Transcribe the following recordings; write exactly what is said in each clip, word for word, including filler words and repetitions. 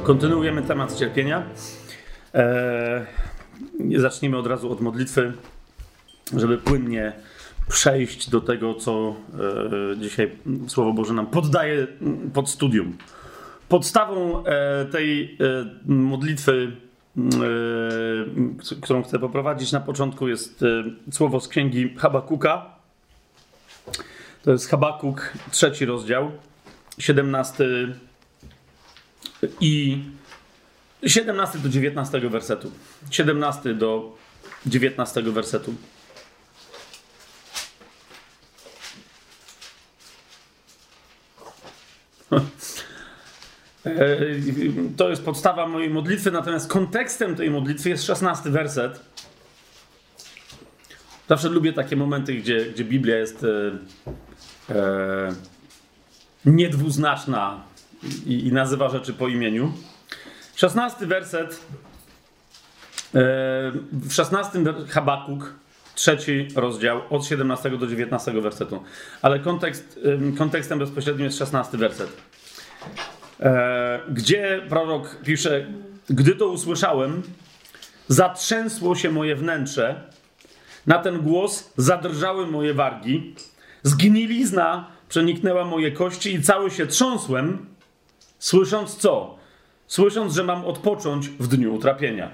Kontynuujemy temat cierpienia. Eee, zacznijmy od razu od modlitwy, żeby płynnie przejść do tego, co e, dzisiaj Słowo Boże nam poddaje pod studium. Podstawą e, tej e, modlitwy, e, którą chcę poprowadzić na początku, jest e, słowo z księgi Habakuka. To jest Habakuk, trzeci rozdział, siedemnasty i siedemnasty do dziewiętnastego wersetu. siedemnasty do dziewiętnastego wersetu. To jest podstawa mojej modlitwy, natomiast kontekstem tej modlitwy jest szesnasty werset. Zawsze lubię takie momenty, gdzie, gdzie Biblia jest e, e, niedwuznaczna i, i nazywa rzeczy po imieniu. szesnasty werset, e, w szesnastym Habakuk, trzeci rozdział, od siedemnastego do dziewiętnastego wersetu. Ale kontekst, e, kontekstem bezpośrednim jest szesnasty werset. E, gdzie prorok pisze: gdy to usłyszałem, zatrzęsło się moje wnętrze, na ten głos zadrżały moje wargi, zgnilizna przeniknęła moje kości i cały się trząsłem, słysząc co? Słysząc, że mam odpocząć w dniu utrapienia.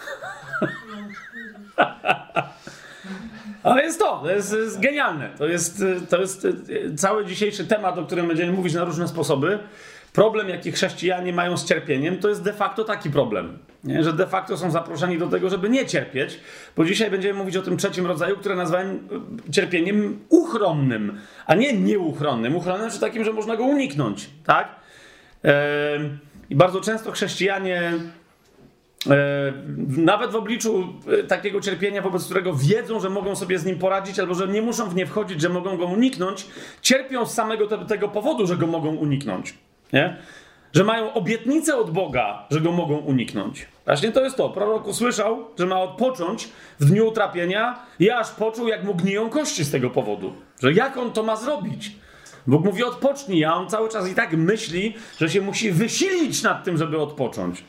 Ale jest to, to jest, jest genialne. To jest, to jest cały dzisiejszy temat, o którym będziemy mówić na różne sposoby. Problem, jaki chrześcijanie mają z cierpieniem, to jest de facto taki problem, nie? Że de facto są zaproszeni do tego, żeby nie cierpieć, bo dzisiaj będziemy mówić o tym trzecim rodzaju, które nazwałem cierpieniem uchronnym, a nie nieuchronnym. Uchronnym, czy takim, że można go uniknąć, tak? Eee, I bardzo często chrześcijanie, e, nawet w obliczu takiego cierpienia, wobec którego wiedzą, że mogą sobie z nim poradzić, albo że nie muszą w nie wchodzić, że mogą go uniknąć, cierpią z samego te, tego powodu, że go mogą uniknąć. Nie? Że mają obietnicę od Boga, że go mogą uniknąć. Właśnie to jest to. Prorok usłyszał, że ma odpocząć w dniu utrapienia i aż poczuł, jak mu gniją kości z tego powodu. Że jak on to ma zrobić? Bóg mówi: odpocznij, a on cały czas i tak myśli, że się musi wysilić nad tym, żeby odpocząć.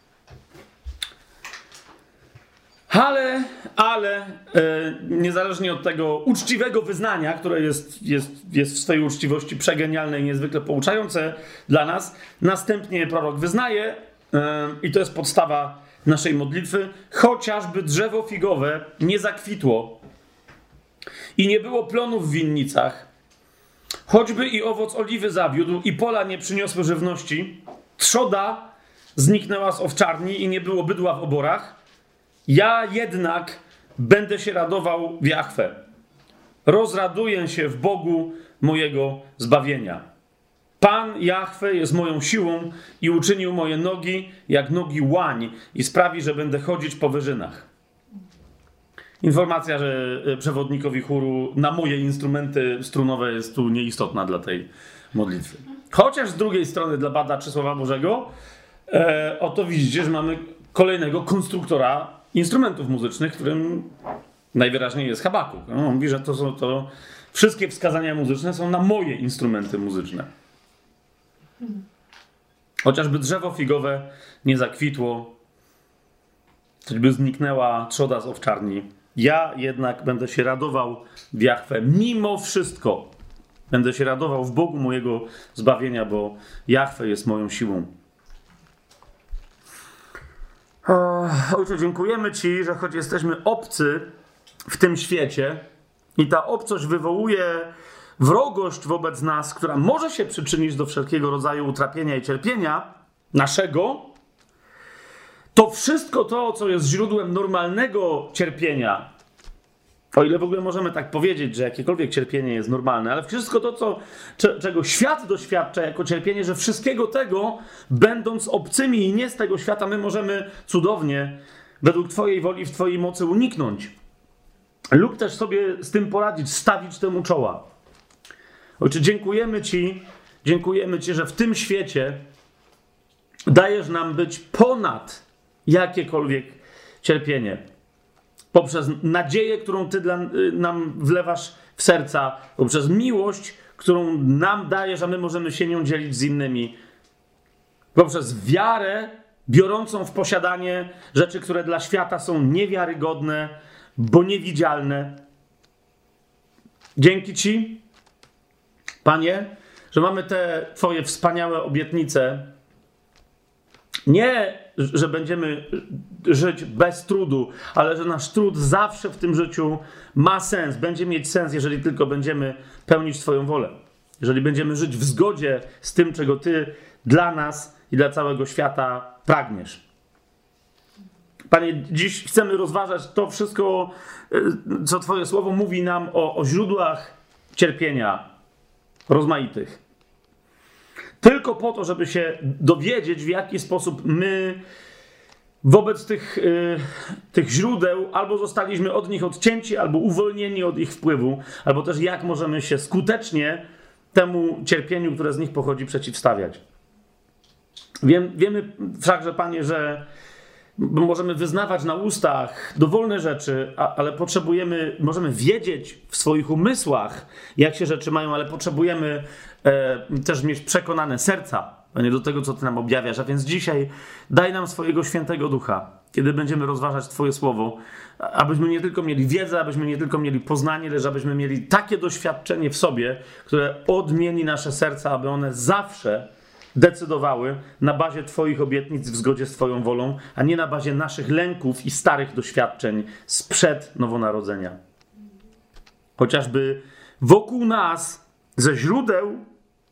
Ale, ale e, niezależnie od tego uczciwego wyznania, które jest, jest, jest w swojej uczciwości przegenialne i niezwykle pouczające dla nas, następnie prorok wyznaje, e, i to jest podstawa naszej modlitwy: chociażby drzewo figowe nie zakwitło i nie było plonów w winnicach, choćby i owoc oliwy zawiódł i pola nie przyniosły żywności, trzoda zniknęła z owczarni i nie było bydła w oborach, ja jednak będę się radował w Jahwe. Rozraduję się w Bogu mojego zbawienia. Pan Jahwe jest moją siłą i uczynił moje nogi jak nogi łań i sprawi, że będę chodzić po wyżynach. Informacja, że przewodnikowi chóru na moje instrumenty strunowe jest tu nieistotna dla tej modlitwy. Chociaż z drugiej strony dla badaczy Słowa Bożego e, oto widzicie, że mamy kolejnego konstruktora instrumentów muzycznych, którym najwyraźniej jest Habakuk. No, on mówi, że to są to wszystkie wskazania muzyczne są na moje instrumenty muzyczne. Chociażby drzewo figowe nie zakwitło, choćby zniknęła trzoda z owczarni, ja jednak będę się radował w Jahwe. Mimo wszystko będę się radował w Bogu mojego zbawienia, bo Jahwe jest moją siłą. Ojcze, dziękujemy Ci, że choć jesteśmy obcy w tym świecie i ta obcość wywołuje wrogość wobec nas, która może się przyczynić do wszelkiego rodzaju utrapienia i cierpienia naszego, to wszystko to, co jest źródłem normalnego cierpienia, o ile w ogóle możemy tak powiedzieć, że jakiekolwiek cierpienie jest normalne, ale wszystko to, co, czego świat doświadcza jako cierpienie, że wszystkiego tego, będąc obcymi i nie z tego świata, my możemy cudownie, według Twojej woli, w Twojej mocy uniknąć. Lub też sobie z tym poradzić, stawić temu czoła. Ojcze, dziękujemy Ci, dziękujemy Ci, że w tym świecie dajesz nam być ponad jakiekolwiek cierpienie. Poprzez nadzieję, którą Ty dla, nam wlewasz w serca, poprzez miłość, którą nam dajesz, a my możemy się nią dzielić z innymi. poprzez wiarę biorącą w posiadanie rzeczy, które dla świata są niewiarygodne, bo niewidzialne. Dzięki Ci, Panie, że mamy te Twoje wspaniałe obietnice. Nie, że będziemy żyć bez trudu, ale że nasz trud zawsze w tym życiu ma sens, będzie mieć sens, jeżeli tylko będziemy pełnić Twoją wolę. Jeżeli będziemy żyć w zgodzie z tym, czego Ty dla nas i dla całego świata pragniesz. Panie, dziś chcemy rozważać to wszystko, co Twoje słowo mówi nam o, o źródłach cierpienia rozmaitych. Tylko po to, żeby się dowiedzieć, w jaki sposób my wobec tych, yy, tych źródeł albo zostaliśmy od nich odcięci, albo uwolnieni od ich wpływu, albo też jak możemy się skutecznie temu cierpieniu, które z nich pochodzi, przeciwstawiać. Wiem, wiemy wszakże, Panie, że możemy wyznawać na ustach dowolne rzeczy, a, ale potrzebujemy, możemy wiedzieć w swoich umysłach, jak się rzeczy mają, ale potrzebujemy e, też mieć przekonane serca, Panie, do tego, co Ty nam objawiasz. A więc dzisiaj daj nam swojego świętego ducha, kiedy będziemy rozważać Twoje słowo, abyśmy nie tylko mieli wiedzę, abyśmy nie tylko mieli poznanie, lecz abyśmy mieli takie doświadczenie w sobie, które odmieni nasze serca, aby one zawsze decydowały na bazie Twoich obietnic w zgodzie z Twoją wolą, a nie na bazie naszych lęków i starych doświadczeń sprzed nowonarodzenia. Chociażby wokół nas ze źródeł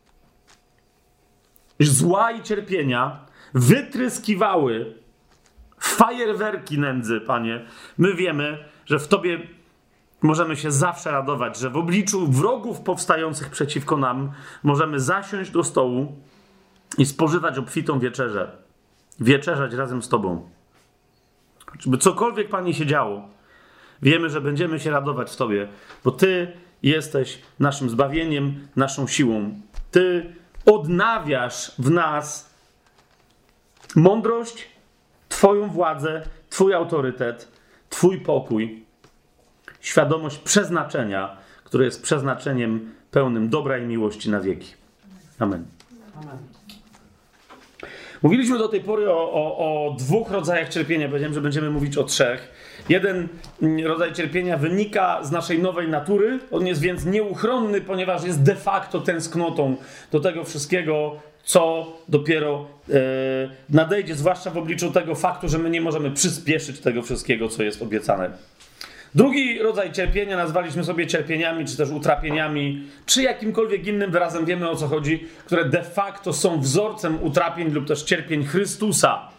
zła i cierpienia wytryskiwały fajerwerki nędzy, Panie. My wiemy, że w Tobie możemy się zawsze radować, że w obliczu wrogów powstających przeciwko nam możemy zasiąść do stołu i spożywać obfitą wieczerzę. Wieczerzać razem z Tobą. Choćby cokolwiek, Panie, się działo, wiemy, że będziemy się radować w Tobie, bo Ty jesteś naszym zbawieniem, naszą siłą. Ty odnawiasz w nas mądrość, Twoją władzę, Twój autorytet, Twój pokój, świadomość przeznaczenia, które jest przeznaczeniem pełnym dobra i miłości na wieki. Amen. Amen. Mówiliśmy do tej pory o, o, o dwóch rodzajach cierpienia. Powiedziałem, że będziemy mówić o trzech. Jeden rodzaj cierpienia wynika z naszej nowej natury. On jest więc nieuchronny, ponieważ jest de facto tęsknotą do tego wszystkiego, co dopiero e, nadejdzie, zwłaszcza w obliczu tego faktu, że my nie możemy przyspieszyć tego wszystkiego, co jest obiecane. Drugi rodzaj cierpienia nazwaliśmy sobie cierpieniami, czy też utrapieniami, czy jakimkolwiek innym wyrazem, wiemy o co chodzi, które de facto są wzorcem utrapień lub też cierpień Chrystusa.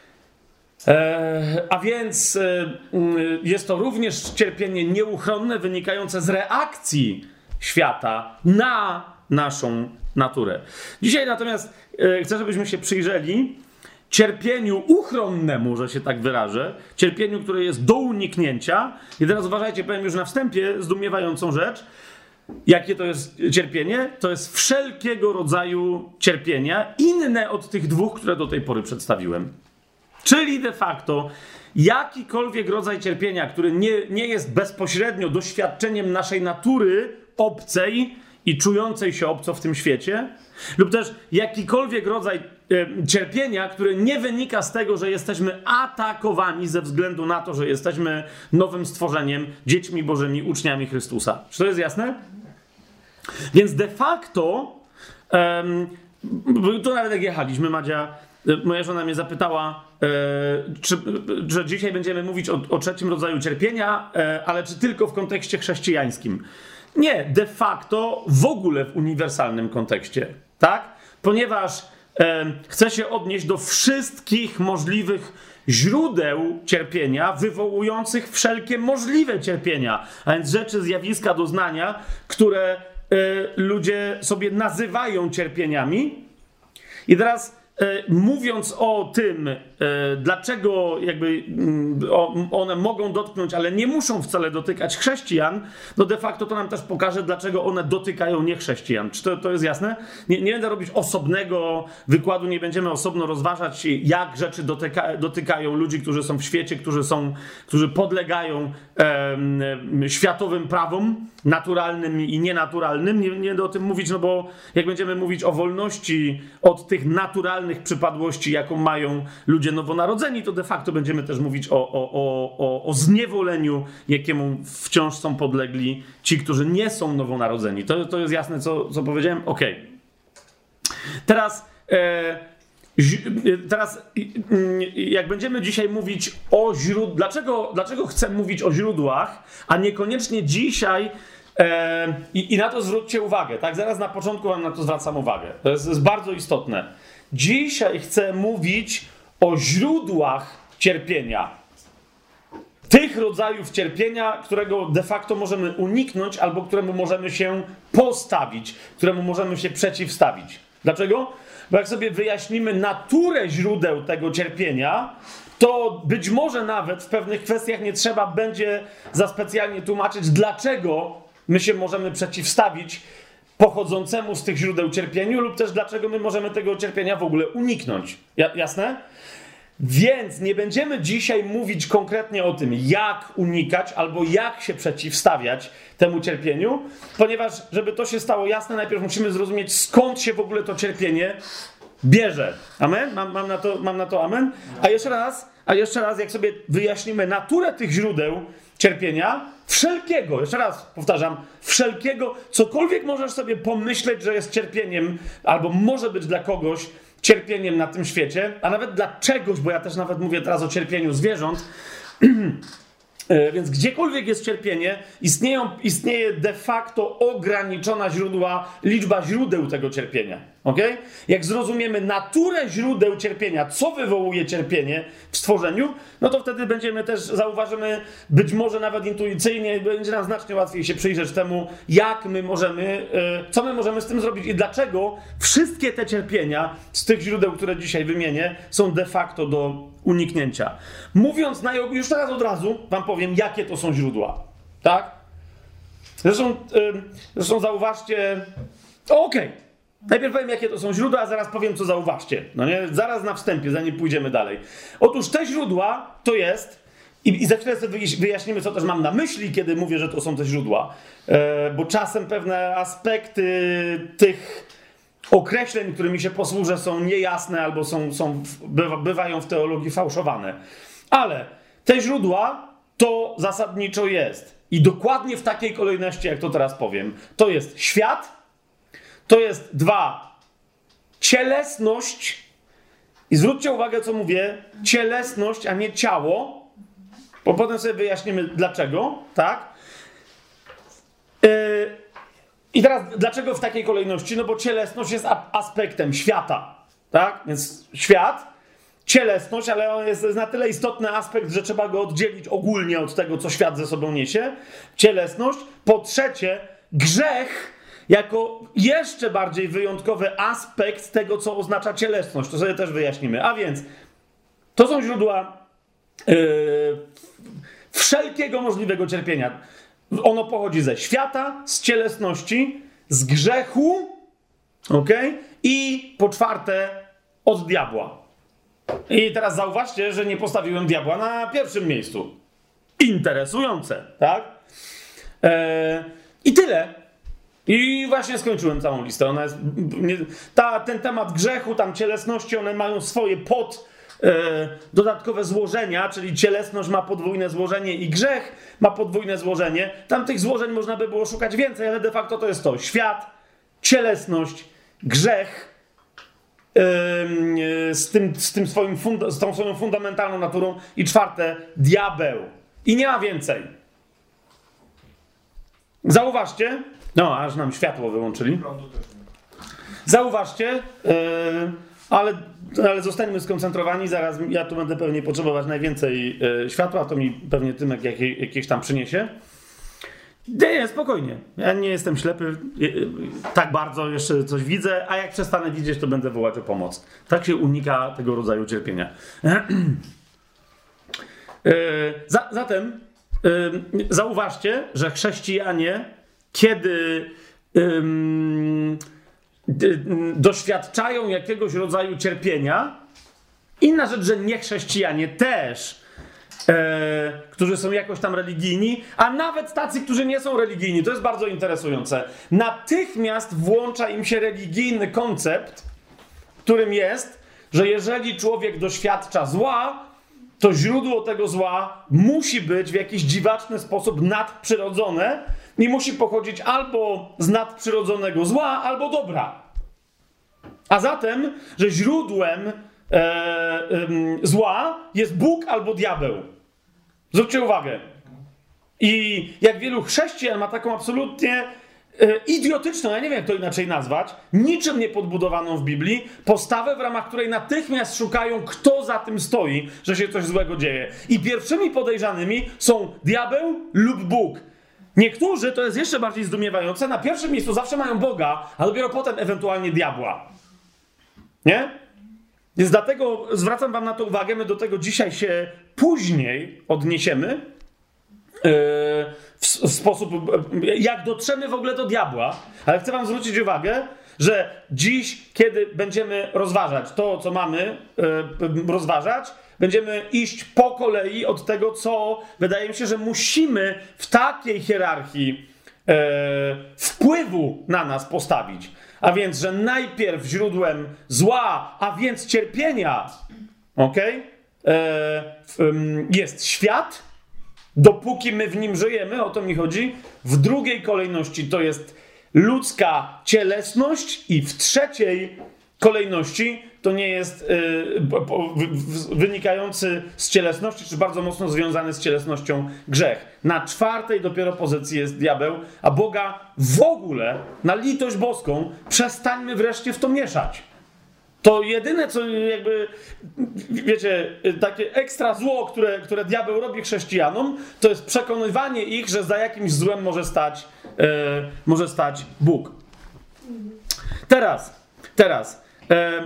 E, a więc e, jest to również cierpienie nieuchronne, wynikające z reakcji świata na naszą naturę. Dzisiaj natomiast e, chcę, żebyśmy się przyjrzeli cierpieniu uchronnemu, że się tak wyrażę, cierpieniu, które jest do uniknięcia. I teraz uważajcie, powiem już na wstępie zdumiewającą rzecz. Jakie to jest cierpienie? To jest wszelkiego rodzaju cierpienia, inne od tych dwóch, które do tej pory przedstawiłem. Czyli de facto jakikolwiek rodzaj cierpienia, który nie, nie jest bezpośrednio doświadczeniem naszej natury obcej i czującej się obco w tym świecie, lub też jakikolwiek rodzaj e, cierpienia, które nie wynika z tego, że jesteśmy atakowani ze względu na to, że jesteśmy nowym stworzeniem, dziećmi Bożymi, uczniami Chrystusa. Czy to jest jasne? Więc de facto, um, tu nawet jak jechaliśmy, Madzia, moja żona mnie zapytała, e, czy, że dzisiaj będziemy mówić o, o trzecim rodzaju cierpienia, e, ale czy tylko w kontekście chrześcijańskim. Nie, de facto w ogóle w uniwersalnym kontekście, tak? Ponieważ e, chcę się odnieść do wszystkich możliwych źródeł cierpienia, wywołujących wszelkie możliwe cierpienia, a więc rzeczy, zjawiska, doznania, które e, ludzie sobie nazywają cierpieniami. I teraz e, mówiąc o tym, e, dlaczego jakby one mogą dotknąć, ale nie muszą wcale dotykać chrześcijan, no de facto to nam też pokaże, dlaczego one dotykają niechrześcijan. Czy to, to jest jasne? Nie, nie będę robić osobnego wykładu, nie będziemy osobno rozważać, jak rzeczy dotyka, dotykają ludzi, którzy są w świecie, którzy są, którzy podlegają e, światowym prawom naturalnym i nienaturalnym. Nie, nie będę o tym mówić, no bo jak będziemy mówić o wolności od tych naturalnych przypadłości, jaką mają ludzie nowonarodzeni, to de facto będziemy też mówić o, o, o, o, o zniewoleniu, jakiemu wciąż są podlegli ci, którzy nie są nowonarodzeni. To, to jest jasne, co, co powiedziałem? Okej. Okay. Teraz, e, teraz jak będziemy dzisiaj mówić o źródłach, dlaczego, dlaczego chcę mówić o źródłach, a niekoniecznie dzisiaj e, i, i na to zwróćcie uwagę, tak? Zaraz na początku wam na to zwracam uwagę. To jest, to jest bardzo istotne. Dzisiaj chcę mówić o źródłach cierpienia. Tych rodzajów cierpienia, którego de facto możemy uniknąć albo któremu możemy się postawić, któremu możemy się przeciwstawić. Dlaczego? Bo jak sobie wyjaśnimy naturę źródeł tego cierpienia, to być może nawet w pewnych kwestiach nie trzeba będzie za specjalnie tłumaczyć, dlaczego my się możemy przeciwstawić pochodzącemu z tych źródeł cierpieniu lub też dlaczego my możemy tego cierpienia w ogóle uniknąć. Ja, jasne? Więc nie będziemy dzisiaj mówić konkretnie o tym, jak unikać albo jak się przeciwstawiać temu cierpieniu, ponieważ, żeby to się stało jasne, najpierw musimy zrozumieć, skąd się w ogóle to cierpienie bierze. Amen? Mam, mam, na, to, mam na to amen? A jeszcze raz, a jeszcze raz, jak sobie wyjaśnimy naturę tych źródeł cierpienia, wszelkiego, jeszcze raz powtarzam, wszelkiego, cokolwiek możesz sobie pomyśleć, że jest cierpieniem, albo może być dla kogoś cierpieniem na tym świecie, a nawet dla czegoś, bo ja też nawet mówię teraz o cierpieniu zwierząt, więc gdziekolwiek jest cierpienie, istnieją, istnieje de facto ograniczona źródła, liczba źródeł tego cierpienia. Okay? Jak zrozumiemy naturę źródeł cierpienia, co wywołuje cierpienie w stworzeniu, no to wtedy będziemy też, zauważymy, być może nawet intuicyjnie, będzie nam znacznie łatwiej się przyjrzeć temu, jak my możemy, co my możemy z tym zrobić i dlaczego wszystkie te cierpienia z tych źródeł, które dzisiaj wymienię, są de facto do uniknięcia. Mówiąc, na, już teraz od razu wam powiem, jakie to są źródła. Tak? Zresztą, zresztą zauważcie, okej. Okay. Najpierw powiem, jakie to są źródła, a zaraz powiem, co zauważcie. No nie? Zaraz na wstępie, zanim pójdziemy dalej. Otóż te źródła to jest, i, i za chwilę sobie wyjaśnimy, co też mam na myśli, kiedy mówię, że to są te źródła, e, bo czasem pewne aspekty tych określeń, którymi się posłużę, są niejasne albo są, są, bywa, bywają w teologii fałszowane. Ale te źródła to zasadniczo jest, i dokładnie w takiej kolejności, jak to teraz powiem, to jest świat, to jest dwa, cielesność, i zwróćcie uwagę, co mówię, cielesność, a nie ciało, bo potem sobie wyjaśnimy dlaczego, tak? Yy, I teraz, dlaczego w takiej kolejności? No bo cielesność jest a- aspektem świata, tak? Więc świat, cielesność, ale on jest, jest na tyle istotny aspekt, że trzeba go oddzielić ogólnie od tego, co świat ze sobą niesie. Cielesność. Po trzecie, grzech jako jeszcze bardziej wyjątkowy aspekt tego, co oznacza cielesność. To sobie też wyjaśnimy. A więc to są źródła yy, wszelkiego możliwego cierpienia. Ono pochodzi ze świata, z cielesności, z grzechu, okej? I po czwarte od diabła. I teraz zauważcie, że nie postawiłem diabła na pierwszym miejscu. Interesujące, tak? Eee, I tyle. I właśnie skończyłem całą listę. Ona jest, nie, ta, ten temat grzechu, tam cielesności, one mają swoje pod e, dodatkowe złożenia, czyli cielesność ma podwójne złożenie i grzech ma podwójne złożenie. Tam tych złożeń można by było szukać więcej, ale de facto to jest to. Świat, cielesność, grzech e, e, z, tym, z, tym swoim funda, z tą swoją fundamentalną naturą i czwarte, diabeł. I nie ma więcej. Zauważcie, no, aż nam światło wyłączyli. Zauważcie, yy, ale, ale zostańmy skoncentrowani, zaraz ja tu będę pewnie potrzebować najwięcej yy, światła, to mi pewnie Tymek jak, jakieś tam przyniesie. Nie, nie, spokojnie. Ja nie jestem ślepy. Tak bardzo jeszcze coś widzę, a jak przestanę widzieć, to będę wołać o pomoc. Tak się unika tego rodzaju cierpienia. Zatem zauważcie, że chrześcijanie, kiedy doświadczają jakiegoś rodzaju cierpienia, inna rzecz, że niechrześcijanie też, E, którzy są jakoś tam religijni, a nawet tacy, którzy nie są religijni. To jest bardzo interesujące. Natychmiast włącza im się religijny koncept, którym jest, że jeżeli człowiek doświadcza zła, to źródło tego zła musi być w jakiś dziwaczny sposób nadprzyrodzone i musi pochodzić albo z nadprzyrodzonego zła, albo dobra. A zatem, że źródłem E, e, zła jest Bóg albo diabeł. Zwróćcie uwagę. I jak wielu chrześcijan ma taką absolutnie e, idiotyczną, ja nie wiem jak to inaczej nazwać, niczym nie podbudowaną w Biblii, postawę, w ramach której natychmiast szukają, kto za tym stoi, że się coś złego dzieje. I pierwszymi podejrzanymi są diabeł lub Bóg. Niektórzy, to jest jeszcze bardziej zdumiewające, na pierwszym miejscu zawsze mają Boga, a dopiero potem ewentualnie diabła. Nie? Więc dlatego zwracam wam na to uwagę, my do tego dzisiaj się później odniesiemy yy, w, w sposób, jak dotrzemy w ogóle do diabła, ale chcę wam zwrócić uwagę, że dziś, kiedy będziemy rozważać to, co mamy yy, rozważać, będziemy iść po kolei od tego, co wydaje mi się, że musimy w takiej hierarchii yy, wpływu na nas postawić. A więc, że najpierw źródłem zła, a więc cierpienia, okay, e, jest świat, dopóki my w nim żyjemy, o to mi chodzi. W drugiej kolejności to jest ludzka cielesność i w trzeciej kolejności to nie jest y, wynikający z cielesności, czy bardzo mocno związany z cielesnością grzech. Na czwartej dopiero pozycji jest diabeł, a Boga w ogóle, na litość boską, przestańmy wreszcie w to mieszać. To jedyne, co jakby, wiecie, takie ekstra zło, które, które diabeł robi chrześcijanom, to jest przekonywanie ich, że za jakimś złem może stać, e, może stać Bóg. Teraz, teraz, e,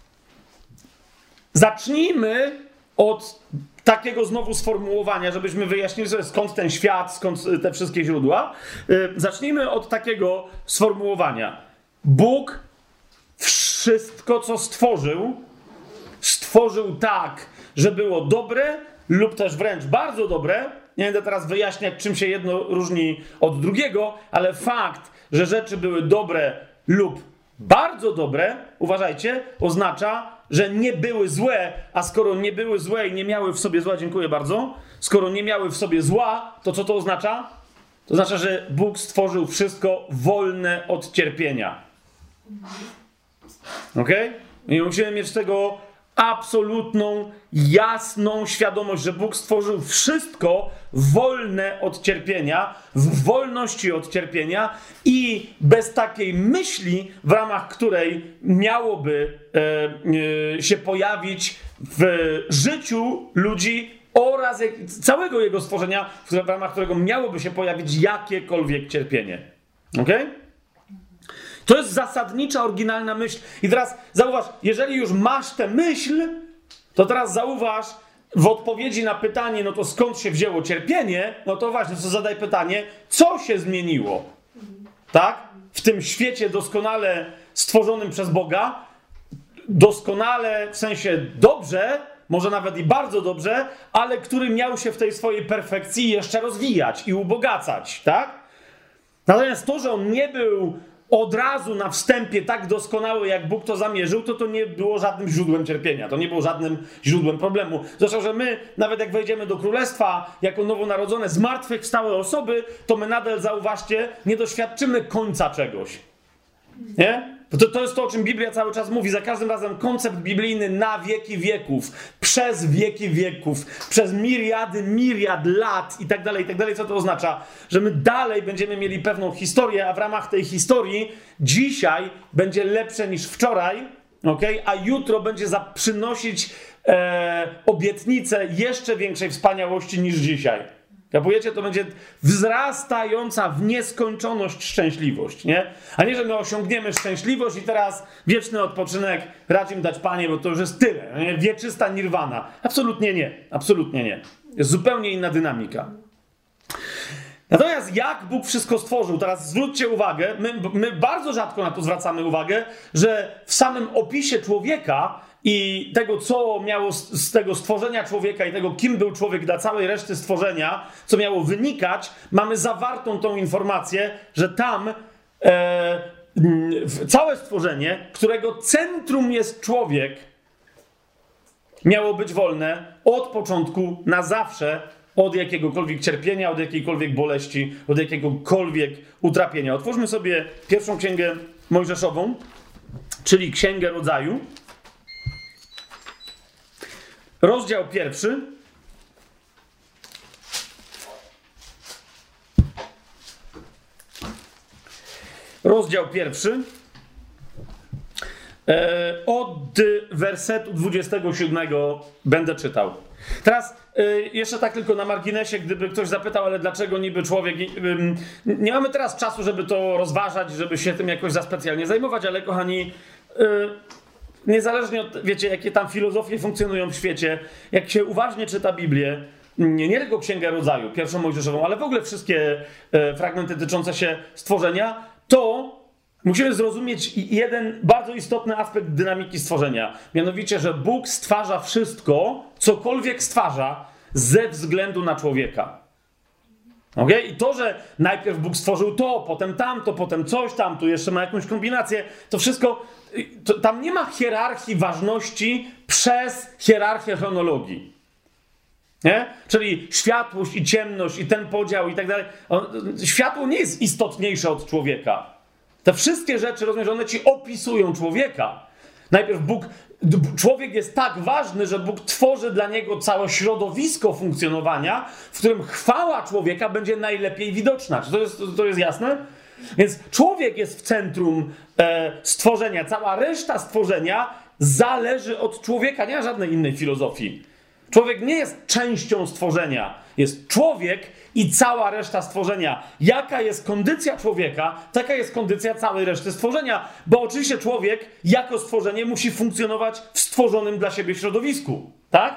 zacznijmy od takiego znowu sformułowania, żebyśmy wyjaśnili sobie, skąd ten świat, skąd te wszystkie źródła. E, zacznijmy od takiego sformułowania. Bóg wszystko, co stworzył, stworzył tak, że było dobre lub też wręcz bardzo dobre. Nie będę teraz wyjaśniać, czym się jedno różni od drugiego, ale fakt, że rzeczy były dobre lub bardzo dobre, uważajcie, oznacza, że nie były złe, a skoro nie były złe i nie miały w sobie zła, dziękuję bardzo, skoro nie miały w sobie zła, to co to oznacza? To oznacza, że Bóg stworzył wszystko wolne od cierpienia. Okej? Okay? I musimy mieć z tego absolutną, jasną świadomość, że Bóg stworzył wszystko wolne od cierpienia, w wolności od cierpienia i bez takiej myśli, w ramach której miałoby e, e, się pojawić w życiu ludzi oraz jak, całego jego stworzenia, w ramach którego miałoby się pojawić jakiekolwiek cierpienie. Okej? Okay? To jest zasadnicza, oryginalna myśl. I teraz zauważ, jeżeli już masz tę myśl, to teraz zauważ w odpowiedzi na pytanie, no to skąd się wzięło cierpienie, no to właśnie, to zadaj pytanie, co się zmieniło? Tak? W tym świecie doskonale stworzonym przez Boga, doskonale, w sensie dobrze, może nawet i bardzo dobrze, ale który miał się w tej swojej perfekcji jeszcze rozwijać i ubogacać, tak? Natomiast to, że on nie był od razu na wstępie tak doskonały, jak Bóg to zamierzył, to to nie było żadnym źródłem cierpienia. To nie było żadnym źródłem problemu. Zresztą, że my, nawet jak wejdziemy do Królestwa jako nowonarodzone, zmartwychwstałe osoby, to my nadal, zauważcie, nie doświadczymy końca czegoś. Nie? To, to jest to, o czym Biblia cały czas mówi. Za każdym razem koncept biblijny na wieki wieków, przez wieki wieków, przez miriady, miriad lat i tak dalej, i tak dalej. Co to oznacza? Że my dalej będziemy mieli pewną historię, a w ramach tej historii dzisiaj będzie lepsze niż wczoraj, okay? A jutro będzie za, przynosić e, obietnicę jeszcze większej wspaniałości niż dzisiaj. Kapujecie? To będzie wzrastająca w nieskończoność szczęśliwość, nie? A nie, że my osiągniemy szczęśliwość i teraz wieczny odpoczynek racz im dać, Panie, bo to już jest tyle. Nie? Wieczysta nirwana. Absolutnie nie. Absolutnie nie. Jest zupełnie inna dynamika. Natomiast jak Bóg wszystko stworzył, teraz zwróćcie uwagę, my, my bardzo rzadko na to zwracamy uwagę, że w samym opisie człowieka i tego, co miało z, z tego stworzenia człowieka i tego, kim był człowiek dla całej reszty stworzenia, co miało wynikać, mamy zawartą tą informację, że tam e, całe stworzenie, którego centrum jest człowiek, miało być wolne od początku na zawsze od jakiegokolwiek cierpienia, od jakiejkolwiek boleści, od jakiegokolwiek utrapienia. Otwórzmy sobie pierwszą księgę Mojżeszową, czyli Księgę Rodzaju. Rozdział pierwszy. Rozdział pierwszy. E, od wersetu dwudziestego siódmego będę czytał. Teraz y, jeszcze tak tylko na marginesie, gdyby ktoś zapytał, ale dlaczego niby człowiek... Y, y, nie mamy teraz czasu, żeby to rozważać, żeby się tym jakoś za specjalnie zajmować, ale kochani, y, niezależnie od, wiecie, jakie tam filozofie funkcjonują w świecie, jak się uważnie czyta Biblię, nie, nie tylko Księgę Rodzaju, pierwszą Mojżeszową, ale w ogóle wszystkie y, fragmenty dotyczące się stworzenia, to musimy zrozumieć jeden bardzo istotny aspekt dynamiki stworzenia. Mianowicie, że Bóg stwarza wszystko, cokolwiek stwarza, ze względu na człowieka. Okay? I to, że najpierw Bóg stworzył to, potem tamto, potem coś tam, tu jeszcze ma jakąś kombinację, to wszystko, to, tam nie ma hierarchii ważności przez hierarchię chronologii. Nie? Czyli światłość i ciemność i ten podział i tak dalej. Światło nie jest istotniejsze od człowieka. Te wszystkie rzeczy, rozumiesz, one ci opisują człowieka. Najpierw Bóg, człowiek jest tak ważny, że Bóg tworzy dla niego całe środowisko funkcjonowania, w którym chwała człowieka będzie najlepiej widoczna. Czy to jest, to jest jasne? Więc człowiek jest w centrum e, stworzenia. Cała reszta stworzenia zależy od człowieka. Nie ma żadnej innej filozofii. Człowiek nie jest częścią stworzenia. Jest człowiek i cała reszta stworzenia. Jaka jest kondycja człowieka, taka jest kondycja całej reszty stworzenia. Bo oczywiście człowiek jako stworzenie musi funkcjonować w stworzonym dla siebie środowisku. Tak?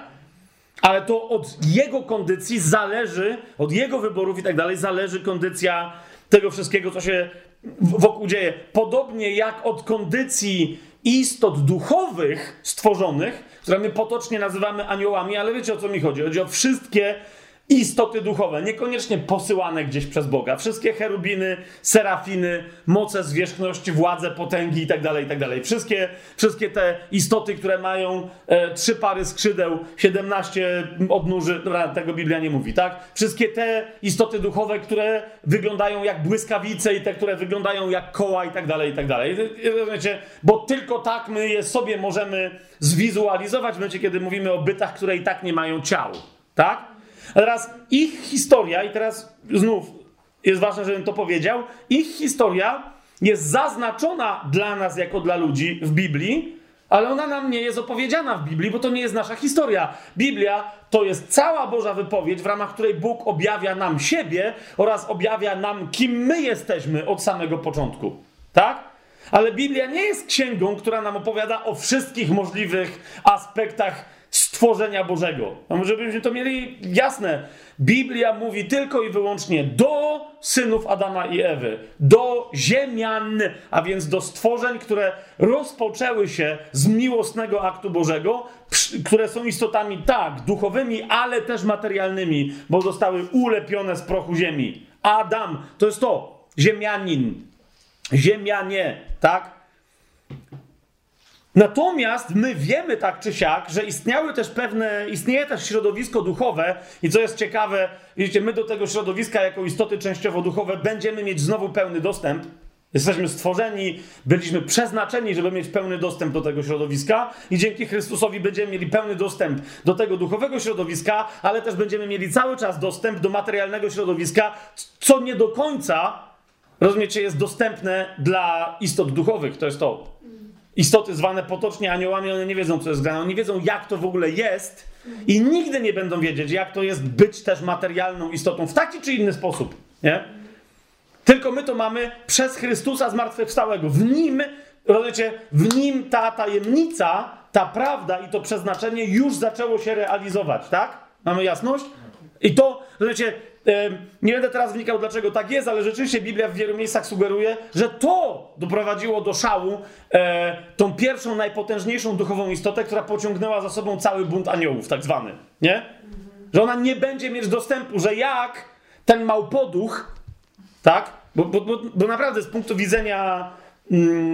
Ale to od jego kondycji zależy, od jego wyborów i tak dalej, zależy kondycja tego wszystkiego, co się wokół dzieje. Podobnie jak od kondycji istot duchowych stworzonych, które my potocznie nazywamy aniołami, ale wiecie, o co mi chodzi? Chodzi o wszystkie istoty duchowe, niekoniecznie posyłane gdzieś przez Boga. Wszystkie cherubiny, serafiny, moce zwierzchności, władze, potęgi i tak dalej, i tak dalej. Wszystkie, wszystkie te istoty, które mają e, trzy pary skrzydeł, siedemnaście odnóży, dobra, tego Biblia nie mówi, tak? Wszystkie te istoty duchowe, które wyglądają jak błyskawice i te, które wyglądają jak koła i tak dalej, i tak dalej. Rozumiecie? Bo tylko tak my je sobie możemy zwizualizować w momencie, kiedy mówimy o bytach, które i tak nie mają ciał, tak? A teraz ich historia, i teraz znów jest ważne, żebym to powiedział, ich historia jest zaznaczona dla nas jako dla ludzi w Biblii, ale ona nam nie jest opowiedziana w Biblii, bo to nie jest nasza historia. Biblia to jest cała Boża wypowiedź, w ramach której Bóg objawia nam siebie oraz objawia nam, kim my jesteśmy od samego początku. Tak? Ale Biblia nie jest księgą, która nam opowiada o wszystkich możliwych aspektach stworzenia Bożego. No, żebyśmy to mieli jasne. Biblia mówi tylko i wyłącznie do synów Adama i Ewy, do ziemian, a więc do stworzeń, które rozpoczęły się z miłosnego aktu Bożego, które są istotami tak, duchowymi, ale też materialnymi, bo zostały ulepione z prochu ziemi. Adam, to jest to, ziemianin, ziemianie, tak? Natomiast my wiemy tak czy siak, że istniały też pewne, istnieje też środowisko duchowe i co jest ciekawe, widzicie, my do tego środowiska jako istoty częściowo duchowe będziemy mieć znowu pełny dostęp. Jesteśmy stworzeni, byliśmy przeznaczeni, żeby mieć pełny dostęp do tego środowiska i dzięki Chrystusowi będziemy mieli pełny dostęp do tego duchowego środowiska, ale też będziemy mieli cały czas dostęp do materialnego środowiska, co nie do końca, rozumiecie, jest dostępne dla istot duchowych. To jest to. Istoty zwane potocznie aniołami, one nie wiedzą, co jest grane, one nie wiedzą, jak to w ogóle jest, I nigdy nie będą wiedzieć, jak to jest być też materialną istotą w taki czy inny sposób, nie? Tylko my to mamy przez Chrystusa zmartwychwstałego. W Nim, rozumiecie, w Nim ta tajemnica, ta prawda i to przeznaczenie już zaczęło się realizować, tak? Mamy jasność? I to, rozumiecie, nie będę teraz wnikał, dlaczego tak jest, ale rzeczywiście Biblia w wielu miejscach sugeruje, że to doprowadziło do szału e, tą pierwszą, najpotężniejszą duchową istotę, która pociągnęła za sobą cały bunt aniołów, tak zwany, nie? Że ona nie będzie mieć dostępu, że jak ten małpoduch, tak? Bo, bo, bo, bo naprawdę z punktu widzenia mm,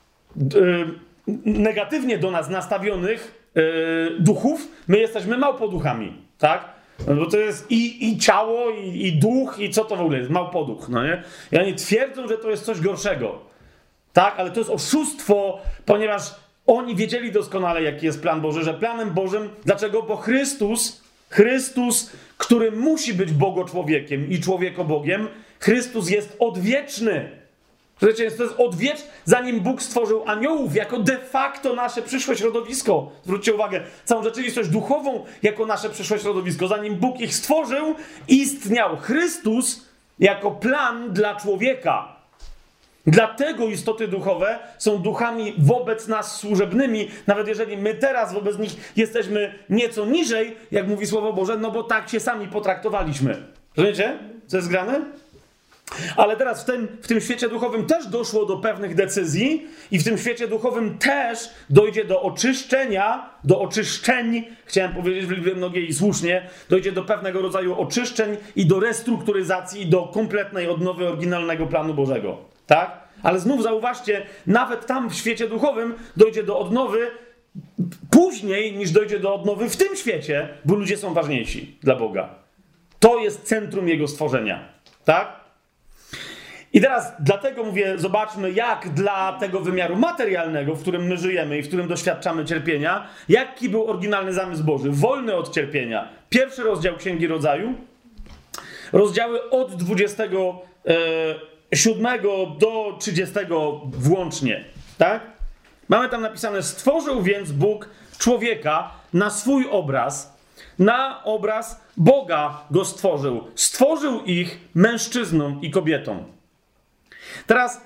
y, negatywnie do nas nastawionych y, duchów, my jesteśmy małpoduchami, tak? No bo to jest i, i ciało, i, i duch, i co to w ogóle jest? Małpoduch, no nie? I oni twierdzą, że to jest coś gorszego. Tak? Ale to jest oszustwo, ponieważ oni wiedzieli doskonale, jaki jest plan Boży, że planem Bożym, dlaczego? Bo Chrystus, Chrystus, który musi być Bogo-człowiekiem i człowieko-Bogiem, Chrystus jest odwieczny. Słuchajcie, to jest odwieczny, zanim Bóg stworzył aniołów jako de facto nasze przyszłe środowisko. Zwróćcie uwagę, całą rzeczywistość duchową jako nasze przyszłe środowisko. Zanim Bóg ich stworzył, istniał Chrystus jako plan dla człowieka. Dlatego istoty duchowe są duchami wobec nas służebnymi, nawet jeżeli my teraz wobec nich jesteśmy nieco niżej, jak mówi Słowo Boże, no bo tak się sami potraktowaliśmy. Rozumiecie, co jest grane? Ale teraz w tym, w tym świecie duchowym też doszło do pewnych decyzji i w tym świecie duchowym też dojdzie do oczyszczenia, do oczyszczeń, chciałem powiedzieć w liczbie mnogiej i słusznie, dojdzie do pewnego rodzaju oczyszczeń i do restrukturyzacji i do kompletnej odnowy oryginalnego planu Bożego. Tak? Ale znów zauważcie, nawet tam w świecie duchowym dojdzie do odnowy później niż dojdzie do odnowy w tym świecie, bo ludzie są ważniejsi dla Boga. To jest centrum Jego stworzenia. Tak? I teraz dlatego mówię, zobaczmy, jak dla tego wymiaru materialnego, w którym my żyjemy i w którym doświadczamy cierpienia, jaki był oryginalny zamysł Boży, wolny od cierpienia. Pierwszy rozdział Księgi Rodzaju, rozdziały od dwudziestego siódmego do trzydziestego włącznie, tak? Mamy tam napisane: stworzył więc Bóg człowieka na swój obraz, na obraz Boga go stworzył. Stworzył ich mężczyzną i kobietą. Teraz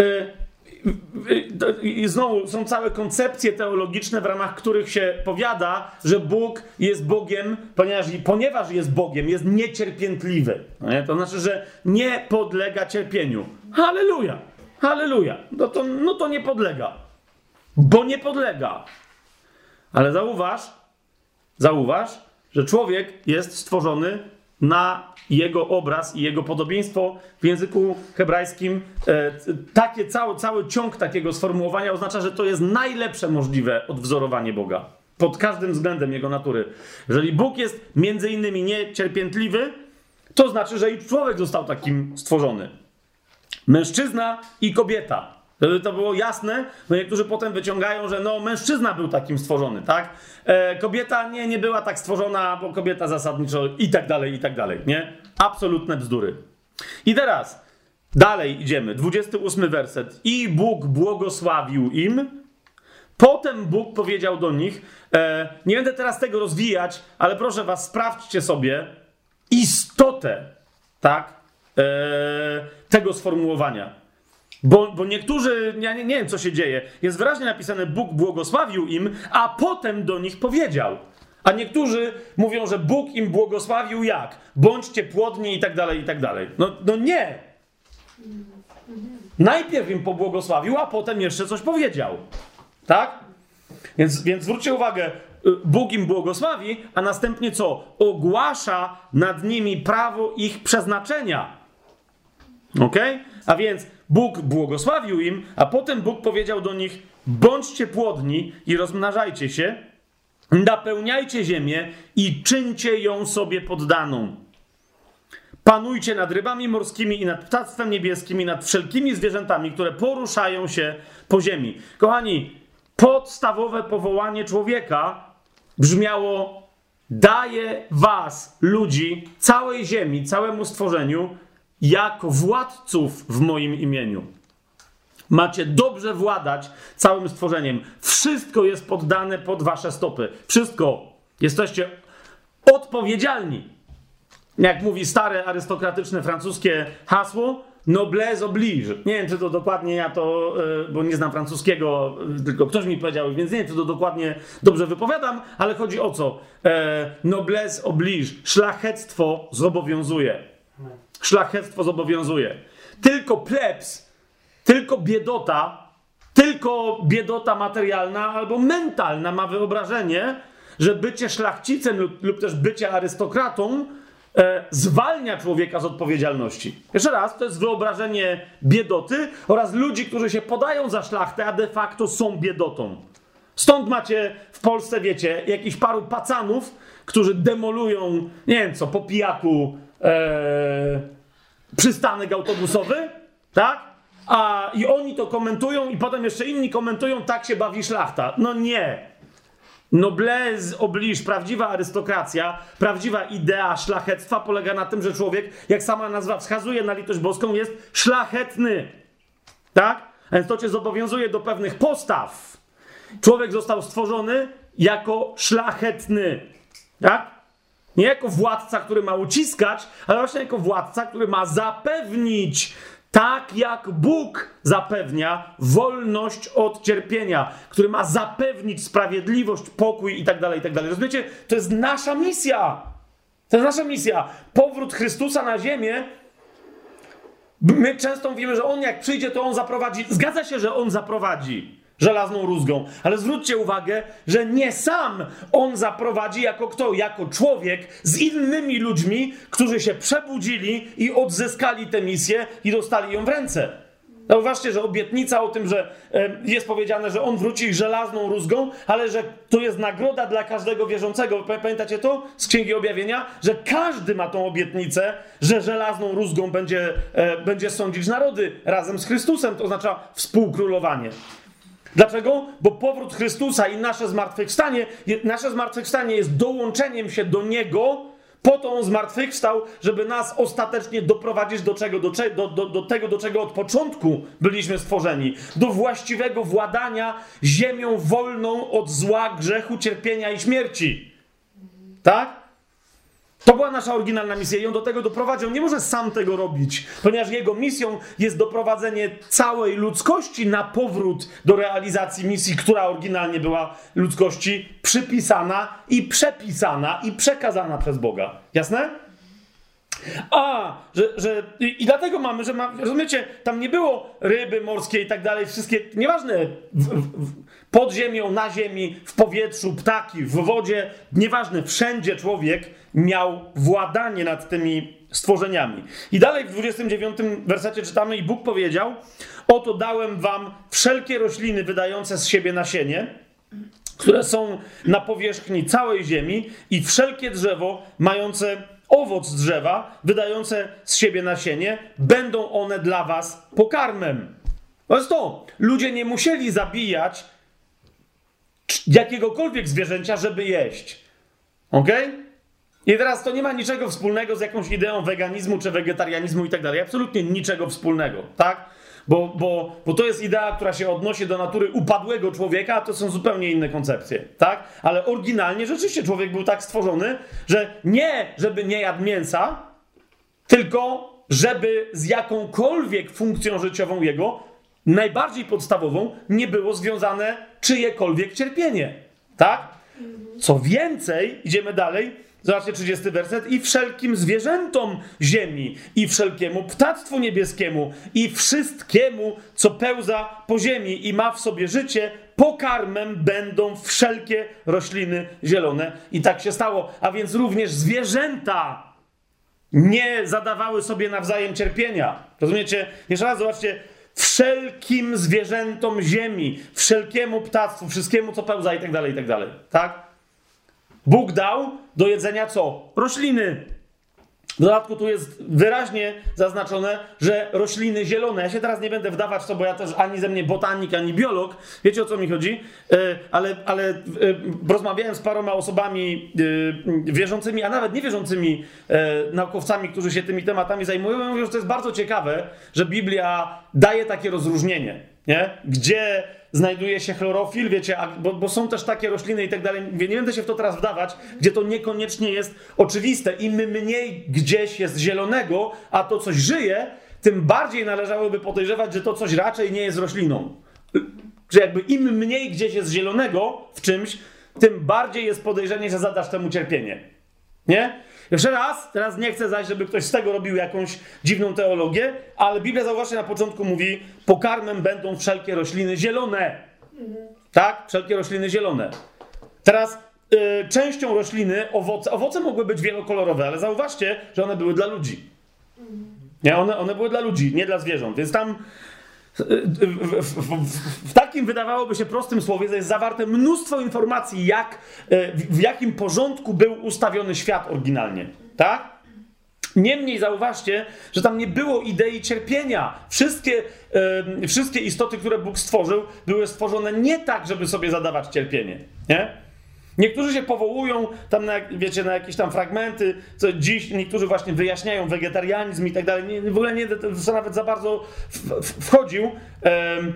yy, yy, znowu są całe koncepcje teologiczne, w ramach których się powiada, że Bóg jest Bogiem, ponieważ, ponieważ jest Bogiem, jest niecierpiętliwy. Nie? To znaczy, że nie podlega cierpieniu. Halleluja! Halleluja! No to, no to nie podlega. Bo nie podlega. Ale zauważ, zauważ, że człowiek jest stworzony na jego obraz i jego podobieństwo. W języku hebrajskim e, takie, cały, cały ciąg takiego sformułowania oznacza, że to jest najlepsze możliwe odwzorowanie Boga. Pod każdym względem jego natury. Jeżeli Bóg jest między innymi niecierpiętliwy, to znaczy, że i człowiek został takim stworzony. Mężczyzna i kobieta. Żeby to było jasne, no niektórzy potem wyciągają, że no mężczyzna był takim stworzony, tak? E, kobieta nie, nie była tak stworzona, bo kobieta zasadniczo i tak dalej, i tak dalej, nie? Absolutne bzdury. I teraz dalej idziemy, dwudziesty ósmy werset. I Bóg błogosławił im, potem Bóg powiedział do nich, e, nie będę teraz tego rozwijać, ale proszę was, sprawdźcie sobie istotę, tak? E, tego sformułowania. Bo, bo niektórzy, ja nie, nie wiem co się dzieje, jest wyraźnie napisane: Bóg błogosławił im, a potem do nich powiedział. A niektórzy mówią, że Bóg im błogosławił jak? Bądźcie płodni i tak dalej, i tak dalej. No, no nie. Najpierw im pobłogosławił, a potem jeszcze coś powiedział. Tak? Więc, więc zwróćcie uwagę, Bóg im błogosławi, a następnie co? Ogłasza nad nimi prawo ich przeznaczenia. Okej? Okay? A więc Bóg błogosławił im, a potem Bóg powiedział do nich: bądźcie płodni i rozmnażajcie się, napełniajcie ziemię i czyńcie ją sobie poddaną. Panujcie nad rybami morskimi i nad ptactwem niebieskim i nad wszelkimi zwierzętami, które poruszają się po ziemi. Kochani, podstawowe powołanie człowieka brzmiało: daję was, ludzi, całej ziemi, całemu stworzeniu, jako władców w moim imieniu. Macie dobrze władać całym stworzeniem. Wszystko jest poddane pod wasze stopy. Wszystko. Jesteście odpowiedzialni. Jak mówi stare arystokratyczne francuskie hasło, noblesse oblige. Nie wiem, czy to dokładnie ja to, bo nie znam francuskiego, tylko ktoś mi powiedział, więc nie wiem, czy to dokładnie dobrze wypowiadam, ale chodzi o co? Noblesse oblige. Szlachectwo zobowiązuje. Szlachectwo zobowiązuje. Tylko plebs, tylko biedota, tylko biedota materialna albo mentalna ma wyobrażenie, że bycie szlachcicem lub, lub też bycie arystokratą e, zwalnia człowieka z odpowiedzialności. Jeszcze raz, to jest wyobrażenie biedoty oraz ludzi, którzy się podają za szlachtę, a de facto są biedotą. Stąd macie w Polsce, wiecie, jakichś paru pacanów, którzy demolują, nie wiem co, po pijaku e, przystanek autobusowy, tak? A i oni to komentują i potem jeszcze inni komentują, tak się bawi szlachta. No nie. Noblesse oblige, prawdziwa arystokracja, prawdziwa idea szlachectwa polega na tym, że człowiek, jak sama nazwa wskazuje na litość boską, jest szlachetny. Tak? A więc to cię zobowiązuje do pewnych postaw. Człowiek został stworzony jako szlachetny. Tak? Nie jako władca, który ma uciskać, ale właśnie jako władca, który ma zapewnić, tak jak Bóg zapewnia wolność od cierpienia, który ma zapewnić sprawiedliwość, pokój i tak dalej, i tak dalej. Rozumiecie? To jest nasza misja. To jest nasza misja. Powrót Chrystusa na ziemię. My często mówimy, że On jak przyjdzie, to On zaprowadzi. Zgadza się, że On zaprowadzi żelazną rózgą. Ale zwróćcie uwagę, że nie sam On zaprowadzi jako kto? Jako człowiek z innymi ludźmi, którzy się przebudzili i odzyskali tę misję i dostali ją w ręce. Zauważcie, że obietnica o tym, że jest powiedziane, że On wróci żelazną rózgą, ale że to jest nagroda dla każdego wierzącego. Pamiętacie to z Księgi Objawienia? Że każdy ma tą obietnicę, że żelazną rózgą będzie, będzie sądzić narody razem z Chrystusem. To oznacza współkrólowanie. Dlaczego? Bo powrót Chrystusa i nasze zmartwychwstanie, nasze zmartwychwstanie jest dołączeniem się do Niego, po to On zmartwychwstał, żeby nas ostatecznie doprowadzić do, czego, do, do, do, do tego, do czego od początku byliśmy stworzeni. Do właściwego władania ziemią wolną od zła, grzechu, cierpienia i śmierci. Tak? To była nasza oryginalna misja i On do tego doprowadził. Nie może sam tego robić, ponieważ Jego misją jest doprowadzenie całej ludzkości na powrót do realizacji misji, która oryginalnie była ludzkości przypisana i przepisana i przekazana przez Boga. Jasne? A, że, że i, i dlatego mamy, że ma, rozumiecie, tam nie było ryby morskie i tak dalej, wszystkie, nieważne, w, w, pod ziemią, na ziemi, w powietrzu, ptaki, w wodzie, nieważne, wszędzie człowiek miał władanie nad tymi stworzeniami. I dalej w dwudziestym dziewiątym wersecie czytamy: i Bóg powiedział: oto dałem wam wszelkie rośliny wydające z siebie nasienie, które są na powierzchni całej ziemi, i wszelkie drzewo mające owoc drzewa, wydające z siebie nasienie, będą one dla was pokarmem. To jest to. Ludzie nie musieli zabijać jakiegokolwiek zwierzęcia, żeby jeść. Okej? Okay? I teraz to nie ma niczego wspólnego z jakąś ideą weganizmu czy wegetarianizmu i tak dalej. Absolutnie niczego wspólnego, tak? Bo, bo, bo to jest idea, która się odnosi do natury upadłego człowieka, a to są zupełnie inne koncepcje, tak? Ale oryginalnie rzeczywiście człowiek był tak stworzony, że nie, żeby nie jadł mięsa, tylko żeby z jakąkolwiek funkcją życiową jego, najbardziej podstawową, nie było związane czyjekolwiek cierpienie, tak? Co więcej, idziemy dalej. Zobaczcie trzydziesty werset. I wszelkim zwierzętom ziemi, i wszelkiemu ptactwu niebieskiemu, i wszystkiemu, co pełza po ziemi i ma w sobie życie, pokarmem będą wszelkie rośliny zielone. I tak się stało. A więc również zwierzęta nie zadawały sobie nawzajem cierpienia. Rozumiecie? Jeszcze raz zobaczcie. Wszelkim zwierzętom ziemi, wszelkiemu ptactwu, wszystkiemu, co pełza i tak dalej, i tak dalej. Tak? Bóg dał do jedzenia co? Rośliny. W dodatku tu jest wyraźnie zaznaczone, że rośliny zielone. Ja się teraz nie będę wdawać w to, bo ja też ani ze mnie botanik, ani biolog. Wiecie, o co mi chodzi? Yy, ale ale yy, rozmawiałem z paroma osobami yy, wierzącymi, a nawet niewierzącymi yy, naukowcami, którzy się tymi tematami zajmują. I mówią, że to jest bardzo ciekawe, że Biblia daje takie rozróżnienie. nie? Gdzie znajduje się chlorofil, wiecie, a, bo, bo są też takie rośliny i tak dalej. Nie będę się w to teraz wdawać, gdzie to niekoniecznie jest oczywiste. Im mniej gdzieś jest zielonego, a to coś żyje, tym bardziej należałoby podejrzewać, że to coś raczej nie jest rośliną. Że jakby im mniej gdzieś jest zielonego w czymś, tym bardziej jest podejrzenie, że zadasz temu cierpienie. Nie? Jeszcze raz, teraz nie chcę zaś, żeby ktoś z tego robił jakąś dziwną teologię, ale Biblia, zauważcie, na początku mówi, pokarmem będą wszelkie rośliny zielone. Tak? Wszelkie rośliny zielone. Teraz yy, częścią rośliny owoce, owoce mogły być wielokolorowe, ale zauważcie, że one były dla ludzi. Nie? One, one były dla ludzi, nie dla zwierząt. Więc tam w, w, w, w takim, wydawałoby się prostym słowie, jest zawarte mnóstwo informacji, jak, w jakim porządku był ustawiony świat oryginalnie. Tak? Niemniej zauważcie, że tam nie było idei cierpienia. Wszystkie, yy, wszystkie istoty, które Bóg stworzył, były stworzone nie tak, żeby sobie zadawać cierpienie. Nie? Niektórzy się powołują tam na, wiecie, na jakieś tam fragmenty, co dziś niektórzy właśnie wyjaśniają wegetarianizm i tak dalej. Nie, w ogóle nie to nawet za bardzo w, w, wchodził, e,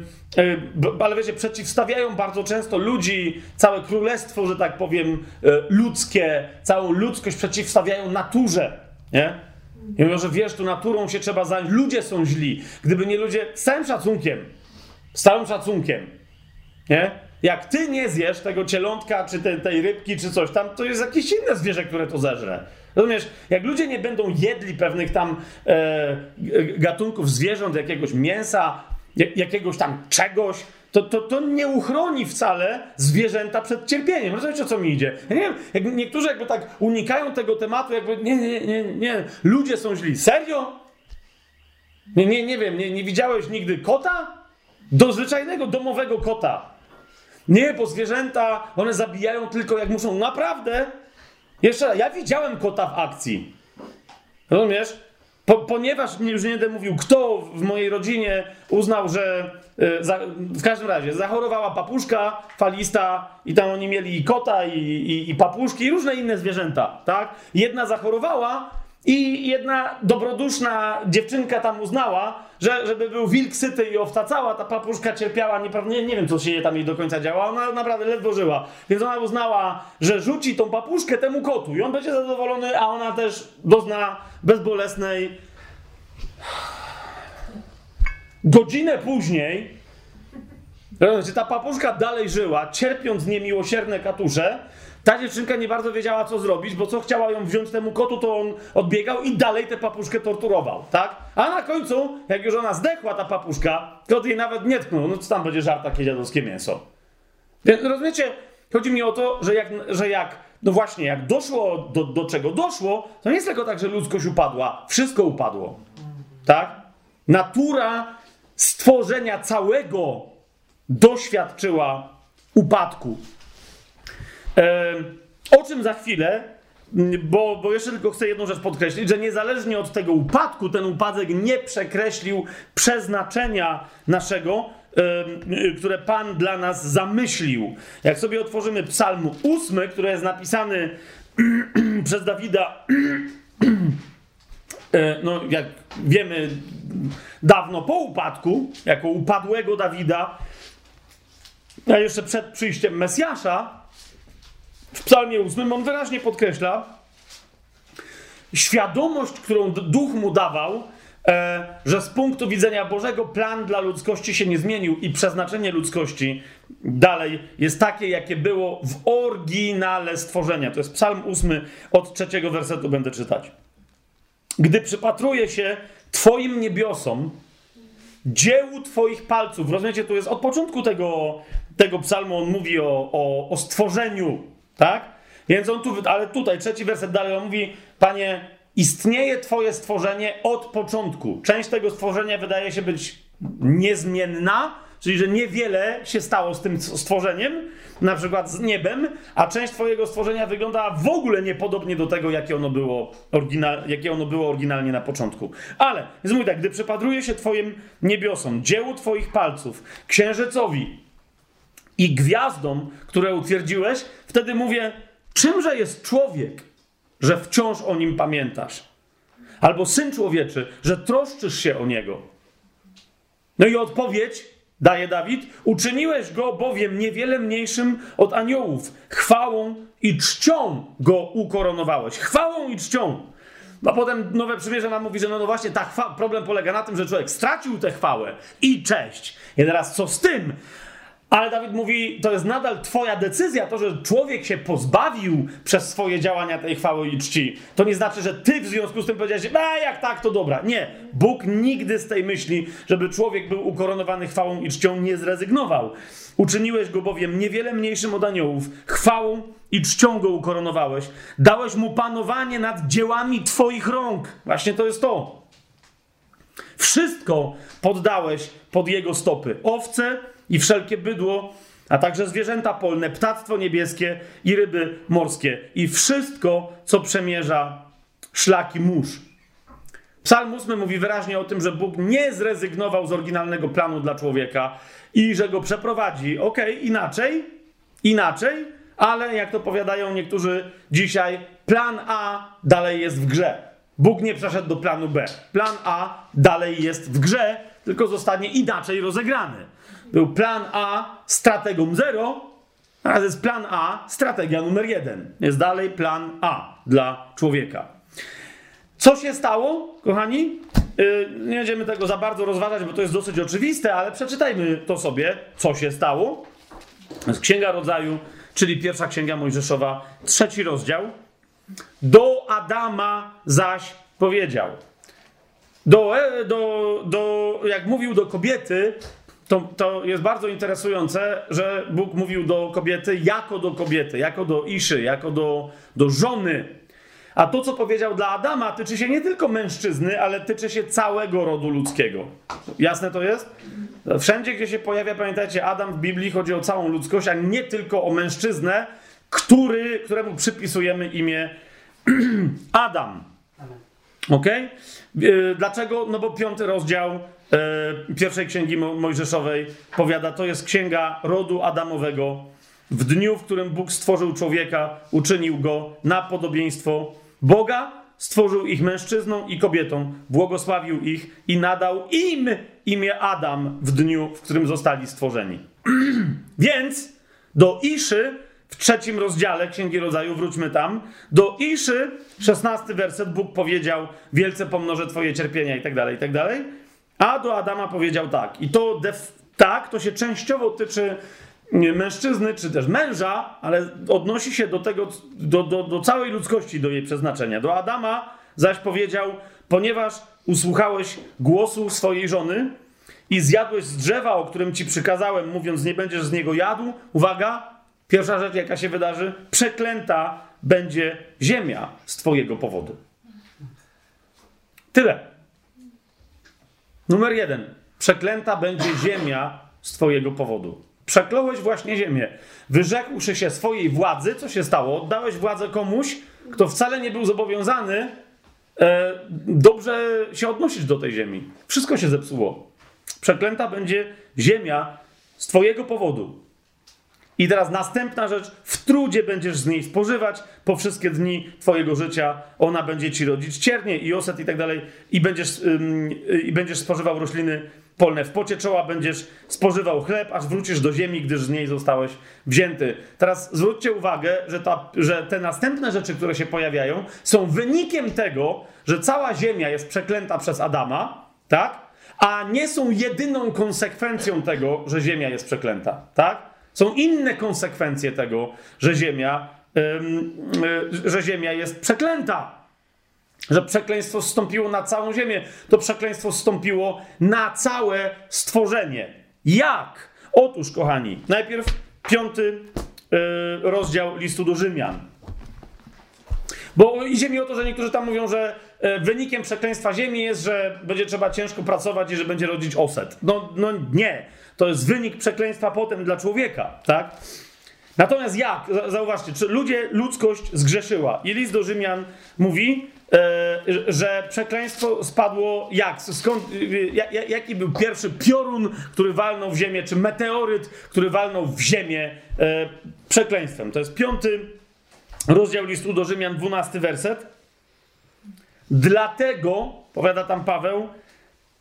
e, ale wiecie, przeciwstawiają bardzo często ludzi, całe królestwo, że tak powiem, e, ludzkie, całą ludzkość przeciwstawiają naturze, nie? I mówią, że wiesz, tu naturą się trzeba zająć. Ludzie są źli. Gdyby nie ludzie, z całym szacunkiem, z całym szacunkiem, nie? Jak ty nie zjesz tego cielątka, czy te, tej rybki, czy coś tam, to jest jakieś inne zwierzę, które to zeżre. Rozumiesz? Jak ludzie nie będą jedli pewnych tam e, gatunków zwierząt, jakiegoś mięsa, jak, jakiegoś tam czegoś, to, to, to nie uchroni wcale zwierzęta przed cierpieniem. Rozumiecie, o co mi idzie? Ja nie wiem, jak niektórzy jakby tak unikają tego tematu, jakby nie, nie, nie, nie, ludzie są źli. Serio? Nie, nie, nie wiem, nie, nie widziałeś nigdy kota? Do zwyczajnego, domowego kota. Nie, bo zwierzęta, one zabijają tylko jak muszą. Naprawdę? Jeszcze raz, ja widziałem kota w akcji. Rozumiesz? Po, ponieważ, już nie będę mówił, kto w mojej rodzinie uznał, że y, za, w każdym razie zachorowała papuszka falista i tam oni mieli i kota, i, i, i papuszki, i różne inne zwierzęta, tak? Jedna zachorowała i jedna dobroduszna dziewczynka tam uznała, że żeby był wilk syty i owca cała, ta papuszka cierpiała, nie, nie wiem, co się tam jej do końca działa, ona naprawdę ledwo żyła. Więc ona uznała, że rzuci tą papuszkę temu kotu i on będzie zadowolony, a ona też dozna bezbolesnej. Godzinę później, ta papuszka dalej żyła, cierpiąc niemiłosierne katusze. Ta dziewczynka nie bardzo wiedziała, co zrobić, bo co chciała ją wziąć temu kotu, to on odbiegał i dalej tę papuszkę torturował, tak? A na końcu, jak już ona zdechła, ta papuszka, kot jej nawet nie tknął, no co tam będzie żart, takie dziadowskie mięso. Więc rozumiecie, chodzi mi o to, że jak, że jak no właśnie, jak doszło do, do czego doszło, to nie jest tylko tak, że ludzkość upadła, wszystko upadło, tak? Natura stworzenia całego doświadczyła upadku. O czym za chwilę, bo, bo jeszcze tylko chcę jedną rzecz podkreślić, że niezależnie od tego upadku, ten upadek nie przekreślił przeznaczenia naszego, które Pan dla nas zamyślił. Jak sobie otworzymy Psalm ósmy, który jest napisany przez Dawida, no jak wiemy, dawno po upadku, jako upadłego Dawida, a jeszcze przed przyjściem Mesjasza, w Psalmie ósmym on wyraźnie podkreśla świadomość, którą Duch mu dawał, e, że z punktu widzenia Bożego plan dla ludzkości się nie zmienił i przeznaczenie ludzkości dalej jest takie, jakie było w oryginale stworzenia. To jest Psalm ósmy, od trzeciego wersetu będę czytać. Gdy przypatruję się Twoim niebiosom, dziełu Twoich palców, rozumiecie, tu jest od początku tego, tego psalmu, on mówi o, o, o stworzeniu, tak? Więc on tu, ale tutaj, trzeci werset dalej, on mówi, Panie, istnieje Twoje stworzenie od początku. Część tego stworzenia wydaje się być niezmienna, czyli że niewiele się stało z tym stworzeniem, na przykład z niebem, a część Twojego stworzenia wygląda w ogóle niepodobnie do tego, jakie ono było, oryginal, jakie ono było oryginalnie na początku. Ale, więc mówi tak, gdy przypatruję się Twoim niebiosom, dziełu Twoich palców, księżycowi i gwiazdom, które utwierdziłeś, wtedy mówię, czymże jest człowiek, że wciąż o nim pamiętasz? Albo syn człowieczy, że troszczysz się o niego? No i odpowiedź daje Dawid, uczyniłeś go bowiem niewiele mniejszym od aniołów. Chwałą i czcią go ukoronowałeś. Chwałą i czcią. A potem Nowe Przymierze nam mówi, że no, no właśnie ta chwa- problem polega na tym, że człowiek stracił tę chwałę i cześć. I teraz co z tym? Ale Dawid mówi, to jest nadal twoja decyzja, to, że człowiek się pozbawił przez swoje działania tej chwały i czci. To nie znaczy, że ty w związku z tym powiedziałeś, a jak tak, to dobra. Nie. Bóg nigdy z tej myśli, żeby człowiek był ukoronowany chwałą i czcią, nie zrezygnował. Uczyniłeś go bowiem niewiele mniejszym od aniołów. Chwałą i czcią go ukoronowałeś. Dałeś mu panowanie nad dziełami twoich rąk. Właśnie to jest to. Wszystko poddałeś pod jego stopy. Owce i wszelkie bydło, a także zwierzęta polne, ptactwo niebieskie i ryby morskie. I wszystko, co przemierza szlaki mórz. Psalm ósmy mówi wyraźnie o tym, że Bóg nie zrezygnował z oryginalnego planu dla człowieka i że go przeprowadzi. Okej, okay, inaczej, inaczej, ale jak to powiadają niektórzy dzisiaj, plan A dalej jest w grze. Bóg nie przeszedł do planu B. Plan A dalej jest w grze, tylko zostanie inaczej rozegrany. Był plan A strategą zero, a teraz jest plan A strategia numer jeden. Jest dalej plan A dla człowieka. Co się stało, kochani? Yy, nie będziemy tego za bardzo rozważać, bo to jest dosyć oczywiste, ale przeczytajmy to sobie, co się stało. To jest Księga Rodzaju, czyli pierwsza Księga Mojżeszowa, trzeci rozdział. Do Adama zaś powiedział. Do, do, do, jak mówił do kobiety, to, to jest bardzo interesujące, że Bóg mówił do kobiety jako do kobiety, jako do Iszy, jako do, do żony. A to, co powiedział dla Adama, tyczy się nie tylko mężczyzny, ale tyczy się całego rodu ludzkiego. Jasne to jest? Wszędzie, gdzie się pojawia, pamiętajcie, Adam w Biblii, chodzi o całą ludzkość, a nie tylko o mężczyznę, który, któremu przypisujemy imię Adam. Okej? Okay? Dlaczego? No bo piąty rozdział e, pierwszej Księgi Mo- Mojżeszowej powiada, to jest księga rodu Adamowego. W dniu, w którym Bóg stworzył człowieka, uczynił go na podobieństwo Boga, stworzył ich mężczyzną i kobietą, błogosławił ich i nadał im imię Adam w dniu, w którym zostali stworzeni. Więc do Iszy w trzecim rozdziale Księgi Rodzaju, wróćmy tam, do Iszy, szesnasty werset, Bóg powiedział, wielce pomnożę twoje cierpienia i tak dalej, i tak dalej, a do Adama powiedział tak. I to def- tak, to się częściowo tyczy mężczyzny, czy też męża, ale odnosi się do tego, do, do, do całej ludzkości, do jej przeznaczenia. Do Adama zaś powiedział, ponieważ usłuchałeś głosu swojej żony i zjadłeś z drzewa, o którym ci przykazałem, mówiąc, nie będziesz z niego jadł, uwaga, pierwsza rzecz, jaka się wydarzy, przeklęta będzie ziemia z twojego powodu. Tyle. Numer jeden. Przeklęta będzie ziemia z twojego powodu. Przekląłeś właśnie ziemię. Wyrzekłszy się swojej władzy, co się stało? Oddałeś władzę komuś, kto wcale nie był zobowiązany e, dobrze się odnosić do tej ziemi. Wszystko się zepsuło. Przeklęta będzie ziemia z twojego powodu. I teraz następna rzecz, w trudzie będziesz z niej spożywać po wszystkie dni twojego życia, ona będzie ci rodzić ciernie i oset i tak dalej i będziesz, ym, i będziesz spożywał rośliny polne. W pocie czoła będziesz spożywał chleb, aż wrócisz do ziemi, gdyż z niej zostałeś wzięty. Teraz zwróćcie uwagę, że, ta, że te następne rzeczy, które się pojawiają, są wynikiem tego, że cała ziemia jest przeklęta przez Adama, tak? A nie są jedyną konsekwencją tego, że ziemia jest przeklęta, tak? Są inne konsekwencje tego, że ziemia, yy, yy, że ziemia jest przeklęta. Że przekleństwo zstąpiło na całą ziemię. To przekleństwo zstąpiło na całe stworzenie. Jak? Otóż, kochani, najpierw piąty yy, rozdział listu do Rzymian. Bo idzie mi o to, że niektórzy tam mówią, że wynikiem przekleństwa ziemi jest, że będzie trzeba ciężko pracować i że będzie rodzić oset. No, no nie. To jest wynik przekleństwa potem dla człowieka, tak? Natomiast jak? Zauważcie, czy ludzie, ludzkość zgrzeszyła. I list do Rzymian mówi, e, że przekleństwo spadło jak? Skąd, jak? Jaki był pierwszy piorun, który walnął w ziemię, czy meteoryt, który walnął w ziemię e, przekleństwem? To jest piąty rozdział listu do Rzymian, dwunasty werset. Dlatego, powiada tam Paweł,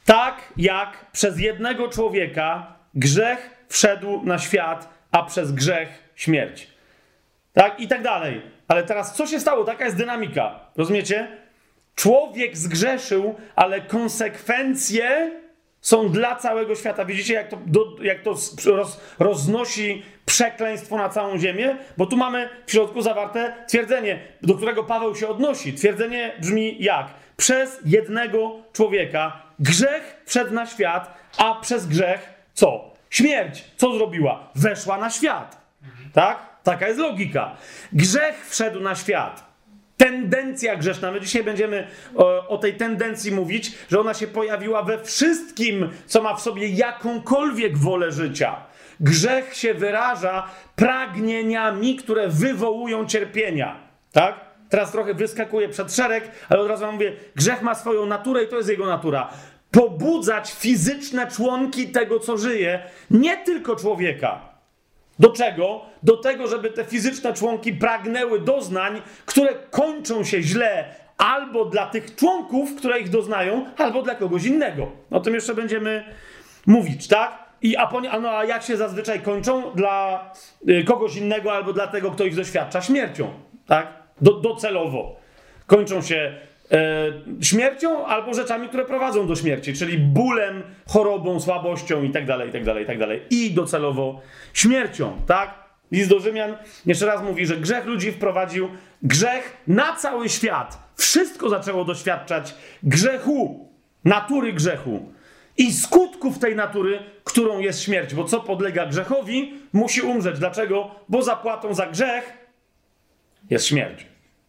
Tak jak przez jednego człowieka grzech wszedł na świat, a przez grzech śmierć. Tak? I tak dalej. Ale teraz co się stało? Taka jest dynamika. Rozumiecie? Człowiek zgrzeszył, ale konsekwencje są dla całego świata. Widzicie, jak to, do, jak to roz, roznosi przekleństwo na całą ziemię? Bo tu mamy w środku zawarte twierdzenie, do którego Paweł się odnosi. Twierdzenie brzmi jak? Przez jednego człowieka grzech wszedł na świat, a przez grzech co? Śmierć. Co zrobiła? Weszła na świat. Tak? Taka jest logika. Grzech wszedł na świat. Tendencja grzeszna. My dzisiaj będziemy o, o tej tendencji mówić, że ona się pojawiła we wszystkim, co ma w sobie jakąkolwiek wolę życia. Grzech się wyraża pragnieniami, które wywołują cierpienia. Tak? Teraz trochę wyskakuję przed szereg, ale od razu wam mówię, grzech ma swoją naturę i to jest jego natura. Pobudzać fizyczne członki tego, co żyje, nie tylko człowieka. Do czego? Do tego, żeby te fizyczne członki pragnęły doznań, które kończą się źle albo dla tych członków, które ich doznają, albo dla kogoś innego. O tym jeszcze będziemy mówić, tak? I a, po, a, no, a jak się zazwyczaj kończą? Dla y, kogoś innego albo dla tego, kto ich doświadcza śmiercią, tak? Do, docelowo. Kończą się e, śmiercią albo rzeczami, które prowadzą do śmierci, czyli bólem, chorobą, słabością i tak dalej, i tak dalej, i tak dalej. I docelowo śmiercią, tak? List do Rzymian jeszcze raz mówi, że grzech ludzi wprowadził grzech na cały świat. Wszystko zaczęło doświadczać grzechu, natury grzechu i skutków tej natury, którą jest śmierć. Bo co podlega grzechowi, musi umrzeć. Dlaczego? Bo zapłatą za grzech jest śmierć.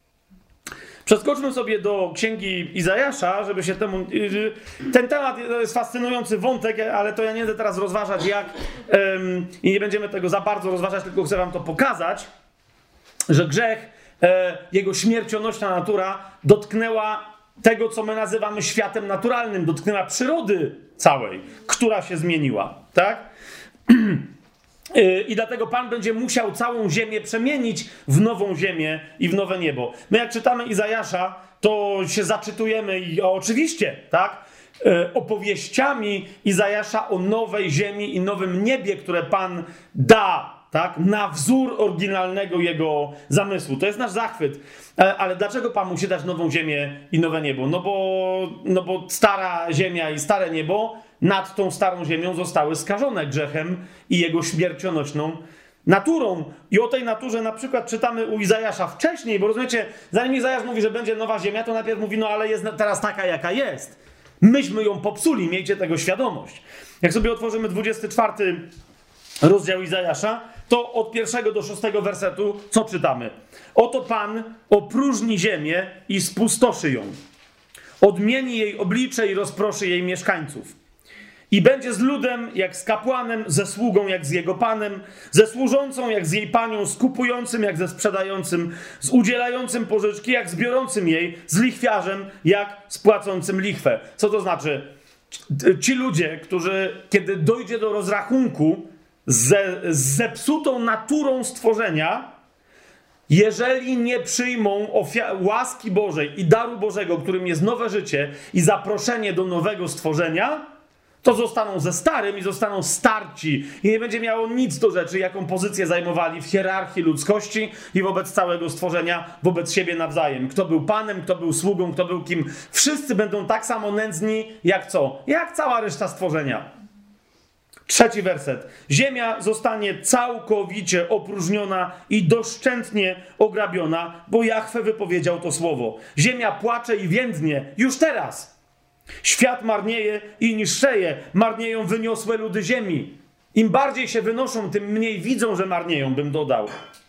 Przeskoczmy sobie do księgi Izajasza, żeby się temu... Ten temat to jest fascynujący wątek, ale to ja nie będę teraz rozważać jak... Um, i nie będziemy tego za bardzo rozważać, tylko chcę wam to pokazać, że grzech, e, jego śmiercionośna natura dotknęła tego, co my nazywamy światem naturalnym, dotknęła przyrody całej, która się zmieniła, tak? I dlatego Pan będzie musiał całą ziemię przemienić w nową ziemię i w nowe niebo. My jak czytamy Izajasza, to się zaczytujemy i o, oczywiście, tak, e, opowieściami Izajasza o nowej ziemi i nowym niebie, które Pan da, tak, na wzór oryginalnego jego zamysłu. To jest nasz zachwyt. E, ale dlaczego Pan musi dać nową ziemię i nowe niebo? No bo, no bo stara ziemia i stare niebo nad tą starą ziemią zostały skażone grzechem i jego śmiercionośną naturą. I o tej naturze na przykład czytamy u Izajasza wcześniej, bo rozumiecie, zanim Izajasz mówi, że będzie nowa ziemia, to najpierw mówi, no ale jest teraz taka, jaka jest. Myśmy ją popsuli, miejcie tego świadomość. Jak sobie otworzymy dwudziesty czwarty rozdział Izajasza, to od pierwszego do szóstego wersetu co czytamy? Oto Pan opróżni ziemię i spustoszy ją. Odmieni jej oblicze i rozproszy jej mieszkańców. I będzie z ludem jak z kapłanem, ze sługą jak z jego panem, ze służącą jak z jej panią, z kupującym jak ze sprzedającym, z udzielającym pożyczki jak z biorącym jej, z lichwiarzem jak z płacącym lichwę. Co to znaczy? Ci ludzie, którzy kiedy dojdzie do rozrachunku ze z zepsutą naturą stworzenia, jeżeli nie przyjmą łaski Bożej i daru Bożego, którym jest nowe życie i zaproszenie do nowego stworzenia, to zostaną ze starym i zostaną starci i nie będzie miało nic do rzeczy, jaką pozycję zajmowali w hierarchii ludzkości i wobec całego stworzenia, wobec siebie nawzajem. Kto był panem, kto był sługą, kto był kim. Wszyscy będą tak samo nędzni jak co? Jak cała reszta stworzenia. Trzeci werset. Ziemia zostanie całkowicie opróżniona i doszczętnie ograbiona, bo Jahwe wypowiedział to słowo. Ziemia płacze i więdnie już teraz. Świat marnieje i niszczeje, marnieją wyniosłe ludy ziemi. Im bardziej się wynoszą, tym mniej widzą, że marnieją, bym dodał.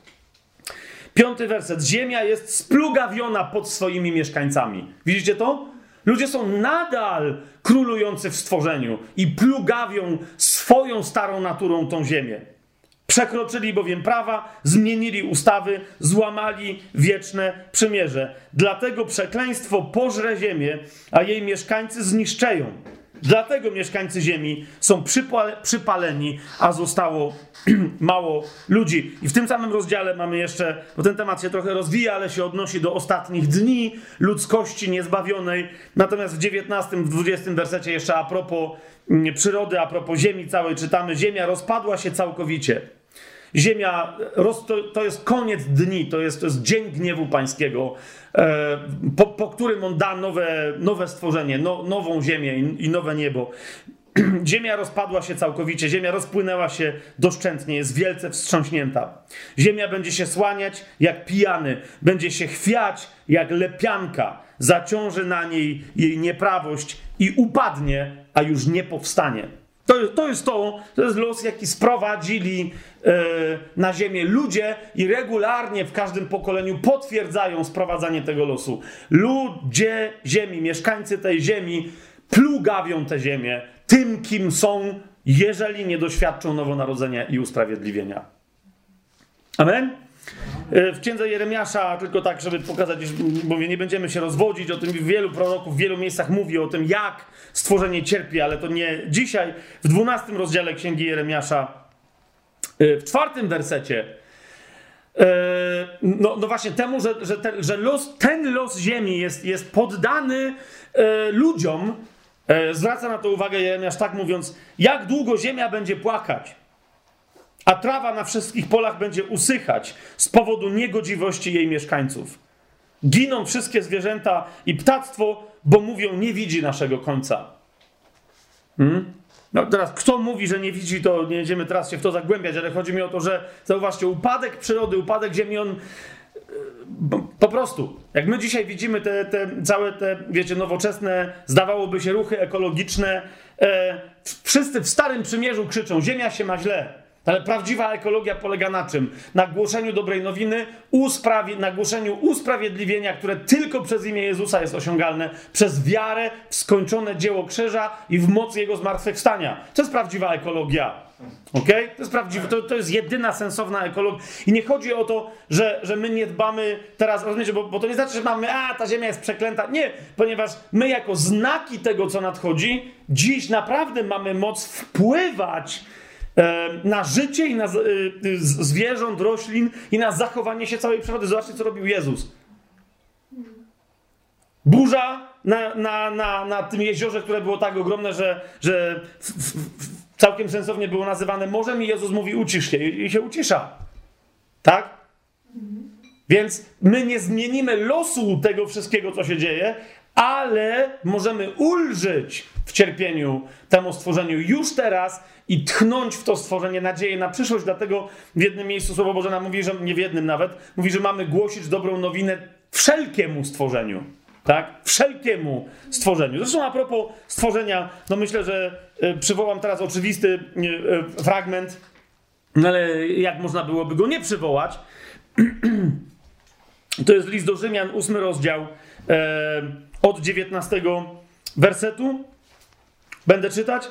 Piąty werset. Ziemia jest splugawiona pod swoimi mieszkańcami. Widzicie to? Ludzie są nadal królujący w stworzeniu i plugawią swoją starą naturą tą ziemię. Przekroczyli bowiem prawa, zmienili ustawy, złamali wieczne przymierze. Dlatego przekleństwo pożre ziemię, a jej mieszkańcy zniszczeją. Dlatego mieszkańcy ziemi są przypale, przypaleni, a zostało mało ludzi. I w tym samym rozdziale mamy jeszcze, bo ten temat się trochę rozwija, ale się odnosi do ostatnich dni ludzkości niezbawionej. Natomiast w dziewiętnastym, w dwudziestym wersecie jeszcze a propos przyrody, a propos ziemi całej czytamy: ziemia rozpadła się całkowicie. Ziemia, to, to jest koniec dni, to jest, to jest dzień gniewu pańskiego, e, po, po którym on da nowe, nowe stworzenie, no, nową ziemię i, i nowe niebo. Ziemia rozpadła się całkowicie, ziemia rozpłynęła się doszczętnie, jest wielce wstrząśnięta. Ziemia będzie się słaniać jak pijany, będzie się chwiać jak lepianka, zaciąży na niej jej nieprawość i upadnie, a już nie powstanie. To, to jest to, to jest los, jaki sprowadzili e, na ziemię ludzie i regularnie w każdym pokoleniu potwierdzają sprowadzanie tego losu. Ludzie ziemi, mieszkańcy tej ziemi plugawią tę ziemię tym, kim są, jeżeli nie doświadczą nowonarodzenia i usprawiedliwienia. Amen? W księdze Jeremiasza, tylko tak, żeby pokazać, bo nie będziemy się rozwodzić o tym, wielu proroków w wielu miejscach mówi o tym, jak stworzenie cierpi, ale to nie dzisiaj. W dwunastym rozdziale księgi Jeremiasza, w czwartym wersecie, no, no właśnie temu, że, że, ten, że los, ten los ziemi jest, jest poddany ludziom, zwraca na to uwagę Jeremiasz tak mówiąc: jak długo ziemia będzie płakać, a trawa na wszystkich polach będzie usychać z powodu niegodziwości jej mieszkańców. Giną wszystkie zwierzęta i ptactwo, bo mówią: nie widzi naszego końca. Hmm? No teraz, kto mówi, że nie widzi, to nie będziemy teraz się w to zagłębiać, ale chodzi mi o to, że zauważcie, upadek przyrody, upadek ziemi, on po prostu, jak my dzisiaj widzimy te, te całe te, wiecie, nowoczesne, zdawałoby się, ruchy ekologiczne, e, wszyscy w Starym Przymierzu krzyczą: ziemia się ma źle. Ale prawdziwa ekologia polega na czym? Na głoszeniu dobrej nowiny, usprawi- na głoszeniu usprawiedliwienia, które tylko przez imię Jezusa jest osiągalne, przez wiarę w skończone dzieło krzyża i w moc Jego zmartwychwstania. To jest prawdziwa ekologia. Okay? To jest prawdziwe, to, to jest jedyna sensowna ekologia. I nie chodzi o to, że, że my nie dbamy teraz, rozumiecie, bo, bo to nie znaczy, że mamy, a ta ziemia jest przeklęta. Nie, ponieważ my jako znaki tego, co nadchodzi, dziś naprawdę mamy moc wpływać na życie i na zwierząt, roślin i na zachowanie się całej przyrody. Zobaczcie, co robił Jezus. Burza na, na, na, na tym jeziorze, które było tak ogromne, że, że w, w, w, całkiem sensownie było nazywane morzem, i Jezus mówi: ucisz się, i, i się ucisza. Tak? Więc my nie zmienimy losu tego wszystkiego, co się dzieje, ale możemy ulżyć w cierpieniu temu stworzeniu już teraz i tchnąć w to stworzenie nadzieję na przyszłość. Dlatego w jednym miejscu Słowo Boże nam mówi, że nie w jednym nawet, mówi, że mamy głosić dobrą nowinę wszelkiemu stworzeniu. Tak? Wszelkiemu stworzeniu. Zresztą a propos stworzenia, no myślę, że y, przywołam teraz oczywisty y, y, fragment, ale jak można byłoby go nie przywołać? To jest list do Rzymian, ósmy rozdział, e, od dziewiętnastego wersetu. Będę czytać.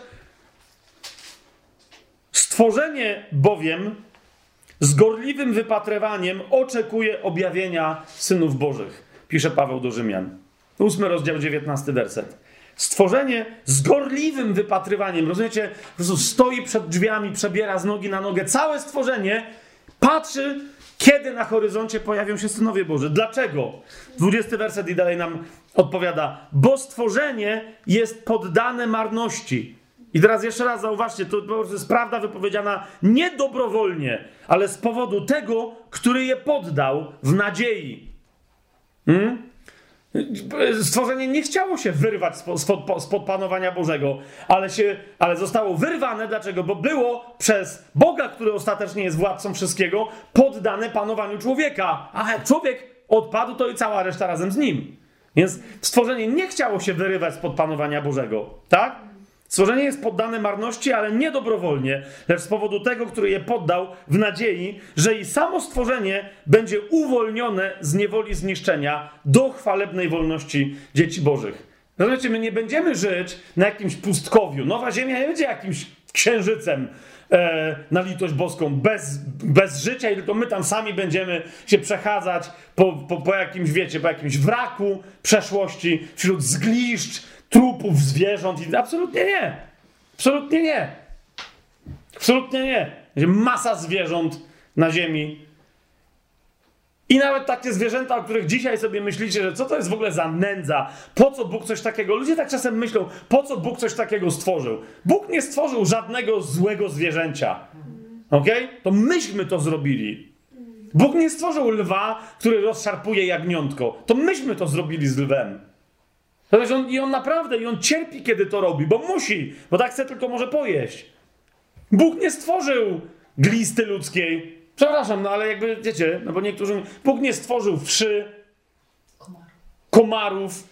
Stworzenie bowiem z gorliwym wypatrywaniem oczekuje objawienia synów Bożych. Pisze Paweł do Rzymian. Ósmy rozdział, dziewiętnasty werset. Stworzenie z gorliwym wypatrywaniem. Rozumiecie? Po prostu stoi przed drzwiami, przebiera z nogi na nogę. Całe stworzenie patrzy, kiedy na horyzoncie pojawią się synowie Boży. Dlaczego? dwudziesty werset i dalej nam odpowiada. Bo stworzenie jest poddane marności. I teraz jeszcze raz zauważcie, to jest prawda wypowiedziana nie dobrowolnie, ale z powodu tego, który je poddał w nadziei. Hmm? Stworzenie nie chciało się wyrwać spod, spod, spod panowania Bożego, ale, się, ale zostało wyrwane. Dlaczego? Bo było przez Boga, który ostatecznie jest władcą wszystkiego, poddane panowaniu człowieka. A jak człowiek odpadł, to i cała reszta razem z nim. Więc stworzenie nie chciało się wyrywać spod panowania Bożego. Tak? Stworzenie jest poddane marności, ale nie dobrowolnie, lecz z powodu tego, który je poddał w nadziei, że i samo stworzenie będzie uwolnione z niewoli zniszczenia do chwalebnej wolności dzieci Bożych. Rozumiecie, my nie będziemy żyć na jakimś pustkowiu. Nowa Ziemia nie będzie jakimś księżycem e, na litość boską, bez, bez życia, i tylko my tam sami będziemy się przechadzać po, po, po jakimś, wiecie, po jakimś wraku przeszłości, wśród zgliszcz, trupów zwierząt. Absolutnie nie. Absolutnie nie. Absolutnie nie. Będzie masa zwierząt na ziemi. I nawet takie zwierzęta, o których dzisiaj sobie myślicie, że co to jest w ogóle za nędza? Po co Bóg coś takiego? Ludzie tak czasem myślą, po co Bóg coś takiego stworzył? Bóg nie stworzył żadnego złego zwierzęcia. Okej? Okay? To myśmy to zrobili. Bóg nie stworzył lwa, który rozszarpuje jagniątko. To myśmy to zrobili z lwem. Znaczy on, I on naprawdę, i on cierpi, kiedy to robi, bo musi, bo tak chce tylko może pojeść. Bóg nie stworzył glisty ludzkiej. Przepraszam, no ale jakby, wiecie, no bo niektórzy... Bóg nie stworzył wszy, komarów,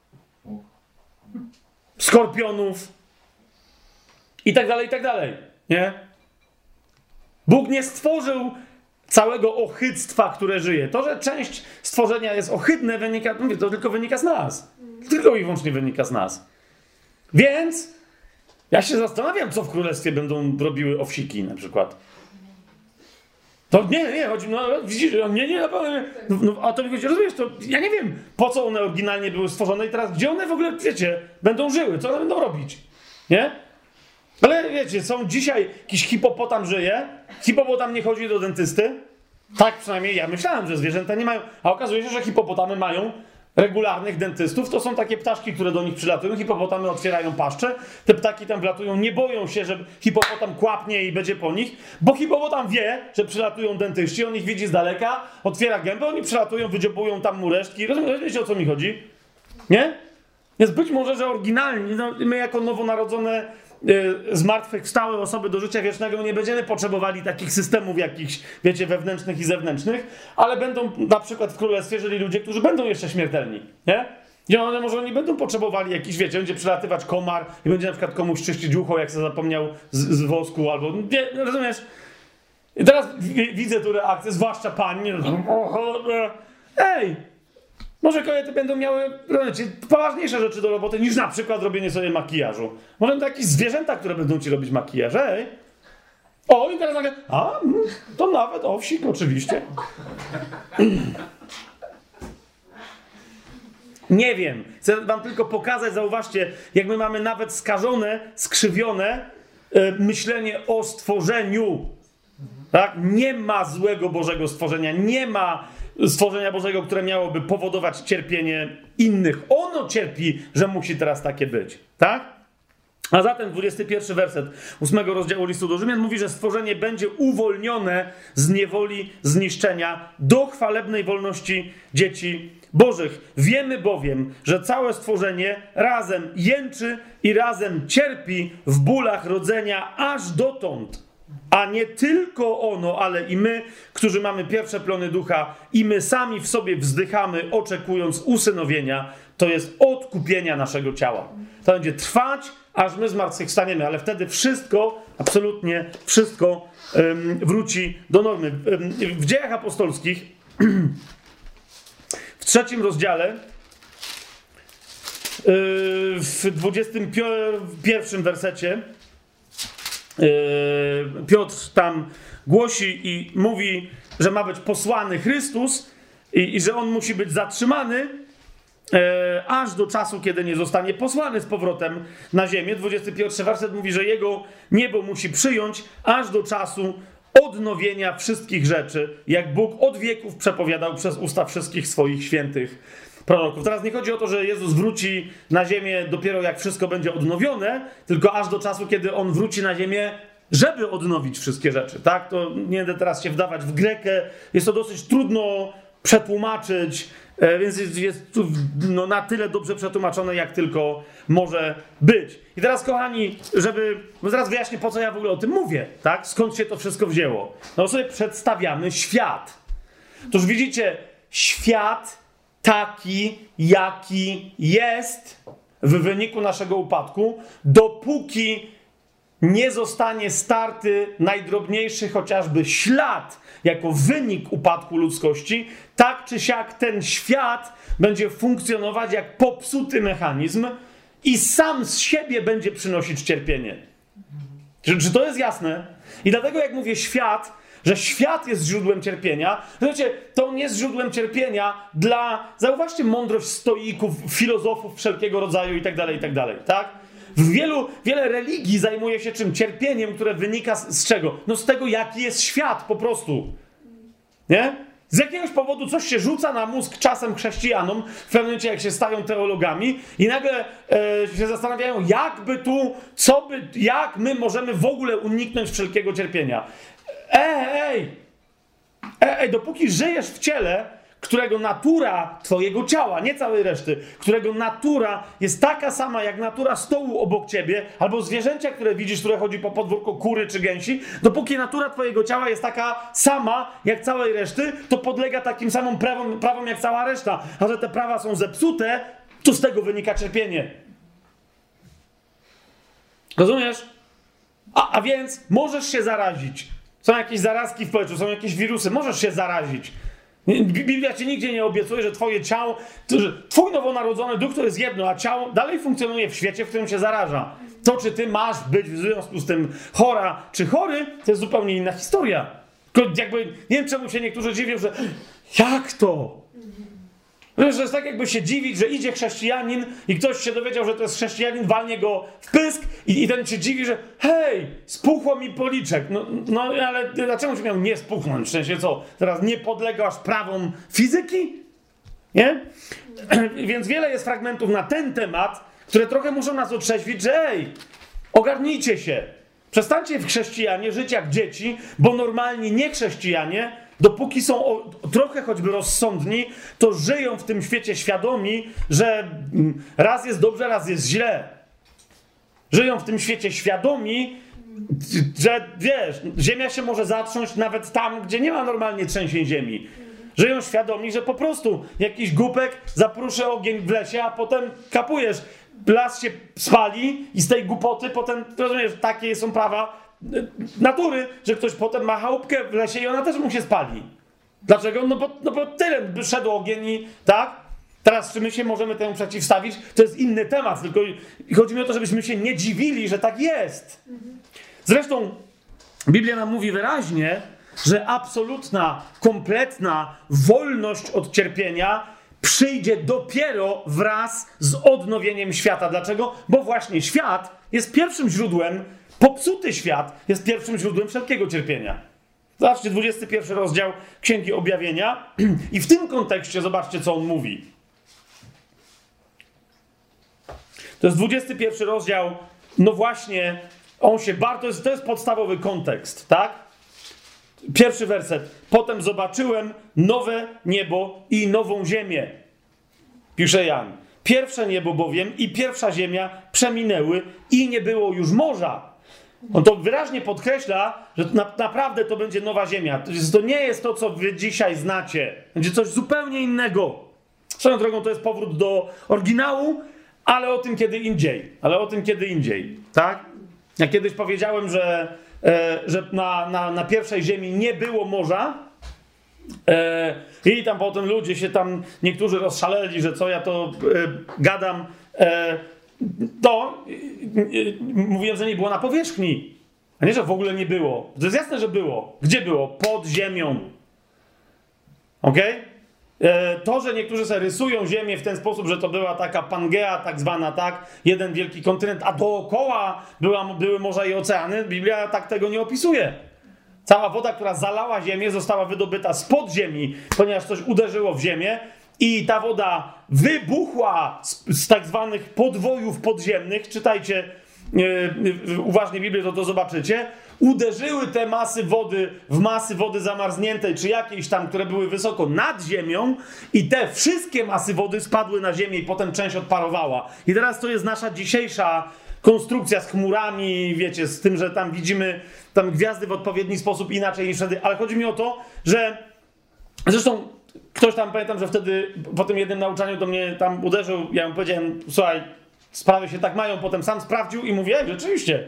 skorpionów i tak dalej, i tak dalej, nie? Bóg nie stworzył całego ochyctwa, które żyje. To, że część stworzenia jest ohydne, wynika, mówię, to tylko wynika z nas. Tylko i wyłącznie wynika z nas. Więc ja się zastanawiam, co w królestwie będą robiły owsiki na przykład. To nie, nie, chodzi, no widzisz, nie, nie, naprawdę, no, no, a to mi chodzi, rozumiesz, to ja nie wiem, po co one oryginalnie były stworzone i teraz, gdzie one w ogóle, wiecie, będą żyły, co one będą robić, nie? Ale wiecie, są dzisiaj, jakiś hipopotam żyje, hipopotam nie chodzi do dentysty, tak przynajmniej ja myślałem, że zwierzęta nie mają, a okazuje się, że hipopotamy mają regularnych dentystów, to są takie ptaszki, które do nich przylatują, hipopotamy otwierają paszczę, te ptaki tam wlatują, nie boją się, że hipopotam kłapnie i będzie po nich, bo hipopotam wie, że przylatują dentyści, on ich widzi z daleka, otwiera gębę, oni przylatują, wydziobują tam mu resztki, rozumiecie, o co mi chodzi? Nie? Więc być może, że oryginalnie, no, my jako nowonarodzone, yy, zmartwychwstałe osoby do życia wiecznego nie będziemy potrzebowali takich systemów jakichś, wiecie, wewnętrznych i zewnętrznych, ale będą na przykład w królestwie żyli ludzie, którzy będą jeszcze śmiertelni, nie? I one może nie będą potrzebowali jakiś, wiecie, będzie przylatywać komar i będzie na przykład komuś czyścić ucho, jak się zapomniał z, z wosku, albo, nie, rozumiesz? I teraz w, widzę tu reakcję, zwłaszcza pani, ej! Może kobiety będą miały poważniejsze rzeczy do roboty niż na przykład robienie sobie makijażu. Może to jakieś zwierzęta, które będą ci robić makijaż, ej? O, i teraz nagle, a, to nawet owsik, oczywiście. Nie wiem. Chcę wam tylko pokazać, zauważcie, jak my mamy nawet skażone, skrzywione yy, myślenie o stworzeniu. Tak? Nie ma złego Bożego stworzenia, nie ma stworzenia Bożego, które miałoby powodować cierpienie innych. Ono cierpi, że musi teraz takie być. Tak? A zatem dwudziesty pierwszy werset ósmego rozdziału listu do Rzymian mówi, że stworzenie będzie uwolnione z niewoli zniszczenia do chwalebnej wolności dzieci Bożych. Wiemy bowiem, że całe stworzenie razem jęczy i razem cierpi w bólach rodzenia aż dotąd. A nie tylko ono, ale i my, którzy mamy pierwsze plony ducha, i my sami w sobie wzdychamy, oczekując usynowienia, to jest odkupienia naszego ciała. To będzie trwać, aż my zmartwychwstaniemy, ale wtedy wszystko, absolutnie wszystko um, wróci do normy. Um, w Dziejach Apostolskich, w trzecim rozdziale, yy, w dwudziestym pierwszym wersecie, Piotr tam głosi i mówi, że ma być posłany Chrystus i, i że on musi być zatrzymany e, aż do czasu, kiedy nie zostanie posłany z powrotem na ziemię. dwudziesty pierwszy werset mówi, że jego niebo musi przyjąć aż do czasu odnowienia wszystkich rzeczy, jak Bóg od wieków przepowiadał przez usta wszystkich swoich świętych proroków. Teraz nie chodzi o to, że Jezus wróci na ziemię dopiero jak wszystko będzie odnowione, tylko aż do czasu, kiedy On wróci na ziemię, żeby odnowić wszystkie rzeczy. Tak? To nie będę teraz się wdawać w grekę. Jest to dosyć trudno przetłumaczyć, więc jest, jest tu no, na tyle dobrze przetłumaczone, jak tylko może być. I teraz, kochani, żeby... No zaraz wyjaśnię, po co ja w ogóle o tym mówię. Tak? Skąd się to wszystko wzięło? No sobie przedstawiamy świat. Toż widzicie, świat taki, jaki jest w wyniku naszego upadku, dopóki nie zostanie starty najdrobniejszy chociażby ślad jako wynik upadku ludzkości, tak czy siak ten świat będzie funkcjonować jak popsuty mechanizm i sam z siebie będzie przynosić cierpienie. Czy, czy to jest jasne? I dlatego jak mówię świat, że świat jest źródłem cierpienia, wiecie, to on jest źródłem cierpienia dla, zauważcie mądrość stoików, filozofów wszelkiego rodzaju i tak dalej, i tak dalej, tak? W wielu, wiele religii zajmuje się czym? Cierpieniem, które wynika z, z czego? No z tego, jaki jest świat po prostu. Nie? Z jakiegoś powodu coś się rzuca na mózg czasem chrześcijanom, w pewnym momencie jak się stają teologami i nagle e, się zastanawiają, jakby tu, co by, jak my możemy w ogóle uniknąć wszelkiego cierpienia. Ej, ej, ej, ej, dopóki żyjesz w ciele, którego natura twojego ciała, nie całej reszty, którego natura jest taka sama jak natura stołu obok ciebie, albo zwierzęcia, które widzisz, które chodzi po podwórku kury czy gęsi, dopóki natura twojego ciała jest taka sama jak całej reszty, to podlega takim samym prawom, prawom jak cała reszta. A że te prawa są zepsute, to z tego wynika cierpienie. Rozumiesz? A, a więc możesz się zarazić. Są jakieś zarazki w powietrzu, są jakieś wirusy, możesz się zarazić. Biblia ci nigdzie nie obiecuje, że twoje ciało, że twój nowonarodzony duch to jest jedno, a ciało dalej funkcjonuje w świecie, w którym się zaraża. To, czy ty masz być w związku z tym chora czy chory, to jest zupełnie inna historia. Tylko jakby, nie wiem czemu się niektórzy dziwią, że jak to? Wiesz, że to jest tak jakby się dziwić, że idzie chrześcijanin i ktoś się dowiedział, że to jest chrześcijanin, walnie go w pysk i, i ten się dziwi, że hej, spuchło mi policzek. No, no ale dlaczego się miał nie spuchnąć? W sensie co, teraz nie podlegasz prawom fizyki? Nie? Więc wiele jest fragmentów na ten temat, które trochę muszą nas otrzeźwić, że ej, ogarnijcie się. Przestańcie w chrześcijanie żyć jak dzieci, bo normalni niechrześcijanie, dopóki są o, trochę choćby rozsądni, to żyją w tym świecie świadomi, że raz jest dobrze, raz jest źle. Żyją w tym świecie świadomi, że wiesz, ziemia się może zatrząść nawet tam, gdzie nie ma normalnie trzęsień ziemi. Żyją świadomi, że po prostu jakiś głupek zapruszy ogień w lesie, a potem kapujesz, las się spali i z tej głupoty potem, rozumiesz, takie są prawa natury, że ktoś potem ma chałupkę w lesie i ona też mu się spali. Dlaczego? No bo, no bo tyle by szedł ogień i tak? Teraz czy my się możemy temu przeciwstawić? To jest inny temat, tylko chodzi mi o to, żebyśmy się nie dziwili, że tak jest. Zresztą Biblia nam mówi wyraźnie, że absolutna, kompletna wolność od cierpienia przyjdzie dopiero wraz z odnowieniem świata. Dlaczego? Bo właśnie świat jest pierwszym źródłem, popsuty świat jest pierwszym źródłem wszelkiego cierpienia. Zobaczcie, dwudziesty pierwszy rozdział Księgi Objawienia i w tym kontekście zobaczcie, co on mówi. To jest dwudziesty pierwszy rozdział, no właśnie, on się bardzo, to jest, to jest podstawowy kontekst, tak? Pierwszy werset. Potem zobaczyłem nowe niebo i nową ziemię. Pisze Jan. Pierwsze niebo bowiem i pierwsza ziemia przeminęły i nie było już morza. On to wyraźnie podkreśla, że na, naprawdę to będzie nowa ziemia. To, jest, to nie jest to, co wy dzisiaj znacie. Będzie coś zupełnie innego. Swoją drogą to jest powrót do oryginału, ale o tym kiedy indziej. Ale o tym kiedy indziej. Tak? Ja kiedyś powiedziałem, że, e, że na, na, na pierwszej ziemi nie było morza. E, I tam potem ludzie się tam, niektórzy rozszaleli, że co ja to e, gadam. E, to e, mówiłem, że nie było na powierzchni. A nie, że w ogóle nie było. To jest jasne, że było. Gdzie było? Pod ziemią. Okej? Okay? To, że niektórzy sobie rysują ziemię w ten sposób, że to była taka Pangea tak zwana, tak? Jeden wielki kontynent, a dookoła była, były morza i oceany. Biblia tak tego nie opisuje. Cała woda, która zalała ziemię, została wydobyta spod ziemi, ponieważ coś uderzyło w ziemię i ta woda wybuchła z, z tak zwanych podwojów podziemnych. Czytajcie yy, uważnie Biblię, to to zobaczycie. Uderzyły te masy wody w masy wody zamarzniętej, czy jakiejś tam, które były wysoko nad ziemią i te wszystkie masy wody spadły na ziemię i potem część odparowała. I teraz to jest nasza dzisiejsza konstrukcja z chmurami, wiecie, z tym, że tam widzimy tam gwiazdy w odpowiedni sposób inaczej niż wtedy, ale chodzi mi o to, że zresztą ktoś tam, pamiętam, że wtedy po tym jednym nauczaniu do mnie tam uderzył, ja mu powiedziałem, słuchaj, sprawy się tak mają, potem sam sprawdził i mówię, rzeczywiście.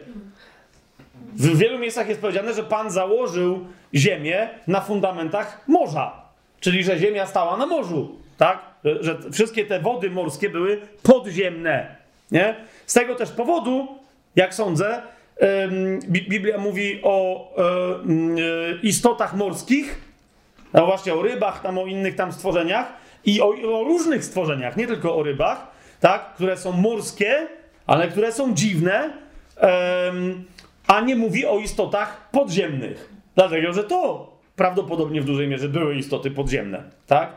W wielu miejscach jest powiedziane, że Pan założył ziemię na fundamentach morza. Czyli, że ziemia stała na morzu. Tak? Że, że wszystkie te wody morskie były podziemne. Nie? Z tego też powodu, jak sądzę, Biblia mówi o istotach morskich, no właśnie o rybach, tam o innych tam stworzeniach i o, o różnych stworzeniach, nie tylko o rybach, tak, które są morskie, ale które są dziwne, a nie mówi o istotach podziemnych. Dlatego, że to prawdopodobnie w dużej mierze były istoty podziemne, tak?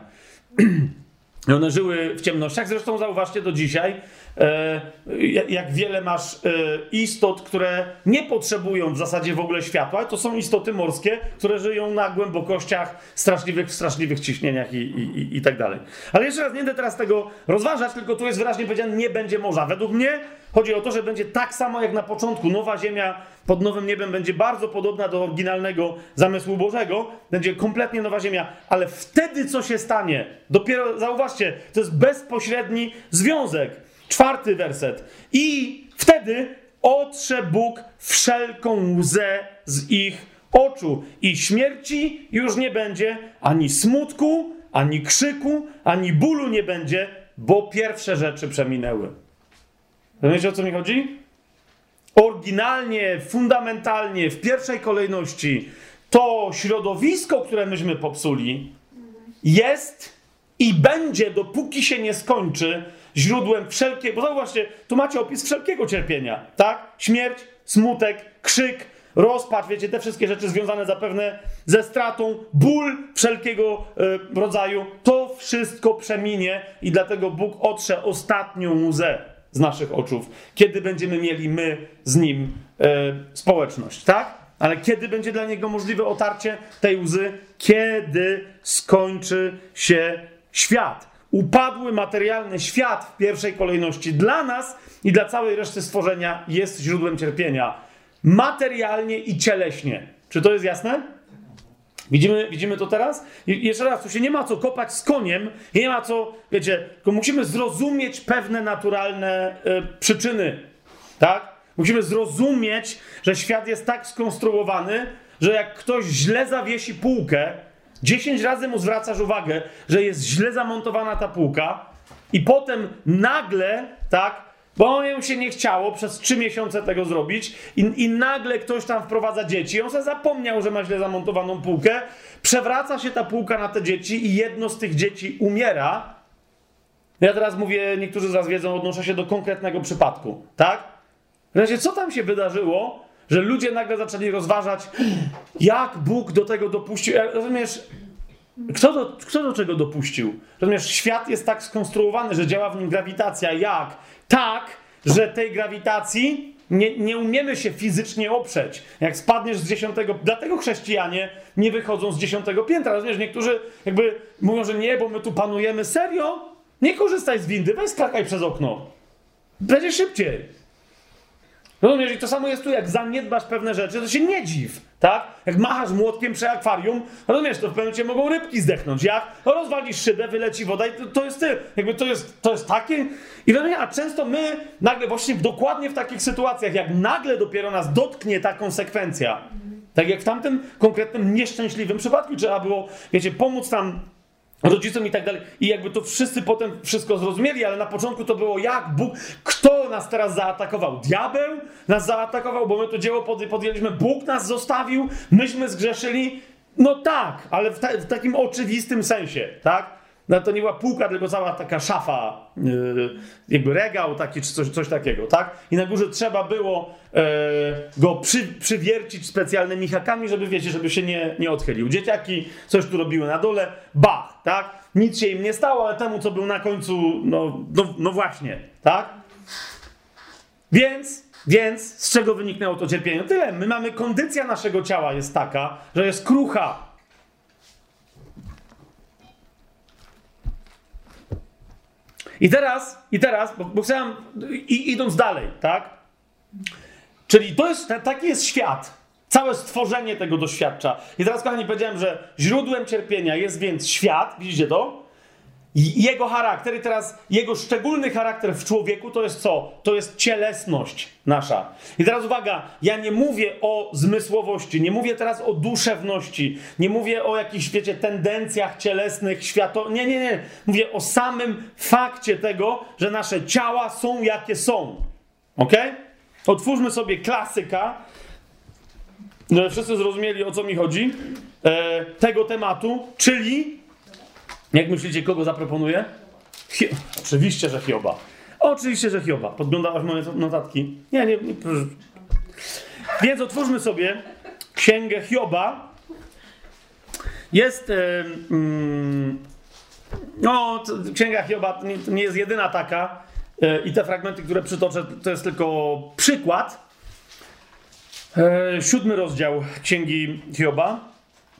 I one żyły w ciemnościach. Zresztą zauważcie do dzisiaj, e, jak wiele masz e, istot, które nie potrzebują w zasadzie w ogóle światła. To są istoty morskie, które żyją na głębokościach straszliwych, w straszliwych ciśnieniach i, i, i tak dalej. Ale jeszcze raz nie będę teraz tego rozważać, tylko tu jest wyraźnie powiedziane, nie będzie morza. Według mnie chodzi o to, że będzie tak samo jak na początku. Nowa ziemia pod nowym niebem będzie bardzo podobna do oryginalnego zamysłu Bożego. Będzie kompletnie nowa ziemia. Ale wtedy co się stanie? Dopiero, zauważcie, to jest bezpośredni związek. Czwarty werset. I wtedy otrze Bóg wszelką łzę z ich oczu. I śmierci już nie będzie, ani smutku, ani krzyku, ani bólu nie będzie, bo pierwsze rzeczy przeminęły. Rozumiecie, o co mi chodzi? Oryginalnie, fundamentalnie, w pierwszej kolejności to środowisko, które myśmy popsuli, jest i będzie, dopóki się nie skończy, źródłem wszelkiego, bo zauważcie, tu macie opis wszelkiego cierpienia, tak? Śmierć, smutek, krzyk, rozpacz, wiecie, te wszystkie rzeczy związane zapewne ze stratą, ból wszelkiego y, rodzaju, to wszystko przeminie i dlatego Bóg otrze ostatnią łzę z naszych oczów, kiedy będziemy mieli my z Nim e, społeczność, tak? Ale kiedy będzie dla Niego możliwe otarcie tej łzy? Kiedy skończy się świat. Upadły materialny świat w pierwszej kolejności dla nas i dla całej reszty stworzenia jest źródłem cierpienia. Materialnie i cieleśnie. Czy to jest jasne? Widzimy, widzimy to teraz? I jeszcze raz, tu się nie ma co kopać z koniem, nie ma co, wiecie, tylko musimy zrozumieć pewne naturalne y, przyczyny, tak? Musimy zrozumieć, że świat jest tak skonstruowany, że jak ktoś źle zawiesi półkę, dziesięć razy mu zwracasz uwagę, że jest źle zamontowana ta półka i potem nagle, tak, bo jemu się nie chciało przez trzy miesiące tego zrobić i, i nagle ktoś tam wprowadza dzieci. On sobie zapomniał, że ma źle zamontowaną półkę. Przewraca się ta półka na te dzieci i jedno z tych dzieci umiera. Ja teraz mówię, niektórzy z was wiedzą, odnoszę się do konkretnego przypadku, tak? Wreszcie, co tam się wydarzyło, że ludzie nagle zaczęli rozważać, jak Bóg do tego dopuścił. Rozumiesz, kto do, kto do czego dopuścił? Rozumiesz, świat jest tak skonstruowany, że działa w nim grawitacja. Jak? Tak, że tej grawitacji nie, nie umiemy się fizycznie oprzeć. Jak spadniesz z dziesiątego... Dlatego chrześcijanie nie wychodzą z dziesiątego piętra. Rozumiesz, niektórzy jakby mówią, że nie, bo my tu panujemy. Serio? Nie korzystaj z windy, weź skakaj przez okno. Będzie szybciej. Rozumiesz, i to samo jest tu, jak zaniedbasz pewne rzeczy, to się nie dziw, tak? Jak machasz młotkiem przy akwarium, rozumiesz, to w pewnym momencie mogą rybki zdechnąć. Jak no, rozwalisz szybę, wyleci woda i to, to jest ty. Jakby to jest, to jest takie... I rozumiesz, a często my nagle właśnie dokładnie w takich sytuacjach, jak nagle dopiero nas dotknie ta konsekwencja, tak jak w tamtym konkretnym nieszczęśliwym przypadku, trzeba było, wiecie, pomóc tam rodzicom i tak dalej. I jakby to wszyscy potem wszystko zrozumieli, ale na początku to było jak Bóg, kto nas teraz zaatakował? Diabeł nas zaatakował, bo my to dzieło podjęliśmy, Bóg nas zostawił, myśmy zgrzeszyli. No tak, ale w, ta, w takim oczywistym sensie, tak? No to nie była półka, tylko cała taka szafa, yy, jakby regał taki, czy coś, coś takiego, tak? I na górze trzeba było yy, go przy, przywiercić specjalnymi hakami, żeby, wiecie, żeby się nie, nie odchylił. Dzieciaki coś tu robiły na dole, bach, tak? Nic się im nie stało, ale temu, co był na końcu, no, no, no właśnie, tak? Więc, więc z czego wyniknęło to cierpienie? No tyle, my mamy, kondycja naszego ciała jest taka, że jest krucha. I teraz, i teraz, bo, bo chciałem, i, idąc dalej, tak? Czyli to jest, taki jest świat. Całe stworzenie tego doświadcza. I teraz, kochani, powiedziałem, że źródłem cierpienia jest więc świat, widzicie to? I jego charakter, i teraz jego szczególny charakter w człowieku to jest co? To jest cielesność nasza. I teraz uwaga, ja nie mówię o zmysłowości, nie mówię teraz o duszewności, nie mówię o jakichś, wiecie, tendencjach cielesnych, świato... Nie, nie, nie. Mówię o samym fakcie tego, że nasze ciała są jakie są. Okej? Okay? otwórzmy sobie klasyka, żeby wszyscy zrozumieli, o co mi chodzi, e, tego tematu, czyli, jak myślicie, kogo zaproponuję? Hi- Oczywiście, że Hioba. Oczywiście, że Hioba. Podglądałaś moje notatki? Nie, nie, nie. Proszę. Więc otwórzmy sobie Księgę Hioba. Jest... E, mm, no, Księga Hioba to nie, to nie jest jedyna taka. E, I te fragmenty, które przytoczę, to jest tylko przykład. E, siódmy rozdział Księgi Hioba.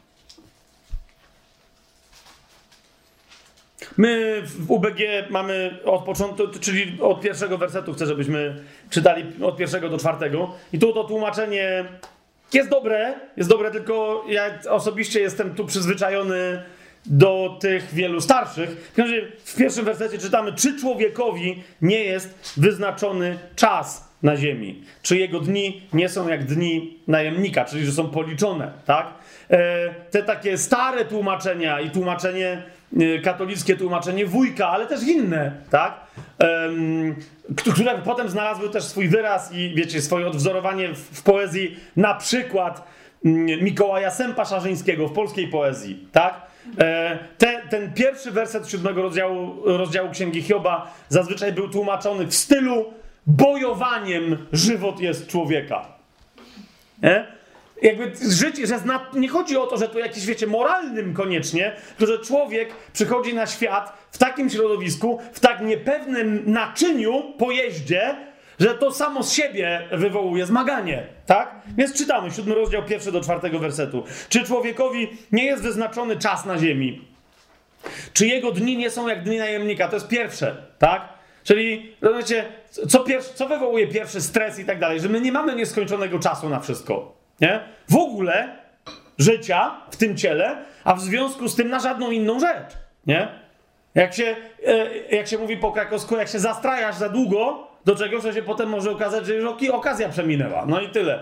My w U B G mamy od początku, czyli od pierwszego wersetu chcę, żebyśmy czytali od pierwszego do czwartego. I tu to tłumaczenie jest dobre, jest dobre, tylko ja osobiście jestem tu przyzwyczajony do tych wielu starszych. W pierwszym wersecie czytamy, czy człowiekowi nie jest wyznaczony czas na ziemi, czy jego dni nie są jak dni najemnika, czyli że są policzone, tak? E, te takie stare tłumaczenia i tłumaczenie katolickie, tłumaczenie wujka, ale też inne, tak? Um, które potem znalazły też swój wyraz i, wiecie, swoje odwzorowanie w, w poezji, na przykład um, Mikołaja Sępa Szarzyńskiego w polskiej poezji, tak? E, te, ten pierwszy werset siódmego rozdziału, rozdziału Księgi Hioba zazwyczaj był tłumaczony w stylu bojowaniem żywot jest człowieka. Nie? Jakby życie, że zna, nie chodzi o to, że to jakiś, wiecie, moralnym koniecznie, to że człowiek przychodzi na świat w takim środowisku, w tak niepewnym naczyniu, pojeździe, że to samo z siebie wywołuje zmaganie, tak? Więc czytamy siódmy rozdział, pierwszy do czwartego wersetu. Czy człowiekowi nie jest wyznaczony czas na ziemi? Czy jego dni nie są jak dni najemnika? To jest pierwsze, tak? Czyli, rozumiecie, co, pierwszy, co wywołuje pierwszy stres i tak dalej, że my nie mamy nieskończonego czasu na wszystko. Nie? W ogóle życia w tym ciele, a w związku z tym na żadną inną rzecz. Nie? Jak się, e, jak się mówi po krakowsku, jak się zastrajasz za długo do czegoś, to się potem może okazać, że już okazja przeminęła. No i tyle.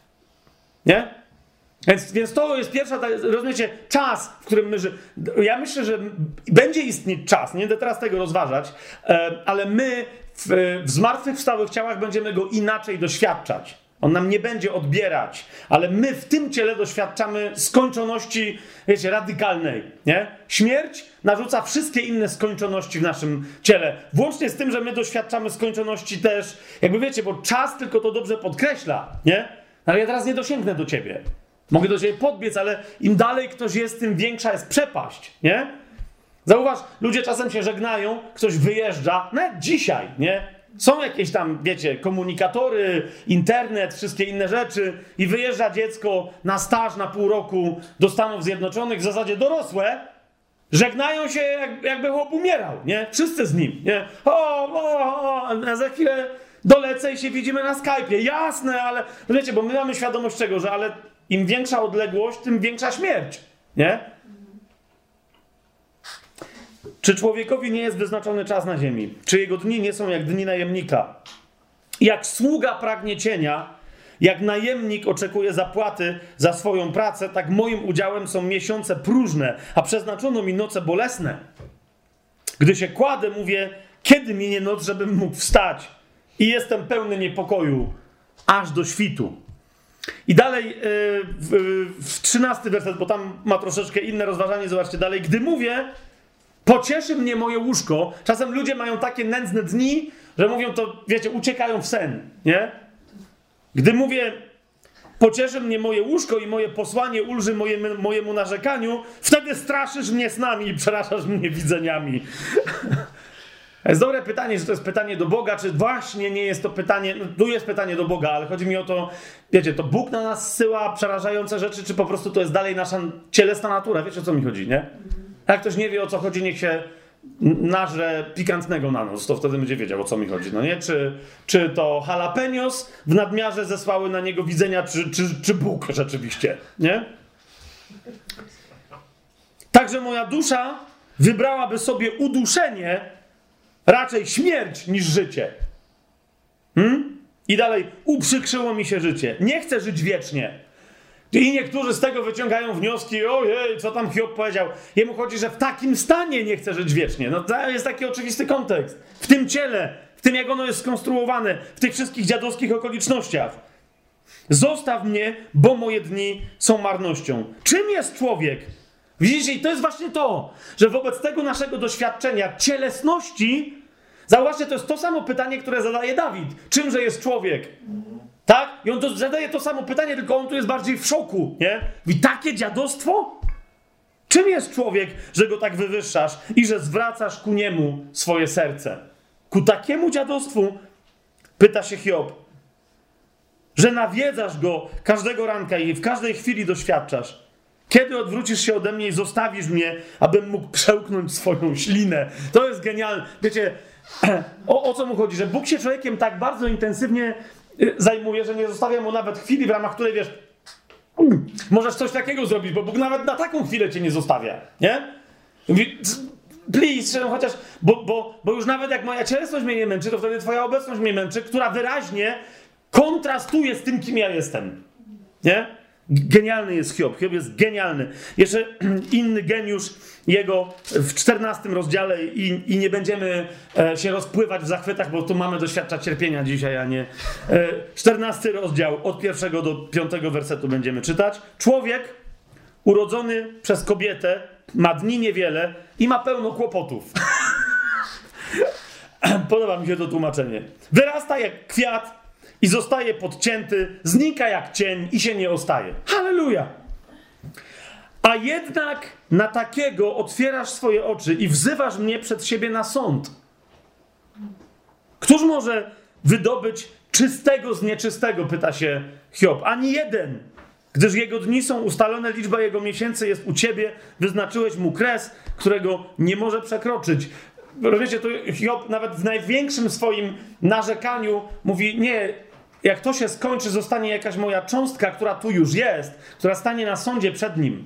Nie? Więc, więc to jest pierwsza, rozumiecie, czas, w którym my żyjemy. Ja myślę, że będzie istnieć czas, nie będę teraz tego rozważać, e, ale my w, w zmartwychwstałych ciałach będziemy go inaczej doświadczać. On nam nie będzie odbierać, ale my w tym ciele doświadczamy skończoności, wiecie, radykalnej, nie? Śmierć narzuca wszystkie inne skończoności w naszym ciele. Włącznie z tym, że my doświadczamy skończoności też, jakby wiecie, bo czas tylko to dobrze podkreśla, nie? Ale ja teraz nie dosięgnę do ciebie. Mogę do ciebie podbiec, ale im dalej ktoś jest, tym większa jest przepaść, nie? Zauważ, ludzie czasem się żegnają, ktoś wyjeżdża, nawet dzisiaj, nie? Są jakieś tam, wiecie, komunikatory, internet, wszystkie inne rzeczy i wyjeżdża dziecko na staż na pół roku do Stanów Zjednoczonych, w zasadzie dorosłe, żegnają się, jak, jakby chłop umierał, nie? Wszyscy z nim, nie? O, o, o, a za chwilę dolecę i się widzimy na Skype'ie. Jasne, ale wiecie, bo my mamy świadomość czego, że ale im większa odległość, tym większa śmierć, nie? Czy człowiekowi nie jest wyznaczony czas na ziemi? Czy jego dni nie są jak dni najemnika? Jak sługa pragnie cienia, jak najemnik oczekuje zapłaty za swoją pracę, tak moim udziałem są miesiące próżne, a przeznaczono mi noce bolesne. Gdy się kładę, mówię, kiedy minie noc, żebym mógł wstać? I jestem pełny niepokoju, aż do świtu. I dalej yy, w, w trzynasty werset, bo tam ma troszeczkę inne rozważanie, zobaczcie dalej. Gdy mówię, pocieszy mnie moje łóżko. Czasem ludzie mają takie nędzne dni, że mówią to, wiecie, uciekają w sen, nie? Gdy mówię, pocieszy mnie moje łóżko i moje posłanie ulży mojemu, mojemu narzekaniu, wtedy straszysz mnie snami i przerażasz mnie widzeniami. To jest dobre pytanie, że to jest pytanie do Boga, czy właśnie nie jest to pytanie, no, tu jest pytanie do Boga, ale chodzi mi o to, wiecie, to Bóg na nas zsyła przerażające rzeczy, czy po prostu to jest dalej nasza cielesna natura, wiecie, o co mi chodzi, nie? Jak ktoś nie wie, o co chodzi, niech się nażre pikantnego na nos, to wtedy będzie wiedział, o co mi chodzi, no nie? Czy, czy to jalapenos w nadmiarze zesłały na niego widzenia, czy, czy, czy Bóg rzeczywiście, nie? Także moja dusza wybrałaby sobie uduszenie, raczej śmierć niż życie. Hmm? I dalej, uprzykrzyło mi się życie. Nie chcę żyć wiecznie. I niektórzy z tego wyciągają wnioski, ojej, co tam Hiob powiedział. Jemu chodzi, że w takim stanie nie chce żyć wiecznie. No to jest taki oczywisty kontekst. W tym ciele w tym jak ono jest skonstruowane, w tych wszystkich dziadowskich okolicznościach. Zostaw mnie, bo moje dni są marnością. Czym jest człowiek? Widzicie, i to jest właśnie to, że wobec tego naszego doświadczenia cielesności, zauważcie, to jest to samo pytanie, które zadaje Dawid. Czymże jest człowiek? Tak? I on to zadaje to samo pytanie, tylko on tu jest bardziej w szoku, nie? I takie dziadostwo? Czym jest człowiek, że go tak wywyższasz i że zwracasz ku niemu swoje serce? Ku takiemu dziadostwu, pyta się Hiob, że nawiedzasz go każdego ranka i w każdej chwili doświadczasz. Kiedy odwrócisz się ode mnie i zostawisz mnie, abym mógł przełknąć swoją ślinę? To jest genialne. Wiecie, o, o co mu chodzi? Że Bóg się człowiekiem tak bardzo intensywnie zajmuje, że nie zostawia mu nawet chwili, w ramach której, wiesz, możesz coś takiego zrobić, bo Bóg nawet na taką chwilę cię nie zostawia, nie? Mówi, please, chociaż, bo, bo, bo już nawet jak moja cielesność mnie nie męczy, to wtedy twoja obecność mnie męczy, która wyraźnie kontrastuje z tym, kim ja jestem, nie? Genialny jest Hiob. Hiob jest genialny. Jeszcze inny geniusz jego w czternastym rozdziale i, i nie będziemy e, się rozpływać w zachwytach, bo tu mamy doświadczać cierpienia dzisiaj, a nie... E, czternasty rozdział od pierwszego do piątego wersetu będziemy czytać. Człowiek urodzony przez kobietę ma dni niewiele i ma pełno kłopotów. Podoba mi się to tłumaczenie. Wyrasta jak kwiat i zostaje podcięty, znika jak cień i się nie ostaje. Halleluja! A jednak na takiego otwierasz swoje oczy i wzywasz mnie przed siebie na sąd. Któż może wydobyć czystego z nieczystego, pyta się Hiob. Ani jeden, gdyż jego dni są ustalone, liczba jego miesięcy jest u ciebie, wyznaczyłeś mu kres, którego nie może przekroczyć. Rozumiecie, to Hiob nawet w największym swoim narzekaniu mówi, nie, jak to się skończy, zostanie jakaś moja cząstka, która tu już jest, która stanie na sądzie przed nim.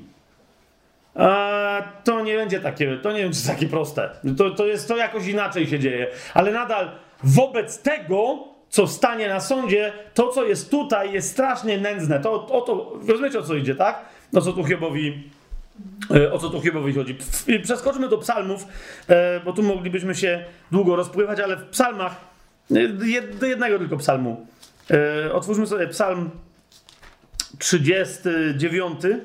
A to nie będzie takie, to nie będzie takie proste. To, to jest, to jakoś inaczej się dzieje. Ale nadal wobec tego, co stanie na sądzie, to, co jest tutaj, jest strasznie nędzne. To, o to, rozumiecie, o co idzie, tak? O co tu Hiobowi O co tu Hiobowi chodzi? Przeskoczmy do psalmów, bo tu moglibyśmy się długo rozpływać, ale w psalmach, do jednego tylko psalmu. Otwórzmy sobie psalm trzydziesty dziewiąty.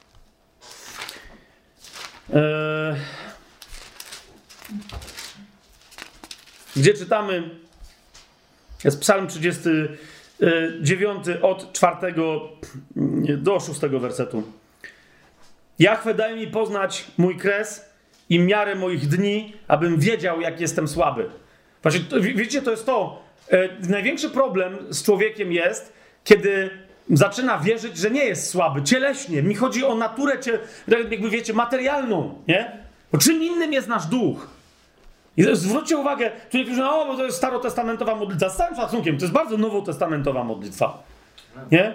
Gdzie czytamy, jest psalm trzydziesty dziewiąty od czwartego do szóstego wersetu. Jahwe, daj mi poznać mój kres i miarę moich dni, abym wiedział, jak jestem słaby. Właśnie, to, wiecie, to jest to. E, największy problem z człowiekiem jest, kiedy zaczyna wierzyć, że nie jest słaby, cieleśnie. Mi chodzi o naturę, cie, jakby wiecie, materialną, nie? Bo czym innym jest nasz duch. I zwróćcie uwagę, tu niektórzy mówią, o, bo to jest starotestamentowa modlitwa. Z całym szacunkiem, to jest bardzo nowotestamentowa modlitwa. Nie?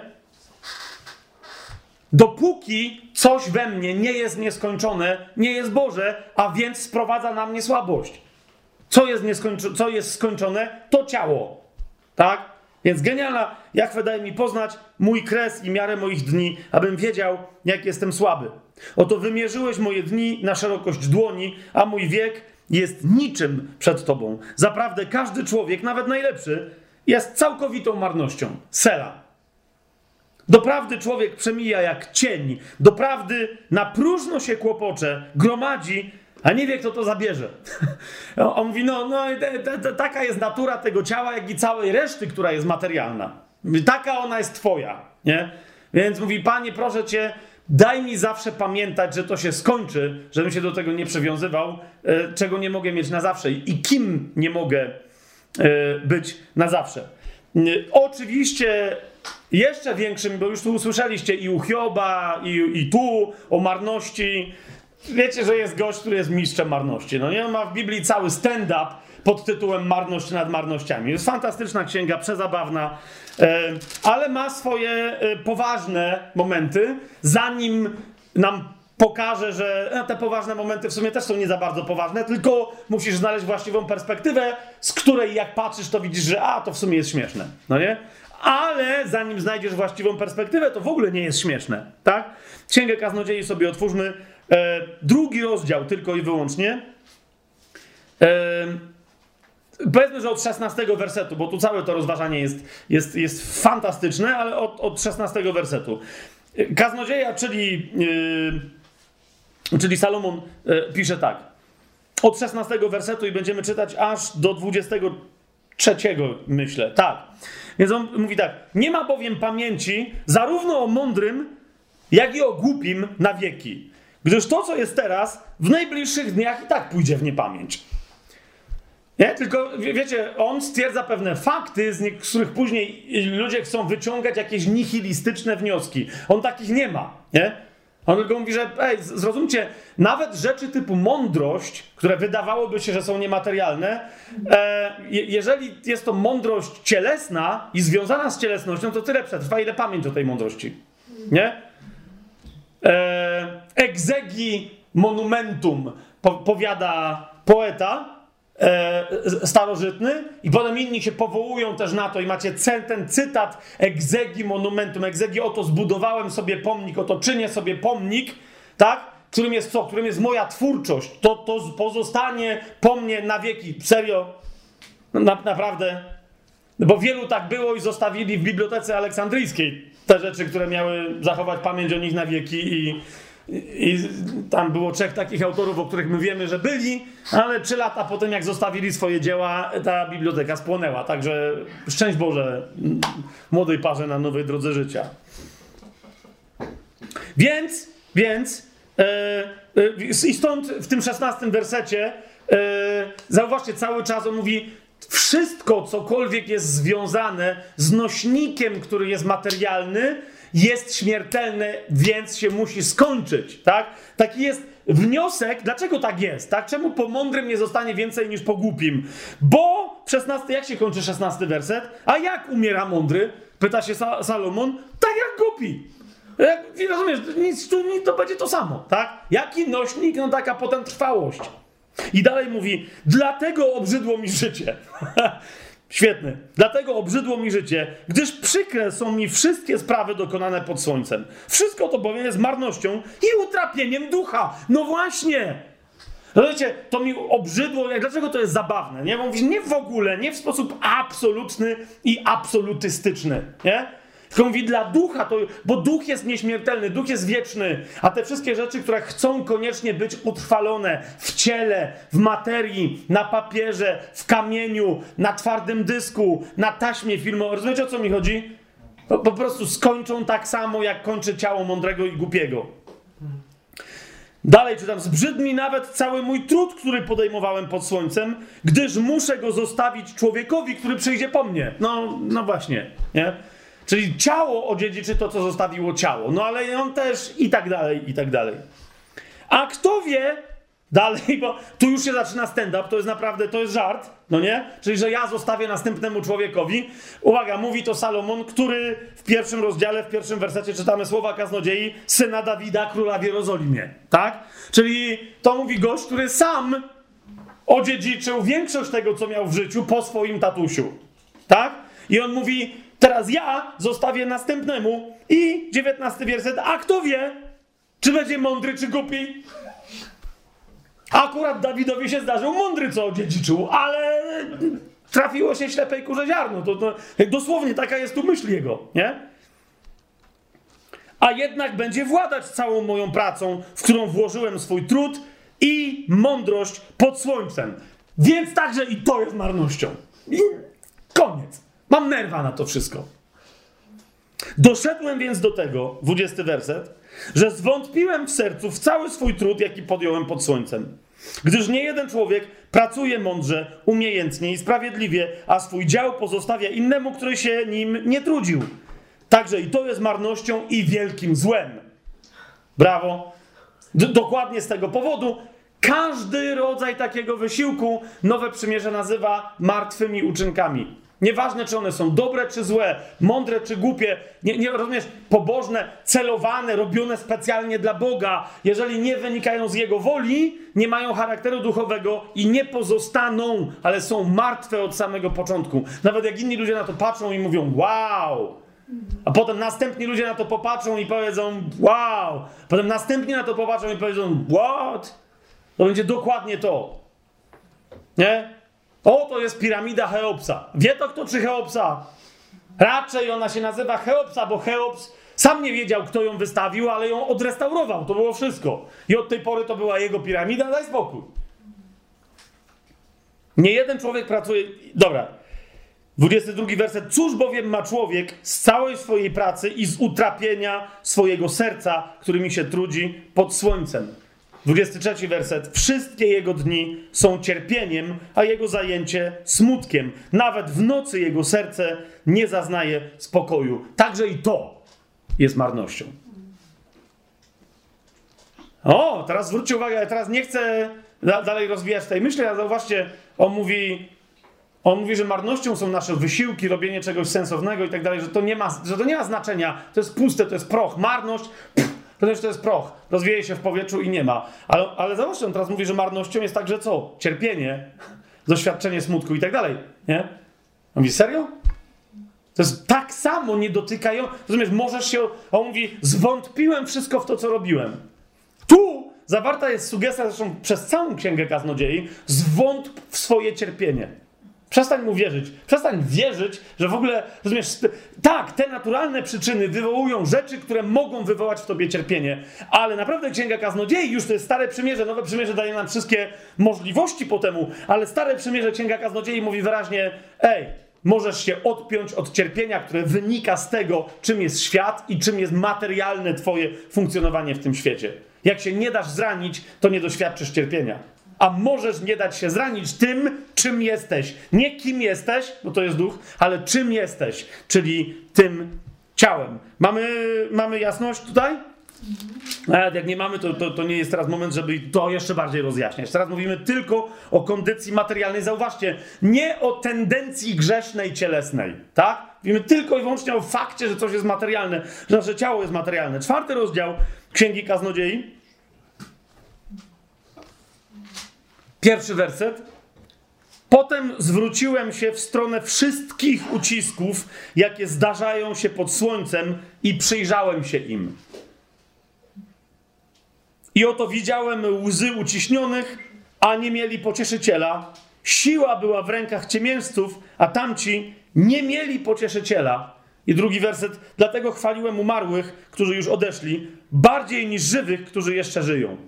Dopóki coś we mnie nie jest nieskończone, nie jest Boże, a więc sprowadza na mnie słabość. Co jest, nieskończo- co jest skończone? To ciało. Tak? Więc genialna, Jahwe, daj mi poznać mój kres i miarę moich dni, abym wiedział, jak jestem słaby. Oto wymierzyłeś moje dni na szerokość dłoni, a mój wiek jest niczym przed Tobą. Zaprawdę każdy człowiek, nawet najlepszy, jest całkowitą marnością. Sela. Doprawdy człowiek przemija jak cień. Doprawdy na próżno się kłopocze, gromadzi, a nie wie, kto to zabierze. On mówi, no, no te, te, te, taka jest natura tego ciała, jak i całej reszty, która jest materialna. Taka ona jest twoja, nie? Więc mówi, Panie, proszę cię, daj mi zawsze pamiętać, że to się skończy, żebym się do tego nie przywiązywał, e, czego nie mogę mieć na zawsze i kim nie mogę e, być na zawsze. E, oczywiście jeszcze większym, bo już tu usłyszeliście i u Hioba, i, i tu o marności. Wiecie, że jest gość, który jest mistrzem marności. No nie? On ma w Biblii cały stand-up pod tytułem Marność nad marnościami. Jest fantastyczna księga, przezabawna, ale ma swoje poważne momenty, zanim nam pokaże, że te poważne momenty w sumie też są nie za bardzo poważne, tylko musisz znaleźć właściwą perspektywę, z której jak patrzysz, to widzisz, że a, to w sumie jest śmieszne. No nie? Ale zanim znajdziesz właściwą perspektywę, to w ogóle nie jest śmieszne. Tak? Księgę Kaznodziei sobie otwórzmy. E, drugi rozdział tylko i wyłącznie. E, powiedzmy, że od szesnastego wersetu, bo tu całe to rozważanie jest, jest, jest fantastyczne, ale od, od szesnastego wersetu. Kaznodzieja, czyli, yy, czyli Salomon yy, pisze tak. Od szesnastego wersetu i będziemy czytać aż do dwudziestego trzeciego, myślę. Tak. Więc on mówi tak. Nie ma bowiem pamięci zarówno o mądrym, jak i o głupim na wieki. Gdyż to, co jest teraz, w najbliższych dniach i tak pójdzie w niepamięć. Nie? Tylko, wie, wiecie, on stwierdza pewne fakty, z których później ludzie chcą wyciągać jakieś nihilistyczne wnioski. On takich nie ma, nie? On tylko mówi, że ej, zrozumcie, nawet rzeczy typu mądrość, które wydawałoby się, że są niematerialne, e, je, jeżeli jest to mądrość cielesna i związana z cielesnością, to tyle przetrwa, ile pamięć o tej mądrości. Nie? E, exegi monumentum, po, powiada poeta, E, starożytny i potem inni się powołują też na to i macie ten cytat exegi monumentum, exegi oto zbudowałem sobie pomnik, oto czynię sobie pomnik, tak? Którym jest co? Którym jest moja twórczość, to, to pozostanie po mnie na wieki. Serio? Na, naprawdę? Bo wielu tak było i zostawili w Bibliotece Aleksandryjskiej te rzeczy, które miały zachować pamięć o nich na wieki i I tam było trzech takich autorów, o których my wiemy, że byli, ale trzy lata po tym, jak zostawili swoje dzieła, ta biblioteka spłonęła. Także szczęść Boże młodej parze na nowej drodze życia. Więc, więc e, e, i stąd w tym szesnastym wersecie e, zauważcie, cały czas on mówi, wszystko, cokolwiek jest związane z nośnikiem, który jest materialny, jest śmiertelne, więc się musi skończyć, tak? Taki jest wniosek, dlaczego tak jest, tak? Czemu po mądrym nie zostanie więcej niż po głupim? Bo szesnasty, jak się kończy szesnasty werset? A jak umiera mądry? Pyta się Sa- Salomon. Tak jak głupi. Jak, rozumiesz, nic, tu, nic, to będzie to samo, tak? Jaki nośnik, no taka potem trwałość. I dalej mówi, dlatego obrzydło mi życie. Świetny. Dlatego obrzydło mi życie, gdyż przykre są mi wszystkie sprawy dokonane pod słońcem. Wszystko to bowiem jest marnością i utrapieniem ducha. No właśnie. No wiecie, to mi obrzydło. Dlaczego to jest zabawne? Nie? Bo mówisz, nie w ogóle, nie w sposób absolutny i absolutystyczny. Nie? Tylko mówi dla ducha, to, bo duch jest nieśmiertelny, duch jest wieczny, a te wszystkie rzeczy, które chcą koniecznie być utrwalone w ciele, w materii, na papierze, w kamieniu, na twardym dysku, na taśmie filmowej. Rozumiecie, o co mi chodzi? Po, po prostu skończą tak samo, jak kończy ciało mądrego i głupiego. Dalej czytam, zbrzydł mi nawet cały mój trud, który podejmowałem pod słońcem, gdyż muszę go zostawić człowiekowi, który przyjdzie po mnie. No, no właśnie, nie? Czyli ciało odziedziczy to, co zostawiło ciało. No ale on też i tak dalej, i tak dalej. A kto wie, dalej, bo tu już się zaczyna stand-up, to jest naprawdę, to jest żart, no nie? Czyli, że ja zostawię następnemu człowiekowi. Uwaga, mówi to Salomon, który w pierwszym rozdziale, w pierwszym wersecie czytamy słowa kaznodziei, syna Dawida, króla w Jerozolimie, tak? Czyli to mówi gość, który sam odziedziczył większość tego, co miał w życiu po swoim tatusiu, tak? I on mówi, teraz ja zostawię następnemu i dziewiętnasty werset, a kto wie, czy będzie mądry, czy głupi? Akurat Dawidowi się zdarzył mądry, co odziedziczył, ale trafiło się ślepej kurze ziarno. To, to, dosłownie taka jest tu myśl jego, nie? A jednak będzie władać całą moją pracą, w którą włożyłem swój trud i mądrość pod słońcem. Więc także i to jest marnością. I koniec. Mam nerwa na to wszystko. Doszedłem więc do tego, dwudziesty werset, że zwątpiłem w sercu w cały swój trud, jaki podjąłem pod słońcem. Gdyż nie jeden człowiek pracuje mądrze, umiejętnie i sprawiedliwie, a swój dział pozostawia innemu, który się nim nie trudził. Także i to jest marnością i wielkim złem. Brawo. D- dokładnie z tego powodu każdy rodzaj takiego wysiłku Nowe Przymierze nazywa martwymi uczynkami. Nieważne, czy one są dobre, czy złe, mądre, czy głupie, nie, nie rozumiesz, pobożne, celowane, robione specjalnie dla Boga, jeżeli nie wynikają z Jego woli, nie mają charakteru duchowego i nie pozostaną, ale są martwe od samego początku. Nawet jak inni ludzie na to patrzą i mówią, wow, a potem następni ludzie na to popatrzą i powiedzą, wow, potem następni na to popatrzą i powiedzą, what? To będzie dokładnie to. Nie? O, to jest piramida Cheopsa. Wie to kto, czy Cheopsa? Raczej ona się nazywa Cheopsa, bo Cheops sam nie wiedział, kto ją wystawił, ale ją odrestaurował. To było wszystko. I od tej pory to była jego piramida. Daj spokój. Nie jeden człowiek pracuje... Dobra. dwudziesty drugi werset. Cóż bowiem ma człowiek z całej swojej pracy i z utrapienia swojego serca, którymi się trudzi pod słońcem. dwudziesty trzeci werset. Wszystkie jego dni są cierpieniem, a jego zajęcie smutkiem. Nawet w nocy jego serce nie zaznaje spokoju. Także i to jest marnością. O, teraz zwróćcie uwagę, ja teraz nie chcę da- dalej rozwijać tej myśli, ale zauważcie, on mówi, on mówi, że marnością są nasze wysiłki, robienie czegoś sensownego i tak dalej, że to nie ma, że to nie ma znaczenia, to jest puste, to jest proch. Marność, pff, to też to jest proch, rozwieje się w powietrzu i nie ma. Ale, ale zauważcie, on teraz mówi, że marnością jest także co? Cierpienie, doświadczenie smutku i tak dalej, nie? On mówi, serio? To jest tak samo nie dotykają. Rozumiesz, możesz się... On mówi, zwątpiłem wszystko w to, co robiłem. Tu zawarta jest sugestia, zresztą przez całą Księgę Kaznodziei, zwątp w swoje cierpienie. Przestań mu wierzyć. Przestań wierzyć, że w ogóle, rozumiesz, tak, te naturalne przyczyny wywołują rzeczy, które mogą wywołać w tobie cierpienie, ale naprawdę Księga Kaznodziei, już to jest Stare Przymierze, Nowe Przymierze daje nam wszystkie możliwości po temu, ale Stare Przymierze, Księga Kaznodziei mówi wyraźnie, ej, możesz się odpiąć od cierpienia, które wynika z tego, czym jest świat i czym jest materialne twoje funkcjonowanie w tym świecie. Jak się nie dasz zranić, to nie doświadczysz cierpienia. A możesz nie dać się zranić tym, czym jesteś. Nie kim jesteś, bo to jest duch, ale czym jesteś, czyli tym ciałem. Mamy, mamy jasność tutaj? Nawet jak nie mamy, to, to, to nie jest teraz moment, żeby to jeszcze bardziej rozjaśniać. Teraz mówimy tylko o kondycji materialnej. Zauważcie, nie o tendencji grzesznej, cielesnej. Tak? Mówimy tylko i wyłącznie o fakcie, że coś jest materialne, że nasze ciało jest materialne. Czwarty rozdział Księgi Kaznodziei. Pierwszy werset. Potem zwróciłem się w stronę wszystkich ucisków, jakie zdarzają się pod słońcem i przyjrzałem się im. I oto widziałem łzy uciśnionych, a nie mieli pocieszyciela. Siła była w rękach ciemiężców, a tamci nie mieli pocieszyciela. I drugi werset. Dlatego chwaliłem umarłych, którzy już odeszli, bardziej niż żywych, którzy jeszcze żyją.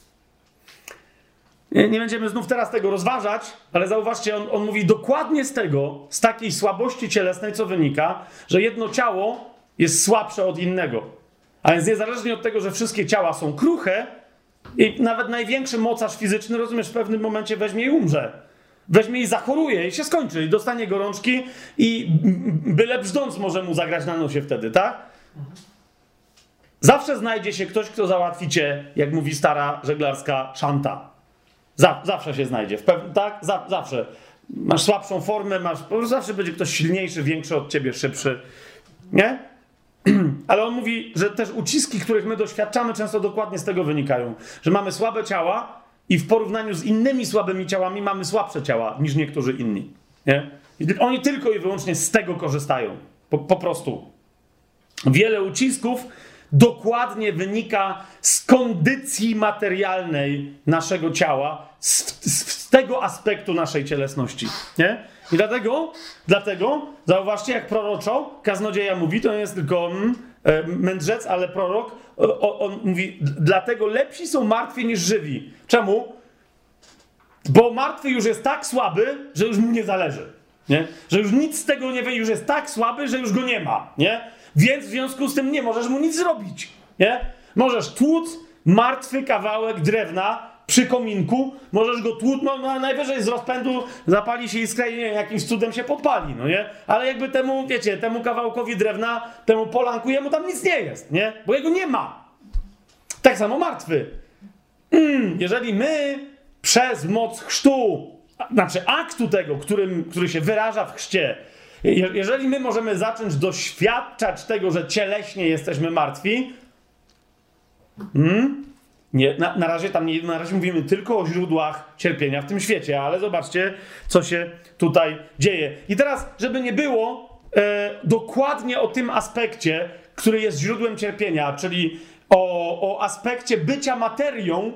Nie, nie będziemy znów teraz tego rozważać, ale zauważcie, on, on mówi dokładnie z tego, z takiej słabości cielesnej, co wynika, że jedno ciało jest słabsze od innego. A więc niezależnie od tego, że wszystkie ciała są kruche, i nawet największy mocarz fizyczny, rozumiesz, w pewnym momencie weźmie i umrze. Weźmie i zachoruje i się skończy. I dostanie gorączki i byle brzdąc może mu zagrać na nosie wtedy, tak? Zawsze znajdzie się ktoś, kto załatwi cię, jak mówi stara żeglarska szanta. Za, zawsze się znajdzie. W pew- tak? Za, zawsze. Masz słabszą formę, masz... zawsze będzie ktoś silniejszy, większy od ciebie, szybszy. Nie? Ale on mówi, że też uciski, których my doświadczamy, często dokładnie z tego wynikają. Że mamy słabe ciała i w porównaniu z innymi słabymi ciałami mamy słabsze ciała niż niektórzy inni. Nie? I oni tylko i wyłącznie z tego korzystają. Po, po prostu. Wiele ucisków dokładnie wynika z kondycji materialnej naszego ciała, z, z, z tego aspektu naszej cielesności. Nie? I dlatego, dlatego, zauważcie, jak proroczo kaznodzieja mówi, to nie jest tylko mm, e, mędrzec, ale prorok, o, on mówi, dlatego lepsi są martwi niż żywi. Czemu? Bo martwy już jest tak słaby, że już mu nie zależy. Nie? Że już nic z tego nie wie, już jest tak słaby, że już go nie ma. Nie? Więc w związku z tym nie możesz mu nic zrobić. Nie? Możesz tłuc martwy kawałek drewna przy kominku, możesz go tłuc, no, no najwyżej z rozpędu zapali się iskra i nie, jakimś cudem się podpali, no nie? Ale jakby temu, wiecie, temu kawałkowi drewna, temu polanku, jemu tam nic nie jest, nie? Bo jego nie ma. Tak samo martwy. Mm, jeżeli my przez moc chrztu, znaczy aktu tego, którym, który się wyraża w chrzcie, jeżeli my możemy zacząć doświadczać tego, że cieleśnie jesteśmy martwi, hmm, nie, na, na razie tam nie, na razie mówimy tylko o źródłach cierpienia w tym świecie, ale zobaczcie, co się tutaj dzieje. I teraz, żeby nie było, e, dokładnie o tym aspekcie, który jest źródłem cierpienia, czyli o, o aspekcie bycia materią,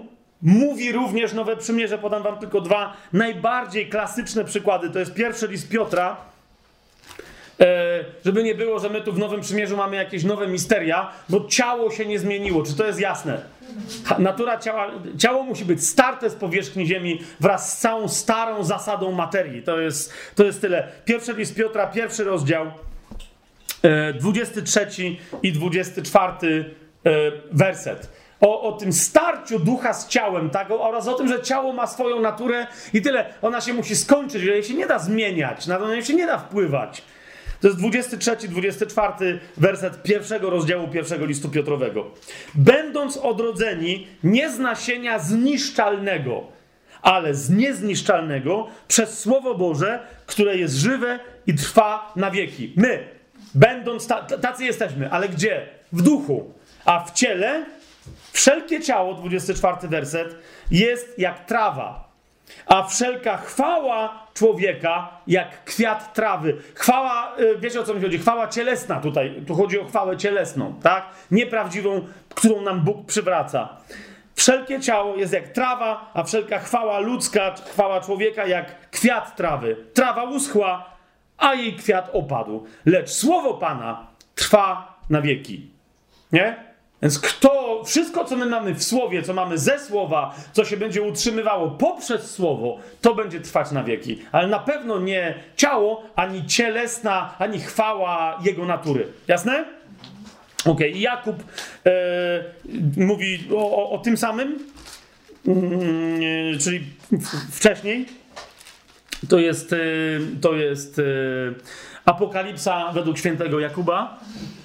mówi również Nowe Przymierze. Podam wam tylko dwa najbardziej klasyczne przykłady. To jest pierwszy list Piotra. E, żeby nie było, że my tu w Nowym Przymierzu mamy jakieś nowe misteria, bo ciało się nie zmieniło. Czy to jest jasne? Natura ciała, ciało musi być starte z powierzchni ziemi wraz z całą starą zasadą materii. To jest, to jest tyle. Pierwszy list Piotra, pierwszy rozdział, e, dwudziesty trzeci i dwudziesty czwarty e, werset. O, o tym starciu ducha z ciałem, tak? Oraz o tym, że ciało ma swoją naturę i tyle. Ona się musi skończyć, że jej się nie da zmieniać, na to się nie da wpływać. To jest dwudziesty trzeci, dwudziesty czwarty werset pierwszego rozdziału pierwszego listu Piotrowego. Będąc odrodzeni nie z nasienia zniszczalnego, ale z niezniszczalnego przez Słowo Boże, które jest żywe i trwa na wieki. My, będąc, ta, tacy jesteśmy, ale gdzie? W duchu. A w ciele wszelkie ciało, dwudziesty czwarty werset, jest jak trawa. A wszelka chwała człowieka jak kwiat trawy. Chwała, wiecie o co mi chodzi? Chwała cielesna tutaj. Tu chodzi o chwałę cielesną, tak? Nieprawdziwą, którą nam Bóg przywraca. Wszelkie ciało jest jak trawa, a wszelka chwała ludzka, chwała człowieka jak kwiat trawy. Trawa uschła, a jej kwiat opadł. Lecz słowo Pana trwa na wieki. Nie? Więc kto, wszystko co my mamy w słowie, co mamy ze słowa, co się będzie utrzymywało poprzez słowo, to będzie trwać na wieki. Ale na pewno nie ciało, ani cielesna, ani chwała jego natury. Jasne? Okej, okay. Jakub e, mówi o, o, o tym samym, mm, czyli w, wcześniej. To jest, e, to jest e, Apokalipsa według świętego Jakuba.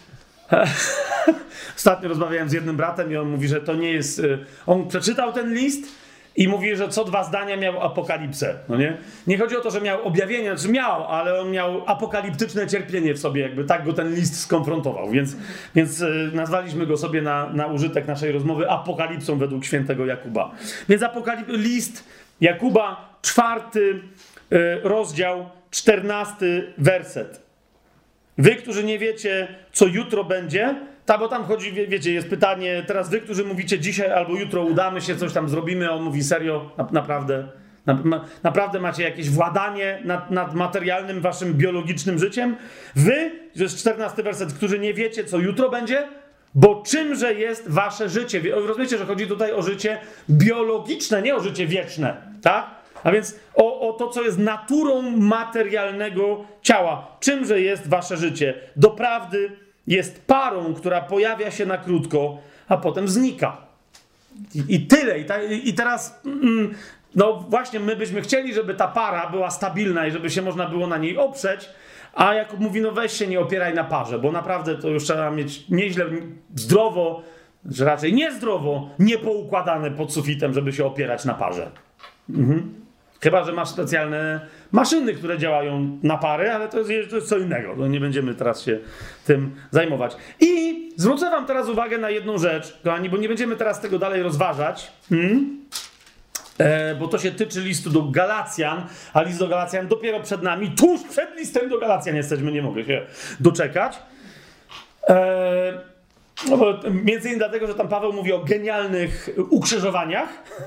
Ostatnio rozmawiałem z jednym bratem i on mówi, że to nie jest... On przeczytał ten list i mówi, że co dwa zdania miał apokalipsę. No nie? Nie chodzi o to, że miał objawienie, znaczy miał, ale on miał apokaliptyczne cierpienie w sobie, jakby tak go ten list skonfrontował. Więc, więc nazwaliśmy go sobie na, na użytek naszej rozmowy Apokalipsą według świętego Jakuba. Więc apokalip... list Jakuba, czwarty rozdział, czternasty werset. Wy, którzy nie wiecie, co jutro będzie, ta, bo tam chodzi, wie, wiecie, jest pytanie, teraz wy, którzy mówicie dzisiaj albo jutro udamy się, coś tam zrobimy, a on mówi serio, na, naprawdę, na, na, naprawdę macie jakieś władanie nad, nad materialnym waszym biologicznym życiem? Wy, to jest czternasty werset, którzy nie wiecie, co jutro będzie, bo czymże jest wasze życie? Rozumiecie, że chodzi tutaj o życie biologiczne, nie o życie wieczne, tak? A więc o, o to, co jest naturą materialnego ciała. Czymże jest wasze życie? Doprawdy jest parą, która pojawia się na krótko, a potem znika. I, i tyle. I, ta, I teraz, mm, no właśnie, my byśmy chcieli, żeby ta para była stabilna i żeby się można było na niej oprzeć, a Jakub mówi, no weź się nie opieraj na parze, bo naprawdę to już trzeba mieć nieźle, zdrowo, że raczej niezdrowo, niepoukładane pod sufitem, żeby się opierać na parze. Mhm. Chyba że masz specjalne maszyny, które działają na pary, ale to jest, to jest co innego. To nie będziemy teraz się tym zajmować. I zwrócę wam teraz uwagę na jedną rzecz, kochani, bo nie będziemy teraz tego dalej rozważać, hmm? e, bo to się tyczy listu do Galacjan, a list do Galacjan dopiero przed nami, tuż przed listem do Galacjan jesteśmy, nie mogę się doczekać. E, no bo między innymi dlatego, że tam Paweł mówi o genialnych ukrzyżowaniach.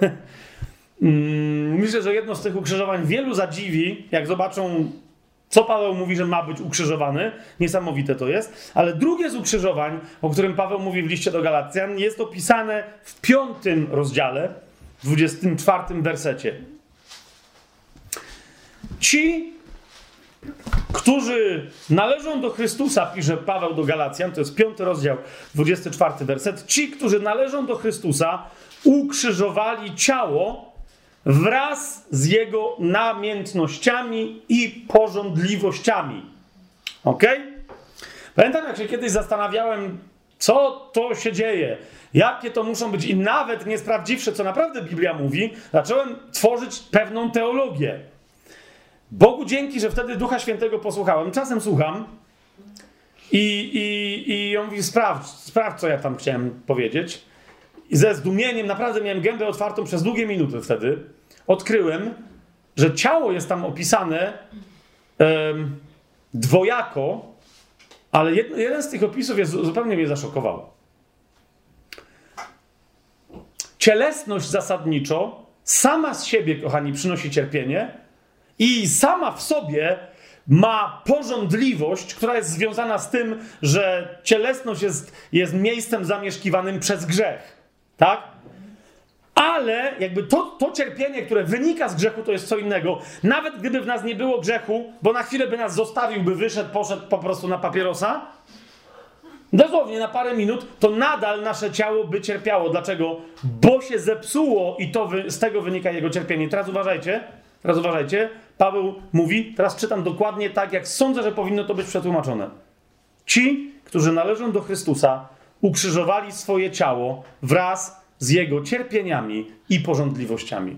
Myślę, że jedno z tych ukrzyżowań wielu zadziwi, jak zobaczą, co Paweł mówi, że ma być ukrzyżowany. Niesamowite to jest. Ale drugie z ukrzyżowań, o którym Paweł mówi w liście do Galacjan, jest opisane w piątym rozdziale, dwudziestym czwartym wersecie. Ci, którzy należą do Chrystusa, pisze Paweł do Galacjan, to jest piąty rozdział, dwudziesty czwarty werset. Ci, którzy należą do Chrystusa, ukrzyżowali ciało wraz z jego namiętnościami i pożądliwościami. Ok? Pamiętam, jak się kiedyś zastanawiałem, co to się dzieje, jakie to muszą być, i nawet nie sprawdziwszy, co naprawdę Biblia mówi, zacząłem tworzyć pewną teologię. Bogu dzięki, że wtedy Ducha Świętego posłuchałem. Czasem słucham i, i, i on mówi, sprawdź, sprawdź, co ja tam chciałem powiedzieć. I ze zdumieniem, naprawdę miałem gębę otwartą przez długie minuty wtedy, odkryłem, że ciało jest tam opisane um, dwojako, ale jed, jeden z tych opisów jest, zupełnie mnie zaszokował. cielesność zasadniczo sama z siebie, kochani, przynosi cierpienie i sama w sobie ma pożądliwość, która jest związana z tym, że cielesność jest, jest miejscem zamieszkiwanym przez grzech. Tak? Ale jakby to, to cierpienie, które wynika z grzechu, to jest co innego. Nawet gdyby w nas nie było grzechu, bo na chwilę by nas zostawił, by wyszedł, poszedł po prostu na papierosa, dosłownie na parę minut, to nadal nasze ciało by cierpiało. Dlaczego? Bo się zepsuło i to wy, z tego wynika jego cierpienie. Teraz uważajcie, teraz uważajcie. Paweł mówi, teraz czytam dokładnie tak, jak sądzę, że powinno to być przetłumaczone. Ci, którzy należą do Chrystusa, ukrzyżowali swoje ciało wraz z jego cierpieniami i pożądliwościami.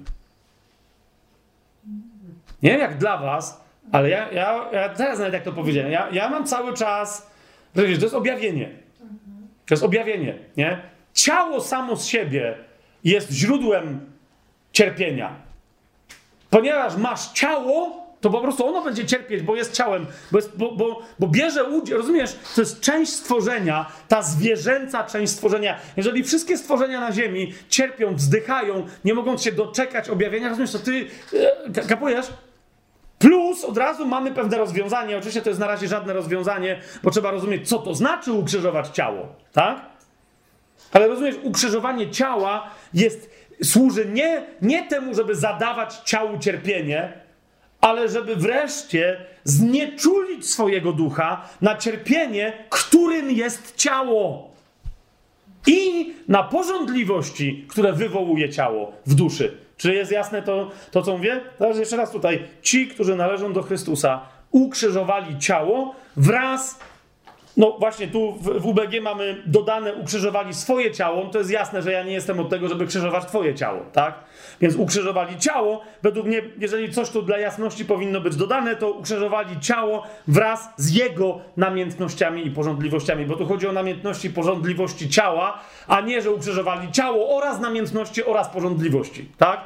Nie wiem jak dla was, ale ja, ja, ja teraz nawet jak to powiedziałem, ja, ja mam cały czas, to jest objawienie. To jest objawienie, nie? Ciało samo z siebie jest źródłem cierpienia. Ponieważ masz ciało, to po prostu ono będzie cierpieć, bo jest ciałem, bo, jest, bo, bo, bo bierze udział, rozumiesz, to jest część stworzenia, ta zwierzęca część stworzenia. Jeżeli wszystkie stworzenia na ziemi cierpią, wzdychają, nie mogą się doczekać objawienia, rozumiesz, to ty e, kapujesz? Plus od razu mamy pewne rozwiązanie, oczywiście to jest na razie żadne rozwiązanie, bo trzeba rozumieć, co to znaczy ukrzyżować ciało, tak? Ale rozumiesz, ukrzyżowanie ciała jest, służy nie, nie temu, żeby zadawać ciału cierpienie, ale żeby wreszcie znieczulić swojego ducha na cierpienie, którym jest ciało. I na pożądliwości, które wywołuje ciało w duszy. Czy jest jasne to, to co mówię? Teraz jeszcze raz tutaj. Ci, którzy należą do Chrystusa, ukrzyżowali ciało wraz. No właśnie tu w, w U B G mamy dodane ukrzyżowali swoje ciało. To jest jasne, że ja nie jestem od tego, żeby krzyżować twoje ciało, tak? Więc ukrzyżowali ciało. Według mnie, jeżeli coś tu dla jasności powinno być dodane, to ukrzyżowali ciało wraz z jego namiętnościami i pożądliwościami. Bo tu chodzi o namiętności i pożądliwości ciała, a nie, że ukrzyżowali ciało oraz namiętności oraz pożądliwości, tak?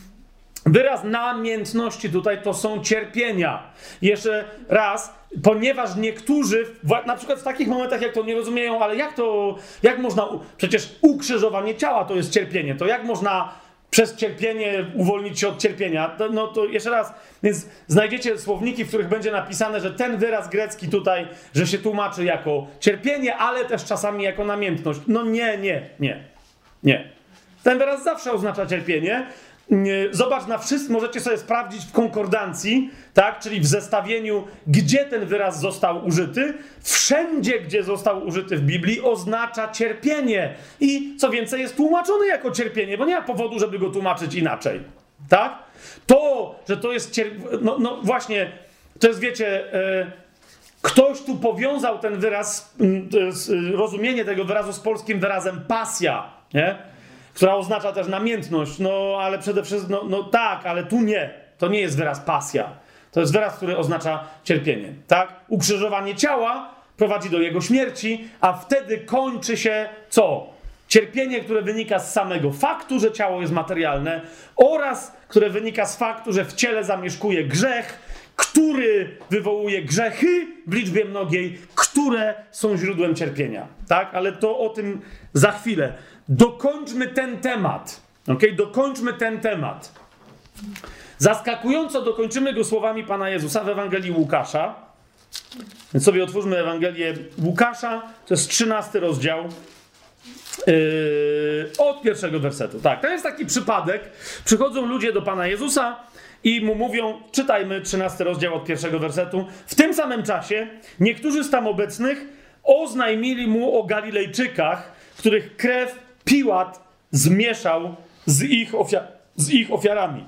Wyraz namiętności tutaj to są cierpienia. Jeszcze raz, ponieważ niektórzy, na przykład w takich momentach, jak to nie rozumieją, ale jak to, jak można, przecież ukrzyżowanie ciała to jest cierpienie, to jak można przez cierpienie uwolnić się od cierpienia? No, no to jeszcze raz, więc znajdziecie słowniki, w których będzie napisane, że ten wyraz grecki tutaj, że się tłumaczy jako cierpienie, ale też czasami jako namiętność. No nie, nie, nie, nie. Ten wyraz zawsze oznacza cierpienie. Zobacz na wszystko, możecie sobie sprawdzić w konkordancji, tak, czyli w zestawieniu, gdzie ten wyraz został użyty. Wszędzie, gdzie został użyty w Biblii, oznacza cierpienie. I co więcej, jest tłumaczony jako cierpienie, bo nie ma powodu, żeby go tłumaczyć inaczej. Tak? To, że to jest cierpienie, no, no właśnie, to jest, wiecie, e, ktoś tu powiązał ten wyraz, e, rozumienie tego wyrazu z polskim wyrazem pasja, nie? Która oznacza też namiętność, no ale przede wszystkim, no, no tak, ale tu nie. To nie jest wyraz pasja. To jest wyraz, który oznacza cierpienie, tak? Ukrzyżowanie ciała prowadzi do jego śmierci, a wtedy kończy się co? Cierpienie, które wynika z samego faktu, że ciało jest materialne oraz które wynika z faktu, że w ciele zamieszkuje grzech, który wywołuje grzechy w liczbie mnogiej, które są źródłem cierpienia, tak? Ale to o tym za chwilę. Dokończmy ten temat. Okay? Dokończmy ten temat. Zaskakująco dokończymy go słowami Pana Jezusa w Ewangelii Łukasza. Więc sobie otwórzmy Ewangelię Łukasza. To jest trzynasty rozdział. Yy, od pierwszego wersetu. Tak, to jest taki przypadek. Przychodzą ludzie do Pana Jezusa i mu mówią, czytajmy trzynasty rozdział od pierwszego wersetu. W tym samym czasie niektórzy z tam obecnych oznajmili mu o Galilejczykach, których krew Piłat zmieszał z ich, ofiar- z ich ofiarami.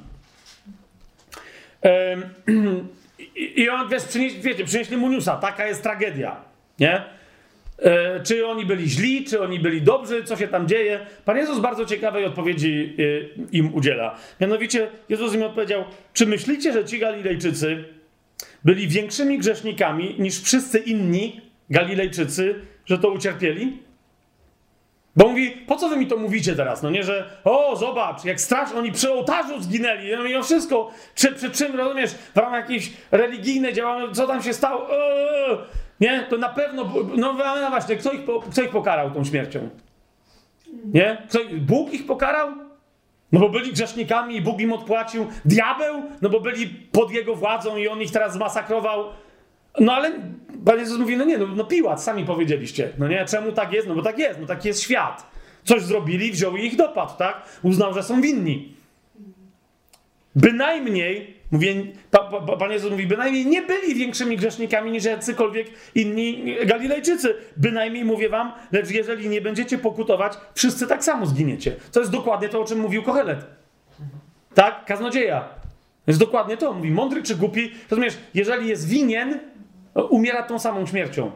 Ym, i, I on, wiesz, przynieś, wiecie, przynieśli mu newsa. Taka jest tragedia, nie? E, czy oni byli źli, czy oni byli dobrzy, co się tam dzieje? Pan Jezus bardzo ciekawej odpowiedzi y, im udziela. Mianowicie Jezus im odpowiedział, czy myślicie, że ci Galilejczycy byli większymi grzesznikami niż wszyscy inni Galilejczycy, że to ucierpieli? Bo mówi, po co wy mi to mówicie teraz? No nie, że o, zobacz, jak strasz, oni przy ołtarzu zginęli, no i o wszystko. Czy, przy czym, rozumiesz, w ramach jakiejś religijnej działalności, co tam się stało? Eee, nie, to na pewno, no, no właśnie, kto ich, po, kto ich pokarał tą śmiercią? Nie? Co, Bóg ich pokarał? No bo byli grzesznikami i Bóg im odpłacił. Diabeł? No bo byli pod jego władzą i on ich teraz zmasakrował. No ale Pan Jezus mówi, no nie, no, no Piłat, sami powiedzieliście. No nie, czemu tak jest? No bo tak jest, no taki jest świat. Coś zrobili, wziął i ich dopadł, tak? Uznał, że są winni. Bynajmniej, mówię, pa, pa, Pan Jezus mówi, bynajmniej nie byli większymi grzesznikami niż jacykolwiek inni Galilejczycy. Bynajmniej mówię wam, lecz jeżeli nie będziecie pokutować, wszyscy tak samo zginiecie. To jest dokładnie to, o czym mówił Kohelet. Tak? Kaznodzieja. To jest dokładnie to. Mówi, mądry czy głupi. Rozumiesz, jeżeli jest winien, umiera tą samą śmiercią.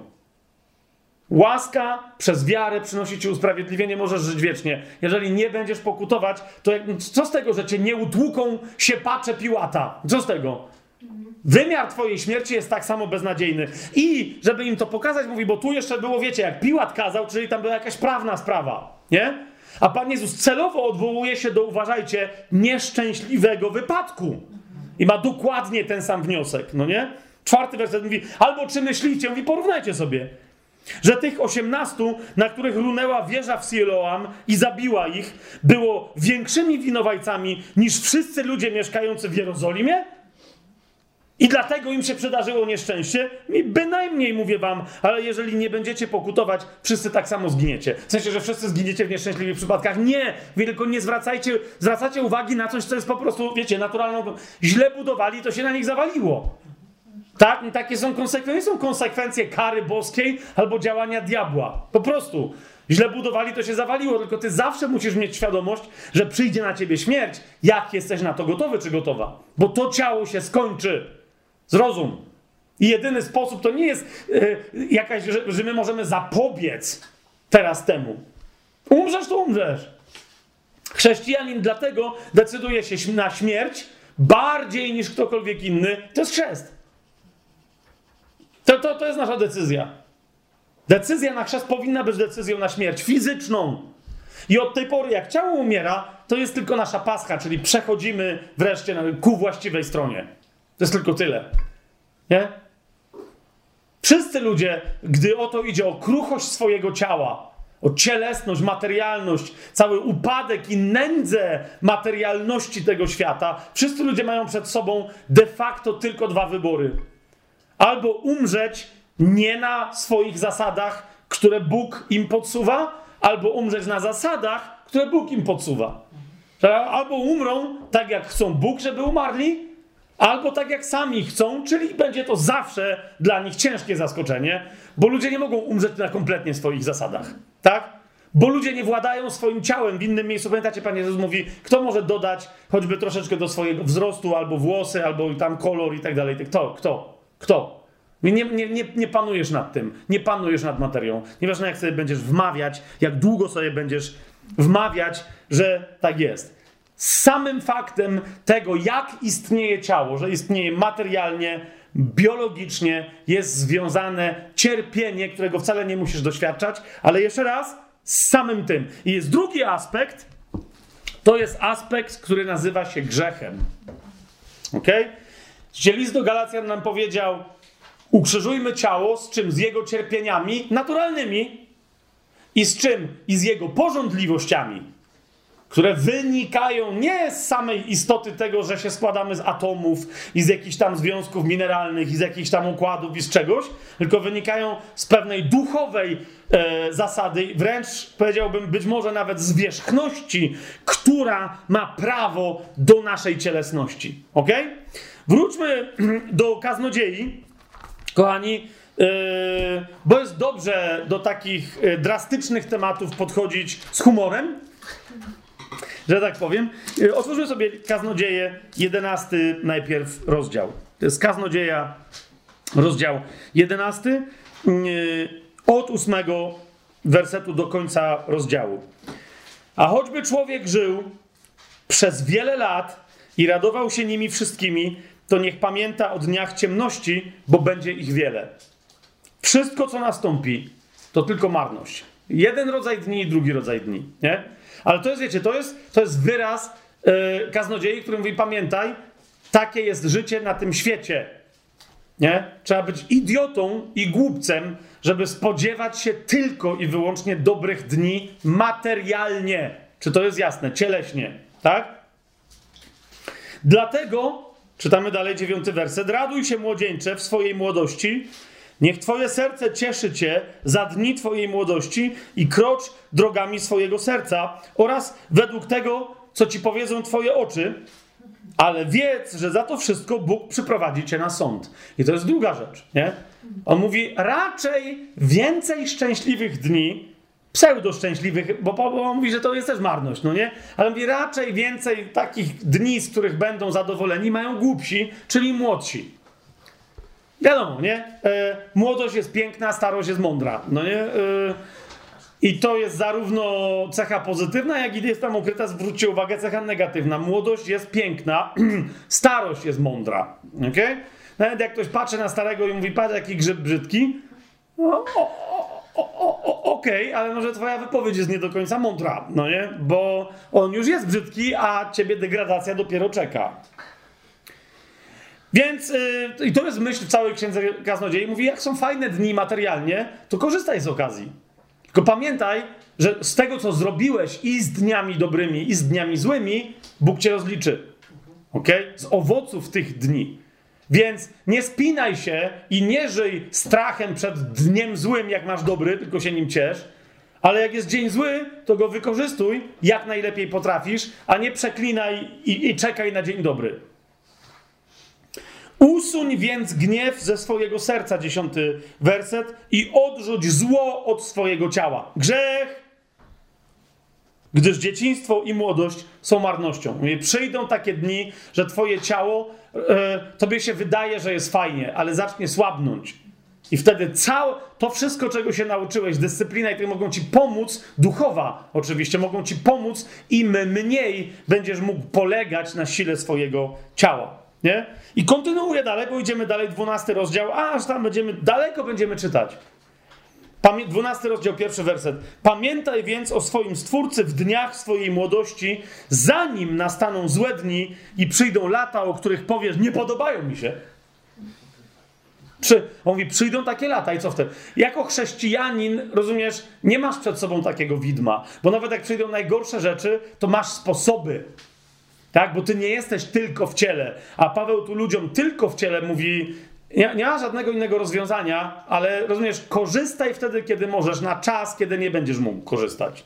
Łaska przez wiarę przynosi ci usprawiedliwienie, możesz żyć wiecznie. Jeżeli nie będziesz pokutować, to jak, co z tego, że cię nie utłuką siepacze Piłata? Co z tego? Wymiar twojej śmierci jest tak samo beznadziejny. I żeby im to pokazać, mówi, bo tu jeszcze było, wiecie, jak Piłat kazał, czyli tam była jakaś prawna sprawa, nie? A Pan Jezus celowo odwołuje się do, uważajcie, nieszczęśliwego wypadku. I ma dokładnie ten sam wniosek, no nie? Czwarty werset mówi, albo czy myślicie, mówi, porównajcie sobie, że tych osiemnastu, na których runęła wieża w Siloam i zabiła ich, było większymi winowajcami niż wszyscy ludzie mieszkający w Jerozolimie? I dlatego im się przydarzyło nieszczęście? I bynajmniej, mówię wam, ale jeżeli nie będziecie pokutować, wszyscy tak samo zginiecie. W sensie, że wszyscy zginiecie w nieszczęśliwych przypadkach? Nie! Wy tylko nie zwracajcie, zwracacie uwagi na coś, co jest po prostu, wiecie, naturalną. Źle budowali, to się na nich zawaliło. Tak? Takie są konsekwencje. Są konsekwencje kary boskiej albo działania diabła. Po prostu. Źle budowali, to się zawaliło. Tylko ty zawsze musisz mieć świadomość, że przyjdzie na ciebie śmierć, jak jesteś na to gotowy czy gotowa. Bo to ciało się skończy. Zrozum. I jedyny sposób to nie jest yy, jakaś, że, że my możemy zapobiec teraz temu. Umrzesz, to umrzesz. Chrześcijanin dlatego decyduje się na śmierć bardziej niż ktokolwiek inny. To jest chrzest. To, to, to jest nasza decyzja. Decyzja na chrzest powinna być decyzją na śmierć fizyczną. I od tej pory, jak ciało umiera, to jest tylko nasza pascha, czyli przechodzimy wreszcie ku właściwej stronie. To jest tylko tyle. Nie? Wszyscy ludzie, gdy o to idzie, o kruchość swojego ciała, o cielesność, materialność, cały upadek i nędzę materialności tego świata, wszyscy ludzie mają przed sobą de facto tylko dwa wybory. Albo umrzeć nie na swoich zasadach, które Bóg im podsuwa, albo umrzeć na zasadach, które Bóg im podsuwa. Albo umrą tak, jak chcą Bóg, żeby umarli, albo tak, jak sami chcą, czyli będzie to zawsze dla nich ciężkie zaskoczenie, bo ludzie nie mogą umrzeć na kompletnie swoich zasadach. Tak? Bo ludzie nie władają swoim ciałem w innym miejscu. Pamiętacie, Pan Jezus mówi, kto może dodać choćby troszeczkę do swojego wzrostu, albo włosy, albo tam kolor i tak dalej. Kto? Kto? Kto? Nie, nie, nie, nie panujesz nad tym. Nie panujesz nad materią. Nieważne, jak sobie będziesz wmawiać, jak długo sobie będziesz wmawiać, że tak jest. Z samym faktem tego, jak istnieje ciało, że istnieje materialnie, biologicznie, jest związane cierpienie, którego wcale nie musisz doświadczać, ale jeszcze raz, z samym tym. I jest drugi aspekt, to jest aspekt, który nazywa się grzechem. Okej? Okay? List do Galacjan nam powiedział, ukrzyżujmy ciało, z czym? Z jego cierpieniami naturalnymi i z czym? I z jego pożądliwościami, które wynikają nie z samej istoty tego, że się składamy z atomów i z jakichś tam związków mineralnych i z jakichś tam układów i z czegoś, tylko wynikają z pewnej duchowej e, zasady, wręcz powiedziałbym być może nawet zwierzchności, która ma prawo do naszej cielesności. Okej? Okay? Wróćmy do kaznodziei, kochani, yy, bo jest dobrze do takich yy, drastycznych tematów podchodzić z humorem, że tak powiem. Yy, otwórzmy sobie kaznodzieję, jedenasty najpierw rozdział. To jest kaznodzieja, rozdział jedenasty, yy, od ósmego wersetu do końca rozdziału. A choćby człowiek żył przez wiele lat i radował się nimi wszystkimi, to niech pamięta o dniach ciemności, bo będzie ich wiele. Wszystko, co nastąpi, to tylko marność. Jeden rodzaj dni i drugi rodzaj dni. Nie? Ale to jest, wiecie, to jest, to jest wyraz yy, kaznodziei, który mówi, pamiętaj, takie jest życie na tym świecie. Nie? Trzeba być idiotą i głupcem, żeby spodziewać się tylko i wyłącznie dobrych dni materialnie. Czy to jest jasne? Cieleśnie. Tak? Dlatego, czytamy dalej dziewiąty werset, raduj się, młodzieńcze, w swojej młodości, niech twoje serce cieszy cię za dni twojej młodości i krocz drogami swojego serca oraz według tego, co ci powiedzą twoje oczy, ale wiedz, że za to wszystko Bóg przyprowadzi cię na sąd. I to jest druga rzecz, nie? On mówi, raczej więcej szczęśliwych dni, pseudo-szczęśliwych, bo, bo on mówi, że to jest też marność, no nie? Ale mówi, raczej więcej takich dni, z których będą zadowoleni, mają głupsi, czyli młodsi. Wiadomo, nie? E, młodość jest piękna, starość jest mądra, no nie? E, I to jest zarówno cecha pozytywna, jak i jest tam ukryta, zwróćcie uwagę, cecha negatywna. Młodość jest piękna, starość jest mądra. Okay? Nawet jak ktoś patrzy na starego i mówi, patrz jaki grzyb brzydki, no, okej, okay, ale może twoja wypowiedź jest nie do końca mądra, no nie? Bo on już jest brzydki, a ciebie degradacja dopiero czeka. Więc, yy, i to jest myśl w całej Księdze Kaznodziei, mówi, jak są fajne dni materialnie, to korzystaj z okazji. Tylko pamiętaj, że z tego, co zrobiłeś i z dniami dobrymi, i z dniami złymi, Bóg cię rozliczy. Okay? Z owoców tych dni. Więc nie spinaj się i nie żyj strachem przed dniem złym, jak masz dobry, tylko się nim ciesz. Ale jak jest dzień zły, to go wykorzystuj jak najlepiej potrafisz, a nie przeklinaj i, i czekaj na dzień dobry. Usuń więc gniew ze swojego serca, dziesiąty werset, i odrzuć zło od swojego ciała. Grzech, gdyż dzieciństwo i młodość są marnością. Mówię, przyjdą takie dni, że twoje ciało, e, tobie się wydaje, że jest fajnie, ale zacznie słabnąć. I wtedy całe, to wszystko, czego się nauczyłeś, dyscyplina, i które mogą ci pomóc, duchowa oczywiście, mogą ci pomóc, im mniej będziesz mógł polegać na sile swojego ciała. Nie? I kontynuuję dalej, bo idziemy dalej, dwunasty rozdział, a aż tam będziemy, daleko będziemy czytać. Pamię- dwunasty rozdział, pierwszy werset. Pamiętaj więc o swoim Stwórcy w dniach swojej młodości, zanim nastaną złe dni i przyjdą lata, o których powiesz, nie podobają mi się. Przy, on mówi, przyjdą takie lata i co wtedy? Jako chrześcijanin, rozumiesz, nie masz przed sobą takiego widma, bo nawet jak przyjdą najgorsze rzeczy, to masz sposoby. Tak, bo ty nie jesteś tylko w ciele, a Paweł tu ludziom tylko w ciele mówi, nie, nie ma żadnego innego rozwiązania, ale rozumiesz, korzystaj wtedy, kiedy możesz, na czas, kiedy nie będziesz mógł korzystać.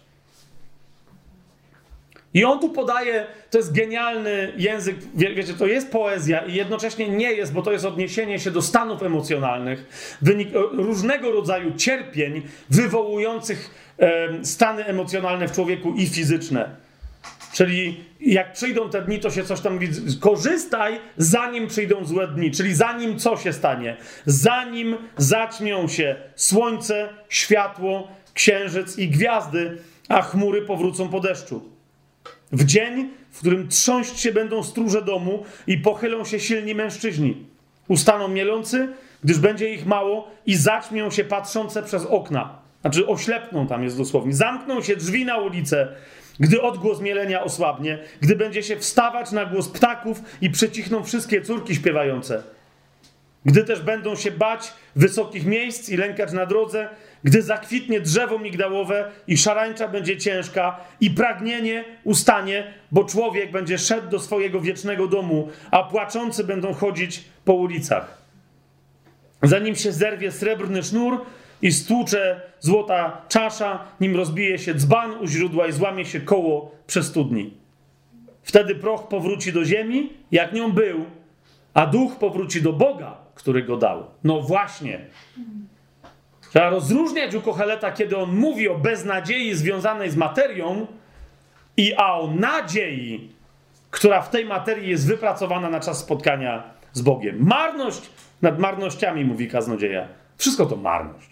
I on tu podaje, to jest genialny język, wie, wiecie, to jest poezja i jednocześnie nie jest, bo to jest odniesienie się do stanów emocjonalnych, wynik, różnego rodzaju cierpień wywołujących e, stany emocjonalne w człowieku i fizyczne. Czyli jak przyjdą te dni, to się coś tam mówi, korzystaj, zanim przyjdą złe dni. Czyli zanim co się stanie? Zanim zaćmią się słońce, światło, księżyc i gwiazdy, a chmury powrócą po deszczu. W dzień, w którym trząść się będą stróże domu i pochylą się silni mężczyźni. Ustaną mielący, gdyż będzie ich mało, i zaćmią się patrzące przez okna. Znaczy oślepną, tam jest dosłownie. Zamkną się drzwi na ulicę, gdy odgłos mielenia osłabnie, gdy będzie się wstawać na głos ptaków i przycichną wszystkie córki śpiewające. Gdy też będą się bać wysokich miejsc i lękać na drodze, gdy zakwitnie drzewo migdałowe i szarańcza będzie ciężka i pragnienie ustanie, bo człowiek będzie szedł do swojego wiecznego domu, a płaczący będą chodzić po ulicach. Zanim się zerwie srebrny sznur i stłucze złota czasza, nim rozbije się dzban u źródła i złamie się koło przy studni. Wtedy proch powróci do ziemi, jak nią był, a duch powróci do Boga, który go dał. No właśnie. Trzeba rozróżniać u Kocheleta, kiedy on mówi o beznadziei związanej z materią i a o nadziei, która w tej materii jest wypracowana na czas spotkania z Bogiem. Marność nad marnościami, mówi kaznodzieja. Wszystko to marność.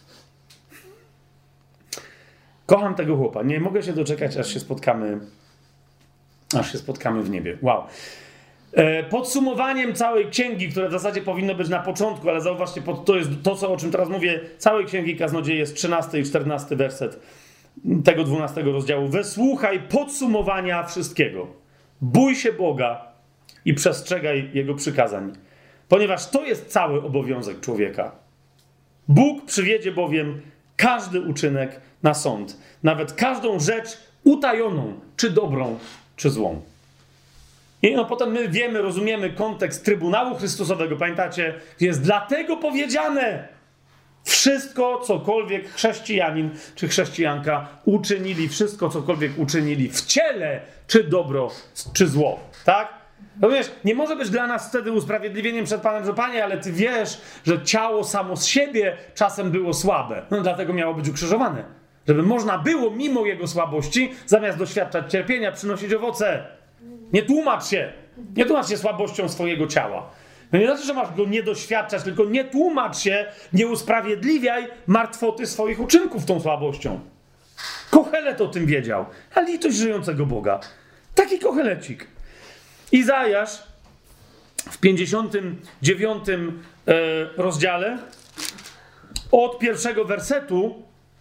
Kocham tego chłopa. Nie mogę się doczekać, aż się spotkamy, aż się spotkamy w niebie. Wow. Podsumowaniem całej księgi, które w zasadzie powinno być na początku, ale zauważcie, to jest to, co, o czym teraz mówię, całej księgi Kaznodziei jest trzynasty i czternasty werset tego dwunastego rozdziału. Wysłuchaj podsumowania wszystkiego. Bój się Boga i przestrzegaj Jego przykazań. ponieważ to jest cały obowiązek człowieka. Bóg przywiedzie bowiem każdy uczynek na sąd, nawet każdą rzecz utajoną, czy dobrą, czy złą. I no potem my wiemy, rozumiemy kontekst Trybunału Chrystusowego, pamiętacie, jest dlatego powiedziane, wszystko, cokolwiek chrześcijanin czy chrześcijanka uczynili, wszystko, cokolwiek uczynili w ciele, czy dobro, czy zło, tak? Rozumiesz, nie może być dla nas wtedy usprawiedliwieniem przed Panem, że Panie, ale Ty wiesz, że ciało samo z siebie czasem było słabe. No dlatego miało być ukrzyżowane. Żeby można było mimo jego słabości, zamiast doświadczać cierpienia, przynosić owoce. Nie tłumacz się. Nie tłumacz się słabością swojego ciała. No nie znaczy, że masz go nie doświadczać, tylko nie tłumacz się, nie usprawiedliwiaj martwoty swoich uczynków tą słabością. Kohelet o tym wiedział. A litość żyjącego Boga. Taki kohelecik. Izajasz w pięćdziesiątym dziewiątym e, rozdziale od pierwszego wersetu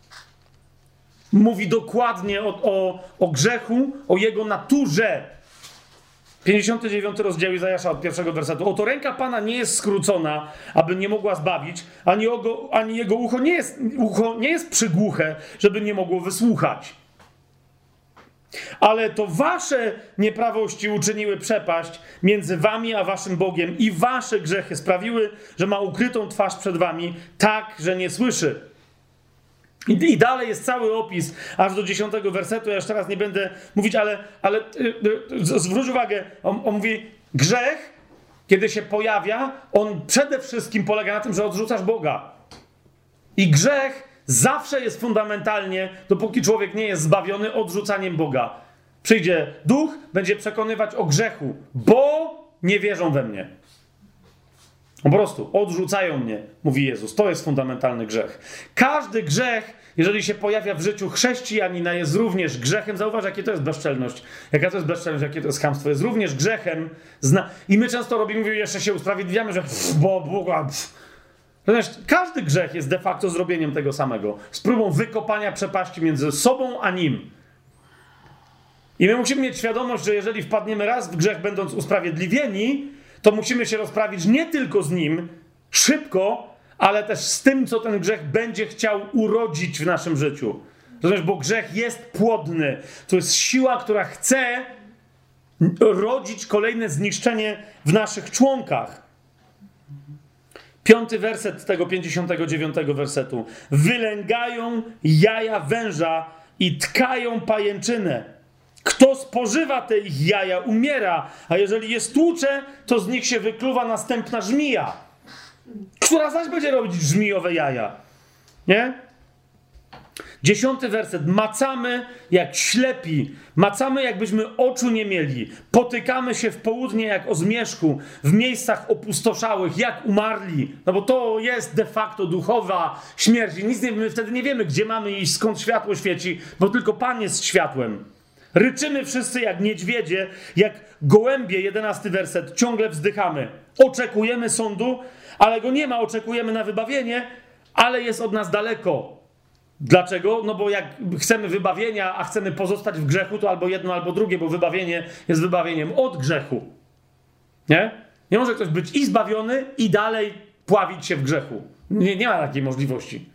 mówi dokładnie o, o, o grzechu, o jego naturze. pięćdziesiąty dziewiąty rozdział Izajasza od pierwszego wersetu. Oto ręka Pana nie jest skrócona, aby nie mogła zbawić, ani, ogo, ani jego ucho nie, jest, ucho nie jest przygłuche, żeby nie mogło wysłuchać. Ale to wasze nieprawości uczyniły przepaść między wami a waszym Bogiem i wasze grzechy sprawiły, że ma ukrytą twarz przed wami, tak, że nie słyszy. I, i dalej jest cały opis, aż do dziesiątego wersetu. Ja już teraz nie będę mówić, ale, ale yy, yy, zwróć uwagę, on, on mówi, grzech, kiedy się pojawia, on przede wszystkim polega na tym, że odrzucasz Boga. I grzech zawsze jest fundamentalnie, dopóki człowiek nie jest zbawiony, odrzucaniem Boga. Przyjdzie duch, będzie przekonywać o grzechu, bo nie wierzą we mnie. Po prostu odrzucają mnie, mówi Jezus. To jest fundamentalny grzech. Każdy grzech, jeżeli się pojawia w życiu chrześcijanina, jest również grzechem. Zauważ, jakie to jest bezczelność. Jaka to jest bezczelność, jakie to jest chamstwo. Jest również grzechem. Zna... I my często robimy, jeszcze się usprawiedliwiamy, że pff, bo Boga... Natomiast każdy grzech jest de facto zrobieniem tego samego. Z próbą wykopania przepaści między sobą a nim. I my musimy mieć świadomość, że jeżeli wpadniemy raz w grzech, będąc usprawiedliwieni, to musimy się rozprawić nie tylko z nim, szybko, ale też z tym, co ten grzech będzie chciał urodzić w naszym życiu. Rozumiesz, bo grzech jest płodny. To jest siła, która chce rodzić kolejne zniszczenie w naszych członkach. Piąty werset tego pięćdziesiątego dziewiątego wersetu. Wylęgają jaja węża i tkają pajęczynę. Kto spożywa te ich jaja, umiera, a jeżeli je stłucze, to z nich się wykluwa następna żmija, która zaś będzie robić żmijowe jaja. Nie? Dziesiąty werset. Macamy jak ślepi, macamy jakbyśmy oczu nie mieli, potykamy się w południe jak o zmierzchu, w miejscach opustoszałych jak umarli, no bo to jest de facto duchowa śmierć i nic nie, my wtedy nie wiemy, gdzie mamy iść, skąd światło świeci, bo tylko Pan jest światłem. Ryczymy wszyscy jak niedźwiedzie, jak gołębie, jedenasty werset, ciągle wzdychamy. Oczekujemy sądu, ale go nie ma, oczekujemy na wybawienie, ale jest od nas daleko. Dlaczego? No bo jak chcemy wybawienia, a chcemy pozostać w grzechu, to albo jedno, albo drugie, bo wybawienie jest wybawieniem od grzechu. Nie? Nie może ktoś być i zbawiony, i dalej pławić się w grzechu. Nie, nie ma takiej możliwości.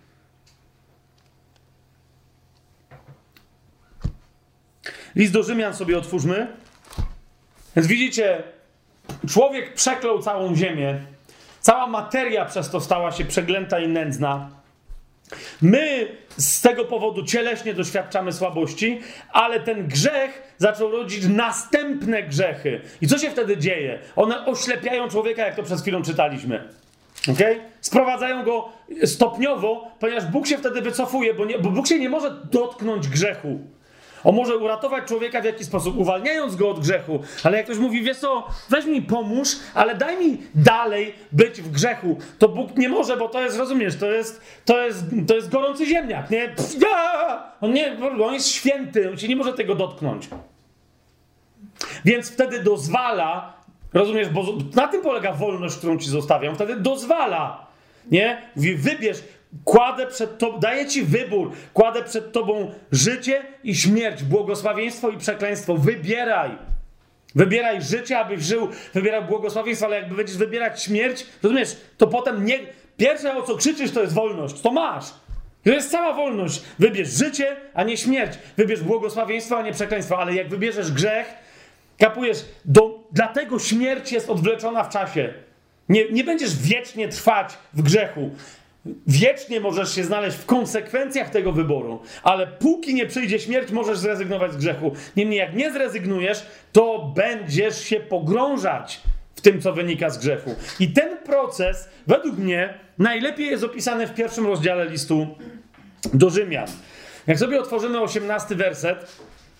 List do Rzymian sobie otwórzmy. Więc widzicie, człowiek przeklął całą ziemię. Cała materia przez to stała się przeklęta i nędzna. My z tego powodu cieleśnie doświadczamy słabości, ale ten grzech zaczął rodzić następne grzechy. I co się wtedy dzieje? One oślepiają człowieka, jak to przed chwilą czytaliśmy. Okay? Sprowadzają go stopniowo, ponieważ Bóg się wtedy wycofuje, bo, nie, bo Bóg się nie może dotknąć grzechu. On może uratować człowieka w jakiś sposób, uwalniając go od grzechu. Ale jak ktoś mówi, wiesz co, weź mi pomóż, ale daj mi dalej być w grzechu. To Bóg nie może, bo to jest, rozumiesz, to jest, to jest, to jest gorący ziemniak, nie? Pff, on nie? On jest święty, on się nie może tego dotknąć. Więc wtedy dozwala, rozumiesz, bo na tym polega wolność, którą ci zostawiam, wtedy dozwala, nie? Mówi, wybierz, kładę przed tobą, daję ci wybór, kładę przed tobą życie i śmierć, błogosławieństwo i przekleństwo, wybieraj. Wybieraj życie, abyś żył, wybierał błogosławieństwo, ale jakby będziesz wybierać śmierć, rozumiesz, to potem nie... Pierwsze, o co krzyczysz, to jest wolność. To masz. To jest cała wolność. Wybierz życie, a nie śmierć. Wybierz błogosławieństwo, a nie przekleństwo. Ale jak wybierzesz grzech, kapujesz, do... dlatego śmierć jest odwleczona w czasie. Nie, nie będziesz wiecznie trwać w grzechu. Wiecznie możesz się znaleźć w konsekwencjach tego wyboru, ale póki nie przyjdzie śmierć, możesz zrezygnować z grzechu. Niemniej jak nie zrezygnujesz, to będziesz się pogrążać w tym, co wynika z grzechu. I ten proces, według mnie, najlepiej jest opisany w pierwszym rozdziale listu do Rzymian. Jak sobie otworzymy osiemnasty werset,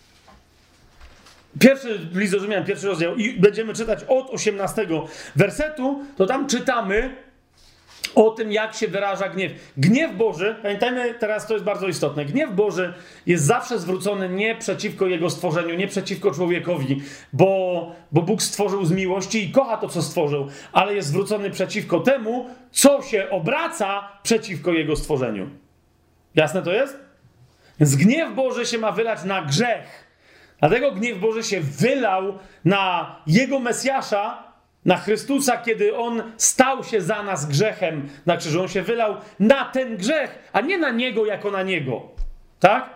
pierwszy list do Rzymian, pierwszy rozdział, i będziemy czytać od osiemnastego wersetu, to tam czytamy o tym, jak się wyraża gniew. Gniew Boży, pamiętajmy teraz, to jest bardzo istotne, gniew Boży jest zawsze zwrócony nie przeciwko Jego stworzeniu, nie przeciwko człowiekowi, bo, bo Bóg stworzył z miłości i kocha to, co stworzył, ale jest zwrócony przeciwko temu, co się obraca przeciwko Jego stworzeniu. Jasne to jest? Więc gniew Boży się ma wylać na grzech. Dlatego gniew Boży się wylał na Jego Mesjasza, na Chrystusa, kiedy On stał się za nas grzechem na krzyżu. On się wylał na ten grzech, a nie na Niego jako na Niego. Tak?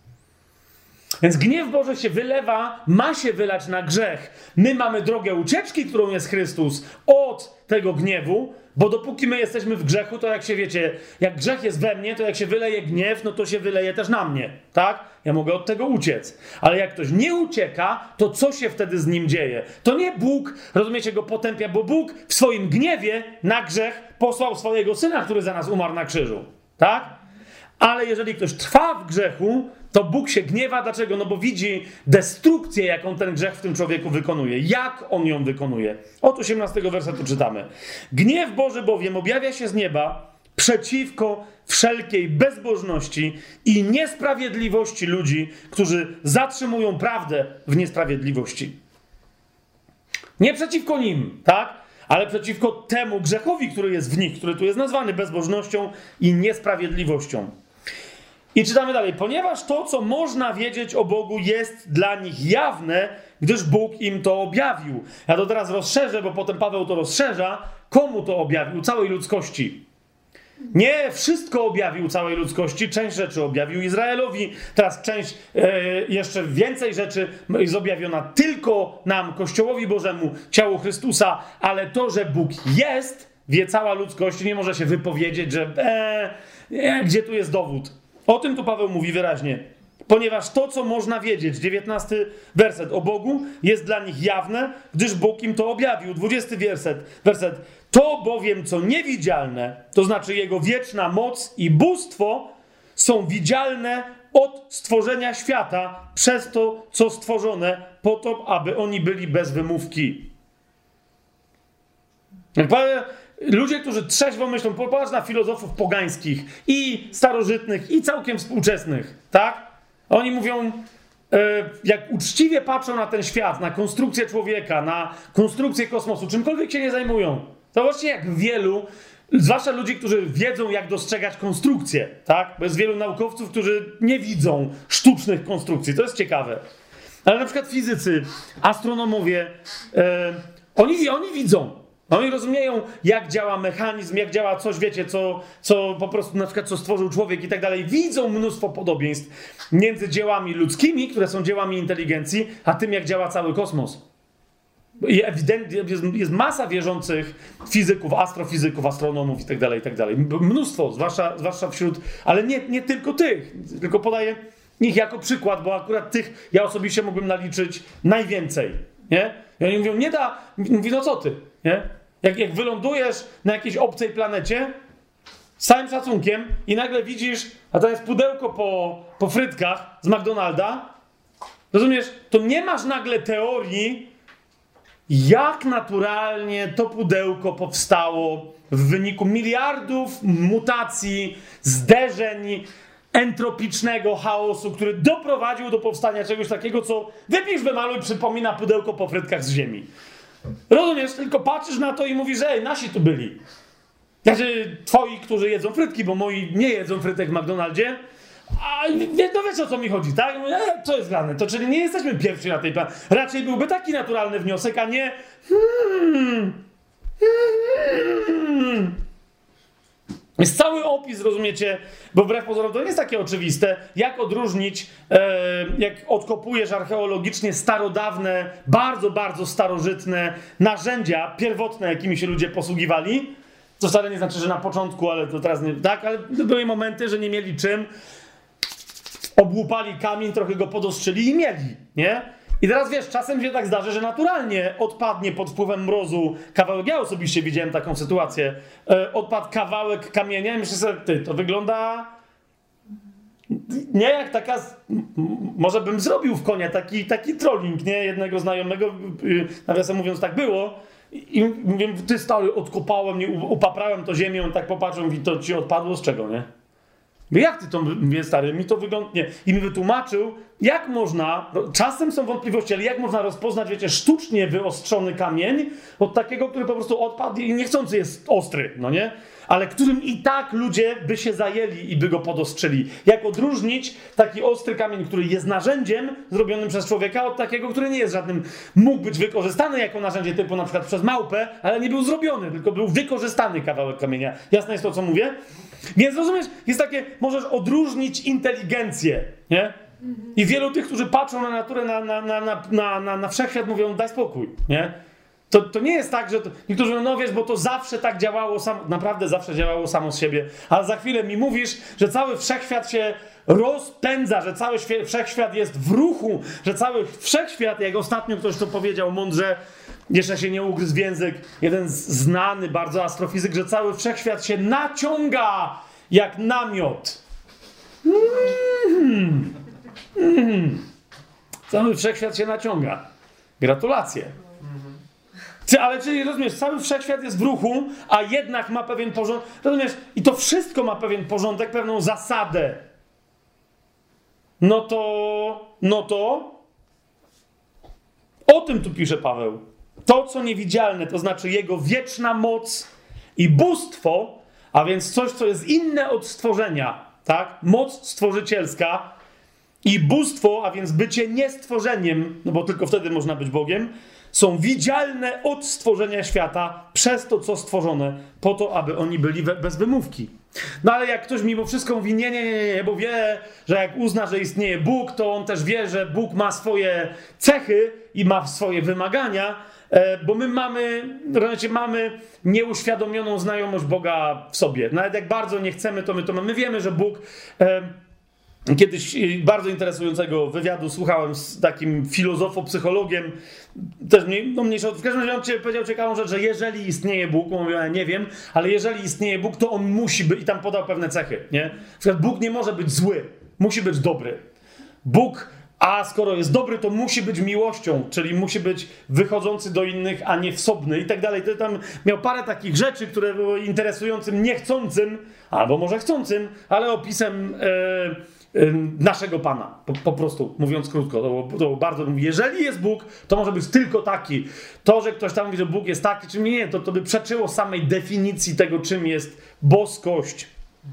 Więc gniew Boży się wylewa, ma się wylać na grzech. My mamy drogę ucieczki, którą jest Chrystus, od tego gniewu, bo dopóki my jesteśmy w grzechu, to jak się wiecie, jak grzech jest we mnie, to jak się wyleje gniew, no to się wyleje też na mnie. Tak? Ja mogę od tego uciec. Ale jak ktoś nie ucieka, to co się wtedy z nim dzieje? To nie Bóg, rozumiecie, go potępia, bo Bóg w swoim gniewie na grzech posłał swojego Syna, który za nas umarł na krzyżu. Tak? Ale jeżeli ktoś trwa w grzechu, to Bóg się gniewa. Dlaczego? No bo widzi destrukcję, jaką ten grzech w tym człowieku wykonuje. Jak on ją wykonuje. Od osiemnastego wersetu czytamy. Gniew Boży bowiem objawia się z nieba przeciwko wszelkiej bezbożności i niesprawiedliwości ludzi, którzy zatrzymują prawdę w niesprawiedliwości. Nie przeciwko nim, tak? Ale przeciwko temu grzechowi, który jest w nich, który tu jest nazwany bezbożnością i niesprawiedliwością. I czytamy dalej. Ponieważ to, co można wiedzieć o Bogu, jest dla nich jawne, gdyż Bóg im to objawił. Ja to teraz rozszerzę, bo potem Paweł to rozszerza. Komu to objawił? Całej ludzkości. Nie wszystko objawił całej ludzkości, część rzeczy objawił Izraelowi, teraz część, e, jeszcze więcej rzeczy jest objawiona tylko nam, Kościołowi Bożemu, ciału Chrystusa, ale to, że Bóg jest, wie cała ludzkość, nie może się wypowiedzieć, że e, e, gdzie tu jest dowód. O tym tu Paweł mówi wyraźnie. Ponieważ to, co można wiedzieć, dziewiętnasty werset o Bogu, jest dla nich jawne, gdyż Bóg im to objawił. dwudziesty werset, werset. To bowiem, co niewidzialne, to znaczy Jego wieczna moc i bóstwo, są widzialne od stworzenia świata przez to, co stworzone, po to, aby oni byli bez wymówki. Ludzie, którzy trzeźwo myślą, popatrz na filozofów pogańskich i starożytnych, i całkiem współczesnych, tak? Oni mówią, jak uczciwie patrzą na ten świat, na konstrukcję człowieka, na konstrukcję kosmosu, czymkolwiek się nie zajmują, to właśnie jak wielu, zwłaszcza ludzi, którzy wiedzą, jak dostrzegać konstrukcję, tak? Bo jest wielu naukowców, którzy nie widzą sztucznych konstrukcji. To jest ciekawe. Ale na przykład fizycy, astronomowie, e, oni, oni widzą. Oni rozumieją, jak działa mechanizm, jak działa coś, wiecie, co, co po prostu na przykład co stworzył człowiek i tak dalej. Widzą mnóstwo podobieństw między dziełami ludzkimi, które są dziełami inteligencji, a tym, jak działa cały kosmos. I ewidentnie jest, jest masa wierzących fizyków, astrofizyków, astronomów i tak dalej, i tak dalej. Mnóstwo, zwłaszcza, zwłaszcza wśród, ale nie, nie tylko tych, tylko podaję ich jako przykład, bo akurat tych ja osobiście mógłbym naliczyć najwięcej, nie? I oni mówią, nie da, mówi, no co ty, nie? Jak, jak wylądujesz na jakiejś obcej planecie, z całym szacunkiem, i nagle widzisz, a to jest pudełko po, po frytkach z McDonalda, rozumiesz, to nie masz nagle teorii, jak naturalnie to pudełko powstało w wyniku miliardów mutacji, zderzeń, entropicznego chaosu, który doprowadził do powstania czegoś takiego, co wypisz, wymaluj, przypomina pudełko po frytkach z ziemi. Rozumiesz? Tylko patrzysz na to i mówisz, ej, nasi tu byli. Znaczy twoi, którzy jedzą frytki, bo moi nie jedzą frytek w McDonaldzie, A wie, no wiecie, o co mi chodzi, tak? Mówię, e, co jest grane? To czyli nie jesteśmy pierwsi na tej planie. Raczej byłby taki naturalny wniosek, a nie hmm, hmm. Jest cały opis, rozumiecie, bo wbrew pozorom to nie jest takie oczywiste, jak odróżnić, e, jak odkopujesz archeologicznie starodawne, bardzo, bardzo starożytne narzędzia pierwotne, jakimi się ludzie posługiwali. To wcale nie znaczy, że na początku, ale to teraz nie, tak, ale były momenty, że nie mieli czym, obłupali kamień, trochę go podostrzyli i mieli, nie? I teraz wiesz, czasem się tak zdarzy, że naturalnie odpadnie pod wpływem mrozu kawałek, ja osobiście widziałem taką sytuację, e, odpadł kawałek kamienia i myślę sobie, ty, to wygląda nie jak taka, może bym zrobił w konia taki, taki trolling, nie, jednego znajomego, yy, nawiasem mówiąc tak było i, i mówię, ty stary, odkopałem, nie, upaprałem to ziemią, on tak popatrzył, mówi, to ci odpadło z czego, nie? Mówię, jak ty to, mówię, stary, mi to wygląda, nie. I mi wytłumaczył, jak można, czasem są wątpliwości, ale jak można rozpoznać, wiecie, sztucznie wyostrzony kamień od takiego, który po prostu odpadł i niechcący jest ostry, no nie? Ale którym i tak ludzie by się zajęli i by go podostrzyli. Jak odróżnić taki ostry kamień, który jest narzędziem zrobionym przez człowieka, od takiego, który nie jest żadnym, mógł być wykorzystany jako narzędzie typu na przykład przez małpę, ale nie był zrobiony, tylko był wykorzystany kawałek kamienia. Jasne jest to, co mówię? Więc rozumiesz, jest takie, możesz odróżnić inteligencję, nie? I wielu tych, którzy patrzą na naturę, na, na, na, na, na, na, na wszechświat, mówią, daj spokój, nie? To, to nie jest tak, że to, niektórzy mówią, no wiesz, bo to zawsze tak działało, sam, naprawdę zawsze działało samo z siebie, ale za chwilę mi mówisz, że cały wszechświat się rozpędza, że cały świe, wszechświat jest w ruchu, że cały wszechświat, jak ostatnio ktoś to powiedział mądrze, jeszcze się nie ugryzł w język, jeden znany bardzo astrofizyk, że cały wszechświat się naciąga jak namiot. Mm. Mm. Cały wszechświat się naciąga. Gratulacje. Ty, ale czyli rozumiesz, cały wszechświat jest w ruchu, a jednak ma pewien porządek. Rozumiesz, i to wszystko ma pewien porządek, pewną zasadę. No to, no to o tym tu pisze Paweł. To, co niewidzialne, to znaczy jego wieczna moc i bóstwo, a więc coś, co jest inne od stworzenia, tak? Moc stworzycielska i bóstwo, a więc bycie niestworzeniem, no bo tylko wtedy można być Bogiem, są widzialne od stworzenia świata przez to, co stworzone, po to, aby oni byli we, bez wymówki. No ale jak ktoś mimo wszystko mówi nie, nie, nie, nie, bo wie, że jak uzna, że istnieje Bóg, to on też wie, że Bóg ma swoje cechy i ma swoje wymagania, e, bo my mamy, znaczy mamy nieuświadomioną znajomość Boga w sobie. Nawet jak bardzo nie chcemy, to my to mamy. My wiemy, że Bóg... E, Kiedyś bardzo interesującego wywiadu słuchałem z takim filozofo-psychologiem, też mniej, no mniejsza, w każdym razie on powiedział ciekawą rzecz, że jeżeli istnieje Bóg, mówię, ja nie wiem, ale jeżeli istnieje Bóg, to on musi być, i tam podał pewne cechy, nie? Na przykład Bóg nie może być zły, musi być dobry. Bóg, a skoro jest dobry, to musi być miłością, czyli musi być wychodzący do innych, a nie wsobny i tak dalej. To tam miał parę takich rzeczy, które były interesującym, niechcącym, albo może chcącym, ale opisem... E, naszego Pana, po, po prostu, mówiąc krótko, to było, to było bardzo, jeżeli jest Bóg, to może być tylko taki. To, że ktoś tam mówi, że Bóg jest taki, czy nie, to, to by przeczyło samej definicji tego, czym jest boskość.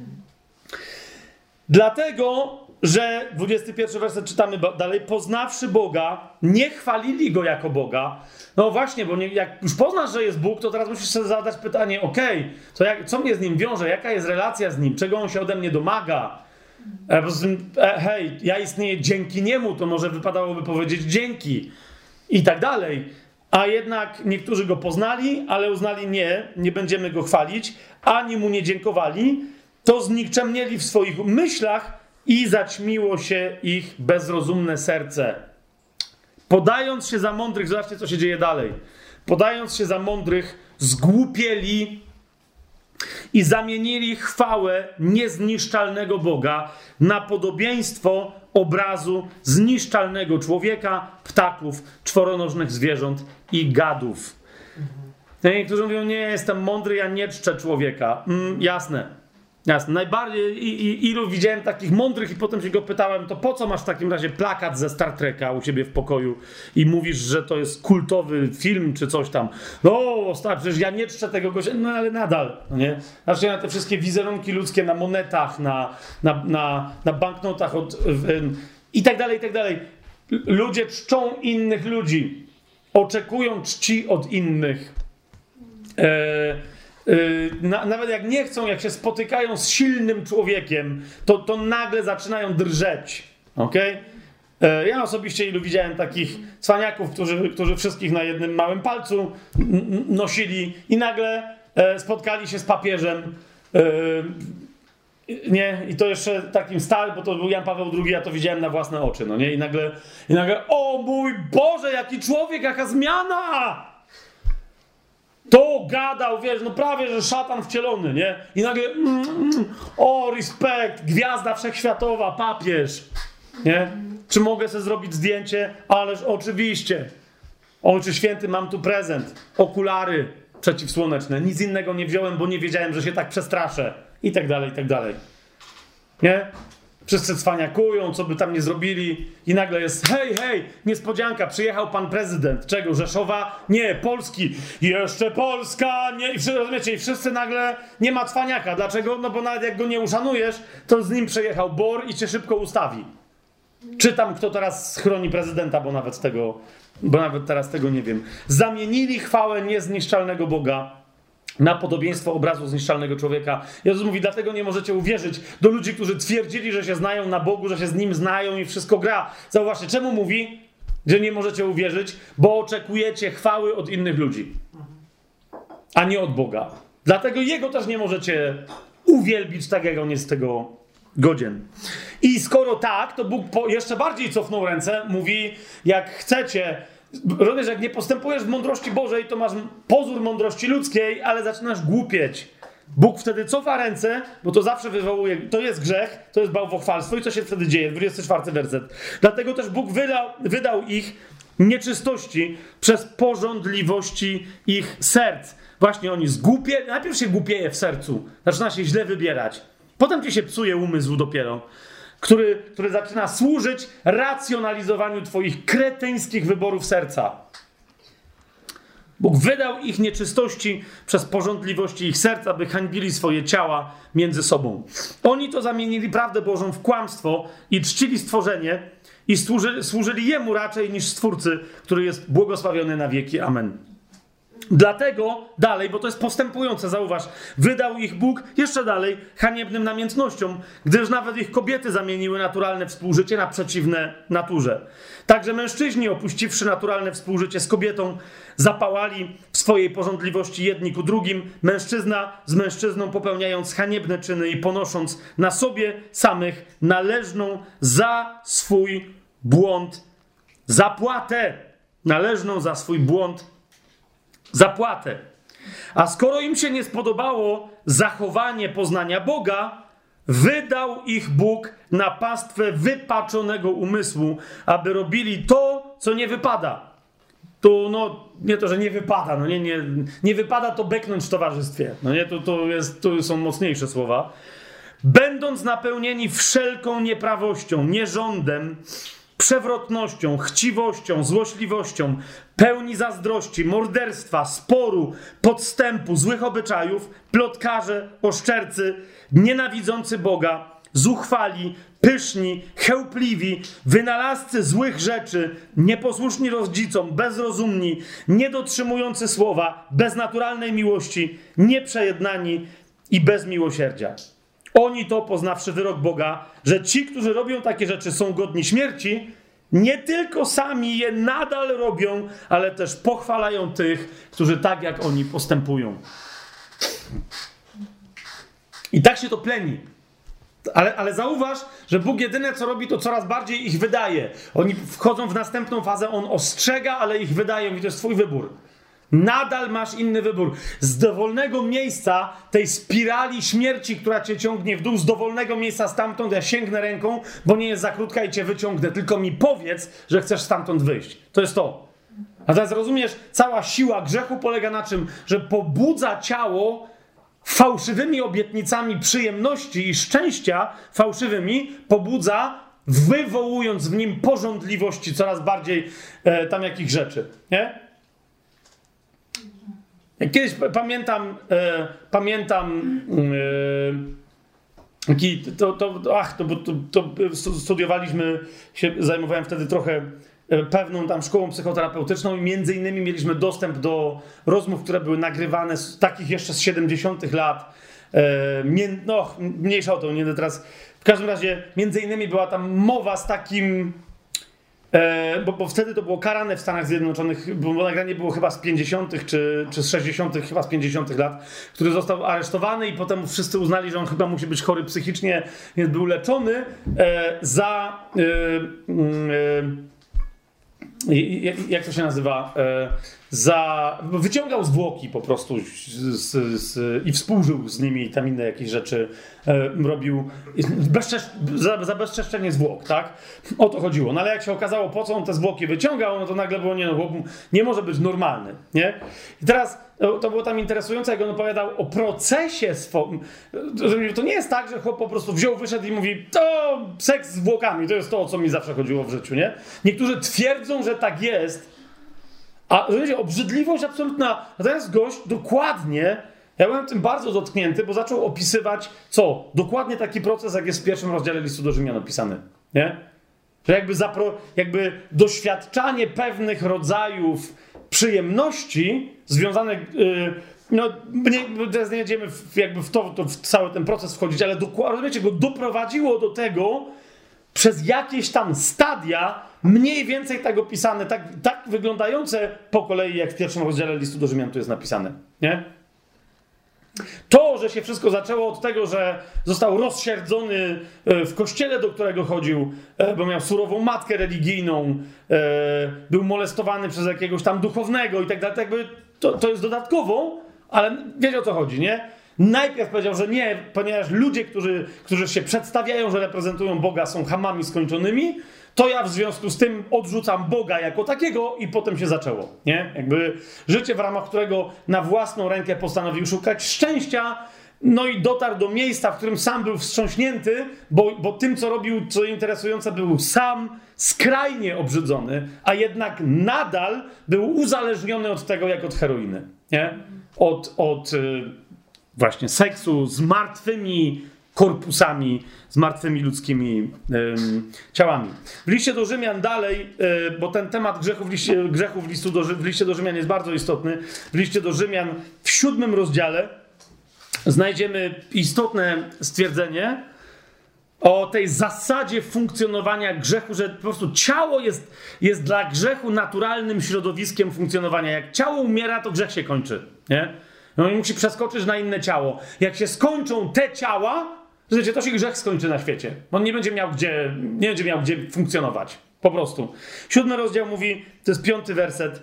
Dlatego, że dwudziesty pierwszy werset czytamy dalej, poznawszy Boga, nie chwalili Go jako Boga. No właśnie, bo nie, jak już poznasz, że jest Bóg, to teraz musisz sobie zadać pytanie, okej, okay, to jak, co mnie z Nim wiąże, jaka jest relacja z Nim, czego On się ode mnie domaga? E, po prostu, e, hej, ja istnieję dzięki Niemu, to może wypadałoby powiedzieć dzięki i tak dalej. A jednak niektórzy Go poznali, ale uznali nie, nie będziemy Go chwalić, ani Mu nie dziękowali, to znikczemnieli w swoich myślach i zaćmiło się ich bezrozumne serce. Podając się za mądrych, zobaczcie, co się dzieje dalej. Podając się za mądrych, zgłupieli i zamienili chwałę niezniszczalnego Boga na podobieństwo obrazu zniszczalnego człowieka, ptaków, czworonożnych zwierząt i gadów. Mhm. Niektórzy mówią, nie, jestem mądry, ja nie czczę człowieka. Mm, jasne. Jasne. Najbardziej, i, i, ilu widziałem takich mądrych i potem się go pytałem, to po co masz w takim razie plakat ze Star Treka u siebie w pokoju i mówisz, że to jest kultowy film czy coś tam. No, stary, przecież ja nie czczę tego gościa, no ale nadal, no nie? Znaczy na te wszystkie wizerunki ludzkie na monetach, na, na, na, na banknotach od, w, i tak dalej, i tak dalej. Ludzie czczą innych ludzi, oczekują czci od innych. E, Na, nawet jak nie chcą, jak się spotykają z silnym człowiekiem, to, to nagle zaczynają drżeć. Okay? E, ja osobiście ilu widziałem takich cwaniaków, którzy, którzy wszystkich na jednym małym palcu n- nosili i nagle e, spotkali się z papieżem. E, nie, i to jeszcze takim starym, bo to był Jan Paweł drugi, ja to widziałem na własne oczy, no nie? I nagle, i nagle, o mój Boże, jaki człowiek, jaka zmiana! To gadał, wiesz, no prawie, że szatan wcielony, nie? I nagle, mm, mm, o, respekt, gwiazda wszechświatowa, papież, nie? Czy mogę sobie zrobić zdjęcie? Ależ oczywiście. Ojcze Święty, mam tu prezent. Okulary przeciwsłoneczne. Nic innego nie wziąłem, bo nie wiedziałem, że się tak przestraszę. I tak dalej, i tak dalej. Nie? Wszyscy cwaniakują, co by tam nie zrobili i nagle jest hej, hej, niespodzianka, przyjechał pan prezydent. Czego? Rzeszowa? Nie, Polski. Jeszcze Polska, nie. I wszyscy, rozumiecie, i wszyscy nagle nie ma cwaniaka. Dlaczego? No bo nawet jak go nie uszanujesz, to z nim przejechał B O R i cię szybko ustawi. Czytam, kto teraz chroni prezydenta, bo nawet tego, bo nawet teraz tego nie wiem. Zamienili chwałę niezniszczalnego Boga na podobieństwo obrazu zniszczalnego człowieka. Jezus mówi, dlatego nie możecie uwierzyć do ludzi, którzy twierdzili, że się znają na Bogu, że się z Nim znają i wszystko gra. Zauważcie, czemu mówi, że nie możecie uwierzyć? Bo oczekujecie chwały od innych ludzi, a nie od Boga. Dlatego Jego też nie możecie uwielbić tak, jak On jest tego godzien. I skoro tak, to Bóg po, jeszcze bardziej cofnął ręce, mówi, jak chcecie, rozumiesz, jak nie postępujesz w mądrości Bożej, to masz pozór mądrości ludzkiej, ale zaczynasz głupieć. Bóg wtedy cofa ręce, bo to zawsze wywołuje, to jest grzech, to jest bałwochwalstwo i co się wtedy dzieje? dwudziesty czwarty werset. Dlatego też Bóg wydał, wydał ich nieczystości przez pożądliwości ich serc. Właśnie oni zgłupie, najpierw się głupieje w sercu, zaczyna się źle wybierać. Potem ci się psuje umysł dopiero, który, który zaczyna służyć racjonalizowaniu twoich kretyńskich wyborów serca. Bóg wydał ich nieczystości przez pożądliwości ich serca, by hańbili swoje ciała między sobą. Oni to zamienili prawdę Bożą w kłamstwo i czcili stworzenie i służy, służyli Jemu raczej niż Stwórcy, który jest błogosławiony na wieki. Amen. Dlatego dalej, bo to jest postępujące, zauważ, wydał ich Bóg jeszcze dalej haniebnym namiętnościom, gdyż nawet ich kobiety zamieniły naturalne współżycie na przeciwne naturze. Także mężczyźni, opuściwszy naturalne współżycie z kobietą, zapałali w swojej pożądliwości jedni ku drugim, mężczyzna z mężczyzną popełniając haniebne czyny i ponosząc na sobie samych należną za swój błąd zapłatę. Należną za swój błąd zapłatę. A skoro im się nie spodobało zachowanie poznania Boga, wydał ich Bóg na pastwę wypaczonego umysłu, aby robili to, co nie wypada. Tu, no, nie to, że nie wypada, no nie, nie, nie wypada to beknąć w towarzystwie. No nie, to, to, jest, to są mocniejsze słowa. Będąc napełnieni wszelką nieprawością, nierządem, przewrotnością, chciwością, złośliwością, pełni zazdrości, morderstwa, sporu, podstępu, złych obyczajów, plotkarze, oszczercy, nienawidzący Boga, zuchwali, pyszni, chełpliwi, wynalazcy złych rzeczy, nieposłuszni rodzicom, bezrozumni, niedotrzymujący słowa, bez naturalnej miłości, nieprzejednani i bez miłosierdzia. Oni to, poznawszy wyrok Boga, że ci, którzy robią takie rzeczy, są godni śmierci, nie tylko sami je nadal robią, ale też pochwalają tych, którzy tak jak oni postępują. I tak się to pleni. Ale, ale zauważ, że Bóg jedyne co robi, to coraz bardziej ich wydaje. Oni wchodzą w następną fazę, On ostrzega, ale ich wydają i to jest twój wybór. Nadal masz inny wybór. Z dowolnego miejsca, tej spirali śmierci, która cię ciągnie w dół, z dowolnego miejsca stamtąd ja sięgnę ręką, bo nie jest za krótka i cię wyciągnę. Tylko mi powiedz, że chcesz stamtąd wyjść. To jest to. A teraz rozumiesz, cała siła grzechu polega na czym? Że pobudza ciało fałszywymi obietnicami przyjemności i szczęścia, fałszywymi, pobudza, wywołując w nim pożądliwości coraz bardziej e, tam jakich rzeczy, nie? Jak kiedyś pamiętam, e, pamiętam e, taki, to, to, ach, to, to, to studiowaliśmy, się zajmowałem wtedy trochę pewną tam szkołą psychoterapeutyczną i między innymi mieliśmy dostęp do rozmów, które były nagrywane z takich jeszcze z siedemdziesiątych lat. E, nie, no, mniejsza o to, nie będę teraz. W każdym razie między innymi była tam mowa z takim, e, bo, bo wtedy to było karane w Stanach Zjednoczonych, bo nagranie było chyba z pięćdziesiątych czy, czy z sześćdziesiątych, chyba z pięćdziesiątych lat, który został aresztowany i potem wszyscy uznali, że on chyba musi być chory psychicznie, więc był leczony e, za... E, e, jak to się nazywa, za, wyciągał zwłoki po prostu z, z, i współżył z nimi, tam inne jakieś rzeczy robił, bezczesz, za, za bezczeszczenie zwłok, tak? O to chodziło. No ale jak się okazało, po co on te zwłoki wyciągał, no to nagle było, nie, no, nie może być normalny, nie? I teraz to było tam interesujące, jak on opowiadał o procesie swoim. To nie jest tak, że chłop po prostu wziął, wyszedł i mówi, to seks z zwłokami, to jest to, o co mi zawsze chodziło w życiu, nie? Niektórzy twierdzą, że tak jest, a wiecie, obrzydliwość absolutna. Natomiast gość dokładnie, ja byłem tym bardzo dotknięty, bo zaczął opisywać, co? Dokładnie taki proces, jak jest w pierwszym rozdziale listu do Rzymian opisany, nie? Że jakby, zapro, jakby doświadczanie pewnych rodzajów przyjemności związanych, yy, no nie, teraz nie będziemy w, jakby w, to, to, w cały ten proces wchodzić, ale dokładnie, rozumiecie, go doprowadziło do tego przez jakieś tam stadia, mniej więcej tak opisane, tak, tak wyglądające po kolei, jak w pierwszym rozdziale listu do Rzymian tu jest napisane, nie? To, że się wszystko zaczęło od tego, że został rozsierdzony w kościele, do którego chodził, bo miał surową matkę religijną, był molestowany przez jakiegoś tam duchownego i tak dalej, jakby to, to jest dodatkowo, ale wiecie, o co chodzi, nie? Najpierw powiedział, że nie, ponieważ ludzie, którzy, którzy się przedstawiają, że reprezentują Boga, są chamami skończonymi, to ja w związku z tym odrzucam Boga jako takiego i potem się zaczęło, nie? Jakby życie, w ramach którego na własną rękę postanowił szukać szczęścia, no i dotarł do miejsca, w którym sam był wstrząśnięty, bo, bo tym, co robił, co interesujące, był sam skrajnie obrzydzony, a jednak nadal był uzależniony od tego, jak od heroiny, nie? Od, od właśnie seksu z martwymi korpusami, z martwymi ludzkimi ym, ciałami. W liście do Rzymian dalej, yy, bo ten temat grzechów, liście, grzechów listu do, w liście do Rzymian jest bardzo istotny. W liście do Rzymian w siódmym rozdziale znajdziemy istotne stwierdzenie o tej zasadzie funkcjonowania grzechu, że po prostu ciało jest, jest dla grzechu naturalnym środowiskiem funkcjonowania. Jak ciało umiera, to grzech się kończy, nie? No i musi przeskoczyć na inne ciało. Jak się skończą te ciała, wiecie, to się grzech skończy na świecie. On nie będzie miał gdzie, nie będzie miał gdzie funkcjonować. Po prostu. Siódmy rozdział mówi, to jest piąty werset.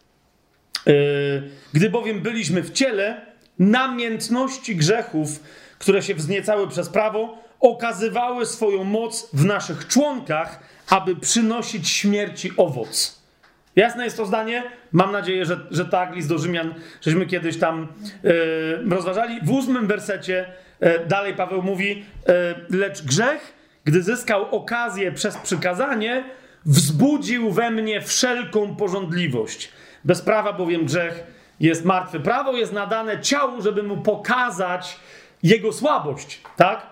Yy, Gdy bowiem byliśmy w ciele, namiętności grzechów, które się wzniecały przez prawo, okazywały swoją moc w naszych członkach, aby przynosić śmierci owoc. Jasne jest to zdanie? Mam nadzieję, że, że tak, list do Rzymian, żeśmy kiedyś tam yy, rozważali. W ósmym wersecie yy, dalej Paweł mówi, yy, lecz grzech, gdy zyskał okazję przez przykazanie, wzbudził we mnie wszelką pożądliwość. Bez prawa bowiem grzech jest martwy. Prawo jest nadane ciału, żeby mu pokazać jego słabość, tak?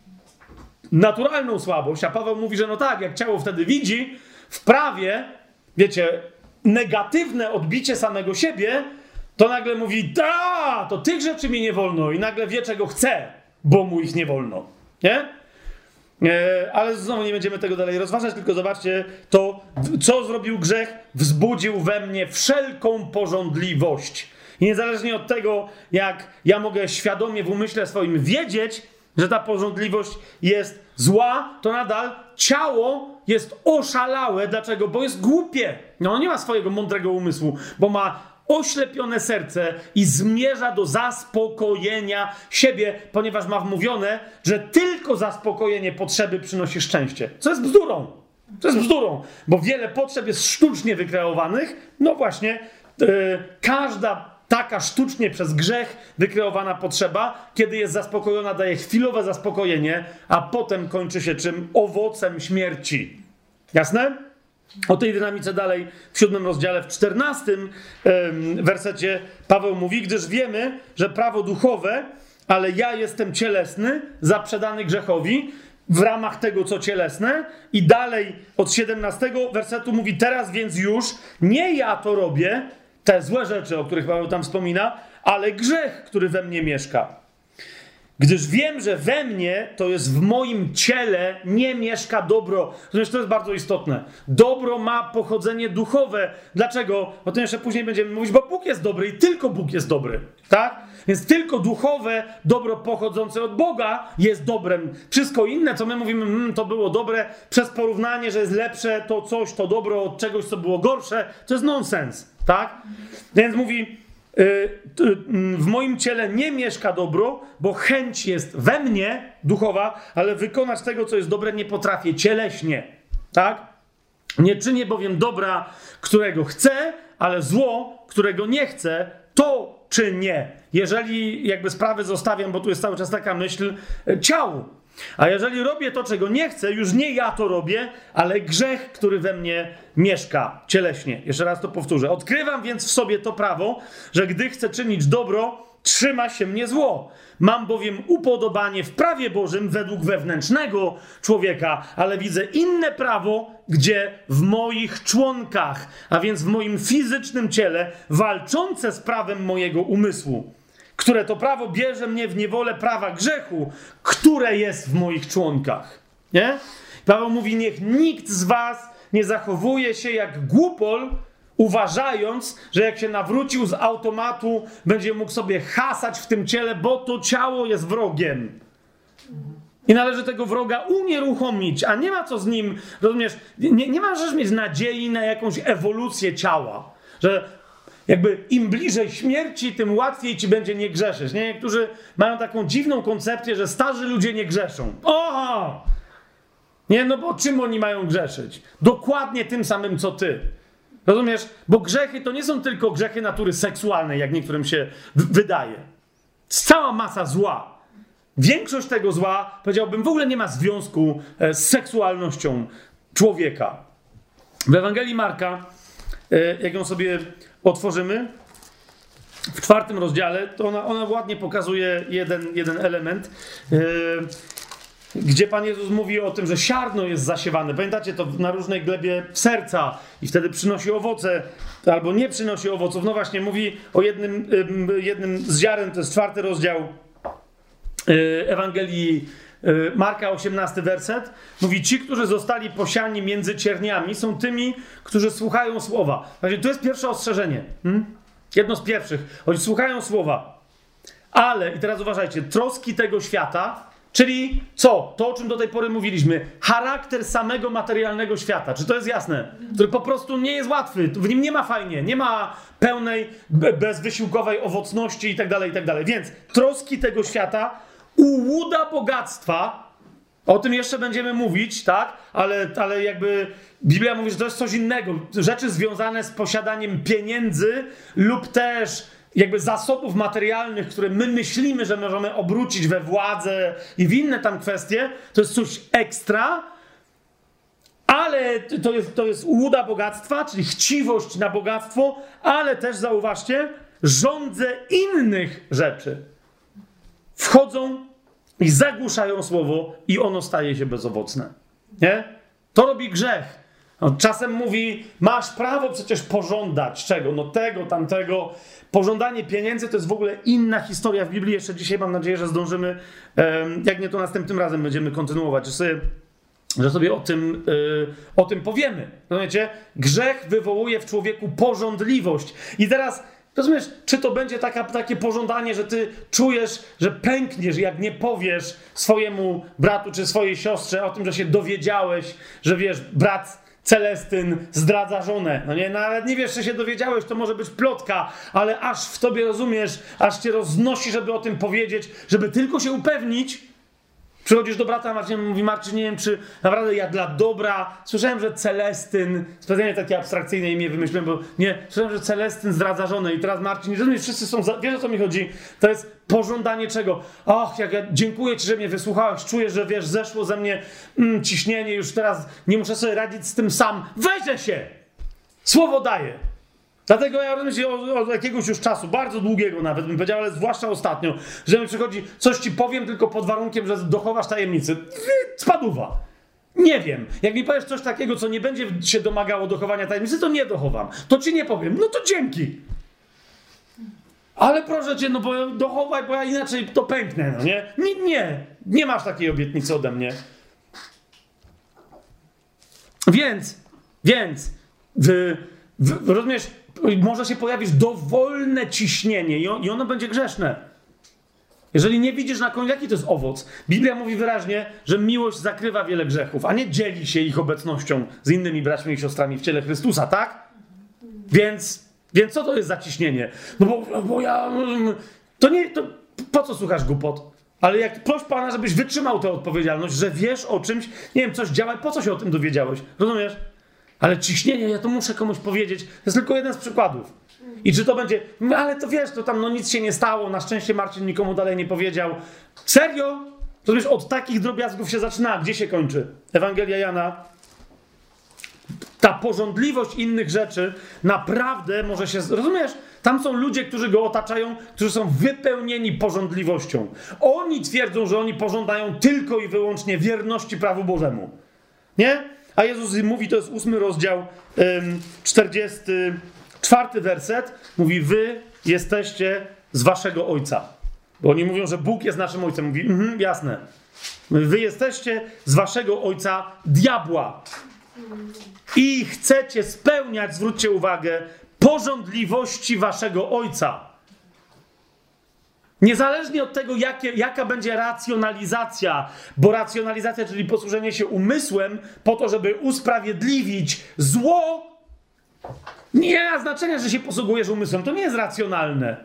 Naturalną słabość, a Paweł mówi, że no tak, jak ciało wtedy widzi w prawie, wiecie, negatywne odbicie samego siebie, to nagle mówi, da, to tych rzeczy mi nie wolno i nagle wie, czego chce, bo mu ich nie wolno, nie? E, ale znowu nie będziemy tego dalej rozważać, tylko zobaczcie to, co zrobił grzech, wzbudził we mnie wszelką pożądliwość. I niezależnie od tego, jak ja mogę świadomie w umyśle swoim wiedzieć, że ta pożądliwość jest zła, to nadal ciało jest oszalałe. Dlaczego? Bo jest głupie. No, ono nie ma swojego mądrego umysłu, bo ma oślepione serce i zmierza do zaspokojenia siebie, ponieważ ma wmówione, że tylko zaspokojenie potrzeby przynosi szczęście. Co jest bzdurą. To jest bzdurą, bo wiele potrzeb jest sztucznie wykreowanych. No właśnie, yy, każda taka sztucznie przez grzech wykreowana potrzeba, kiedy jest zaspokojona, daje chwilowe zaspokojenie, a potem kończy się czym? Owocem śmierci. Jasne? O tej dynamice dalej w siódmym rozdziale, w czternastym ym, wersecie Paweł mówi, gdyż wiemy, że prawo duchowe, ale ja jestem cielesny, zaprzedany grzechowi, w ramach tego, co cielesne. I dalej od siedemnastego wersetu mówi, teraz więc już nie ja to robię, te złe rzeczy, o których Paweł tam wspomina, ale grzech, który we mnie mieszka. Gdyż wiem, że we mnie, to jest w moim ciele, nie mieszka dobro. Zresztą to jest bardzo istotne. Dobro ma pochodzenie duchowe. Dlaczego? O tym jeszcze później będziemy mówić, bo Bóg jest dobry i tylko Bóg jest dobry. Tak? Więc tylko duchowe dobro pochodzące od Boga jest dobrem. Wszystko inne, co my mówimy, mmm, to było dobre, przez porównanie, że jest lepsze to coś, to dobro od czegoś, co było gorsze, to jest nonsens. Tak? Więc mówi, w moim ciele nie mieszka dobro, bo chęć jest we mnie, duchowa, ale wykonać tego, co jest dobre, nie potrafię cieleśnie. Tak? Nie czynię bowiem dobra, którego chcę, ale zło, którego nie chcę, to czynię. Jeżeli jakby sprawy zostawiam, bo tu jest cały czas taka myśl, ciału. A jeżeli robię to, czego nie chcę, już nie ja to robię, ale grzech, który we mnie mieszka cieleśnie. Jeszcze raz to powtórzę. Odkrywam więc w sobie to prawo, że gdy chcę czynić dobro, trzyma się mnie zło. Mam bowiem upodobanie w prawie Bożym według wewnętrznego człowieka, ale widzę inne prawo, gdzie w moich członkach, a więc w moim fizycznym ciele, walczące z prawem mojego umysłu, które to prawo bierze mnie w niewolę prawa grzechu, które jest w moich członkach. Nie? Paweł mówi, niech nikt z was nie zachowuje się jak głupol, uważając, że jak się nawrócił z automatu, będzie mógł sobie hasać w tym ciele, bo to ciało jest wrogiem. I należy tego wroga unieruchomić, a nie ma co z nim, rozumiesz, nie, nie możesz mieć nadziei na jakąś ewolucję ciała, że jakby im bliżej śmierci, tym łatwiej ci będzie nie grzeszyć. Nie? Niektórzy mają taką dziwną koncepcję, że starzy ludzie nie grzeszą. Oho! Nie, no bo czym oni mają grzeszyć? Dokładnie tym samym, co ty. Rozumiesz? Bo grzechy to nie są tylko grzechy natury seksualnej, jak niektórym się w- wydaje. Jest cała masa zła. Większość tego zła, powiedziałbym, w ogóle nie ma związku e, z seksualnością człowieka. W Ewangelii Marka, e, jak ją sobie otworzymy, w czwartym rozdziale, to ona, ona ładnie pokazuje jeden, jeden element, e, gdzie Pan Jezus mówi o tym, że ziarno jest zasiewane. Pamiętacie to na różnej glebie serca i wtedy przynosi owoce, albo nie przynosi owoców. No właśnie, mówi o jednym, jednym z ziaren, to jest czwarty rozdział Ewangelii Marka, osiemnasty werset. Mówi, ci, którzy zostali posiani między cierniami, są tymi, którzy słuchają słowa. Właśnie to jest pierwsze ostrzeżenie. Hmm? Jedno z pierwszych. Oni słuchają słowa. Ale, i teraz uważajcie, troski tego świata, czyli co? To, o czym do tej pory mówiliśmy. Charakter samego materialnego świata. Czy to jest jasne? Który po prostu nie jest łatwy. W nim nie ma fajnie. Nie ma pełnej, bezwysiłkowej owocności i tak dalej, i tak dalej. Więc troski tego świata, ułuda bogactwa, o tym jeszcze będziemy mówić, tak? Ale, ale jakby Biblia mówi, że to jest coś innego. Rzeczy związane z posiadaniem pieniędzy lub też jakby zasobów materialnych, które my myślimy, że możemy obrócić we władzę i w inne tam kwestie, to jest coś ekstra, ale to jest, to jest ułuda bogactwa, czyli chciwość na bogactwo, ale też zauważcie, żądze innych rzeczy wchodzą i zagłuszają słowo i ono staje się bezowocne. Nie? To robi grzech. No, czasem mówi, masz prawo przecież pożądać czego? No tego, tamtego. Pożądanie pieniędzy to jest w ogóle inna historia w Biblii. Jeszcze dzisiaj mam nadzieję, że zdążymy, um, jak nie to następnym razem będziemy kontynuować, że sobie, że sobie o tym, yy, o tym powiemy. Rozumiecie? Grzech wywołuje w człowieku pożądliwość. I teraz rozumiesz, czy to będzie taka, takie pożądanie, że ty czujesz, że pękniesz, jak nie powiesz swojemu bratu czy swojej siostrze o tym, że się dowiedziałeś, że wiesz, brat Celestyn zdradza żonę. No nie, nawet nie wiesz, czy się dowiedziałeś, to może być plotka, ale aż w tobie rozumiesz, aż cię roznosi, żeby o tym powiedzieć, żeby tylko się upewnić, Przychodzisz do brata Marcina, mówi Marcin, nie wiem, czy naprawdę ja dla dobra... Słyszałem, że Celestyn, specjalnie takie abstrakcyjne imię wymyśliłem, bo nie, słyszałem, że Celestyn zdradza żonę i teraz Marcin, nie rozumiesz, wszyscy są... Za... Wiesz, o co mi chodzi? To jest pożądanie czego? Och, jak ja dziękuję ci, że mnie wysłuchałeś, czuję, że wiesz, zeszło ze mnie mm, ciśnienie, już teraz nie muszę sobie radzić z tym sam. Weźę się! Słowo daję. Dlatego ja myślę od jakiegoś już czasu, bardzo długiego nawet bym powiedział, ale zwłaszcza ostatnio, że mi przychodzi, coś ci powiem tylko pod warunkiem, że dochowasz tajemnicy. Spaduwa. Nie wiem. Jak mi powiesz coś takiego, co nie będzie się domagało dochowania tajemnicy, to nie dochowam. To ci nie powiem. No to dzięki. Ale proszę cię, no bo dochowaj, bo ja inaczej to pęknę, no nie? Nie, nie. Nie masz takiej obietnicy ode mnie. Więc, więc, w, w, rozumiesz, może się pojawić dowolne ciśnienie i, on, i ono będzie grzeszne. Jeżeli nie widzisz na końcu, jaki to jest owoc. Biblia mówi wyraźnie, że miłość zakrywa wiele grzechów, a nie dzieli się ich obecnością z innymi braćmi i siostrami w ciele Chrystusa, tak? Więc, więc co to jest za ciśnienie? No bo, bo ja... To nie... To, po co słuchasz głupot? Ale jak proś Pana, żebyś wytrzymał tę odpowiedzialność, że wiesz o czymś, nie wiem, coś działa, po co się o tym dowiedziałeś? Rozumiesz? Ale ciśnienie, ja to muszę komuś powiedzieć. To jest tylko jeden z przykładów. I czy to będzie, ale to wiesz, to tam no nic się nie stało, na szczęście Marcin nikomu dalej nie powiedział. Serio? To wiesz, od takich drobiazgów się zaczyna, a gdzie się kończy? Ewangelia Jana. Ta pożądliwość innych rzeczy naprawdę może się, rozumiesz? Tam są ludzie, którzy go otaczają, którzy są wypełnieni pożądliwością. Oni twierdzą, że oni pożądają tylko i wyłącznie wierności prawu Bożemu. Nie? A Jezus mówi, to jest ósmy rozdział, czterdziesty czwarty werset, mówi, wy jesteście z waszego ojca. Bo oni mówią, że Bóg jest naszym ojcem. Mówi, mhm, jasne. Wy jesteście z waszego ojca diabła. I chcecie spełniać, zwróćcie uwagę, pożądliwości waszego ojca. Niezależnie od tego, jakie, jaka będzie racjonalizacja, bo racjonalizacja, czyli posłużenie się umysłem po to, żeby usprawiedliwić zło, nie ma znaczenia, że się posługujesz umysłem. To nie jest racjonalne.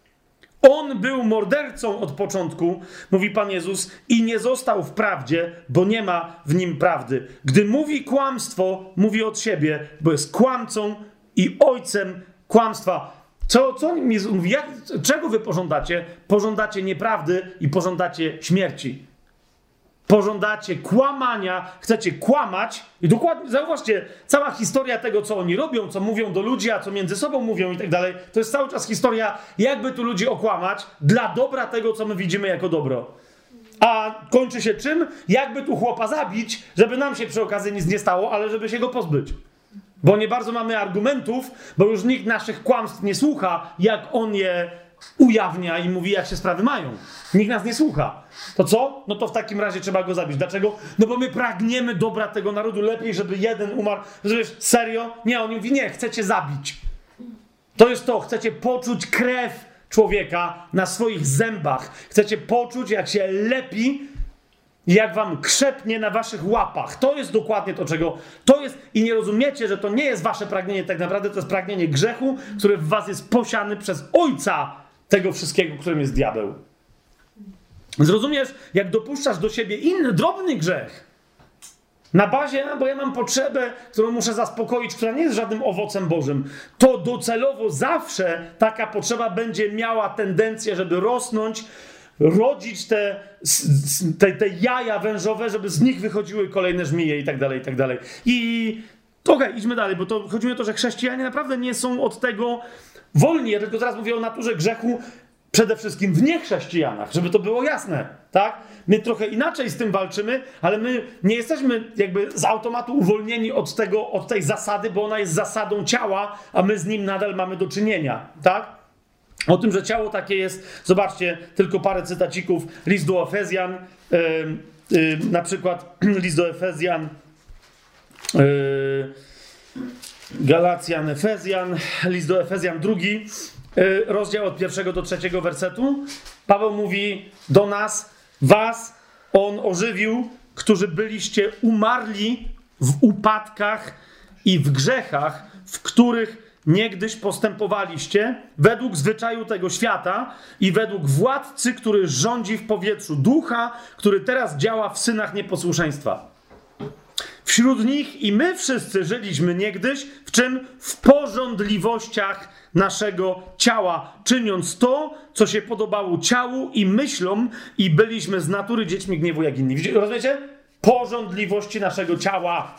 On był mordercą od początku, mówi Pan Jezus, i nie został w prawdzie, bo nie ma w nim prawdy. Gdy mówi kłamstwo, mówi od siebie, bo jest kłamcą i ojcem kłamstwa. Co, co mi mówi? Jak, czego wy pożądacie? Pożądacie nieprawdy i pożądacie śmierci. Pożądacie kłamania, chcecie kłamać i dokładnie, zauważcie, cała historia tego, co oni robią, co mówią do ludzi, a co między sobą mówią i tak dalej, to jest cały czas historia, jakby tu ludzi okłamać dla dobra tego, co my widzimy jako dobro. A kończy się czym? Jakby tu chłopa zabić, żeby nam się przy okazji nic nie stało, ale żeby się go pozbyć. Bo nie bardzo mamy argumentów, bo już nikt naszych kłamstw nie słucha, jak on je ujawnia i mówi, jak się sprawy mają. Nikt nas nie słucha. To co? No to w takim razie trzeba go zabić. Dlaczego? No bo my pragniemy dobra tego narodu. Lepiej, żeby jeden umarł. Rozumiesz? Serio? Nie, on mówi, nie, chcecie zabić. To jest to. Chcecie poczuć krew człowieka na swoich zębach. Chcecie poczuć, jak się lepi, jak wam krzepnie na waszych łapach. To jest dokładnie to, czego... To jest... I nie rozumiecie, że to nie jest wasze pragnienie tak naprawdę, to jest pragnienie grzechu, który w was jest posiany przez ojca tego wszystkiego, którym jest diabeł. Zrozumiesz, jak dopuszczasz do siebie inny, drobny grzech, na bazie, bo ja mam potrzebę, którą muszę zaspokoić, która nie jest żadnym owocem Bożym, to docelowo zawsze taka potrzeba będzie miała tendencję, żeby rosnąć, rodzić te, te, te jaja wężowe, żeby z nich wychodziły kolejne żmije i tak dalej, i tak dalej. I okej, okay, idźmy dalej, bo to chodzi mi o to, że chrześcijanie naprawdę nie są od tego wolni. Ja tylko teraz mówię o naturze grzechu przede wszystkim w niechrześcijanach, żeby to było jasne, tak? My trochę inaczej z tym walczymy, ale my nie jesteśmy jakby z automatu uwolnieni od tego, od tej zasady, bo ona jest zasadą ciała, a my z nim nadal mamy do czynienia, tak? O tym, że ciało takie jest, zobaczcie, tylko parę cytacików, list do Efezjan, yy, yy, na przykład list do Efezjan, yy, Galacjan, Efezjan, list do Efezjan drugi, yy, rozdział od pierwszego do trzeciego wersetu. Paweł mówi do nas, was on ożywił, którzy byliście umarli w upadkach i w grzechach, w których niegdyś postępowaliście według zwyczaju tego świata i według władcy, który rządzi w powietrzu, ducha, który teraz działa w synach nieposłuszeństwa. Wśród nich i my wszyscy żyliśmy niegdyś, w czym? W porządliwościach naszego ciała, czyniąc to, co się podobało ciału i myślom, i byliśmy z natury dziećmi gniewu jak inni. Rozumiecie? Porządliwości naszego ciała.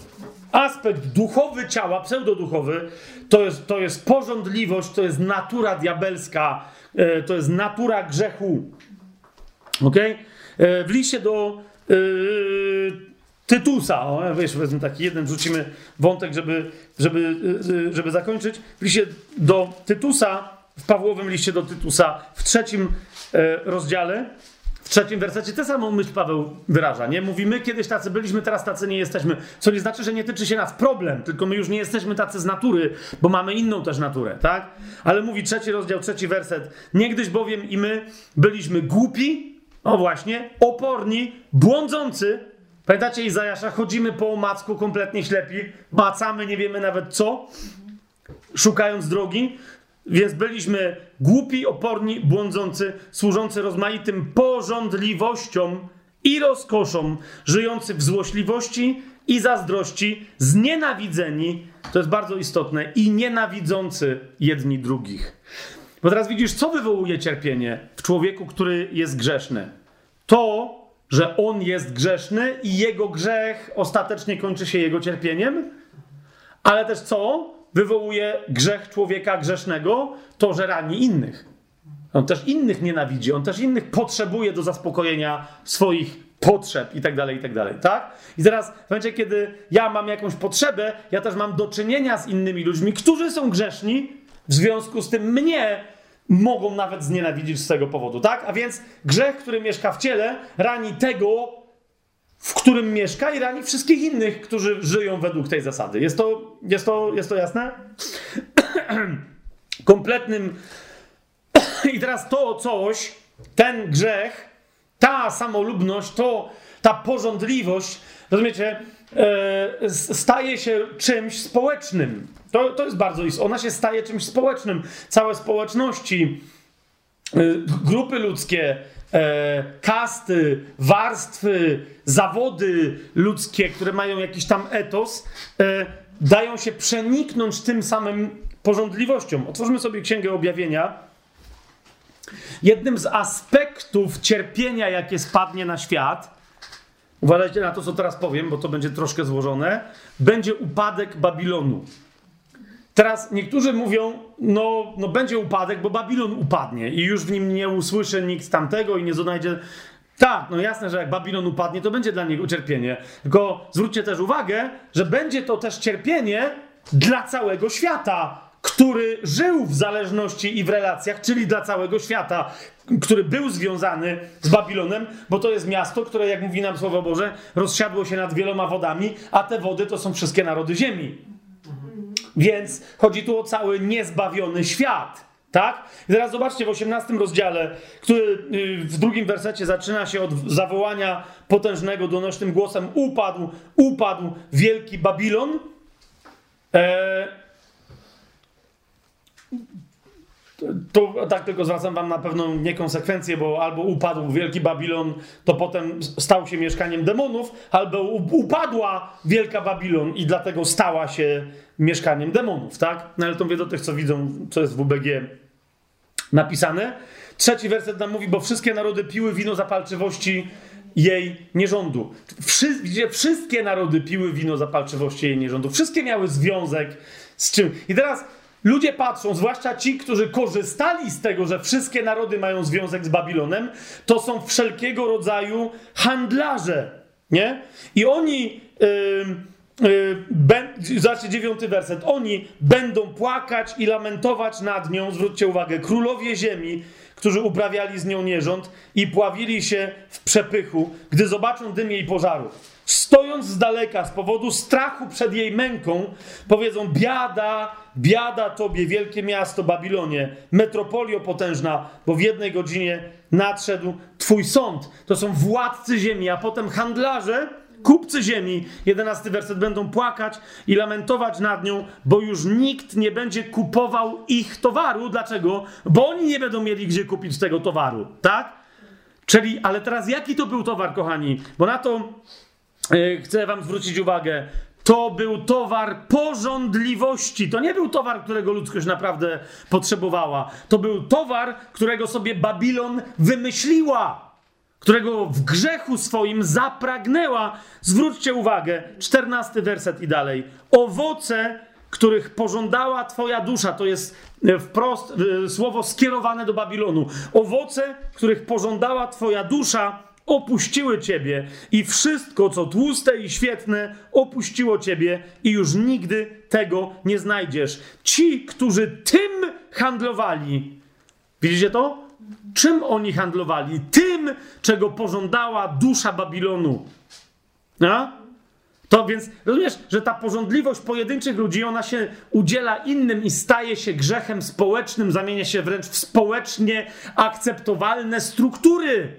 Aspekt duchowy ciała, pseudoduchowy, to jest, to jest porządliwość, to jest natura diabelska, to jest natura grzechu. Okej? Okay? W liście do yy, Tytusa, o, wiesz, wezmę taki jeden, wrzucimy wątek, żeby, żeby, żeby zakończyć. W liście do Tytusa, w Pawłowym liście do Tytusa, w trzecim e, rozdziale, w trzecim wersecie, tę samą myśl Paweł wyraża, nie? Mówi, my kiedyś tacy byliśmy, teraz tacy nie jesteśmy, co nie znaczy, że nie tyczy się nas problem, tylko my już nie jesteśmy tacy z natury, bo mamy inną też naturę, tak? Ale mówi trzeci rozdział, trzeci werset, niegdyś bowiem i my byliśmy głupi, o właśnie, oporni, błądzący. Pamiętacie Izajasza? Chodzimy po omacku kompletnie ślepi, macamy, nie wiemy nawet co, szukając drogi. Więc byliśmy głupi, oporni, błądzący, służący rozmaitym porządliwościom i rozkoszom, żyjący w złośliwości i zazdrości, znienawidzeni, to jest bardzo istotne, i nienawidzący jedni drugich. Bo teraz widzisz, co wywołuje cierpienie w człowieku, który jest grzeszny. To, że on jest grzeszny i jego grzech ostatecznie kończy się jego cierpieniem, ale też co wywołuje grzech człowieka grzesznego? To, że rani innych. On też innych nienawidzi, on też innych potrzebuje do zaspokojenia swoich potrzeb i tak dalej, i tak dalej, tak? I teraz w momencie, kiedy ja mam jakąś potrzebę, ja też mam do czynienia z innymi ludźmi, którzy są grzeszni, w związku z tym mnie mogą nawet znienawidzić z tego powodu, tak? A więc grzech, który mieszka w ciele, rani tego, w którym mieszka, i rani wszystkich innych, którzy żyją według tej zasady. Jest to, jest to, jest to jasne? Kompletnym... I teraz to coś, ten grzech, ta samolubność, to, ta pożądliwość, rozumiecie, e, staje się czymś społecznym. To, to jest bardzo istotne. Ona się staje czymś społecznym. Całe społeczności, e, grupy ludzkie, e, kasty, warstwy, zawody ludzkie, które mają jakiś tam etos, e, dają się przeniknąć tym samym pożądliwością. Otwórzmy sobie Księgę Objawienia. Jednym z aspektów cierpienia, jakie spadnie na świat, uważajcie na to, co teraz powiem, bo to będzie troszkę złożone, będzie upadek Babilonu. Teraz niektórzy mówią, no, no będzie upadek, bo Babilon upadnie i już w nim nie usłyszy nikt tamtego i nie znajdzie... Tak, no jasne, że jak Babilon upadnie, to będzie dla niego cierpienie. Tylko zwróćcie też uwagę, że będzie to też cierpienie dla całego świata, który żył w zależności i w relacjach, czyli dla całego świata, który był związany z Babilonem, bo to jest miasto, które, jak mówi nam Słowo Boże, rozsiadło się nad wieloma wodami, a te wody to są wszystkie narody ziemi. Więc chodzi tu o cały niezbawiony świat, tak? I teraz zobaczcie w osiemnastym rozdziale, który w drugim wersecie zaczyna się od zawołania potężnego, donośnym głosem: upadł, upadł wielki Babilon. Eee, To tak tylko zwracam wam na pewną niekonsekwencję, bo albo upadł wielki Babilon, to potem stał się mieszkaniem demonów, albo upadła wielka Babilon i dlatego stała się mieszkaniem demonów, tak? No ale to mówię do tych, co widzą, co jest w U B G napisane. Trzeci werset nam mówi, bo wszystkie narody piły wino zapalczywości jej nierządu. Wszy, gdzie wszystkie narody piły wino zapalczywości jej nierządu. Wszystkie miały związek z czym. I teraz ludzie patrzą, zwłaszcza ci, którzy korzystali z tego, że wszystkie narody mają związek z Babilonem, to są wszelkiego rodzaju handlarze, nie? I oni, yy, yy, ben, zobaczcie dziewiąty werset, oni będą płakać i lamentować nad nią, zwróćcie uwagę, królowie ziemi, którzy uprawiali z nią nierząd i pławili się w przepychu, gdy zobaczą dym jej pożaru. Stojąc z daleka z powodu strachu przed jej męką, powiedzą: biada, biada tobie, wielkie miasto Babilonie, metropolio potężna, bo w jednej godzinie nadszedł twój sąd. To są władcy ziemi, a potem handlarze, kupcy ziemi, jedenasty werset, będą płakać i lamentować nad nią, bo już nikt nie będzie kupował ich towaru. Dlaczego? Bo oni nie będą mieli gdzie kupić tego towaru, tak? Czyli, ale teraz jaki to był towar, kochani? Bo na to yy, chcę wam zwrócić uwagę. To był towar pożądliwości. To nie był towar, którego ludzkość naprawdę potrzebowała. To był towar, którego sobie Babilon wymyśliła. Którego w grzechu swoim zapragnęła. Zwróćcie uwagę, czternasty werset i dalej. Owoce, których pożądała twoja dusza, to jest wprost słowo skierowane do Babilonu. Owoce, których pożądała twoja dusza, opuściły ciebie i wszystko, co tłuste i świetne, opuściło ciebie i już nigdy tego nie znajdziesz. Ci, którzy tym handlowali, widzicie to? Czym oni handlowali? Tym, czego pożądała dusza Babilonu. A? To więc rozumiesz, że ta pożądliwość pojedynczych ludzi, ona się udziela innym i staje się grzechem społecznym, zamienia się wręcz w społecznie akceptowalne struktury.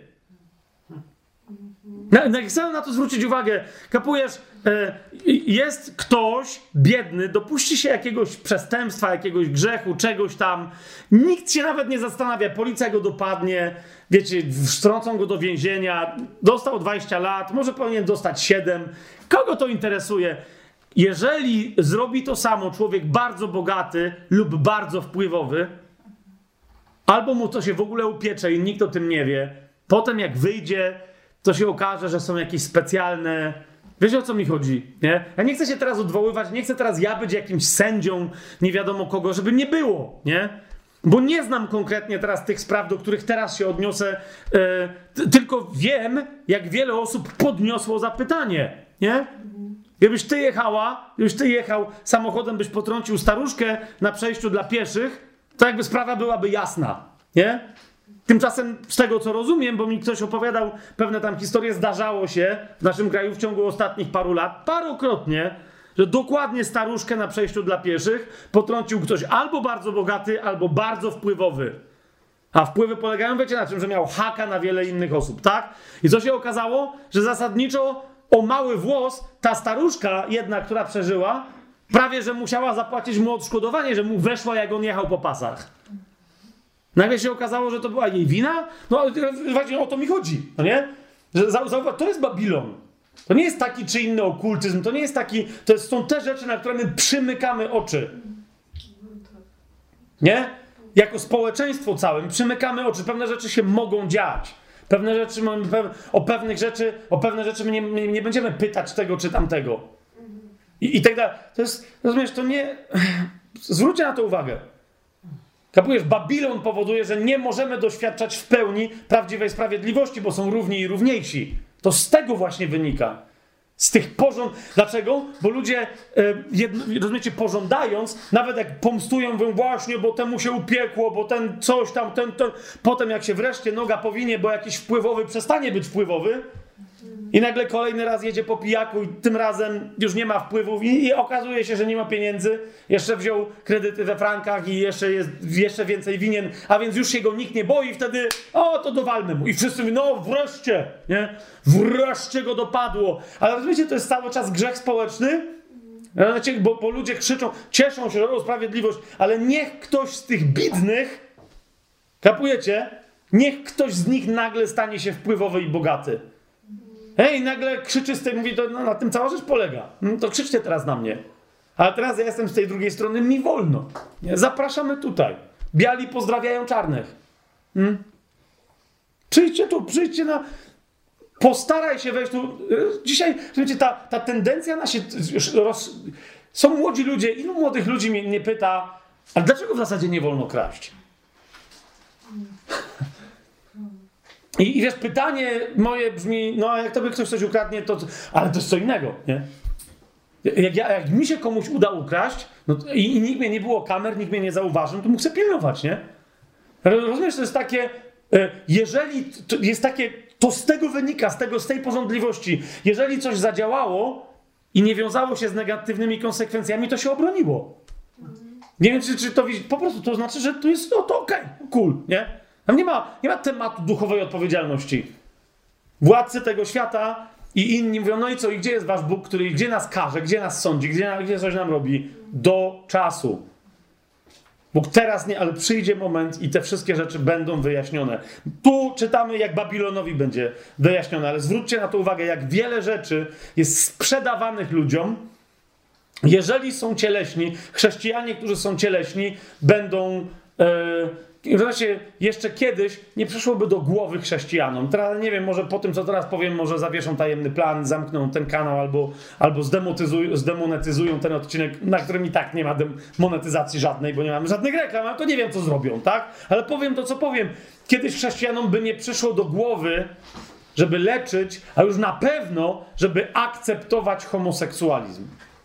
Na, na, chcę na to zwrócić uwagę. Kapujesz, e, jest ktoś biedny, dopuści się jakiegoś przestępstwa, jakiegoś grzechu, czegoś tam. Nikt się nawet nie zastanawia. Policja go dopadnie, wiecie, wstrącą go do więzienia. Dostał dwadzieścia lat, może powinien dostać siedem. Kogo to interesuje? Jeżeli zrobi to samo człowiek bardzo bogaty lub bardzo wpływowy, albo mu to się w ogóle upiecze i nikt o tym nie wie, potem jak wyjdzie, to się okaże, że są jakieś specjalne... Wiecie, o co mi chodzi, nie? Ja nie chcę się teraz odwoływać, nie chcę teraz ja być jakimś sędzią, nie wiadomo kogo, żeby nie było, nie? Bo nie znam konkretnie teraz tych spraw, do których teraz się odniosę, yy, t- tylko wiem, jak wiele osób podniosło zapytanie, nie? Gdybyś ty jechała, gdybyś ty jechał samochodem, byś potrącił staruszkę na przejściu dla pieszych, to jakby sprawa byłaby jasna, nie? Tymczasem z tego, co rozumiem, bo mi ktoś opowiadał pewne tam historie, zdarzało się w naszym kraju w ciągu ostatnich paru lat, parokrotnie, że dokładnie staruszkę na przejściu dla pieszych potrącił ktoś albo bardzo bogaty, albo bardzo wpływowy. A wpływy polegają, wiecie na czym, że miał haka na wiele innych osób, tak? I co się okazało? Że zasadniczo o mały włos ta staruszka jedna, która przeżyła, prawie że musiała zapłacić mu odszkodowanie, że mu weszła, jak on jechał po pasach. Nagle się okazało, że to była jej wina? No właśnie o to mi chodzi, no nie? Że zauważ, to jest Babilon. To nie jest taki czy inny okultyzm, to nie jest taki, to jest, są te rzeczy, na które my przymykamy oczy. Nie? Jako społeczeństwo całym przymykamy oczy. Pewne rzeczy się mogą dziać. Pewne rzeczy, o pewnych rzeczy, o pewne rzeczy my nie, nie, nie będziemy pytać tego czy tamtego. I, i tak dalej. To jest, rozumiesz, to nie... Zwróćcie na to uwagę. Kapujesz, Babilon powoduje, że nie możemy doświadczać w pełni prawdziwej sprawiedliwości, bo są równi i równiejsi. To z tego właśnie wynika. Z tych pożąd... Dlaczego? Bo ludzie, e, jedno, rozumiecie, pożądając, nawet jak pomstują, mówią właśnie, bo temu się upiekło, bo ten coś tam, ten, ten... Potem jak się wreszcie noga powinie, bo jakiś wpływowy przestanie być wpływowy i nagle kolejny raz jedzie po pijaku i tym razem już nie ma wpływów i, i okazuje się, że nie ma pieniędzy, jeszcze wziął kredyty we frankach i jeszcze jest jeszcze więcej winien, a więc już się go nikt nie boi, wtedy o, to dowalmy mu. I wszyscy mówią, no wreszcie, nie? Wreszcie go dopadło. Ale rozumiecie, to jest cały czas grzech społeczny, bo, bo ludzie krzyczą, cieszą się o sprawiedliwość, ale niech ktoś z tych biednych, kapujecie, niech ktoś z nich nagle stanie się wpływowy i bogaty. Hej, nagle krzyczy z tej, mówi, to no, na tym cała rzecz polega. No, to krzyczcie teraz na mnie. Ale teraz ja jestem z tej drugiej strony, mi wolno. Nie? Zapraszamy tutaj. Biali pozdrawiają czarnych. Hmm? Przyjdźcie tu, przyjdźcie na... Postaraj się wejść tu. Dzisiaj, wiecie, ta, ta tendencja na się... Roz... Są młodzi ludzie, ilu młodych ludzi mnie, mnie pyta, a dlaczego w zasadzie nie wolno kraść? I, I wiesz, pytanie moje brzmi, no jak tobie ktoś coś ukradnie, to... Ale to jest co innego, nie? Jak, ja, jak mi się komuś uda ukraść, no to, i, i nikt mnie nie było kamer, nikt mnie nie zauważył, to mógł sobie pilnować, nie? Rozumiesz, to jest takie... Jeżeli to jest takie... To z tego wynika, z, tego, z tej porządliwości. Jeżeli coś zadziałało i nie wiązało się z negatywnymi konsekwencjami, to się obroniło. Nie wiem, czy, czy to po prostu to znaczy, że to jest, no to okej, okay, cool, nie? Tam nie ma, nie ma tematu duchowej odpowiedzialności. Władcy tego świata I inni mówią, no i co, i gdzie jest wasz Bóg, który, gdzie nas karze, gdzie nas sądzi, gdzie, gdzie coś nam robi? Do czasu. Bóg teraz nie, ale przyjdzie moment i te wszystkie rzeczy będą wyjaśnione. Tu czytamy, jak Babilonowi będzie wyjaśnione, ale zwróćcie na to uwagę, jak wiele rzeczy jest sprzedawanych ludziom. Jeżeli są cieleśni, chrześcijanie, którzy są cieleśni, będą... Yy, Wreszcie jeszcze kiedyś nie przyszłoby do głowy chrześcijanom. Teraz nie wiem, może po tym, co teraz powiem, może zawieszą tajemny plan, zamkną ten kanał albo, albo zdemonetyzują, zdemonetyzują ten odcinek, na którym i tak nie ma monetyzacji żadnej, bo nie mamy żadnych reklam, ale to nie wiem, co zrobią, tak? Ale powiem to, co powiem. Kiedyś chrześcijanom by nie przyszło do głowy, żeby leczyć, a już na pewno, żeby akceptować homoseksualizm.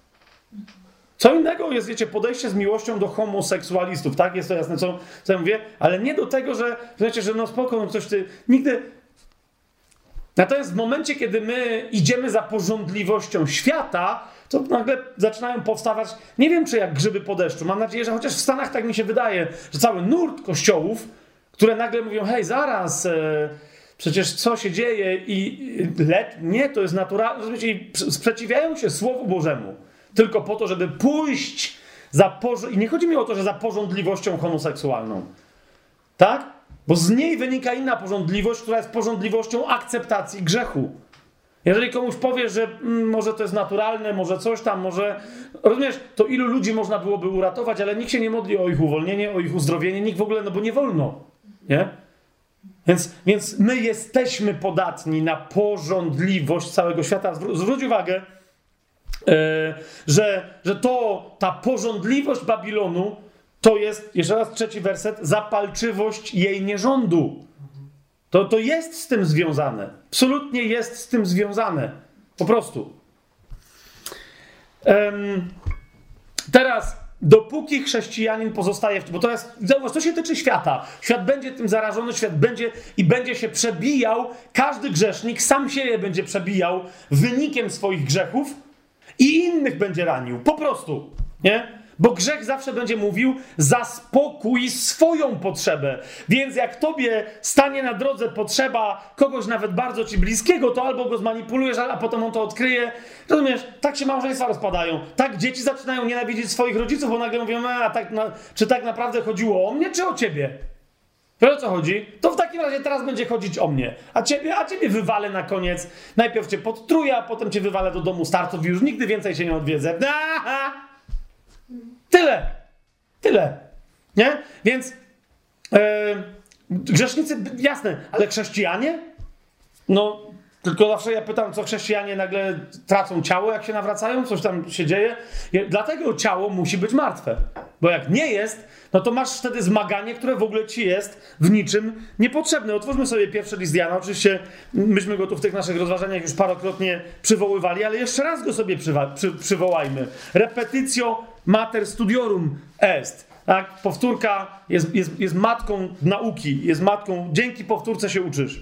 Co innego jest, wiecie, podejście z miłością do homoseksualistów, tak? Jest to jasne, co, co ja mówię, ale nie do tego, że, wiecie, że no spoko, no ktoś ty nigdy... Natomiast w momencie, kiedy my idziemy za pożądliwością świata, to nagle zaczynają powstawać, nie wiem, czy jak grzyby po deszczu, mam nadzieję, że chociaż w Stanach tak mi się wydaje, że cały nurt kościołów, które nagle mówią, hej, zaraz, e, przecież co się dzieje i le, nie, to jest naturalne, rozumiecie, i sprzeciwiają się Słowu Bożemu. Tylko po to, żeby pójść za porząd... I nie chodzi mi o to, że za pożądliwością homoseksualną. Tak? Bo z niej wynika inna pożądliwość, która jest pożądliwością akceptacji grzechu. Jeżeli komuś powiesz, że mm, może to jest naturalne, może coś tam, może... Rozumiesz, to ilu ludzi można byłoby uratować, ale nikt się nie modli o ich uwolnienie, o ich uzdrowienie, nikt w ogóle, no bo nie wolno. Nie? Więc, więc my jesteśmy podatni na pożądliwość całego świata. Zwró- zwróć uwagę, Yy, że, że to, ta pożądliwość Babilonu to jest, jeszcze raz trzeci werset, zapalczywość jej nierządu. To, to jest z tym związane. Absolutnie jest z tym związane. Po prostu. Yy, teraz, dopóki chrześcijanin pozostaje w tym, bo to jest, zauważ, to się tyczy świata. Świat będzie tym zarażony, świat będzie i będzie się przebijał, każdy grzesznik sam siebie będzie przebijał wynikiem swoich grzechów, i innych będzie ranił. Po prostu. Nie? Bo grzech zawsze będzie mówił, zaspokój swoją potrzebę. Więc jak tobie stanie na drodze potrzeba kogoś nawet bardzo ci bliskiego, to albo go zmanipulujesz, a potem on to odkryje. Rozumiesz? Tak się małżeństwa rozpadają. Tak dzieci zaczynają nienawidzić swoich rodziców, bo nagle mówią, a tak na, czy tak naprawdę chodziło o mnie, czy o ciebie? Wiesz, o co chodzi? To w takim razie teraz będzie chodzić o mnie. A ciebie, a ciebie wywalę na koniec. Najpierw cię podtruję, a potem cię wywalę do domu starców i już nigdy więcej się nie odwiedzę. Aha! Tyle. Tyle. Nie? Więc yy, grzesznicy, jasne, ale chrześcijanie? No, tylko zawsze ja pytam, co chrześcijanie nagle tracą ciało, jak się nawracają? Coś tam się dzieje? Dlatego ciało musi być martwe. Bo jak nie jest, no to masz wtedy zmaganie, które w ogóle ci jest w niczym niepotrzebne. Otwórzmy sobie pierwszy list Jana. Oczywiście myśmy go tu w tych naszych rozważaniach już parokrotnie przywoływali, ale jeszcze raz go sobie przywa- przy- przywołajmy. Repetitio mater studiorum est. Tak? Powtórka jest, jest, jest matką nauki, jest matką, dzięki powtórce się uczysz.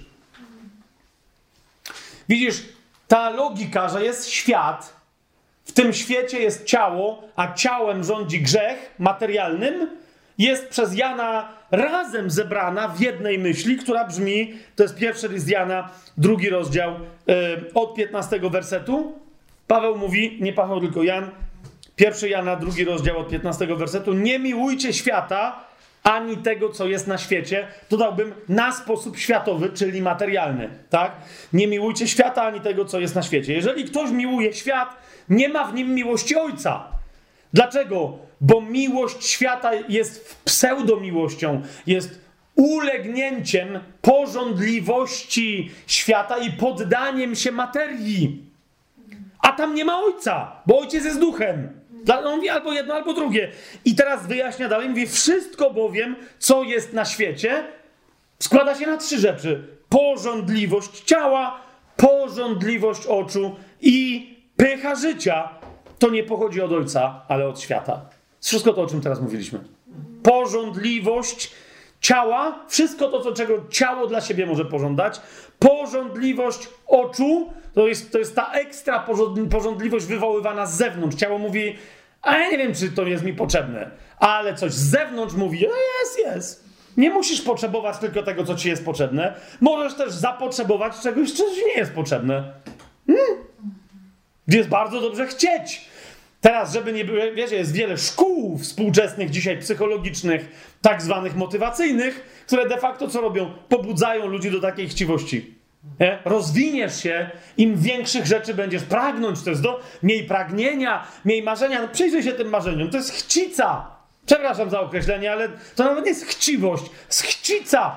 Widzisz, ta logika, że jest świat, w tym świecie jest ciało, a ciałem rządzi grzech materialnym, jest przez Jana razem zebrana w jednej myśli, która brzmi, to jest pierwszy list Jana, drugi rozdział, yy, od piętnastego wersetu. Paweł mówi, nie Paweł, tylko Jan, pierwszy Jana, drugi rozdział od piętnastego wersetu. Nie miłujcie świata, ani tego, co jest na świecie. Dodałbym na sposób światowy, czyli materialny. Tak? Nie miłujcie świata, ani tego, co jest na świecie. Jeżeli ktoś miłuje świat, nie ma w nim miłości Ojca. Dlaczego? Bo miłość świata jest pseudomiłością, jest ulegnięciem pożądliwości świata i poddaniem się materii. A tam nie ma Ojca, bo Ojciec jest duchem. On mówi albo jedno, albo drugie. I teraz wyjaśnia dalej, mówi, wszystko bowiem, co jest na świecie, składa się na trzy rzeczy. Pożądliwość ciała, pożądliwość oczu i pycha życia. To nie pochodzi od Ojca, ale od świata. Wszystko to, o czym teraz mówiliśmy. Pożądliwość ciała, wszystko to, co, czego ciało dla siebie może pożądać. Pożądliwość oczu, to jest, to jest ta ekstra pożądliwość wywoływana z zewnątrz. Ciało mówi, a ja nie wiem, czy to jest mi potrzebne. Ale coś z zewnątrz mówi, jest, jest. Nie musisz potrzebować tylko tego, co ci jest potrzebne. Możesz też zapotrzebować czegoś, co ci nie jest potrzebne. Hmm? Jest bardzo dobrze chcieć. Teraz, żeby nie było, wiecie, jest wiele szkół współczesnych dzisiaj psychologicznych, tak zwanych motywacyjnych, które de facto co robią? Pobudzają ludzi do takiej chciwości. Nie? Rozwiniesz się, im większych rzeczy będziesz pragnąć. To jest do, miej pragnienia, miej marzenia. No przyjrzyj się tym marzeniom. To jest chcica. Przepraszam za określenie, ale to nawet nie jest chciwość. Jest chcica.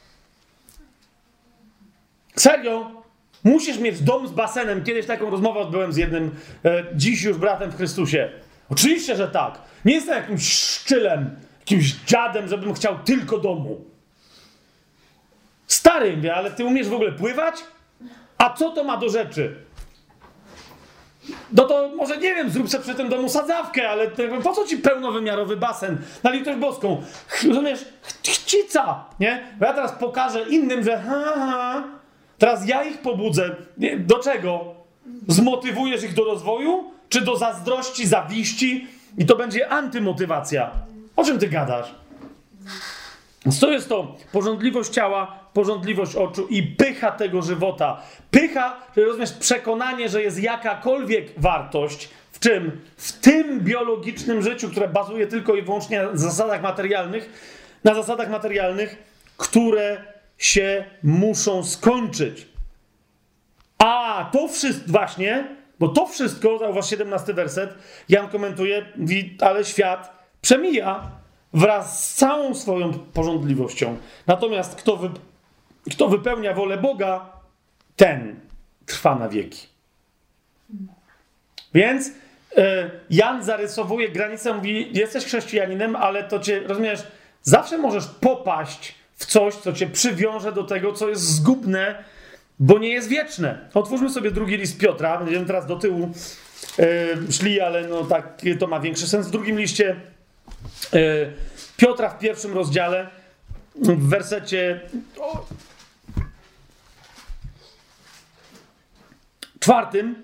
Serio? Musisz mieć dom z basenem. Kiedyś taką rozmowę odbyłem z jednym e, dziś już bratem w Chrystusie. Oczywiście, że tak. Nie jestem jakimś szczylem, jakimś dziadem, żebym chciał tylko domu. Stary, wie, ale ty umiesz w ogóle pływać? A co to ma do rzeczy? No to może, nie wiem, zrób sobie przy tym domu sadzawkę, ale po co ci pełnowymiarowy basen? Na litość boską. Rozumiesz? Chcica, nie? Bo ja teraz pokażę innym, że ha, ha. Teraz ja ich pobudzę. Nie, do czego? Zmotywujesz ich do rozwoju? Czy do zazdrości, zawiści? I to będzie antymotywacja. O czym ty gadasz? Co jest to? Pożądliwość ciała, pożądliwość oczu i pycha tego żywota. Pycha, czyli rozumiesz, przekonanie, że jest jakakolwiek wartość. W czym? W tym biologicznym życiu, które bazuje tylko i wyłącznie na zasadach materialnych, na zasadach materialnych, które się muszą skończyć. A to wszystko właśnie, bo to wszystko, zauważ siedemnasty werset, Jan komentuje, mówi, ale świat przemija wraz z całą swoją pożądliwością. Natomiast kto, wy, kto wypełnia wolę Boga, ten trwa na wieki. Więc e, Jan zarysowuje granicę, mówi, jesteś chrześcijaninem, ale to cię, rozumiesz, zawsze możesz popaść w coś, co cię przywiąże do tego, co jest zgubne, bo nie jest wieczne. Otwórzmy sobie drugi list Piotra, będziemy teraz do tyłu e, szli, ale no tak, to ma większy sens. W drugim liście e, Piotra w pierwszym rozdziale, w wersecie o, czwartym,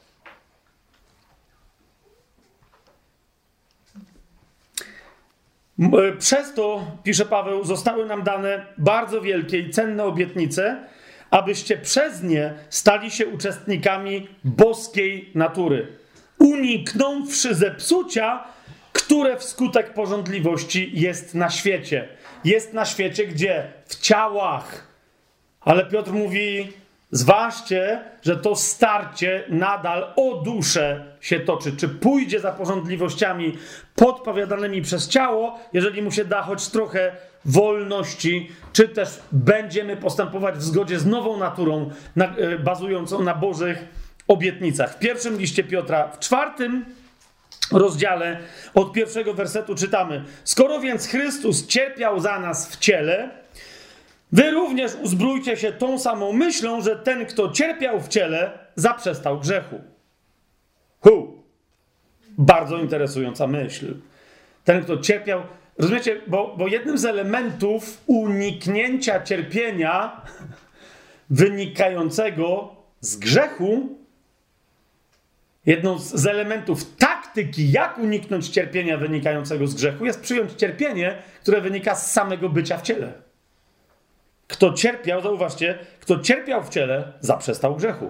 przez to, pisze Paweł, zostały nam dane bardzo wielkie i cenne obietnice, abyście przez nie stali się uczestnikami boskiej natury, uniknąwszy zepsucia, które wskutek pożądliwości jest na świecie. Jest na świecie gdzie? W ciałach. Ale Piotr mówi, zważcie, że to starcie nadal o duszę się toczy. Czy pójdzie za pożądliwościami podpowiadanymi przez ciało, jeżeli mu się da choć trochę wolności, czy też będziemy postępować w zgodzie z nową naturą, na, y, bazującą na Bożych obietnicach. W pierwszym liście Piotra, w czwartym rozdziale, od pierwszego wersetu czytamy: skoro więc Chrystus cierpiał za nas w ciele, wy również uzbrójcie się tą samą myślą, że ten, kto cierpiał w ciele, zaprzestał grzechu. Hu! Bardzo interesująca myśl. Ten, kto cierpiał... Rozumiecie? Bo, bo jednym z elementów uniknięcia cierpienia wynikającego z grzechu, jedną z, z elementów taktyki, jak uniknąć cierpienia wynikającego z grzechu, jest przyjąć cierpienie, które wynika z samego bycia w ciele. Kto cierpiał, zauważcie, kto cierpiał w ciele, zaprzestał grzechu.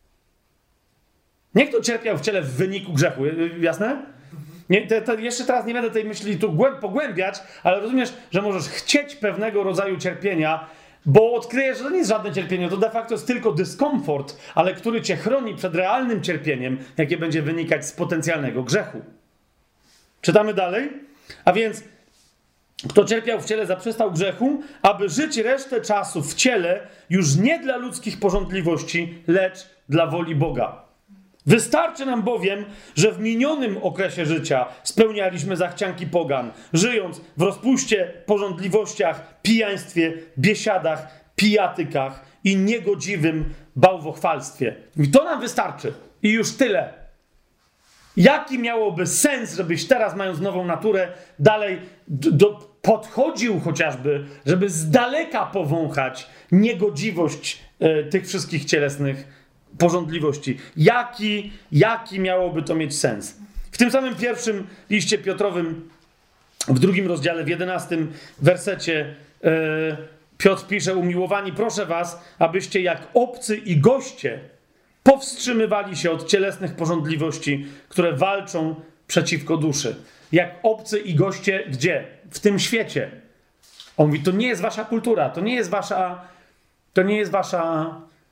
Nie kto cierpiał w ciele w wyniku grzechu, jasne? Nie, te, te, jeszcze teraz nie będę tej myśli tu głęb, pogłębiać, ale rozumiesz, że możesz chcieć pewnego rodzaju cierpienia, bo odkryjesz, że to nie jest żadne cierpienie, to de facto jest tylko dyskomfort, ale który cię chroni przed realnym cierpieniem, jakie będzie wynikać z potencjalnego grzechu. Czytamy dalej? A więc kto cierpiał w ciele, zaprzestał grzechu, aby żyć resztę czasu w ciele już nie dla ludzkich porządliwości, lecz dla woli Boga. Wystarczy nam bowiem, że w minionym okresie życia spełnialiśmy zachcianki pogan, żyjąc w rozpuście, porządliwościach, pijaństwie, biesiadach, pijatykach i niegodziwym bałwochwalstwie. I to nam wystarczy. I już tyle. Jaki miałoby sens, żebyś teraz, mając nową naturę, dalej do, podchodził chociażby, żeby z daleka powąchać niegodziwość e, tych wszystkich cielesnych pożądliwości. Jaki, jaki miałoby to mieć sens? W tym samym pierwszym liście Piotrowym, w drugim rozdziale, w jedenastym wersecie, e, Piotr pisze: umiłowani, proszę was, abyście jak obcy i goście powstrzymywali się od cielesnych pożądliwości, które walczą przeciwko duszy. Jak obcy i goście gdzie? W tym świecie. On mówi, to nie jest wasza kultura, to nie jest wasza... To nie jest wasza...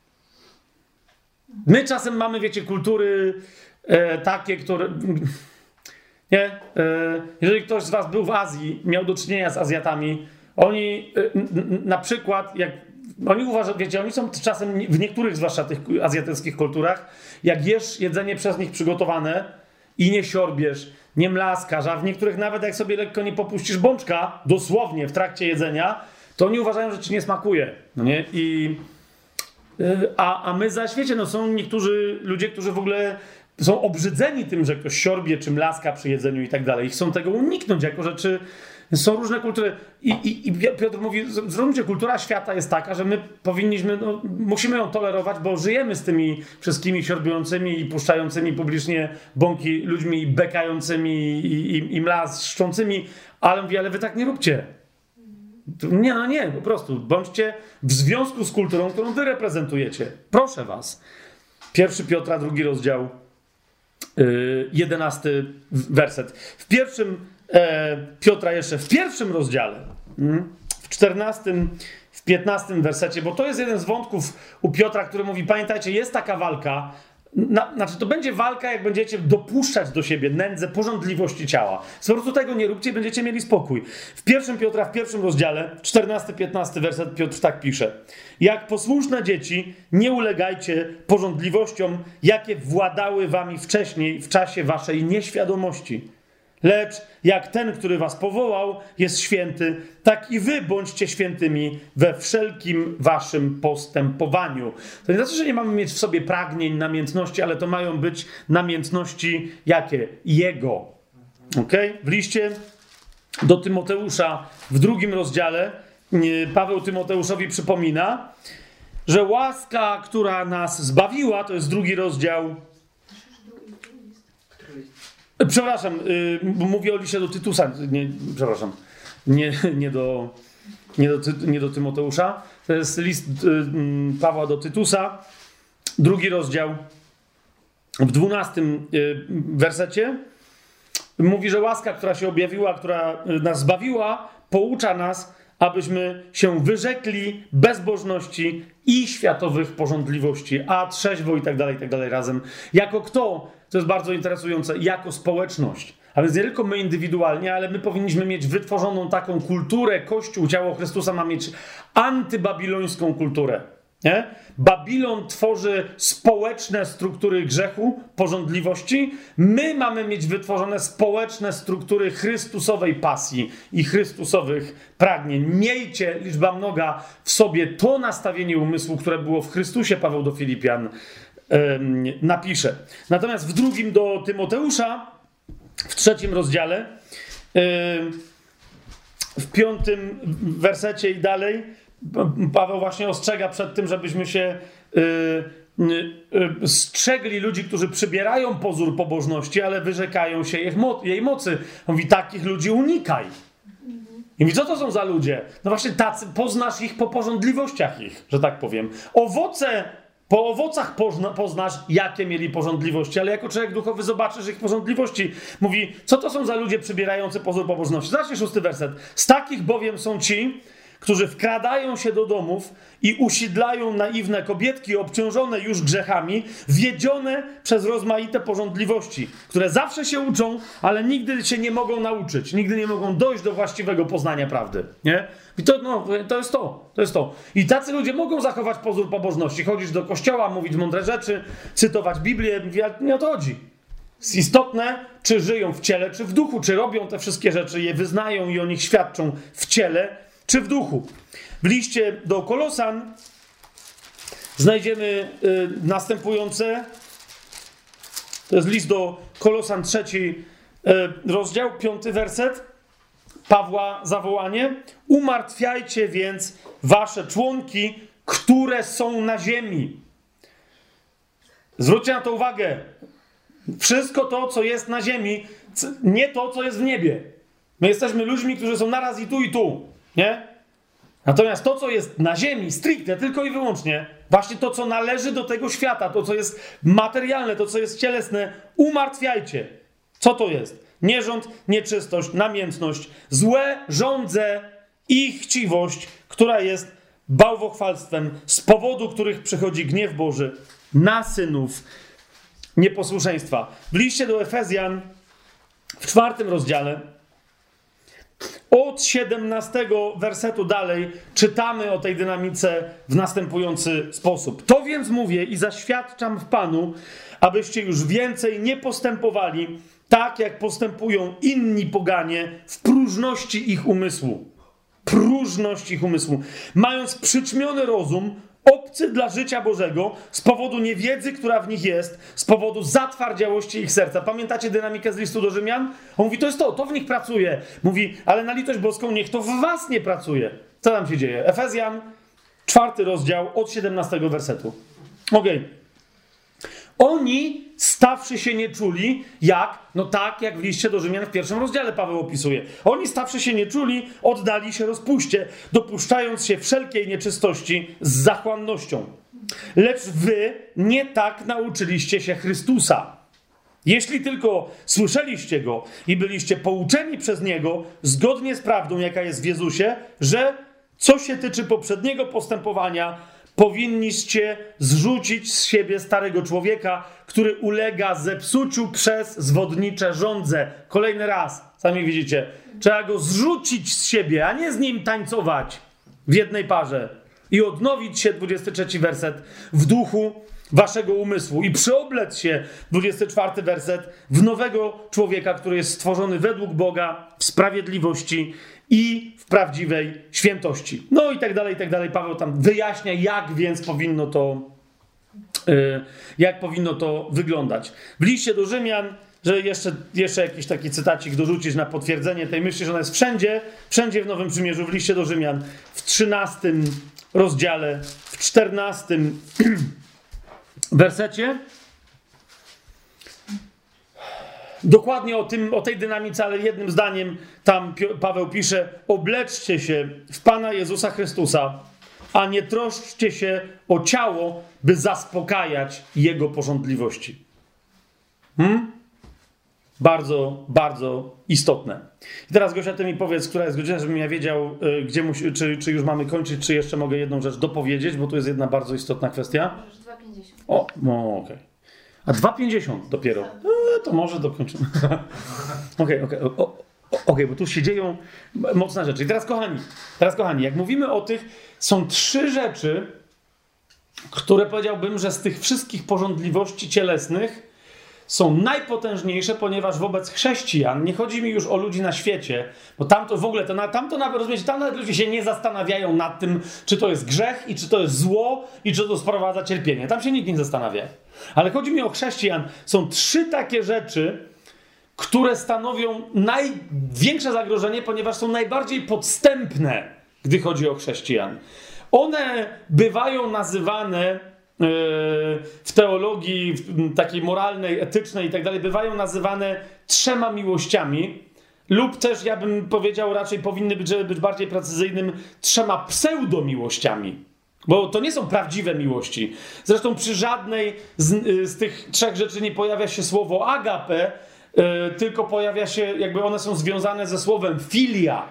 My czasem mamy, wiecie, kultury e, takie, które... Nie? E, jeżeli ktoś z was był w Azji, miał do czynienia z Azjatami, oni e, n, na przykład, jak oni uważają, wiecie, oni są czasem w niektórych, zwłaszcza tych azjatyckich kulturach, jak jesz jedzenie przez nich przygotowane i nie siorbiesz, nie mlaskasz, a w niektórych nawet jak sobie lekko nie popuścisz bączka, dosłownie w trakcie jedzenia, to oni uważają, że ci nie smakuje. No nie? I, yy, a, a my zaś, wiecie, no są niektórzy ludzie, którzy w ogóle są obrzydzeni tym, że ktoś siorbie czy mlaska przy jedzeniu i tak dalej. I chcą tego uniknąć jako rzeczy. Są różne kultury. I, i, i Piotr mówi, zrozumcie, kultura świata jest taka, że my powinniśmy, no, musimy ją tolerować, bo żyjemy z tymi wszystkimi siorbującymi i puszczającymi publicznie bąki ludźmi i bekającymi i, i, i mlaszczącymi, ale mówi, ale wy tak nie róbcie. Nie, no nie, po prostu. Bądźcie w związku z kulturą, którą wy reprezentujecie. Proszę was. Pierwszy Piotra, drugi rozdział, yy, jedenasty werset. W pierwszym e, Piotra jeszcze, w pierwszym rozdziale, yy, w czternastym, w piętnastym wersecie, bo to jest jeden z wątków u Piotra, który mówi, pamiętajcie, jest taka walka, na, znaczy to będzie walka, jak będziecie dopuszczać do siebie nędzę, pożądliwości ciała. Po prostu tego nie róbcie i będziecie mieli spokój. W pierwszym Piotra, w pierwszym rozdziale, czternasty, piętnasty werset, Piotr tak pisze. Jak posłuszne dzieci, nie ulegajcie pożądliwościom, jakie władały wami wcześniej, w czasie waszej nieświadomości. Lecz jak ten, który was powołał, jest święty, tak i wy bądźcie świętymi we wszelkim waszym postępowaniu. To nie znaczy, że nie mamy mieć w sobie pragnień, namiętności, ale to mają być namiętności jakie? Jego. Okay? W liście do Tymoteusza w drugim rozdziale Paweł Tymoteuszowi przypomina, że łaska, która nas zbawiła, to jest drugi rozdział. Przepraszam, yy, mówię o liście do Tytusa, nie, przepraszam, nie, nie, do, nie, do, nie do Tymoteusza. To jest list yy, Pawła do Tytusa, drugi rozdział, w dwunastym yy, wersecie. Mówi, że łaska, która się objawiła, która nas zbawiła, poucza nas, abyśmy się wyrzekli bezbożności i światowych pożądliwości, a trzeźwo i tak dalej, i tak dalej razem. Jako kto? To jest bardzo interesujące, jako społeczność. A więc nie tylko my indywidualnie, ale my powinniśmy mieć wytworzoną taką kulturę. Kościół, ciało Chrystusa ma mieć antybabilońską kulturę. Nie? Babilon tworzy społeczne struktury grzechu, pożądliwości. My mamy mieć wytworzone społeczne struktury Chrystusowej pasji i Chrystusowych pragnień. Miejcie, liczba mnoga, w sobie to nastawienie umysłu, które było w Chrystusie, Paweł do Filipian napisze. Natomiast w drugim do Tymoteusza, w trzecim rozdziale, w piątym wersecie i dalej, Paweł właśnie ostrzega przed tym, żebyśmy się strzegli ludzi, którzy przybierają pozór pobożności, ale wyrzekają się jej mocy. Mówi, takich ludzi unikaj. I mówi, co to są za ludzie? No właśnie tacy, poznasz ich po pożądliwościach ich, że tak powiem. Owoce Po owocach pozna, poznasz, jakie mieli pożądliwości, ale jako człowiek duchowy zobaczysz ich pożądliwości. Mówi, co to są za ludzie przybierający pozór pobożności? Zobaczcie szósty werset. Z takich bowiem są ci, którzy wkradają się do domów i usidlają naiwne kobietki obciążone już grzechami, wiedzione przez rozmaite pożądliwości, które zawsze się uczą, ale nigdy się nie mogą nauczyć, nigdy nie mogą dojść do właściwego poznania prawdy. Nie? I to, no, to jest to, to jest to. I tacy ludzie mogą zachować pozór pobożności, chodzić do kościoła, mówić mądre rzeczy, cytować Biblię, nie o to chodzi. Jest istotne, czy żyją w ciele, czy w duchu, czy robią te wszystkie rzeczy, je wyznają i o nich świadczą w ciele, czy w duchu. W liście do Kolosan znajdziemy y, następujące. To jest list do Kolosan, trzeci y, rozdział, piąty werset. Pawła zawołanie. Umartwiajcie więc wasze członki, które są na ziemi. Zwróćcie na to uwagę. Wszystko to, co jest na ziemi, nie to, co jest w niebie. My jesteśmy ludźmi, którzy są naraz i tu, i tu. Nie? Natomiast to, co jest na ziemi, stricte, tylko i wyłącznie, właśnie to, co należy do tego świata, to, co jest materialne, to, co jest cielesne, umartwiajcie. Co to jest? Nierząd, nieczystość, namiętność, złe żądze i chciwość, która jest bałwochwalstwem, z powodu których przychodzi gniew Boży na synów nieposłuszeństwa. W liście do Efezjan w czwartym rozdziale od siedemnastego wersetu dalej czytamy o tej dynamice w następujący sposób. To więc mówię i zaświadczam w Panu, abyście już więcej nie postępowali tak, jak postępują inni poganie w próżności ich umysłu. Próżność ich umysłu. Mając przyćmiony rozum, obcy dla życia Bożego, z powodu niewiedzy, która w nich jest, z powodu zatwardziałości ich serca. Pamiętacie dynamikę z listu do Rzymian? On mówi, to jest to, to w nich pracuje. Mówi, ale na litość boską niech to w was nie pracuje. Co tam się dzieje? Efezjan, czwarty rozdział, od siedemnastego wersetu. Okej. Okay. Oni, stawszy się nie czuli, jak? No tak, jak w liście do Rzymian w pierwszym rozdziale Paweł opisuje. Oni, stawszy się nie czuli, oddali się rozpuście, dopuszczając się wszelkiej nieczystości z zachłannością. Lecz wy nie tak nauczyliście się Chrystusa. Jeśli tylko słyszeliście Go i byliście pouczeni przez Niego, zgodnie z prawdą, jaka jest w Jezusie, że co się tyczy poprzedniego postępowania, powinniście zrzucić z siebie starego człowieka, który ulega zepsuciu przez zwodnicze żądze. Kolejny raz, sami widzicie, trzeba go zrzucić z siebie, a nie z nim tańcować w jednej parze. I odnowić się, dwudziesty trzeci werset, w duchu waszego umysłu i przyoblec się, dwudziesty czwarty werset, w nowego człowieka, który jest stworzony według Boga w sprawiedliwości i w prawdziwej świętości. No i tak dalej, i tak dalej. Paweł tam wyjaśnia, jak więc powinno to, yy, jak powinno to wyglądać. W liście do Rzymian, że jeszcze, jeszcze jakiś taki cytacik dorzucić na potwierdzenie tej myśli, że ona jest wszędzie, wszędzie w Nowym Przymierzu, w liście do Rzymian, w trzynastym rozdziale, w czternastym wersecie. Dokładnie o, tym, o tej dynamice, ale jednym zdaniem tam Paweł pisze: obleczcie się w Pana Jezusa Chrystusa, a nie troszczcie się o ciało, by zaspokajać Jego pożądliwości. Hmm? Bardzo, bardzo istotne. I teraz, Gosia, ty mi powiedz, która jest godzina, żebym ja wiedział, gdzie musi, czy, czy już mamy kończyć, czy jeszcze mogę jedną rzecz dopowiedzieć, bo tu jest jedna bardzo istotna kwestia. Już dwa pięćdziesiąt. O, no okej. Okay. A dwa pięćdziesiąt dopiero. E, to może dokończymy. Okej, okej. Okej, bo tu się dzieją mocne rzeczy. I teraz, kochani, teraz, kochani, jak mówimy o tych, są trzy rzeczy, które powiedziałbym, że z tych wszystkich porządliwości cielesnych są najpotężniejsze, ponieważ wobec chrześcijan, nie chodzi mi już o ludzi na świecie, bo tam to w ogóle, to, tam to nawet, rozumiecie, tam nawet ludzie się nie zastanawiają nad tym, czy to jest grzech i czy to jest zło i czy to sprowadza cierpienie. Tam się nikt nie zastanawia. Ale chodzi mi o chrześcijan. Są trzy takie rzeczy, które stanowią największe zagrożenie, ponieważ są najbardziej podstępne, gdy chodzi o chrześcijan. One bywają nazywane w teologii takiej moralnej, etycznej i tak dalej, bywają nazywane trzema miłościami, lub też, ja bym powiedział, raczej powinny być, żeby być bardziej precyzyjnym, trzema pseudomiłościami. Bo to nie są prawdziwe miłości. Zresztą przy żadnej z, z tych trzech rzeczy nie pojawia się słowo agape, yy, tylko pojawia się, jakby one są związane ze słowem filia.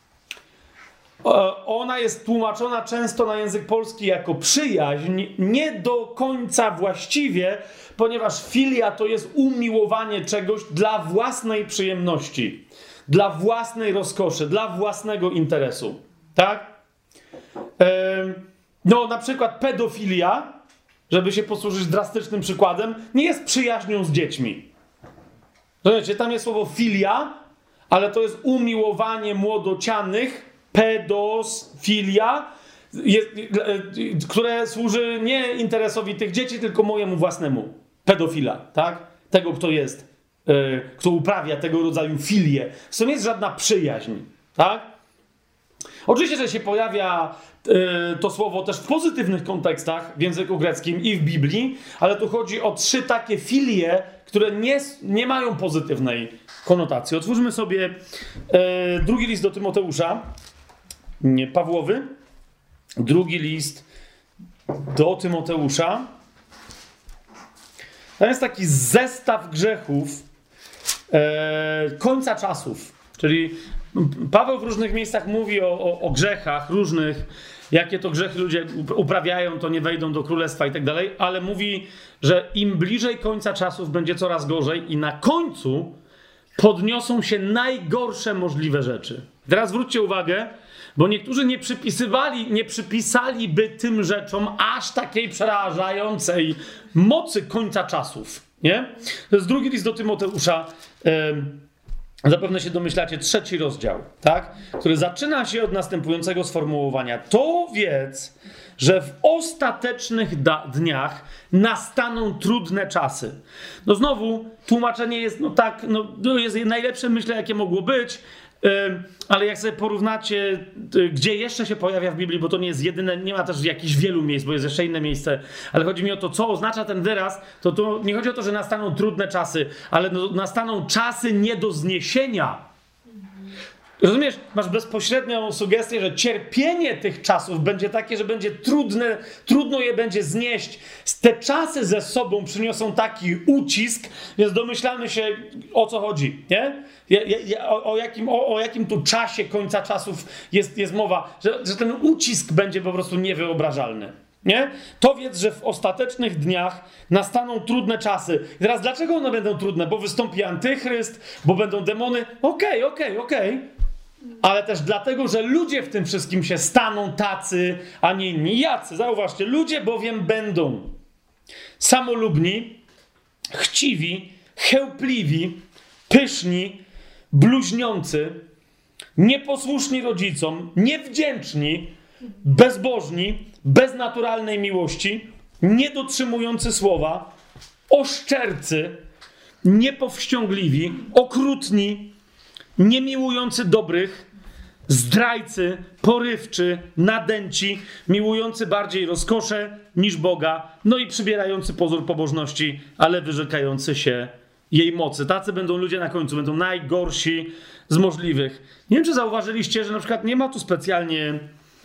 Ona jest tłumaczona często na język polski jako przyjaźń, nie do końca właściwie, ponieważ filia to jest umiłowanie czegoś dla własnej przyjemności, dla własnej rozkoszy, dla własnego interesu. Tak? No, na przykład pedofilia, żeby się posłużyć drastycznym przykładem, nie jest przyjaźnią z dziećmi. Rozumiecie, tam jest słowo filia, ale to jest umiłowanie młodocianych, pedos, filia, jest, które służy nie interesowi tych dzieci, tylko mojemu własnemu. Pedofila, tak? Tego, kto jest, yy, kto uprawia tego rodzaju filię. To nie jest żadna przyjaźń, tak? Oczywiście, że się pojawia yy, to słowo też w pozytywnych kontekstach w języku greckim i w Biblii, ale tu chodzi o trzy takie filie, które nie, nie mają pozytywnej konotacji. Otwórzmy sobie yy, drugi list do Tymoteusza, nie, Pawłowy, drugi list do Tymoteusza. To jest taki zestaw grzechów e, końca czasów. Czyli Paweł w różnych miejscach mówi o, o, o grzechach różnych, jakie to grzechy ludzie uprawiają, to nie wejdą do królestwa i tak dalej, ale mówi, że im bliżej końca czasów będzie coraz gorzej i na końcu podniosą się najgorsze możliwe rzeczy. Teraz zwróćcie uwagę, bo niektórzy nie przypisywali, nie przypisaliby tym rzeczom aż takiej przerażającej mocy końca czasów. Nie? To jest drugi list do Tymoteusza. Zapewne się domyślacie, trzeci rozdział, tak? Który zaczyna się od następującego sformułowania. To wiedz, że w ostatecznych da- dniach nastaną trudne czasy. No znowu, tłumaczenie jest no tak, no, no jest najlepsze, myślę, jakie mogło być, yy, ale jak sobie porównacie, yy, gdzie jeszcze się pojawia w Biblii, bo to nie jest jedyne, nie ma też jakichś wielu miejsc, bo jest jeszcze inne miejsce, ale chodzi mi o to, co oznacza ten wyraz, to, to nie chodzi o to, że nastaną trudne czasy, ale no, nastaną czasy nie do zniesienia. Rozumiesz? Masz bezpośrednią sugestię, że cierpienie tych czasów będzie takie, że będzie trudne, trudno je będzie znieść. Te czasy ze sobą przyniosą taki ucisk, więc domyślamy się, o co chodzi, nie? O, o, jakim, o, o jakim tu czasie końca czasów jest, jest mowa, że, że ten ucisk będzie po prostu niewyobrażalny. Nie? To wiedz, że w ostatecznych dniach nastaną trudne czasy. I teraz dlaczego one będą trudne? Bo wystąpi antychryst, bo będą demony. Okej, okej, okej. Ale też dlatego, że ludzie w tym wszystkim się staną tacy, a nie inni jacy. Zauważcie, ludzie bowiem będą samolubni, chciwi, chełpliwi, pyszni, bluźniący, nieposłuszni rodzicom, niewdzięczni, bezbożni, bez naturalnej miłości, niedotrzymujący słowa, oszczercy, niepowściągliwi, okrutni, niemiłujący dobrych, zdrajcy, porywczy, nadęci, miłujący bardziej rozkosze niż Boga, no i przybierający pozór pobożności, ale wyrzekający się jej mocy. Tacy będą ludzie na końcu, będą najgorsi z możliwych. Nie wiem, czy zauważyliście, że na przykład nie ma tu specjalnie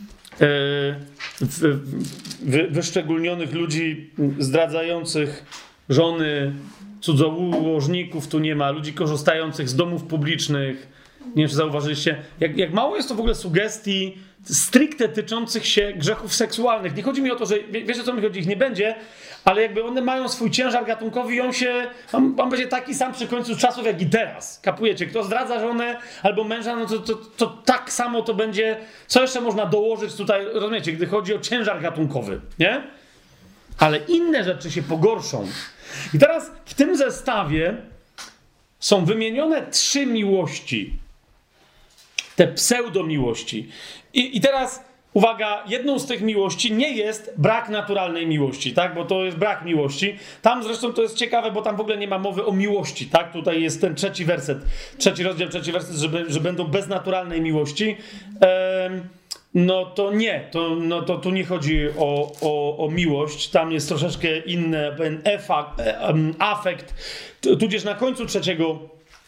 Wy, wy, wyszczególnionych ludzi zdradzających żony, cudzołożników tu nie ma, ludzi korzystających z domów publicznych. Nie wiem, czy zauważyliście, jak, jak mało jest to w ogóle sugestii stricte tyczących się grzechów seksualnych. Nie chodzi mi o to, że wie, wiesz, o co mi chodzi, ich nie będzie, ale jakby one mają swój ciężar gatunkowy i on się, on, on będzie taki sam przy końcu czasów, jak i teraz. Kapujecie? Kto zdradza żonę albo męża, no to, to, to tak samo to będzie. Co jeszcze można dołożyć tutaj, rozumiecie, gdy chodzi o ciężar gatunkowy, nie? Ale inne rzeczy się pogorszą. I teraz w tym zestawie są wymienione trzy miłości. Te pseudomiłości. I, I teraz uwaga, jedną z tych miłości nie jest brak naturalnej miłości, tak? Bo to jest brak miłości. Tam zresztą to jest ciekawe, bo tam w ogóle nie ma mowy o miłości, tak? Tutaj jest ten trzeci werset, trzeci rozdział, trzeci werset, że, że będą bez naturalnej miłości. Ehm, no to nie, to, no to tu nie chodzi o, o, o miłość, tam jest troszeczkę inny efekt, afekt, tudzież na końcu trzeciego.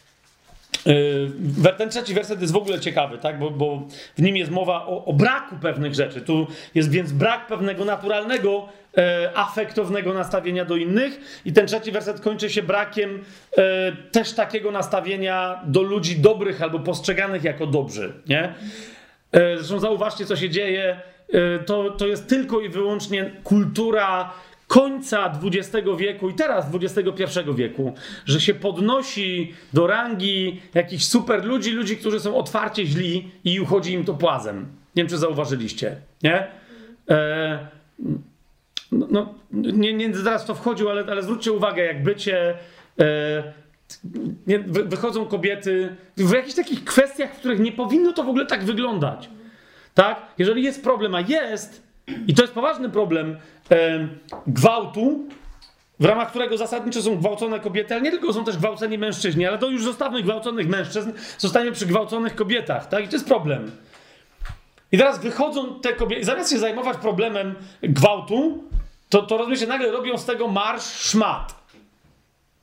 Ten trzeci werset jest w ogóle ciekawy, tak? bo, bo w nim jest mowa o, o braku pewnych rzeczy. Tu jest więc brak pewnego naturalnego, e, afektownego nastawienia do innych i ten trzeci werset kończy się brakiem e, też takiego nastawienia do ludzi dobrych albo postrzeganych jako dobrzy. Nie? E, zresztą zauważcie, co się dzieje. E, to, to jest tylko i wyłącznie kultura końca dwudziestego wieku i teraz dwudziestego pierwszego wieku, że się podnosi do rangi jakichś super ludzi, ludzi, którzy są otwarcie źli i uchodzi im to płazem. Nie wiem, czy zauważyliście, nie? E, no, no, nie, nie zaraz w to wchodził, ale, ale zwróćcie uwagę, jak bycie... E, nie, wy, wychodzą kobiety w jakichś takich kwestiach, w których nie powinno to w ogóle tak wyglądać. Tak? Jeżeli jest problem, a jest, i to jest poważny problem, e, gwałtu, w ramach którego zasadniczo są gwałcone kobiety, ale nie tylko są też gwałceni mężczyźni, ale to już zostawmy gwałconych mężczyzn, zostaniemy przy gwałconych kobietach, tak? I to jest problem. I teraz wychodzą te kobiety, zamiast się zajmować problemem gwałtu, to, to rozumiecie, nagle robią z tego marsz szmat.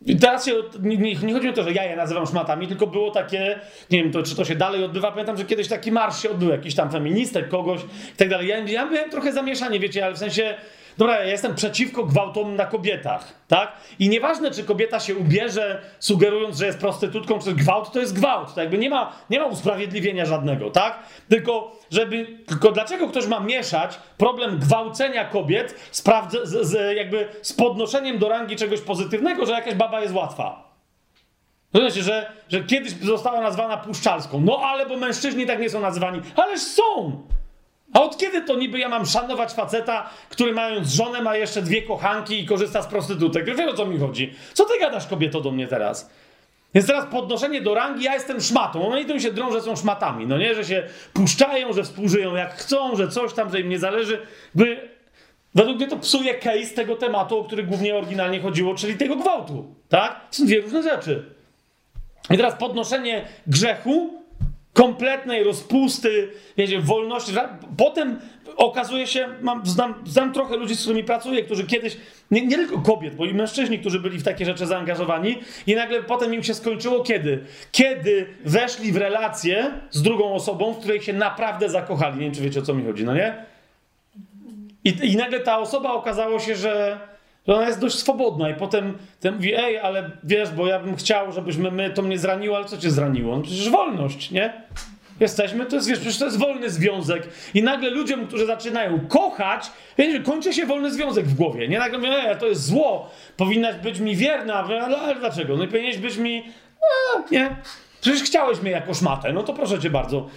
I teraz się, nie, nie chodzi o to, że ja je nazywam szmatami, tylko było takie, nie wiem, to, czy to się dalej odbywa. Pamiętam, że kiedyś taki marsz się odbył, jakiś tam feministek, kogoś i tak dalej. Ja, ja miałem trochę zamieszanie, wiecie, ale w sensie, dobra, ja jestem przeciwko gwałtom na kobietach, tak? I nieważne, czy kobieta się ubierze, sugerując, że jest prostytutką, czy gwałt, to jest gwałt. To jakby nie ma, nie ma usprawiedliwienia żadnego, tak? Tylko, żeby, tylko dlaczego ktoś ma mieszać problem gwałcenia kobiet z, z, z, jakby z podnoszeniem do rangi czegoś pozytywnego, że jakaś baba jest łatwa? Rozumiecie, że, że kiedyś została nazwana puszczalską. No ale, bo mężczyźni tak nie są nazywani. Ależ są! A od kiedy to niby ja mam szanować faceta, który mając żonę ma jeszcze dwie kochanki i korzysta z prostytutek? Wiesz, o co mi chodzi? Co ty gadasz, kobieto, do mnie teraz? Więc teraz podnoszenie do rangi, ja jestem szmatą. No i tym się drą, że są szmatami. No nie, że się puszczają, że współżyją jak chcą, że coś tam, że im nie zależy. By... Według mnie to psuje case tego tematu, o który głównie oryginalnie chodziło, czyli tego gwałtu. Tak? To są dwie różne rzeczy. I teraz podnoszenie grzechu, kompletnej rozpusty, wiecie, wolności. Potem okazuje się, mam, znam, znam trochę ludzi, z którymi pracuję, którzy kiedyś, nie, nie tylko kobiet, bo i mężczyźni, którzy byli w takie rzeczy zaangażowani i nagle potem im się skończyło kiedy? Kiedy weszli w relację z drugą osobą, w której się naprawdę zakochali. Nie wiem, czy wiecie, o co mi chodzi, no nie? I, i nagle ta osoba okazało się, że że ona jest dość swobodna i potem ten mówi, ej, ale wiesz, bo ja bym chciał, żebyśmy my, to mnie zraniło, ale co cię zraniło? No przecież wolność, nie? Jesteśmy, to jest, wiesz, przecież to jest wolny związek i nagle ludziom, którzy zaczynają kochać, wiecie, kończy się wolny związek w głowie, nie? Nagle mówią, ej, to jest zło, powinnaś być mi wierna, ale, ale dlaczego? No i powinieneś być mi, a, nie? Przecież chciałeś mnie jako szmatę, no to proszę cię bardzo.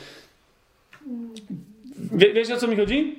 Wie, wiecie, o co mi chodzi?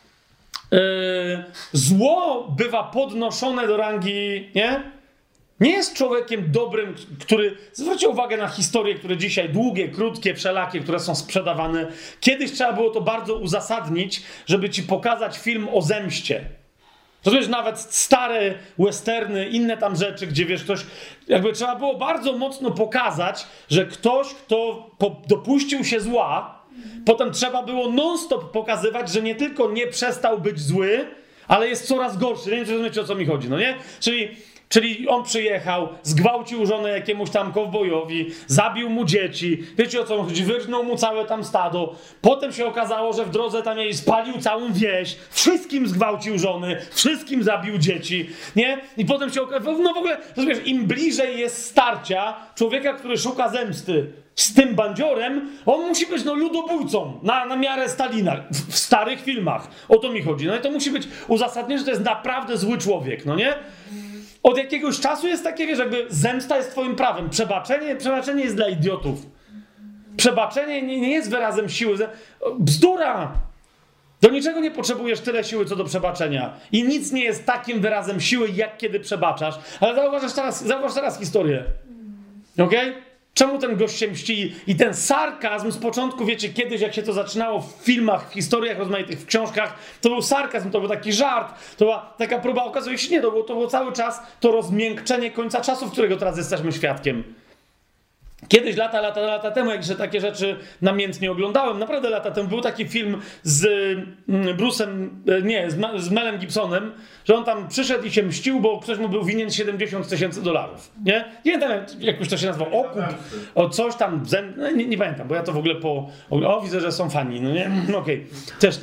Yy, zło bywa podnoszone do rangi, nie? Nie jest człowiekiem dobrym, który... Zwróćcie uwagę na historie, które dzisiaj długie, krótkie, wszelakie, które są sprzedawane. Kiedyś trzeba było to bardzo uzasadnić, żeby ci pokazać film o zemście. Rozumiesz, nawet stare westerny, inne tam rzeczy, gdzie wiesz, ktoś... Jakby trzeba było bardzo mocno pokazać, że ktoś, kto po, dopuścił się zła, potem trzeba było non-stop pokazywać, że nie tylko nie przestał być zły, ale jest coraz gorszy. Nie wiem, czy rozumiecie, o co mi chodzi, no nie? Czyli, czyli on przyjechał, zgwałcił żonę jakiemuś tam kowbojowi, zabił mu dzieci, wiecie, o co mi chodzi, wyrżnął mu całe tam stado. Potem się okazało, że w drodze tam jej spalił całą wieś, wszystkim zgwałcił żony, wszystkim zabił dzieci, nie? I potem się okazało, no w ogóle, rozumiesz, im bliżej jest starcia człowieka, który szuka zemsty, z tym bandziorem, on musi być no ludobójcą na, na miarę Stalina w, w starych filmach. O to mi chodzi. No i to musi być uzasadnione, że to jest naprawdę zły człowiek, no nie? Od jakiegoś czasu jest takie, wiesz, jakby zemsta jest twoim prawem. Przebaczenie, przebaczenie jest dla idiotów. Przebaczenie nie, nie jest wyrazem siły. Bzdura! Do niczego nie potrzebujesz tyle siły, co do przebaczenia. I nic nie jest takim wyrazem siły, jak kiedy przebaczasz. Ale zauważ teraz, zauważ teraz historię. Okej? Okay? Czemu ten gość się mści? I ten sarkazm z początku, wiecie, kiedyś jak się to zaczynało w filmach, w historiach rozmaitych, w książkach, to był sarkazm, to był taki żart, to była taka próba, okazuje się nie, to było, to było cały czas to rozmiękczenie końca czasów, którego teraz jesteśmy świadkiem. Kiedyś, lata, lata, lata temu, jak się takie rzeczy namiętnie oglądałem, naprawdę lata temu, był taki film z mm, Bruce'em, nie, z, z Melem Gibsonem, że on tam przyszedł i się mścił, bo ktoś mu był winien siedemdziesiąt tysięcy dolarów, nie? Nie pamiętam, jak już to się nazywał, okup, o coś tam, zem, no, nie, nie pamiętam, bo ja to w ogóle po... O, widzę, że są fani, no nie? Okej, okay. Też...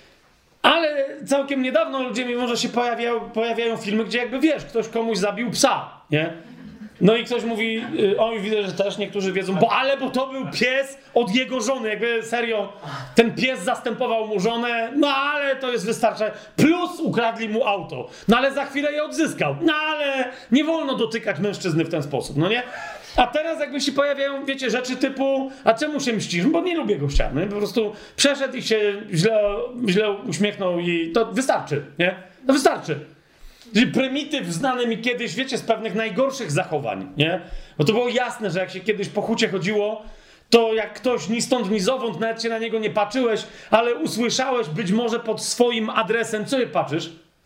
Ale całkiem niedawno ludzie, mimo że się pojawiają, pojawiają filmy, gdzie jakby, wiesz, ktoś komuś zabił psa, nie? No i ktoś mówi, oj, widzę, że też niektórzy wiedzą, bo ale, bo to był pies od jego żony, jakby serio, ten pies zastępował mu żonę, no ale to jest wystarczające, plus ukradli mu auto, no ale za chwilę je odzyskał, no ale nie wolno dotykać mężczyzny w ten sposób, no nie? A teraz jakby się pojawiają, wiecie, rzeczy typu, a czemu się mścisz? Bo nie lubię gościa, no? Po prostu przeszedł i się źle, źle uśmiechnął i to wystarczy, nie? To wystarczy. Czyli prymityw znany mi kiedyś, wiecie, z pewnych najgorszych zachowań, nie? Bo to było jasne, że jak się kiedyś po hucie chodziło, to jak ktoś ni stąd, ni zowąd, nawet się na niego nie patrzyłeś, ale usłyszałeś być może pod swoim adresem, co je patrzysz?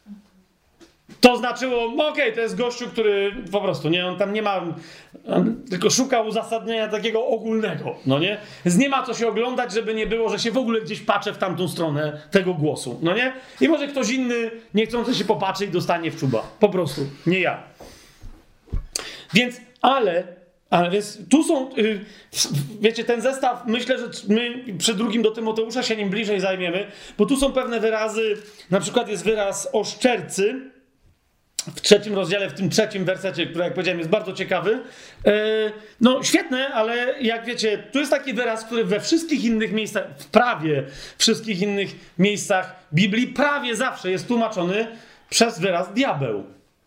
To znaczyło, okej, okay, to jest gościu, który po prostu, nie, on tam nie ma, on tylko szuka uzasadnienia takiego ogólnego, no nie? Więc nie ma co się oglądać, żeby nie było, że się w ogóle gdzieś patrzę w tamtą stronę tego głosu, no nie? I może ktoś inny, nie chcący się popatrzy i dostanie w czuba. Po prostu, nie ja. Więc, ale, ale więc tu są, yy, wiecie, ten zestaw, myślę, że my przy drugim do Tymoteusza się nim bliżej zajmiemy, bo tu są pewne wyrazy, na przykład jest wyraz oszczercy, w trzecim rozdziale, w tym trzecim wersecie, który, jak powiedziałem, jest bardzo ciekawy. Yy, no świetne, ale jak wiecie, tu jest taki wyraz, który we wszystkich innych miejscach, w prawie wszystkich innych miejscach Biblii, prawie zawsze jest tłumaczony przez wyraz diabeł.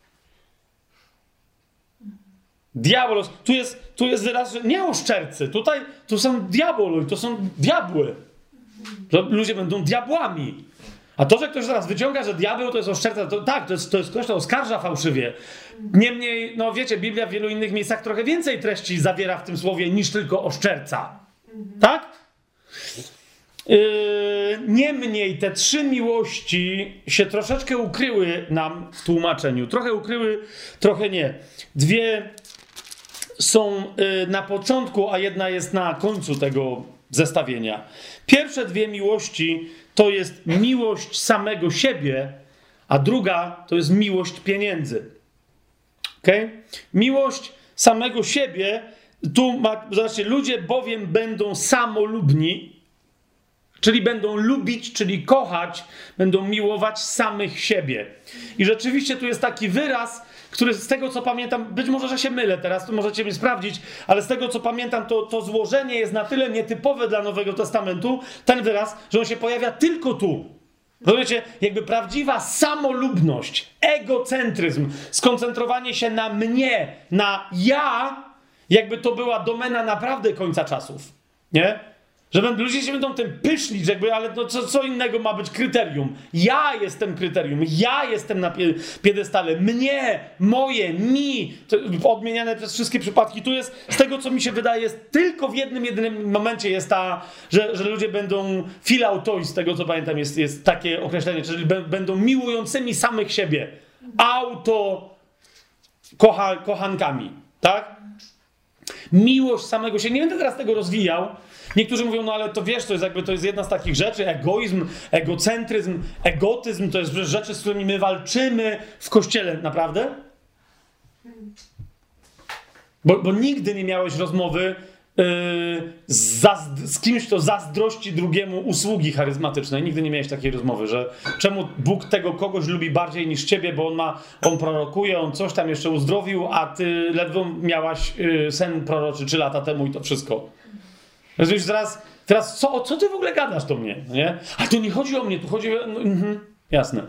Diabolos. Tu jest, tu jest wyraz, że nie oszczercy. Tutaj tu są diaboli, to są diabły. Że ludzie będą diabłami. A to, że ktoś teraz wyciąga, że diabeł to jest oszczerca, to tak, to jest, to jest ktoś, kto oskarża fałszywie. Niemniej, no wiecie, Biblia w wielu innych miejscach trochę więcej treści zawiera w tym słowie niż tylko oszczerca. Mhm. Tak? Yy, niemniej te trzy miłości się troszeczkę ukryły nam w tłumaczeniu. Trochę ukryły, trochę nie. Dwie są yy, na początku, a jedna jest na końcu tego zestawienia. Pierwsze dwie miłości to jest miłość samego siebie, a druga to jest miłość pieniędzy. Okay? Miłość samego siebie, tu ma, zobaczcie, ludzie bowiem będą samolubni, czyli będą lubić, czyli kochać, będą miłować samych siebie. I rzeczywiście tu jest taki wyraz, który z tego, co pamiętam, być może, że się mylę teraz, to możecie mnie sprawdzić, ale z tego, co pamiętam, to, to złożenie jest na tyle nietypowe dla Nowego Testamentu, ten wyraz, że on się pojawia tylko tu. Rozumiecie? Jakby prawdziwa samolubność, egocentryzm, skoncentrowanie się na mnie, na ja, jakby to była domena naprawdę końca czasów. Nie? Że ludzie się będą tym pysznić, jakby, ale no co, co innego ma być kryterium. Ja jestem kryterium, ja jestem na piedestale, mnie, moje, mi, to odmieniane przez wszystkie przypadki. Tu jest, z tego co mi się wydaje, jest tylko w jednym, jedynym momencie jest ta, że, że ludzie będą filautoi, z tego co pamiętam jest, jest takie określenie, czyli b- będą miłującymi samych siebie, auto kocha, kochankami, tak? Miłość samego siebie. Nie będę teraz tego rozwijał. Niektórzy mówią, no ale to wiesz, to jest jakby to jest jedna z takich rzeczy, egoizm, egocentryzm, egotyzm, to jest rzeczy, z którymi my walczymy w Kościele. Naprawdę? Bo, bo nigdy nie miałeś rozmowy yy, z, zazd- z kimś, kto zazdrości drugiemu usługi charyzmatycznej. Nigdy nie miałeś takiej rozmowy, że czemu Bóg tego kogoś lubi bardziej niż ciebie, bo on ma, on prorokuje, on coś tam jeszcze uzdrowił, a ty ledwo miałaś yy, sen proroczy trzy lata temu i to wszystko. Rozumiesz, teraz, teraz co, co ty w ogóle gadasz do mnie, nie? Ale to nie chodzi o mnie, tu chodzi o... No, mhm, jasne.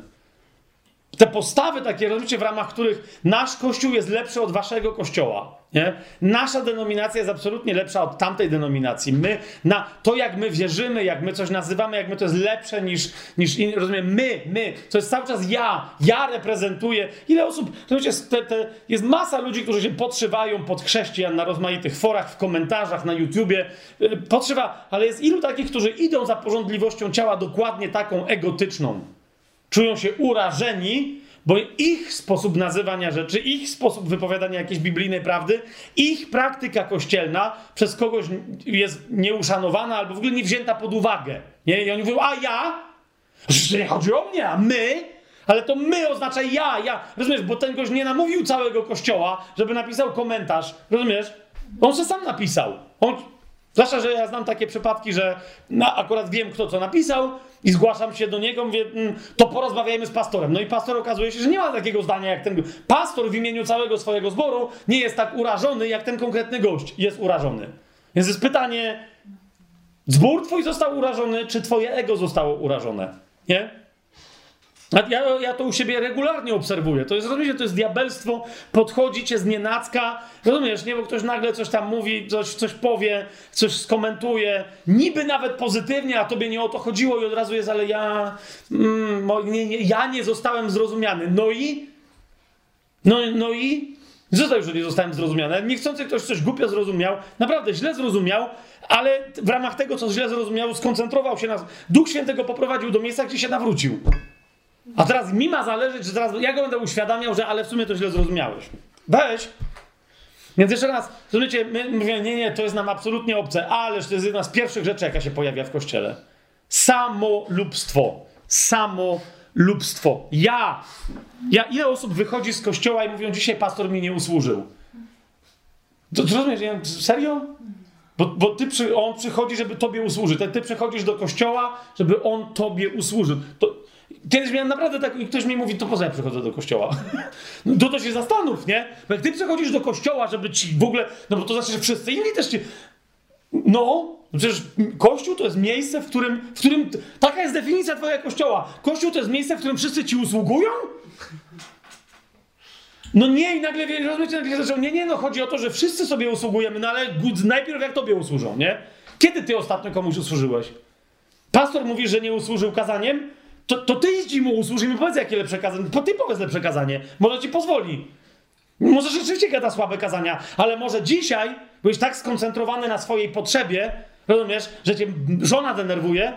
Te postawy takie, rozumiecie, w ramach których nasz Kościół jest lepszy od waszego Kościoła, nie? Nasza denominacja jest absolutnie lepsza od tamtej denominacji. My, na to jak my wierzymy, jak my coś nazywamy, jak my to jest lepsze niż, niż inni, rozumiem, my, my, to jest cały czas ja, ja reprezentuję. Ile osób, rozumiecie, te, te, jest masa ludzi, którzy się podszywają pod chrześcijan na rozmaitych forach, w komentarzach, na YouTubie, yy, podszywa, ale jest ilu takich, którzy idą za pożądliwością ciała dokładnie taką egotyczną. Czują się urażeni, bo ich sposób nazywania rzeczy, ich sposób wypowiadania jakiejś biblijnej prawdy, ich praktyka kościelna przez kogoś jest nieuszanowana albo w ogóle nie wzięta pod uwagę. Nie? I oni mówią, a ja? Przecież nie chodzi o mnie, a my? Ale to my oznacza ja, ja. Rozumiesz, bo ten gość nie namówił całego kościoła, żeby napisał komentarz. Rozumiesz? On się sam napisał. On... Zwłaszcza, że ja znam takie przypadki, że no, akurat wiem, kto co napisał i zgłaszam się do niego, mówię, mm, to porozmawiajmy z pastorem. No i pastor okazuje się, że nie ma takiego zdania jak ten... Pastor w imieniu całego swojego zboru nie jest tak urażony, jak ten konkretny gość jest urażony. Więc jest pytanie, zbór twój został urażony, czy twoje ego zostało urażone? Nie? Ja, ja to u siebie regularnie obserwuję. To jest, rozumiecie, to jest diabelstwo, podchodzi cię z nienacka, rozumiesz, nie, bo ktoś nagle coś tam mówi, coś, coś powie, coś skomentuje, niby nawet pozytywnie, a tobie nie o to chodziło i od razu jest, ale ja, mm, nie, nie, ja nie zostałem zrozumiany. No i? No, no i? Został, że nie zostałem zrozumiany. Niechcący ktoś coś głupio zrozumiał, naprawdę źle zrozumiał, ale w ramach tego, co źle zrozumiał, skoncentrował się na... Duch Świętego poprowadził do miejsca, gdzie się nawrócił. A teraz mi ma zależeć, że teraz ja go będę uświadamiał, że ale w sumie to źle zrozumiałeś. Weź. Więc jeszcze raz, rozumiecie, my mówimy, nie, nie, to jest nam absolutnie obce, ależ to jest jedna z pierwszych rzeczy, jaka się pojawia w Kościele. Samolubstwo. Samolubstwo. Ja. Ja. Ile osób wychodzi z Kościoła i mówią, dzisiaj pastor mi nie usłużył. To, to rozumiesz, ja, serio? Bo, bo ty przy, on przychodzi, żeby tobie usłużyć. Ty, ty przychodzisz do kościoła, żeby on tobie usłużył. To, kiedyś miałem naprawdę tak, ktoś mi mówi, to po co ja przychodzę do kościoła? No to, to się zastanów, nie? Bo jak ty przychodzisz do kościoła, żeby ci w ogóle, no bo to znaczy, że wszyscy inni też ci... No, przecież kościół to jest miejsce, w którym, w którym... Taka jest definicja twojego kościoła. Kościół to jest miejsce, w którym wszyscy ci usługują? No nie, i nagle, rozumiecie, nagle zaczął, nie, nie, no chodzi o to, że wszyscy sobie usługujemy, no ale najpierw jak tobie usłużą, nie? Kiedy ty ostatnio komuś usłużyłeś? Pastor mówi, że nie usłużył kazaniem, to, to ty idź mu usłuż i mi powiedz, jakie lepsze kazanie, to ty powiedz lepsze kazanie, może ci pozwoli. Może rzeczywiście gada słabe kazania, ale może dzisiaj byłeś tak skoncentrowany na swojej potrzebie, rozumiesz, że cię żona denerwuje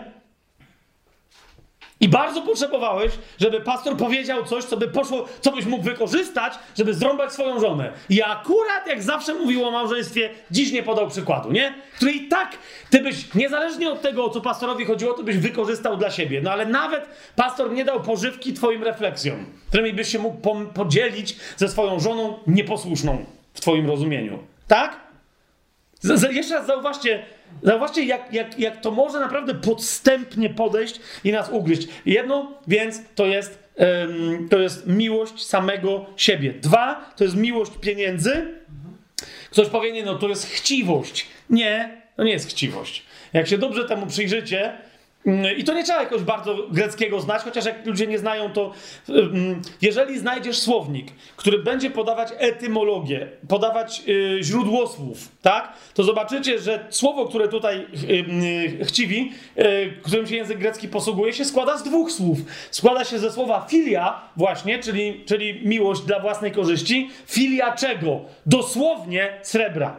i bardzo potrzebowałeś, żeby pastor powiedział coś, co by poszło, co byś mógł wykorzystać, żeby zrąbać swoją żonę. I akurat, jak zawsze mówił o małżeństwie, dziś nie podał przykładu, nie? Który i tak ty byś, niezależnie od tego, o co pastorowi chodziło, to byś wykorzystał dla siebie. No ale nawet pastor nie dał pożywki twoim refleksjom, którymi byś się mógł po- podzielić ze swoją żoną nieposłuszną w twoim rozumieniu. Tak? Z- z- jeszcze raz zauważcie, Zauważcie, jak, jak, jak to może naprawdę podstępnie podejść i nas ugryźć. Jedno, więc to jest, um, to jest miłość samego siebie. Dwa, to jest miłość pieniędzy. Ktoś powie, nie, no to jest chciwość. Nie, to nie jest chciwość. Jak się dobrze temu przyjrzycie, i to nie trzeba jakoś bardzo greckiego znać, chociaż jak ludzie nie znają, to um, jeżeli znajdziesz słownik, który będzie podawać etymologię, podawać y, źródło słów, tak, to zobaczycie, że słowo, które tutaj y, y, chciwi, y, którym się język grecki posługuje, się składa z dwóch słów. Składa się ze słowa filia właśnie, czyli, czyli miłość dla własnej korzyści. Filia czego? Dosłownie srebra.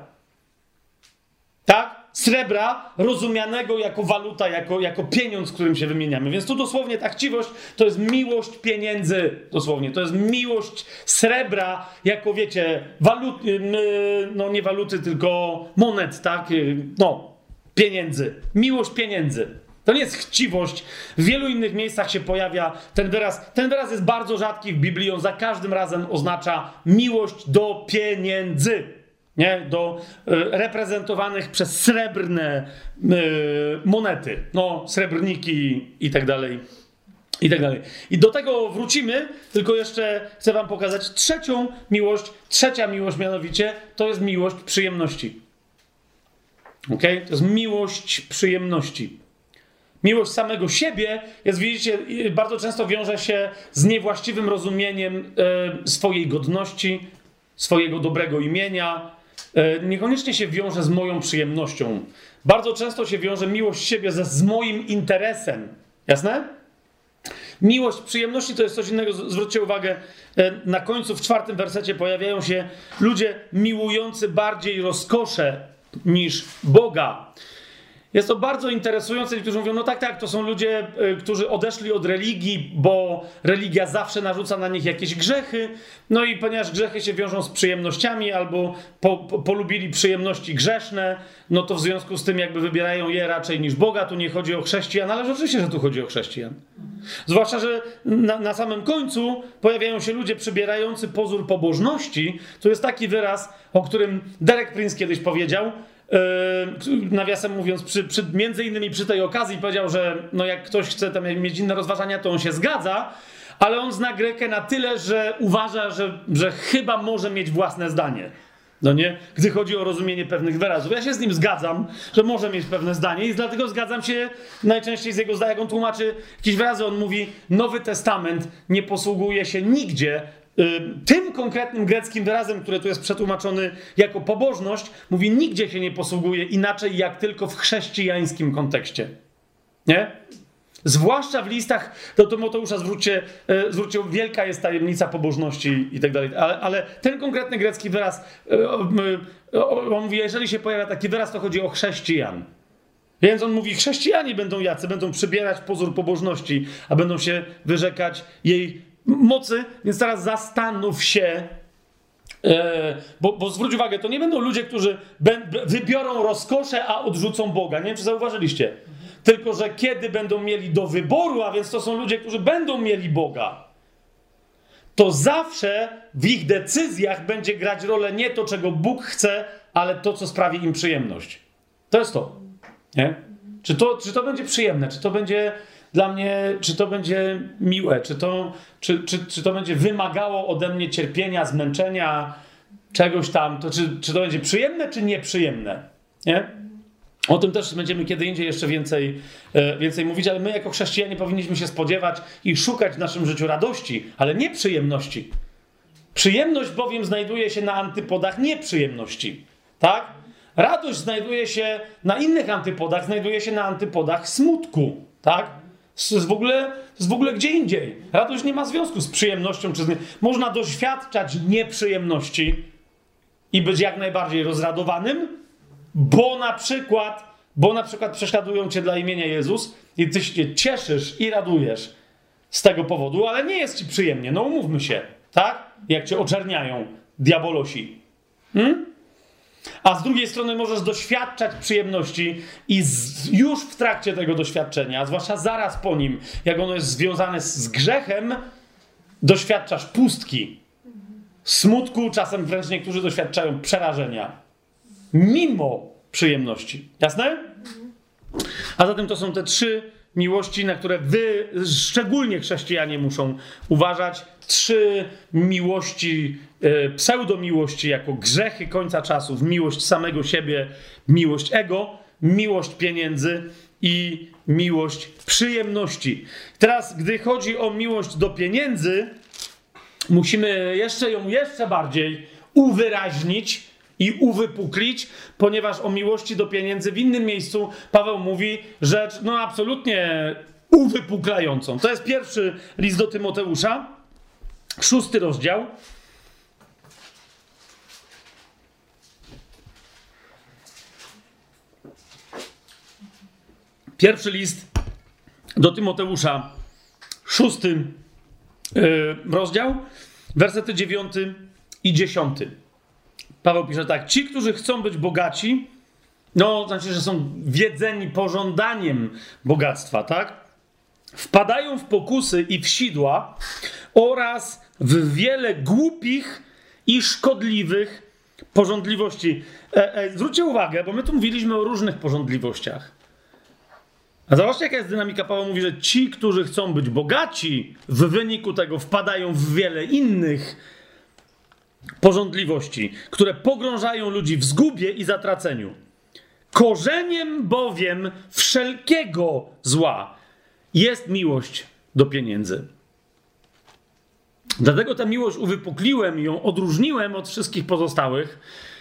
Tak? Srebra rozumianego jako waluta, jako, jako pieniądz, którym się wymieniamy. Więc tu dosłownie ta chciwość to jest miłość pieniędzy. Dosłownie. To jest miłość srebra jako, wiecie, walut, no nie waluty, tylko monet, tak? No, pieniędzy. Miłość pieniędzy. To nie jest chciwość. W wielu innych miejscach się pojawia ten wyraz. Ten wyraz jest bardzo rzadki w Biblii. On za każdym razem oznacza miłość do pieniędzy. Nie? Do y, reprezentowanych przez srebrne y, monety, no, srebrniki i tak dalej, i tak dalej. I do tego wrócimy, tylko jeszcze chcę wam pokazać trzecią miłość, trzecia miłość mianowicie, to jest miłość przyjemności. Okej? To jest miłość przyjemności. Miłość samego siebie jest, widzicie, bardzo często wiąże się z niewłaściwym rozumieniem y, swojej godności, swojego dobrego imienia, niekoniecznie się wiąże z moją przyjemnością. Bardzo często się wiąże miłość siebie ze, z moim interesem. Jasne? Miłość przyjemności to jest coś innego. Zwróćcie uwagę, na końcu w czwartym wersecie pojawiają się ludzie miłujący bardziej rozkosze niż Boga. Jest to bardzo interesujące. Niektórzy mówią, no tak, tak, to są ludzie, y, którzy odeszli od religii, bo religia zawsze narzuca na nich jakieś grzechy. No i ponieważ grzechy się wiążą z przyjemnościami albo po, po, polubili przyjemności grzeszne, no to w związku z tym jakby wybierają je raczej niż Boga. Tu nie chodzi o chrześcijan, ale oczywiście, że tu chodzi o chrześcijan. Zwłaszcza, że na, na samym końcu pojawiają się ludzie przybierający pozór pobożności. To jest taki wyraz, o którym Derek Prince kiedyś powiedział, Yy, nawiasem mówiąc, przy, przy, między innymi przy tej okazji powiedział, że no jak ktoś chce tam mieć inne rozważania, to on się zgadza, ale on zna Grekę na tyle, że uważa, że, że chyba może mieć własne zdanie. No nie? Gdy chodzi o rozumienie pewnych wyrazów. Ja się z nim zgadzam, że może mieć pewne zdanie i dlatego zgadzam się najczęściej z jego zdaniem. Jak on tłumaczy jakieś wyrazy, on mówi, Nowy Testament nie posługuje się nigdzie tym konkretnym greckim wyrazem, który tu jest przetłumaczony jako pobożność, mówi, nigdzie się nie posługuje inaczej, jak tylko w chrześcijańskim kontekście. Nie? Zwłaszcza w listach do Tymoteusza, zwróćcie, zwróćcie, wielka jest tajemnica pobożności i tak dalej, ale, ale ten konkretny grecki wyraz, on mówi, jeżeli się pojawia taki wyraz, to chodzi o chrześcijan. Więc on mówi, chrześcijanie będą jacy, będą przybierać pozór pobożności, a będą się wyrzekać jej mocy, więc teraz zastanów się, e, bo, bo zwróć uwagę, to nie będą ludzie, którzy be, wybiorą rozkosze, a odrzucą Boga. Nie wiem, czy zauważyliście. Mhm. Tylko, że kiedy będą mieli do wyboru, a więc to są ludzie, którzy będą mieli Boga, to zawsze w ich decyzjach będzie grać rolę nie to, czego Bóg chce, ale to, co sprawi im przyjemność. To jest to. Nie? Czy to, czy to będzie przyjemne, czy to będzie dla mnie, czy to będzie miłe, czy to, czy, czy, czy to będzie wymagało ode mnie cierpienia, zmęczenia, czegoś tam, to czy, czy to będzie przyjemne, czy nieprzyjemne. Nie? O tym też będziemy kiedy indziej jeszcze więcej, e, więcej mówić, ale my jako chrześcijanie powinniśmy się spodziewać i szukać w naszym życiu radości, ale nie przyjemności. Przyjemność bowiem znajduje się na antypodach nieprzyjemności. Tak? Radość znajduje się na innych antypodach, znajduje się na antypodach smutku. Tak? Z w ogóle, z w ogóle gdzie indziej. Radość nie ma związku z przyjemnością. Czy z nie... Można doświadczać nieprzyjemności i być jak najbardziej rozradowanym, bo na przykład, bo na przykład prześladują cię dla imienia Jezus i ty się cieszysz i radujesz z tego powodu, ale nie jest ci przyjemnie. No umówmy się, tak? Jak cię oczerniają diabolosi. Hmm? A z drugiej strony możesz doświadczać przyjemności i z, już w trakcie tego doświadczenia, a zwłaszcza zaraz po nim, jak ono jest związane z, z grzechem, doświadczasz pustki, smutku, czasem wręcz niektórzy doświadczają przerażenia. Mimo przyjemności. Jasne? A zatem to są te trzy miłości, na które wy, szczególnie chrześcijanie, muszą uważać. Trzy miłości, e, pseudomiłości jako grzechy końca czasów. Miłość samego siebie, miłość ego, miłość pieniędzy i miłość przyjemności. Teraz, gdy chodzi o miłość do pieniędzy, musimy jeszcze ją jeszcze bardziej uwyraźnić i uwypuklić, ponieważ o miłości do pieniędzy w innym miejscu Paweł mówi rzecz no absolutnie uwypuklającą. To jest pierwszy list do Tymoteusza, szósty rozdział. Pierwszy list do Tymoteusza, szósty yy, rozdział, wersety dziewiąty i dziesiąty. Paweł pisze tak: ci, którzy chcą być bogaci, no znaczy, że są wiedzeni pożądaniem bogactwa, tak? Wpadają w pokusy i w sidła oraz w wiele głupich i szkodliwych pożądliwości. E, e, zwróćcie uwagę, bo my tu mówiliśmy o różnych pożądliwościach. A zobaczcie, jaka jest dynamika. Paweł mówi, że ci, którzy chcą być bogaci, w wyniku tego wpadają w wiele innych pożądliwości, które pogrążają ludzi w zgubie i zatraceniu. Korzeniem bowiem wszelkiego zła jest miłość do pieniędzy. Dlatego tę miłość uwypukliłem i ją odróżniłem od wszystkich pozostałych,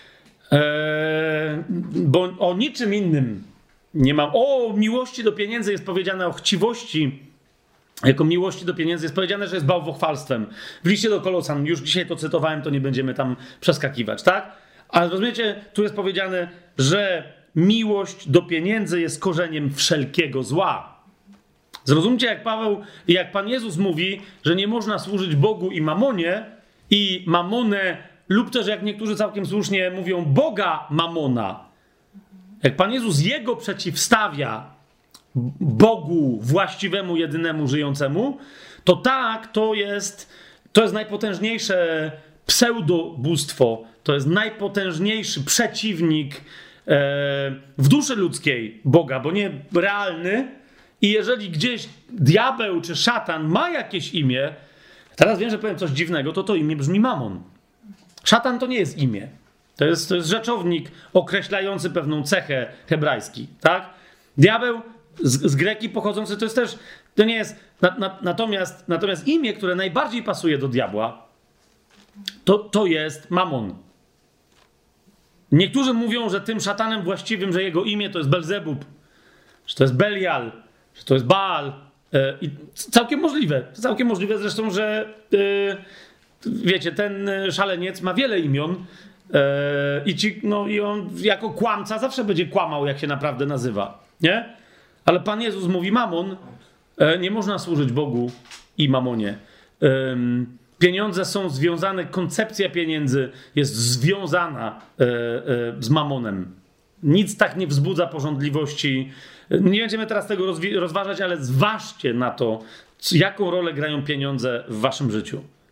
e, bo o niczym innym nie mam. O miłości do pieniędzy jest powiedziane, o chciwości jako miłości do pieniędzy jest powiedziane, że jest bałwochwalstwem. W liście do Kolosan, już dzisiaj to cytowałem, to nie będziemy tam przeskakiwać, tak? Ale rozumiecie, tu jest powiedziane, że miłość do pieniędzy jest korzeniem wszelkiego zła. Zrozumcie, jak Paweł, jak Pan Jezus mówi, że nie można służyć Bogu i mamonie, i mamonę, lub też jak niektórzy całkiem słusznie mówią, Boga mamona. Jak Pan Jezus jego przeciwstawia Bogu właściwemu, jedynemu, żyjącemu, to tak, to jest, to jest najpotężniejsze pseudobóstwo, to jest najpotężniejszy przeciwnik e, w duszy ludzkiej Boga, bo nie realny. I jeżeli gdzieś diabeł czy szatan ma jakieś imię, teraz wiem, że powiem coś dziwnego, to to imię brzmi Mamon. Szatan to nie jest imię. To jest, to jest rzeczownik określający pewną cechę hebrajski, tak? Diabeł z, z greki pochodzący to jest też, to nie jest, na, na, natomiast, natomiast imię, które najbardziej pasuje do diabła, to, to jest Mamon. Niektórzy mówią, że tym szatanem właściwym, że jego imię to jest Belzebub, że to jest Belial, że to jest Baal. Yy, I całkiem możliwe, całkiem możliwe zresztą, że yy, wiecie, ten szaleniec ma wiele imion, yy, i, ci, no, i on jako kłamca zawsze będzie kłamał, jak się naprawdę nazywa, nie? Ale Pan Jezus mówi Mamon, yy, nie można służyć Bogu i mamonie. Yy, pieniądze są związane, koncepcja pieniędzy jest związana yy, yy, z mamonem. Nic tak nie wzbudza pożądliwości. Nie będziemy teraz tego rozwi- rozważać, ale zważcie na to, jaką rolę grają pieniądze w waszym życiu.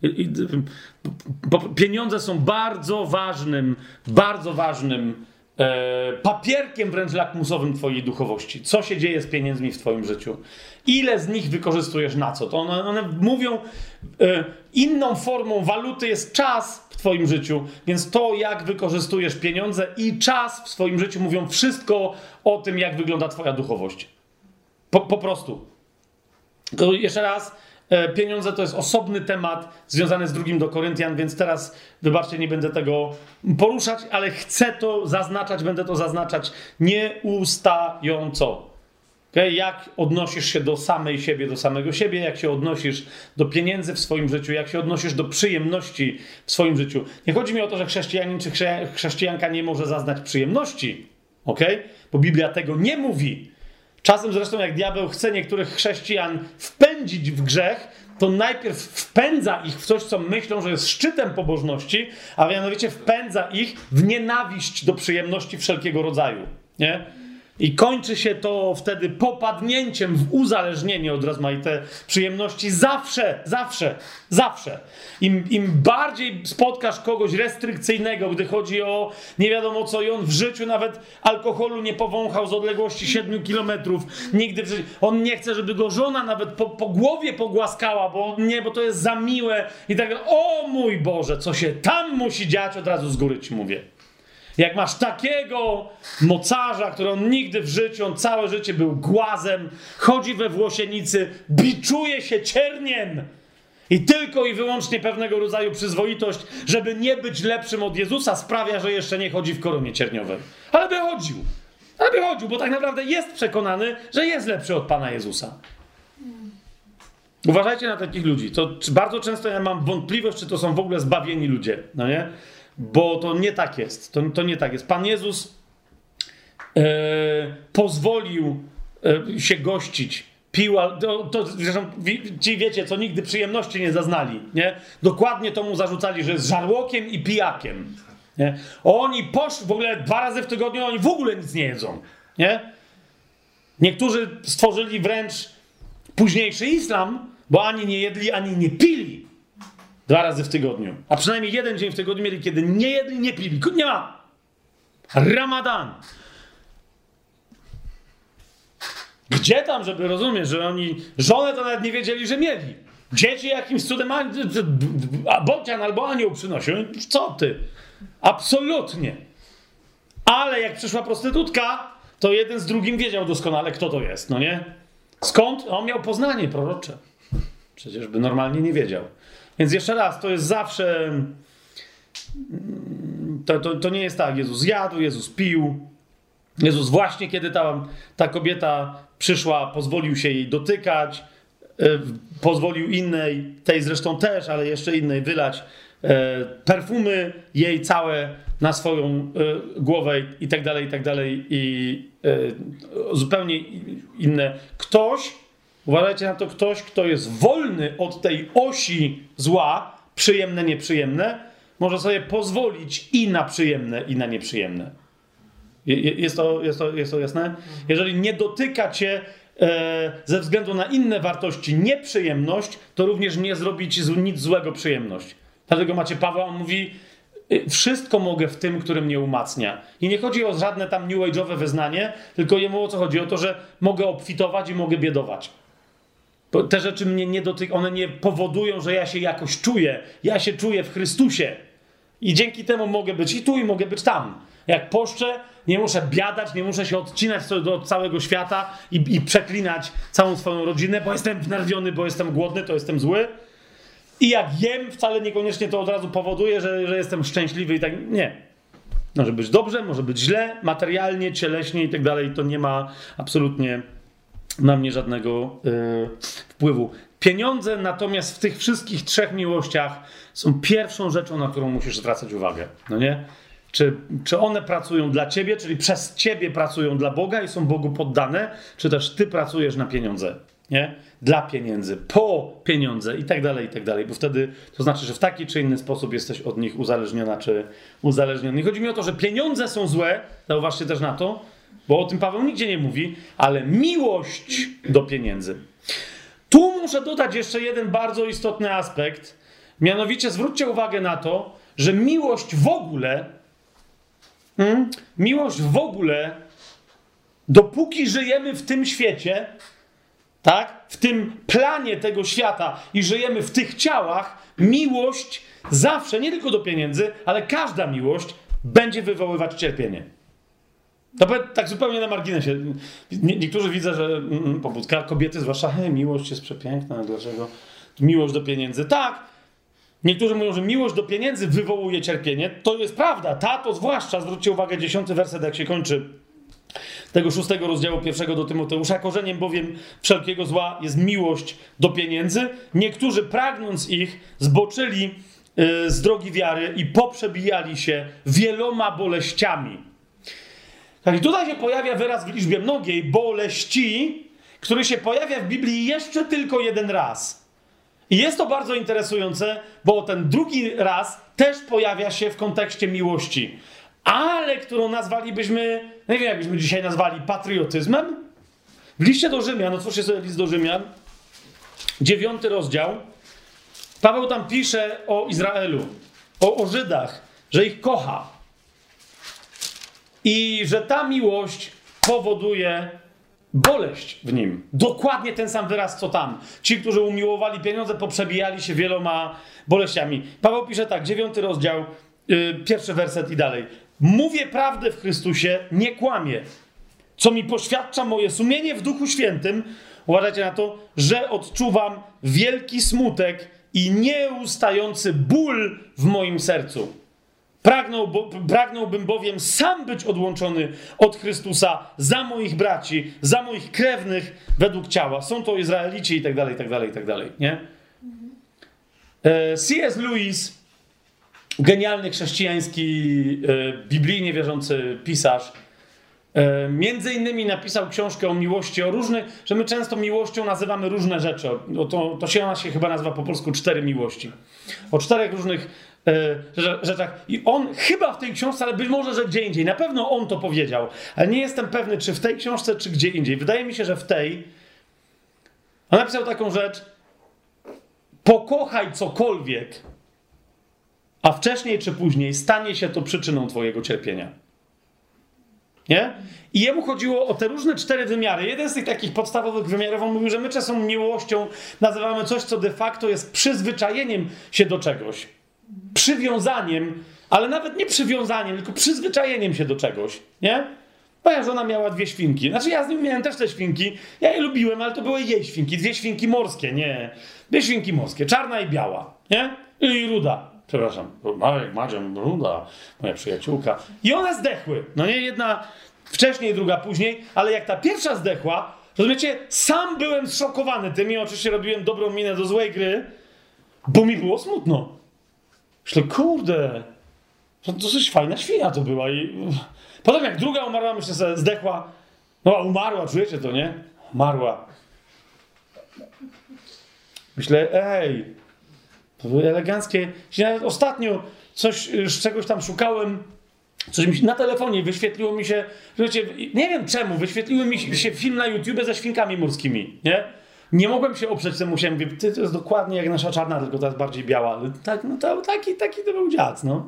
I, i, po, pieniądze są bardzo ważnym, bardzo ważnym e, papierkiem wręcz lakmusowym twojej duchowości. Co się dzieje z pieniędzmi w twoim życiu? Ile z nich wykorzystujesz na co? To one, one mówią, e, inną formą waluty jest czas w twoim życiu, więc to, jak wykorzystujesz pieniądze i czas w swoim życiu, mówią wszystko o tym, jak wygląda twoja duchowość. Po, po prostu. To jeszcze raz, e, pieniądze to jest osobny temat związany z drugim do Koryntian, więc teraz, wybaczcie, nie będę tego poruszać, ale chcę to zaznaczać, będę to zaznaczać nieustająco. Okay? Jak odnosisz się do samej siebie, do samego siebie, jak się odnosisz do pieniędzy w swoim życiu, jak się odnosisz do przyjemności w swoim życiu. Nie chodzi mi o to, że chrześcijanin czy chrześcijanka nie może zaznać przyjemności, okay? Bo Biblia tego nie mówi. Czasem zresztą, jak diabeł chce niektórych chrześcijan wpędzić w grzech, to najpierw wpędza ich w coś, co myślą, że jest szczytem pobożności, a mianowicie wpędza ich w nienawiść do przyjemności wszelkiego rodzaju. Nie? I kończy się to wtedy popadnięciem w uzależnienie od rozmaite przyjemności. Zawsze, zawsze, zawsze. Im, im bardziej spotkasz kogoś restrykcyjnego, gdy chodzi o nie wiadomo co, i on w życiu nawet alkoholu nie powąchał z odległości siedmiu kilometrów, nigdy w życiu. On nie chce, żeby go żona nawet po, po głowie pogłaskała, bo nie, bo to jest za miłe i tak dalej. O mój Boże, co się tam musi dziać, od razu z góry ci mówię. Jak masz takiego mocarza, który on nigdy w życiu, on całe życie był głazem, chodzi we włosienicy, biczuje się cierniem i tylko i wyłącznie pewnego rodzaju przyzwoitość, żeby nie być lepszym od Jezusa, sprawia, że jeszcze nie chodzi w koronie cierniowej. Ale by chodził. Ale by chodził, bo tak naprawdę jest przekonany, że jest lepszy od Pana Jezusa. Uważajcie na takich ludzi. To bardzo często ja mam wątpliwość, czy to są w ogóle zbawieni ludzie, no nie? Bo to nie tak jest. To, to nie tak jest. Pan Jezus e, pozwolił e, się gościć. Pił, to, to zresztą ci wiecie, co nigdy przyjemności nie zaznali. Nie? Dokładnie to mu zarzucali, że jest żarłokiem i pijakiem. Nie? Oni poszli, w ogóle dwa razy w tygodniu oni w ogóle nic nie jedzą. Nie? Niektórzy stworzyli wręcz późniejszy islam, bo ani nie jedli, ani nie pili. Dwa razy w tygodniu. A przynajmniej jeden dzień w tygodniu mieli, kiedy nie jedli, nie pili. Nie ma. Ramadan. Gdzie tam, żeby rozumieć, że oni żonę to nawet nie wiedzieli, że mieli. Dzieci jakimś cudem bocian albo anioł przynosił. Co ty? Absolutnie. Ale jak przyszła prostytutka, to jeden z drugim wiedział doskonale, kto to jest, no nie? Skąd? On miał poznanie prorocze. Przecież by normalnie nie wiedział. Więc jeszcze raz, to jest zawsze... To, to, to nie jest tak. Jezus jadł, Jezus pił. Jezus właśnie, kiedy ta, ta kobieta przyszła, pozwolił się jej dotykać, yy, pozwolił innej, tej zresztą też, ale jeszcze innej wylać yy, perfumy jej całe na swoją yy, głowę i tak dalej, i tak dalej. I yy, zupełnie inne. Ktoś, uważajcie na to, ktoś, kto jest wolny od tej osi zła, przyjemne, nieprzyjemne, może sobie pozwolić i na przyjemne, i na nieprzyjemne. Jest to, jest to, jest to jasne? Jeżeli nie dotyka cię e, ze względu na inne wartości nieprzyjemność, to również nie zrobi ci nic złego przyjemność. Dlatego macie Pawła, on mówi, wszystko mogę w tym, który mnie umacnia. I nie chodzi o żadne tam new age'owe wyznanie, tylko jemu o co chodzi? O to, że mogę obfitować i mogę biedować. Bo te rzeczy mnie nie dotykają, one nie powodują, że ja się jakoś czuję. Ja się czuję w Chrystusie. I dzięki temu mogę być i tu, i mogę być tam. Jak poszczę, nie muszę biadać, nie muszę się odcinać od całego świata i, i przeklinać całą swoją rodzinę, bo jestem wnerwiony, bo jestem głodny, to jestem zły. I jak jem, wcale niekoniecznie to od razu powoduje, że, że jestem szczęśliwy i tak. Nie. Może być dobrze, może być źle, materialnie, cieleśnie i tak dalej. To nie ma absolutnie na mnie żadnego yy, wpływu. Pieniądze natomiast w tych wszystkich trzech miłościach są pierwszą rzeczą, na którą musisz zwracać uwagę. No nie? Czy, czy one pracują dla ciebie, czyli przez ciebie pracują dla Boga i są Bogu poddane, czy też ty pracujesz na pieniądze, nie? Dla pieniędzy, po pieniądze i tak dalej, i tak dalej, bo wtedy to znaczy, że w taki czy inny sposób jesteś od nich uzależniona czy uzależniony. Nie chodzi mi o to, że pieniądze są złe, zauważcie też na to, bo o tym Paweł nigdzie nie mówi, ale miłość do pieniędzy. Tu muszę dodać jeszcze jeden bardzo istotny aspekt, Mianowicie zwróćcie uwagę na to, że miłość w ogóle, hmm, miłość w ogóle, dopóki żyjemy w tym świecie, tak, w tym planie tego świata i żyjemy w tych ciałach, miłość zawsze, nie tylko do pieniędzy, ale każda miłość będzie wywoływać cierpienie. To tak zupełnie na marginesie. Nie, niektórzy widzą, że mm, pobudka kobiety, zwłaszcza hej, miłość jest przepiękna, dlaczego? Miłość do pieniędzy. Tak, niektórzy mówią, że miłość do pieniędzy wywołuje cierpienie. To jest prawda. Ta to zwłaszcza, zwróćcie uwagę, dziesiąty werset, jak się kończy tego szóstego rozdziału pierwszego do Tymoteusza. Korzeniem bowiem wszelkiego zła jest miłość do pieniędzy. Niektórzy pragnąc ich zboczyli yy, z drogi wiary i poprzebijali się wieloma boleściami. Tak, i tutaj się pojawia wyraz w liczbie mnogiej, boleści, który się pojawia w Biblii jeszcze tylko jeden raz. I jest to bardzo interesujące, bo ten drugi raz też pojawia się w kontekście miłości, ale którą nazwalibyśmy, nie wiem jakbyśmy dzisiaj nazwali patriotyzmem. W liście do Rzymian, otwórzcie sobie list do Rzymian, dziewiąty rozdział, Paweł tam pisze o Izraelu, o, o Żydach, że ich kocha. I że ta miłość powoduje boleść w nim. Dokładnie ten sam wyraz, co tam. Ci, którzy umiłowali pieniądze, poprzebijali się wieloma boleściami. Paweł pisze tak, dziewiąty rozdział, yy, pierwszy werset i dalej. Mówię prawdę w Chrystusie, nie kłamię. Co mi poświadcza moje sumienie w Duchu Świętym, uważajcie na to, że odczuwam wielki smutek i nieustający ból w moim sercu. Pragnął, bo, pragnąłbym bowiem sam być odłączony od Chrystusa za moich braci, za moich krewnych według ciała. Są to Izraelici i tak dalej, i tak dalej, i tak dalej, nie? C S Lewis, genialny chrześcijański, biblijnie wierzący pisarz, między innymi napisał książkę o miłości, o różnych, że my często miłością nazywamy różne rzeczy. O, to, to się ona się chyba nazywa po polsku cztery miłości. O czterech różnych rzeczach. I on chyba w tej książce, ale być może, że gdzie indziej. Na pewno on to powiedział. Ale nie jestem pewny, czy w tej książce, czy gdzie indziej. Wydaje mi się, że w tej. On napisał taką rzecz. Pokochaj cokolwiek, a wcześniej czy później stanie się to przyczyną twojego cierpienia. Nie? I jemu chodziło o te różne cztery wymiary. Jeden z tych takich podstawowych wymiarów, on mówił, że my czasem miłością nazywamy coś, co de facto jest przyzwyczajeniem się do czegoś. Przywiązaniem, ale nawet nie przywiązaniem, tylko przyzwyczajeniem się do czegoś, nie? Moja żona miała dwie świnki. Znaczy ja z nim miałem też te świnki. Ja je lubiłem, ale to były jej świnki. Dwie świnki morskie, nie. Dwie świnki morskie, czarna i biała, nie? I ruda. Przepraszam. Marek, Madzia, ruda. Moja przyjaciółka. I one zdechły. No nie, jedna wcześniej, druga później, ale jak ta pierwsza zdechła, rozumiecie, sam byłem zszokowany tym i oczywiście robiłem dobrą minę do złej gry, bo mi było smutno. Myślę, kurde, to dosyć fajna świnia to była. I potem jak druga umarła, myślę sobie, zdechła. No a umarła, czujecie to, nie? Umarła. Myślę, ej, to były eleganckie. Nawet ostatnio coś, z czegoś tam szukałem, coś mi się, na telefonie wyświetliło mi się, wiecie, nie wiem czemu, wyświetliły mi się film na YouTubie ze świnkami morskimi, nie? Nie mogłem się oprzeć temu, musiałem mówić, ty to jest dokładnie jak nasza czarna, tylko ta jest bardziej biała. Ale tak, no to, taki, taki to był dziad, no.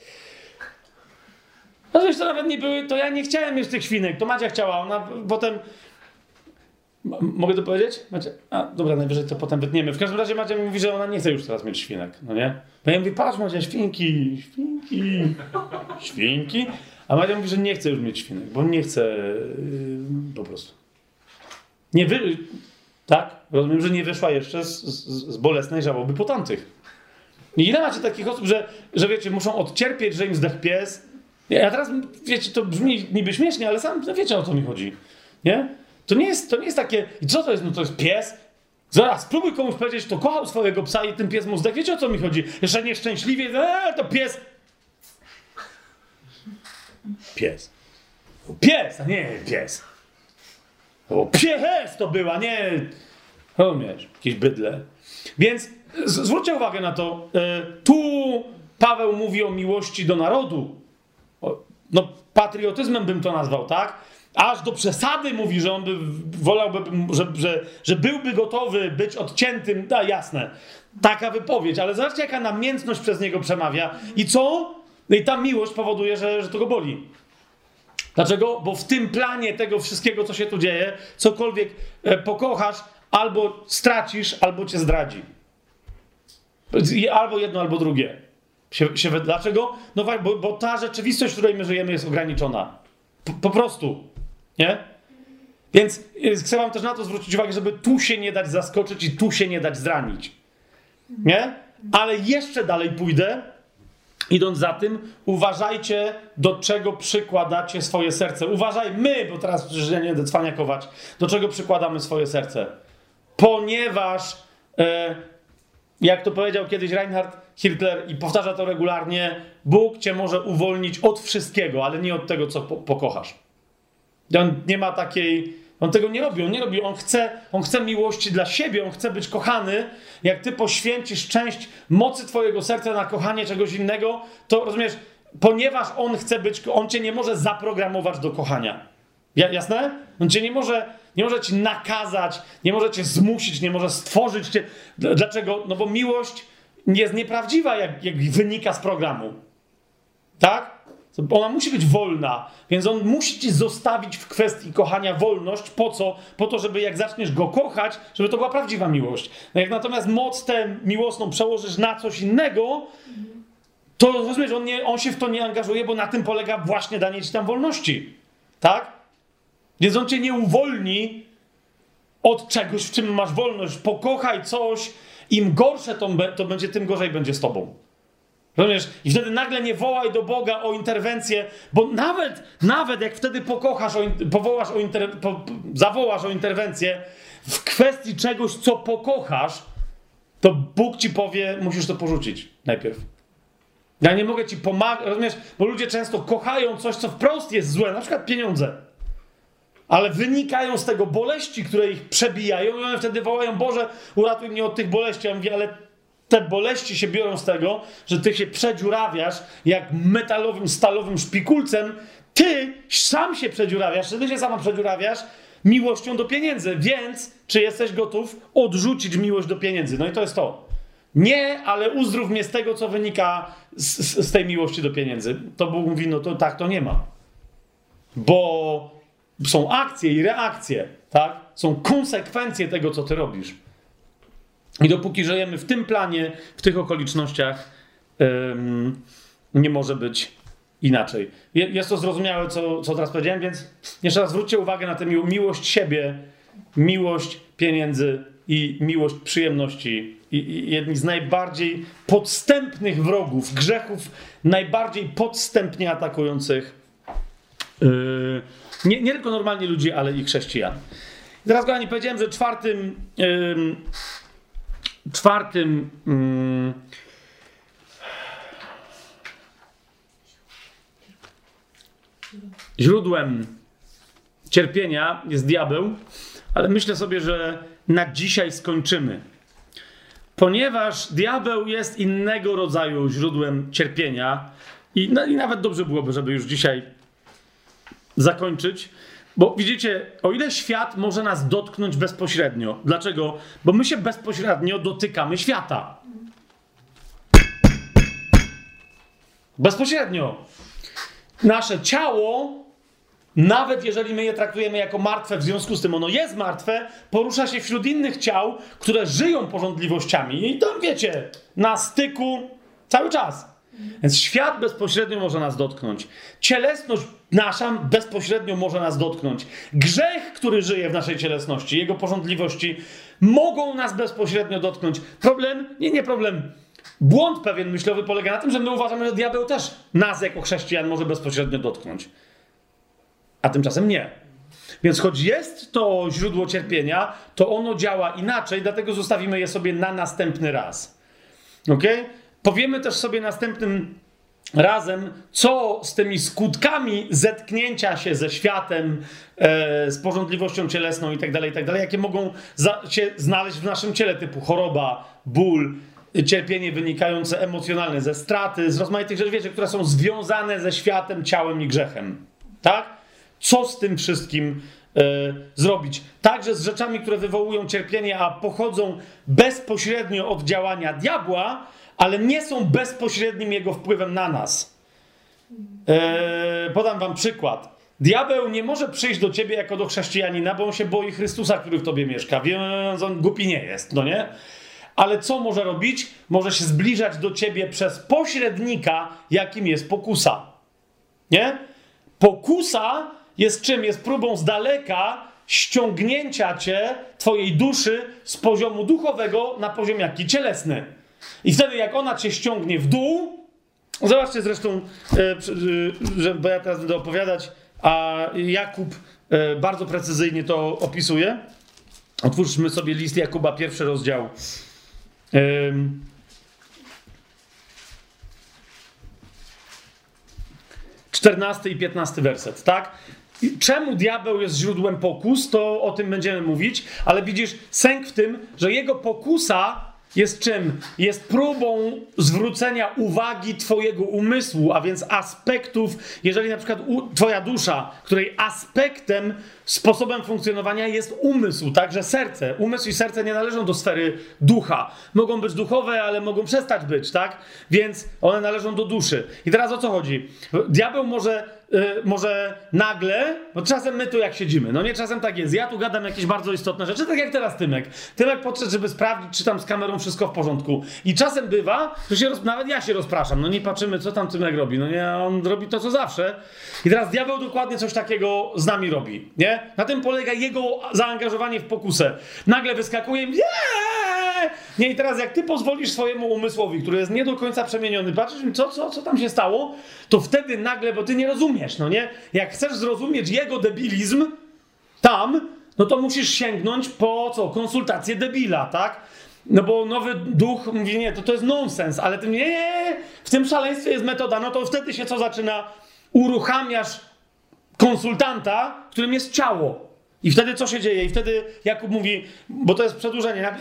No zresztą nawet nie były, to ja nie chciałem mieć tych świnek, to Madzia chciała, ona potem... M- mogę to powiedzieć? Macie? A, dobra, najwyżej to potem wytniemy. W każdym razie Madzia mi mówi, że ona nie chce już teraz mieć świnek, no nie? Bo ja mówię, patrz Madzia, świnki, świnki, świnki. A Madzia mówi, że nie chce już mieć świnek, bo nie chce yy, po prostu. Nie wy... Tak? Rozumiem, że nie wyszła jeszcze z, z, z bolesnej żałoby po tamtych. I ile macie takich osób, że, że wiecie, muszą odcierpieć, że im zdechł pies. Ja teraz, wiecie, to brzmi niby śmiesznie, ale sam no wiecie, o co mi chodzi. Nie? To nie jest, to nie jest takie, i co to jest? No to jest pies? Zaraz, spróbuj komuś powiedzieć, to kochał swojego psa i ten pies mu zdechł. Wiecie, o co mi chodzi? Jeszcze nieszczęśliwie, eee, to pies. Pies. Pies, a nie pies. O, pies to była, nie... Rozumiesz, jakieś bydle. Więc z- zwróćcie uwagę na to. Y, tu Paweł mówi o miłości do narodu. O, no, patriotyzmem bym to nazwał, tak? aż do przesady mówi, że on by wolałby, że, że, że byłby gotowy być odciętym, da jasne, taka wypowiedź, ale zobaczcie, jaka namiętność przez niego przemawia i co? No i ta miłość powoduje, że, że to go boli. Dlaczego? Bo w tym planie tego wszystkiego, co się tu dzieje, cokolwiek e, pokochasz, albo stracisz, albo cię zdradzi. Albo jedno, albo drugie. Się, się, dlaczego? No bo, bo ta rzeczywistość, w której my żyjemy, jest ograniczona. Po, po prostu. Nie? Więc chcę wam też na to zwrócić uwagę, żeby tu się nie dać zaskoczyć i tu się nie dać zranić. Nie? Ale jeszcze dalej pójdę. Idąc za tym, uważajcie, do czego przykładacie swoje serce. Uważaj, my, bo teraz przecież ja nie będę cwaniakować, do czego przykładamy swoje serce. Ponieważ, e, jak to powiedział kiedyś Reinhard Hitler i powtarza to regularnie, Bóg cię może uwolnić od wszystkiego, ale nie od tego, co po, pokochasz. On nie ma takiej... On tego nie robi, on nie robi, on chce, on chce miłości dla siebie, on chce być kochany. Jak ty poświęcisz część mocy twojego serca na kochanie czegoś innego, to rozumiesz, ponieważ on chce być, on cię nie może zaprogramować do kochania. Jasne? On cię nie może, nie może ci nakazać, nie może cię zmusić, nie może stworzyć cię. Dlaczego? No bo miłość jest nieprawdziwa, jak, jak wynika z programu. Tak? Ona musi być wolna, więc on musi ci zostawić w kwestii kochania wolność. Po co? Po to, żeby jak zaczniesz go kochać, żeby to była prawdziwa miłość. No jak natomiast moc tę miłosną przełożysz na coś innego, to rozumiesz, on, nie, on się w to nie angażuje, bo na tym polega właśnie danie ci tam wolności. Tak? Więc on cię nie uwolni od czegoś, w czym masz wolność. Pokochaj coś, im gorsze to, to będzie, tym gorzej będzie z tobą. Rozumiesz? I wtedy nagle nie wołaj do Boga o interwencję, bo nawet, nawet jak wtedy pokochasz, o, powołasz o inter, po, zawołasz o interwencję w kwestii czegoś, co pokochasz, to Bóg ci powie, musisz to porzucić najpierw. Ja nie mogę ci pomagać, rozumiesz? Bo ludzie często kochają coś, co wprost jest złe, na przykład pieniądze. Ale wynikają z tego boleści, które ich przebijają i one wtedy wołają, Boże, uratuj mnie od tych boleści. Ja mówię, ale te boleści się biorą z tego, że ty się przedziurawiasz jak metalowym, stalowym szpikulcem. Ty sam się przedziurawiasz, ty się sama przedziurawiasz miłością do pieniędzy. Więc czy jesteś gotów odrzucić miłość do pieniędzy? No i to jest to. Nie, ale uzdrów mnie z tego, co wynika z, z, z tej miłości do pieniędzy. To Bóg mówi, no to tak, to nie ma. Bo są akcje i reakcje, tak? Są konsekwencje tego, co ty robisz. I dopóki żyjemy w tym planie, w tych okolicznościach, ym, nie może być inaczej. Je, jest to zrozumiałe, co, co teraz powiedziałem, więc jeszcze raz zwróćcie uwagę na tę mi miłość siebie, miłość pieniędzy i miłość przyjemności. I, i jedni z najbardziej podstępnych wrogów, grzechów najbardziej podstępnie atakujących yy, nie, nie tylko normalnie ludzi, ale i chrześcijan. I teraz, kochani, powiedziałem, że czwartym... Yy, Czwartym mm, źródłem cierpienia jest diabeł, ale myślę sobie, że na dzisiaj skończymy. Ponieważ diabeł jest innego rodzaju źródłem cierpienia i, no, i nawet dobrze byłoby, żeby już dzisiaj zakończyć. Bo widzicie, o ile świat może nas dotknąć bezpośrednio. Dlaczego? Bo my się bezpośrednio dotykamy świata. Bezpośrednio. Nasze ciało, nawet jeżeli my je traktujemy jako martwe, w związku z tym ono jest martwe, porusza się wśród innych ciał, które żyją pożądliwościami. I tam, wiecie, na styku cały czas. Więc świat bezpośrednio może nas dotknąć. Cielesność nasza bezpośrednio może nas dotknąć. Grzech, który żyje w naszej cielesności, jego pożądliwości mogą nas bezpośrednio dotknąć. Problem, nie, nie problem. Błąd pewien myślowy polega na tym, że my uważamy, że diabeł też nas jako chrześcijan może bezpośrednio dotknąć. A tymczasem nie. Więc choć jest to źródło cierpienia, to ono działa inaczej, dlatego zostawimy je sobie na następny raz. Okej? Okay? Powiemy też sobie następnym razem, co z tymi skutkami zetknięcia się ze światem, e, z pożądliwością cielesną itd., itd., jakie mogą za, się znaleźć w naszym ciele, typu choroba, ból, cierpienie wynikające emocjonalne ze straty, z rozmaitych rzeczy, wiecie, które są związane ze światem, ciałem i grzechem. Tak? co z tym wszystkim e, zrobić. Także z rzeczami, które wywołują cierpienie, a pochodzą bezpośrednio od działania diabła, ale nie są bezpośrednim jego wpływem na nas. E, podam wam przykład. Diabeł nie może przyjść do ciebie jako do chrześcijanina, bo on się boi Chrystusa, który w tobie mieszka. Więc on głupi nie jest, no nie? Ale co może robić? Może się zbliżać do ciebie przez pośrednika, jakim jest pokusa. Nie? Pokusa jest czym? Jest próbą z daleka ściągnięcia cię, twojej duszy z poziomu duchowego na poziom jaki? Cielesny. I wtedy jak ona cię ściągnie w dół, zobaczcie zresztą, że bo ja teraz będę opowiadać, a Jakub bardzo precyzyjnie to opisuje. Otwórzmy sobie list Jakuba, pierwszy rozdział. czternasty i piętnasty werset, tak? Czemu diabeł jest źródłem pokus, to o tym będziemy mówić, ale widzisz, sęk w tym, że jego pokusa jest czym? Jest próbą zwrócenia uwagi twojego umysłu, a więc aspektów, jeżeli na przykład u, twoja dusza, której aspektem, sposobem funkcjonowania jest umysł, także serce. Umysł i serce nie należą do sfery ducha. Mogą być duchowe, ale mogą przestać być, tak? Więc one należą do duszy. I teraz o co chodzi? Diabeł może... Yy, może nagle, bo czasem my tu jak siedzimy, no nie, czasem tak jest, ja tu gadam jakieś bardzo istotne rzeczy, tak jak teraz Tymek. Tymek podszedł, żeby sprawdzić, czy tam z kamerą wszystko w porządku. I czasem bywa, że się roz... nawet ja się rozpraszam, no nie patrzymy, co tam Tymek robi, no nie, on robi to, co zawsze. I teraz diabeł dokładnie coś takiego z nami robi, nie? Na tym polega jego zaangażowanie w pokusę. Nagle wyskakuje, nie! Nie, i teraz jak ty pozwolisz swojemu umysłowi, który jest nie do końca przemieniony, patrzysz mi, co, co, co tam się stało, to wtedy nagle, bo ty nie rozumiesz, no nie? Jak chcesz zrozumieć jego debilizm tam, no to musisz sięgnąć po co? Konsultację debila, tak? No bo nowy duch mówi, nie, to, to jest nonsens, ale ty nie, nie, w tym szaleństwie jest metoda, no to wtedy się co zaczyna? Uruchamiasz konsultanta, którym jest ciało. I wtedy co się dzieje? I wtedy Jakub mówi, bo to jest przedłużenie,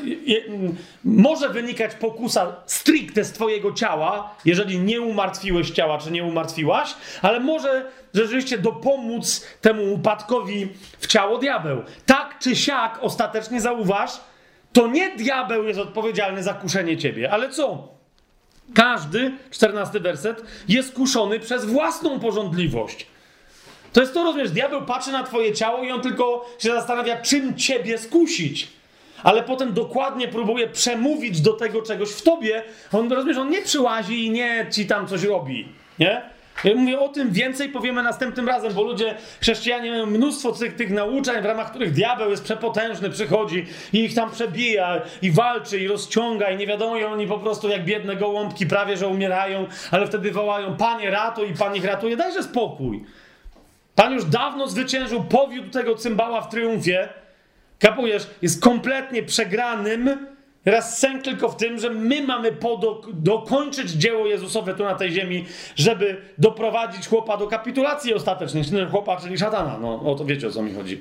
może wynikać pokusa stricte z twojego ciała, jeżeli nie umartwiłeś ciała, czy nie umartwiłaś, ale może rzeczywiście dopomóc temu upadkowi w ciało diabeł. Tak czy siak, ostatecznie zauważ, to nie diabeł jest odpowiedzialny za kuszenie ciebie, ale co? Każdy, czternasty werset, jest kuszony przez własną pożądliwość. To jest to, rozumiesz, diabeł patrzy na twoje ciało i on tylko się zastanawia, czym ciebie skusić. Ale potem dokładnie próbuje przemówić do tego czegoś w tobie. On, rozumiesz, on nie przyłazi i nie ci tam coś robi, nie? Ja mówię o tym więcej, powiemy następnym razem, bo ludzie, chrześcijanie mają mnóstwo tych, tych nauczań, w ramach których diabeł jest przepotężny, przychodzi i ich tam przebija i walczy i rozciąga i nie wiadomo, i oni po prostu jak biedne gołąbki prawie, że umierają, ale wtedy wołają, Panie ratuj, i Pan ich ratuje, dajże spokój. Pan już dawno zwyciężył, powiódł tego cymbała w triumfie. Kapujesz? Jest kompletnie przegranym. Teraz sęk tylko w tym, że my mamy podo- dokończyć dzieło Jezusowe tu na tej ziemi, żeby doprowadzić chłopa do kapitulacji ostatecznej. Ten chłopa, czyli szatana. No, o to wiecie, o co mi chodzi.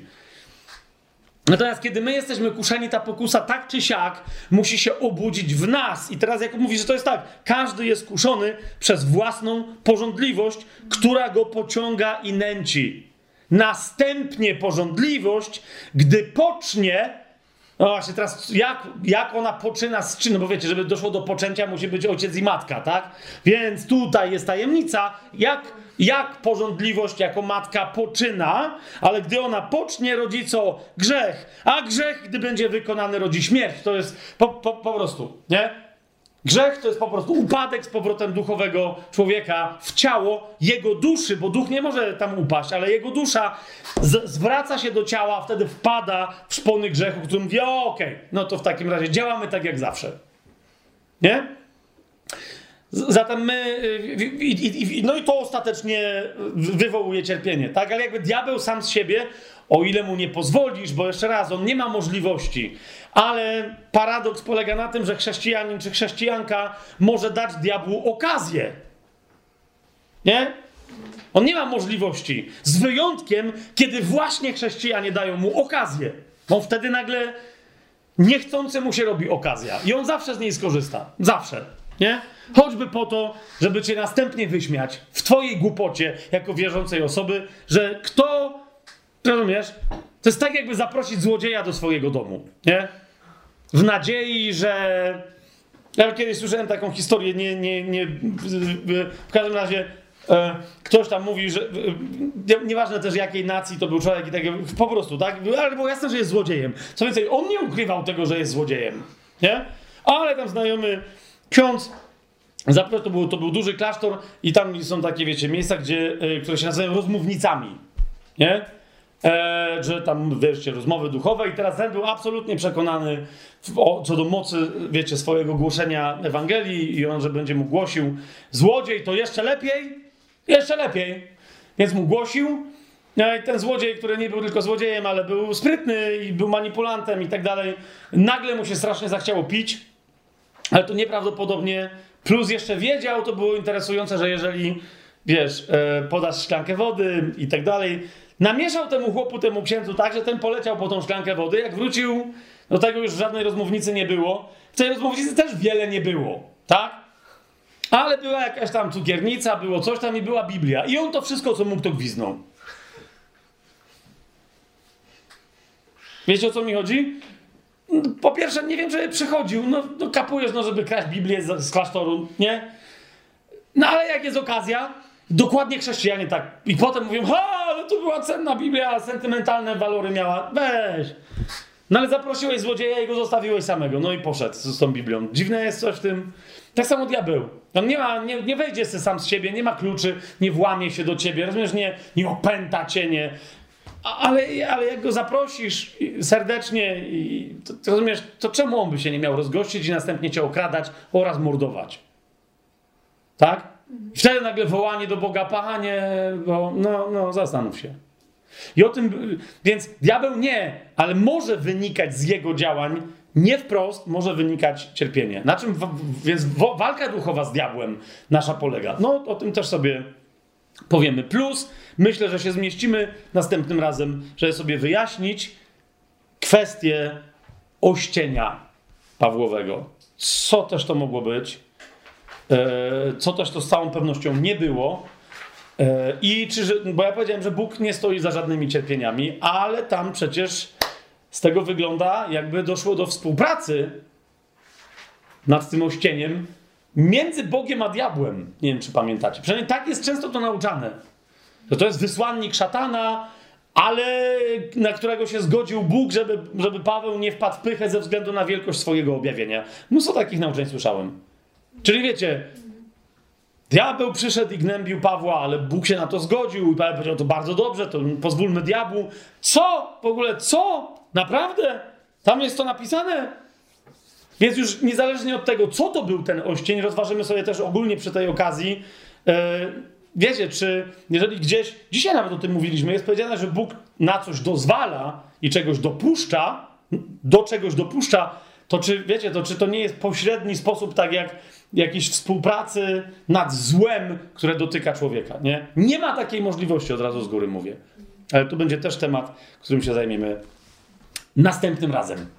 Natomiast kiedy my jesteśmy kuszeni, ta pokusa tak czy siak musi się obudzić w nas. I teraz jak mówi, że to jest tak, każdy jest kuszony przez własną pożądliwość, która go pociąga i nęci. Następnie pożądliwość, gdy pocznie, no właśnie teraz jak, jak ona poczyna z czym, no bo wiecie, żeby doszło do poczęcia musi być ojciec i matka, tak? Więc tutaj jest tajemnica, jak... Jak pożądliwość jako matka poczyna, ale gdy ona pocznie, rodzi co? Grzech. A grzech, gdy będzie wykonany, rodzi śmierć. To jest po, po, po prostu, nie? Grzech to jest po prostu upadek z powrotem duchowego człowieka w ciało jego duszy, bo duch nie może tam upaść, ale jego dusza z, zwraca się do ciała, a wtedy wpada w szpony grzechu, który mówi, o okej, okay, no to w takim razie działamy tak jak zawsze. Nie? Zatem my, i, i, no i to ostatecznie wywołuje cierpienie, tak? Ale jakby diabeł sam z siebie, o ile mu nie pozwolisz, bo jeszcze raz, on nie ma możliwości, ale paradoks polega na tym, że chrześcijanin czy chrześcijanka może dać diabłu okazję, nie? On nie ma możliwości, z wyjątkiem, kiedy właśnie chrześcijanie dają mu okazję, bo wtedy nagle niechcący mu się robi okazja i on zawsze z niej skorzysta, zawsze, nie? Choćby po to, żeby cię następnie wyśmiać w twojej głupocie jako wierzącej osoby, że kto Rozumiesz? To jest tak, jakby zaprosić złodzieja do swojego domu, nie? W nadziei, że... Ja kiedyś słyszałem taką historię, nie, nie, nie... W każdym razie e, ktoś tam mówi, że... E, nieważne też jakiej nacji to był człowiek i tak, po prostu, tak? Ale było jasne, że jest złodziejem. Co więcej, on nie ukrywał tego, że jest złodziejem, nie? Ale tam znajomy ksiądz... Zapraszam, to był, to był duży klasztor i tam są takie, wiecie, miejsca, gdzie, e, które się nazywają rozmównicami, nie? E, że tam, wiecie, rozmowy duchowe i teraz ten był absolutnie przekonany w, o, co do mocy, wiecie, swojego głoszenia Ewangelii i on, że będzie mu głosił. Złodziej to jeszcze lepiej, jeszcze lepiej. Więc mu głosił. E, ten złodziej, który nie był tylko złodziejem, ale był sprytny i był manipulantem i tak dalej, nagle mu się strasznie zachciało pić, ale to nieprawdopodobnie, plus jeszcze wiedział, to było interesujące, że jeżeli, wiesz, e, podasz szklankę wody i tak dalej, namieszał temu chłopu, temu księdzu tak, że ten poleciał po tą szklankę wody. Jak wrócił, do tego już żadnej rozmównicy nie było. W tej rozmównicy też wiele nie było, tak? Ale była jakaś tam cukiernica, było coś tam i była Biblia. I on to wszystko, co mógł, to gwiznął. Wiecie, o co mi chodzi? Po pierwsze, nie wiem, żeby przychodził. No, no kapujesz, no, żeby kraść Biblię z, z klasztoru, nie? No ale jak jest okazja, dokładnie chrześcijanie tak. I potem mówią, ha, ale to była cenna Biblia, sentymentalne walory miała. Weź. No ale zaprosiłeś złodzieja i go zostawiłeś samego. No i poszedł z, z tą Biblią. Dziwne jest coś w tym. Tak samo diabeł. On nie ma, nie, nie wejdzie sobie sam z siebie, nie ma kluczy, nie włamie się do ciebie, rozumiesz, nie, nie opęta cię, nie. A, ale, ale jak go zaprosisz serdecznie, i, to, to rozumiesz, to czemu on by się nie miał rozgościć i następnie cię okradać oraz mordować? Tak? I wtedy nagle wołanie do Boga, Panie, bo no, no zastanów się. I o tym, więc diabeł nie, ale może wynikać z jego działań, nie wprost może wynikać cierpienie. Na czym, w, więc w, walka duchowa z diabłem nasza polega. No o tym też sobie powiemy. Plus, myślę, że się zmieścimy następnym razem, żeby sobie wyjaśnić kwestię ościenia Pawłowego. Co też to mogło być? Co też to z całą pewnością nie było. I czy, bo ja powiedziałem, że Bóg nie stoi za żadnymi cierpieniami, ale tam przecież z tego wygląda, jakby doszło do współpracy nad tym ościeniem między Bogiem a diabłem. Nie wiem, czy pamiętacie. Przynajmniej tak jest często to nauczane. Że to jest wysłannik szatana, ale na którego się zgodził Bóg, żeby, żeby Paweł nie wpadł w pychę ze względu na wielkość swojego objawienia. Mnóstwo takich nauczeń słyszałem. Czyli wiecie, diabeł przyszedł i gnębił Pawła, ale Bóg się na to zgodził i Paweł powiedział, to bardzo dobrze, to pozwólmy diabłu. Co? W ogóle co? Naprawdę? Tam jest to napisane? Więc już niezależnie od tego, co to był ten oścień, rozważymy sobie też ogólnie przy tej okazji, yy, wiecie, czy jeżeli gdzieś, dzisiaj nawet o tym mówiliśmy, jest powiedziane, że Bóg na coś dozwala i czegoś dopuszcza, do czegoś dopuszcza, to czy, wiecie, to czy to nie jest pośredni sposób, tak jak jakiejś współpracy nad złem, które dotyka człowieka, nie? Nie ma takiej możliwości, od razu z góry mówię. Ale tu będzie też temat, którym się zajmiemy następnym razem.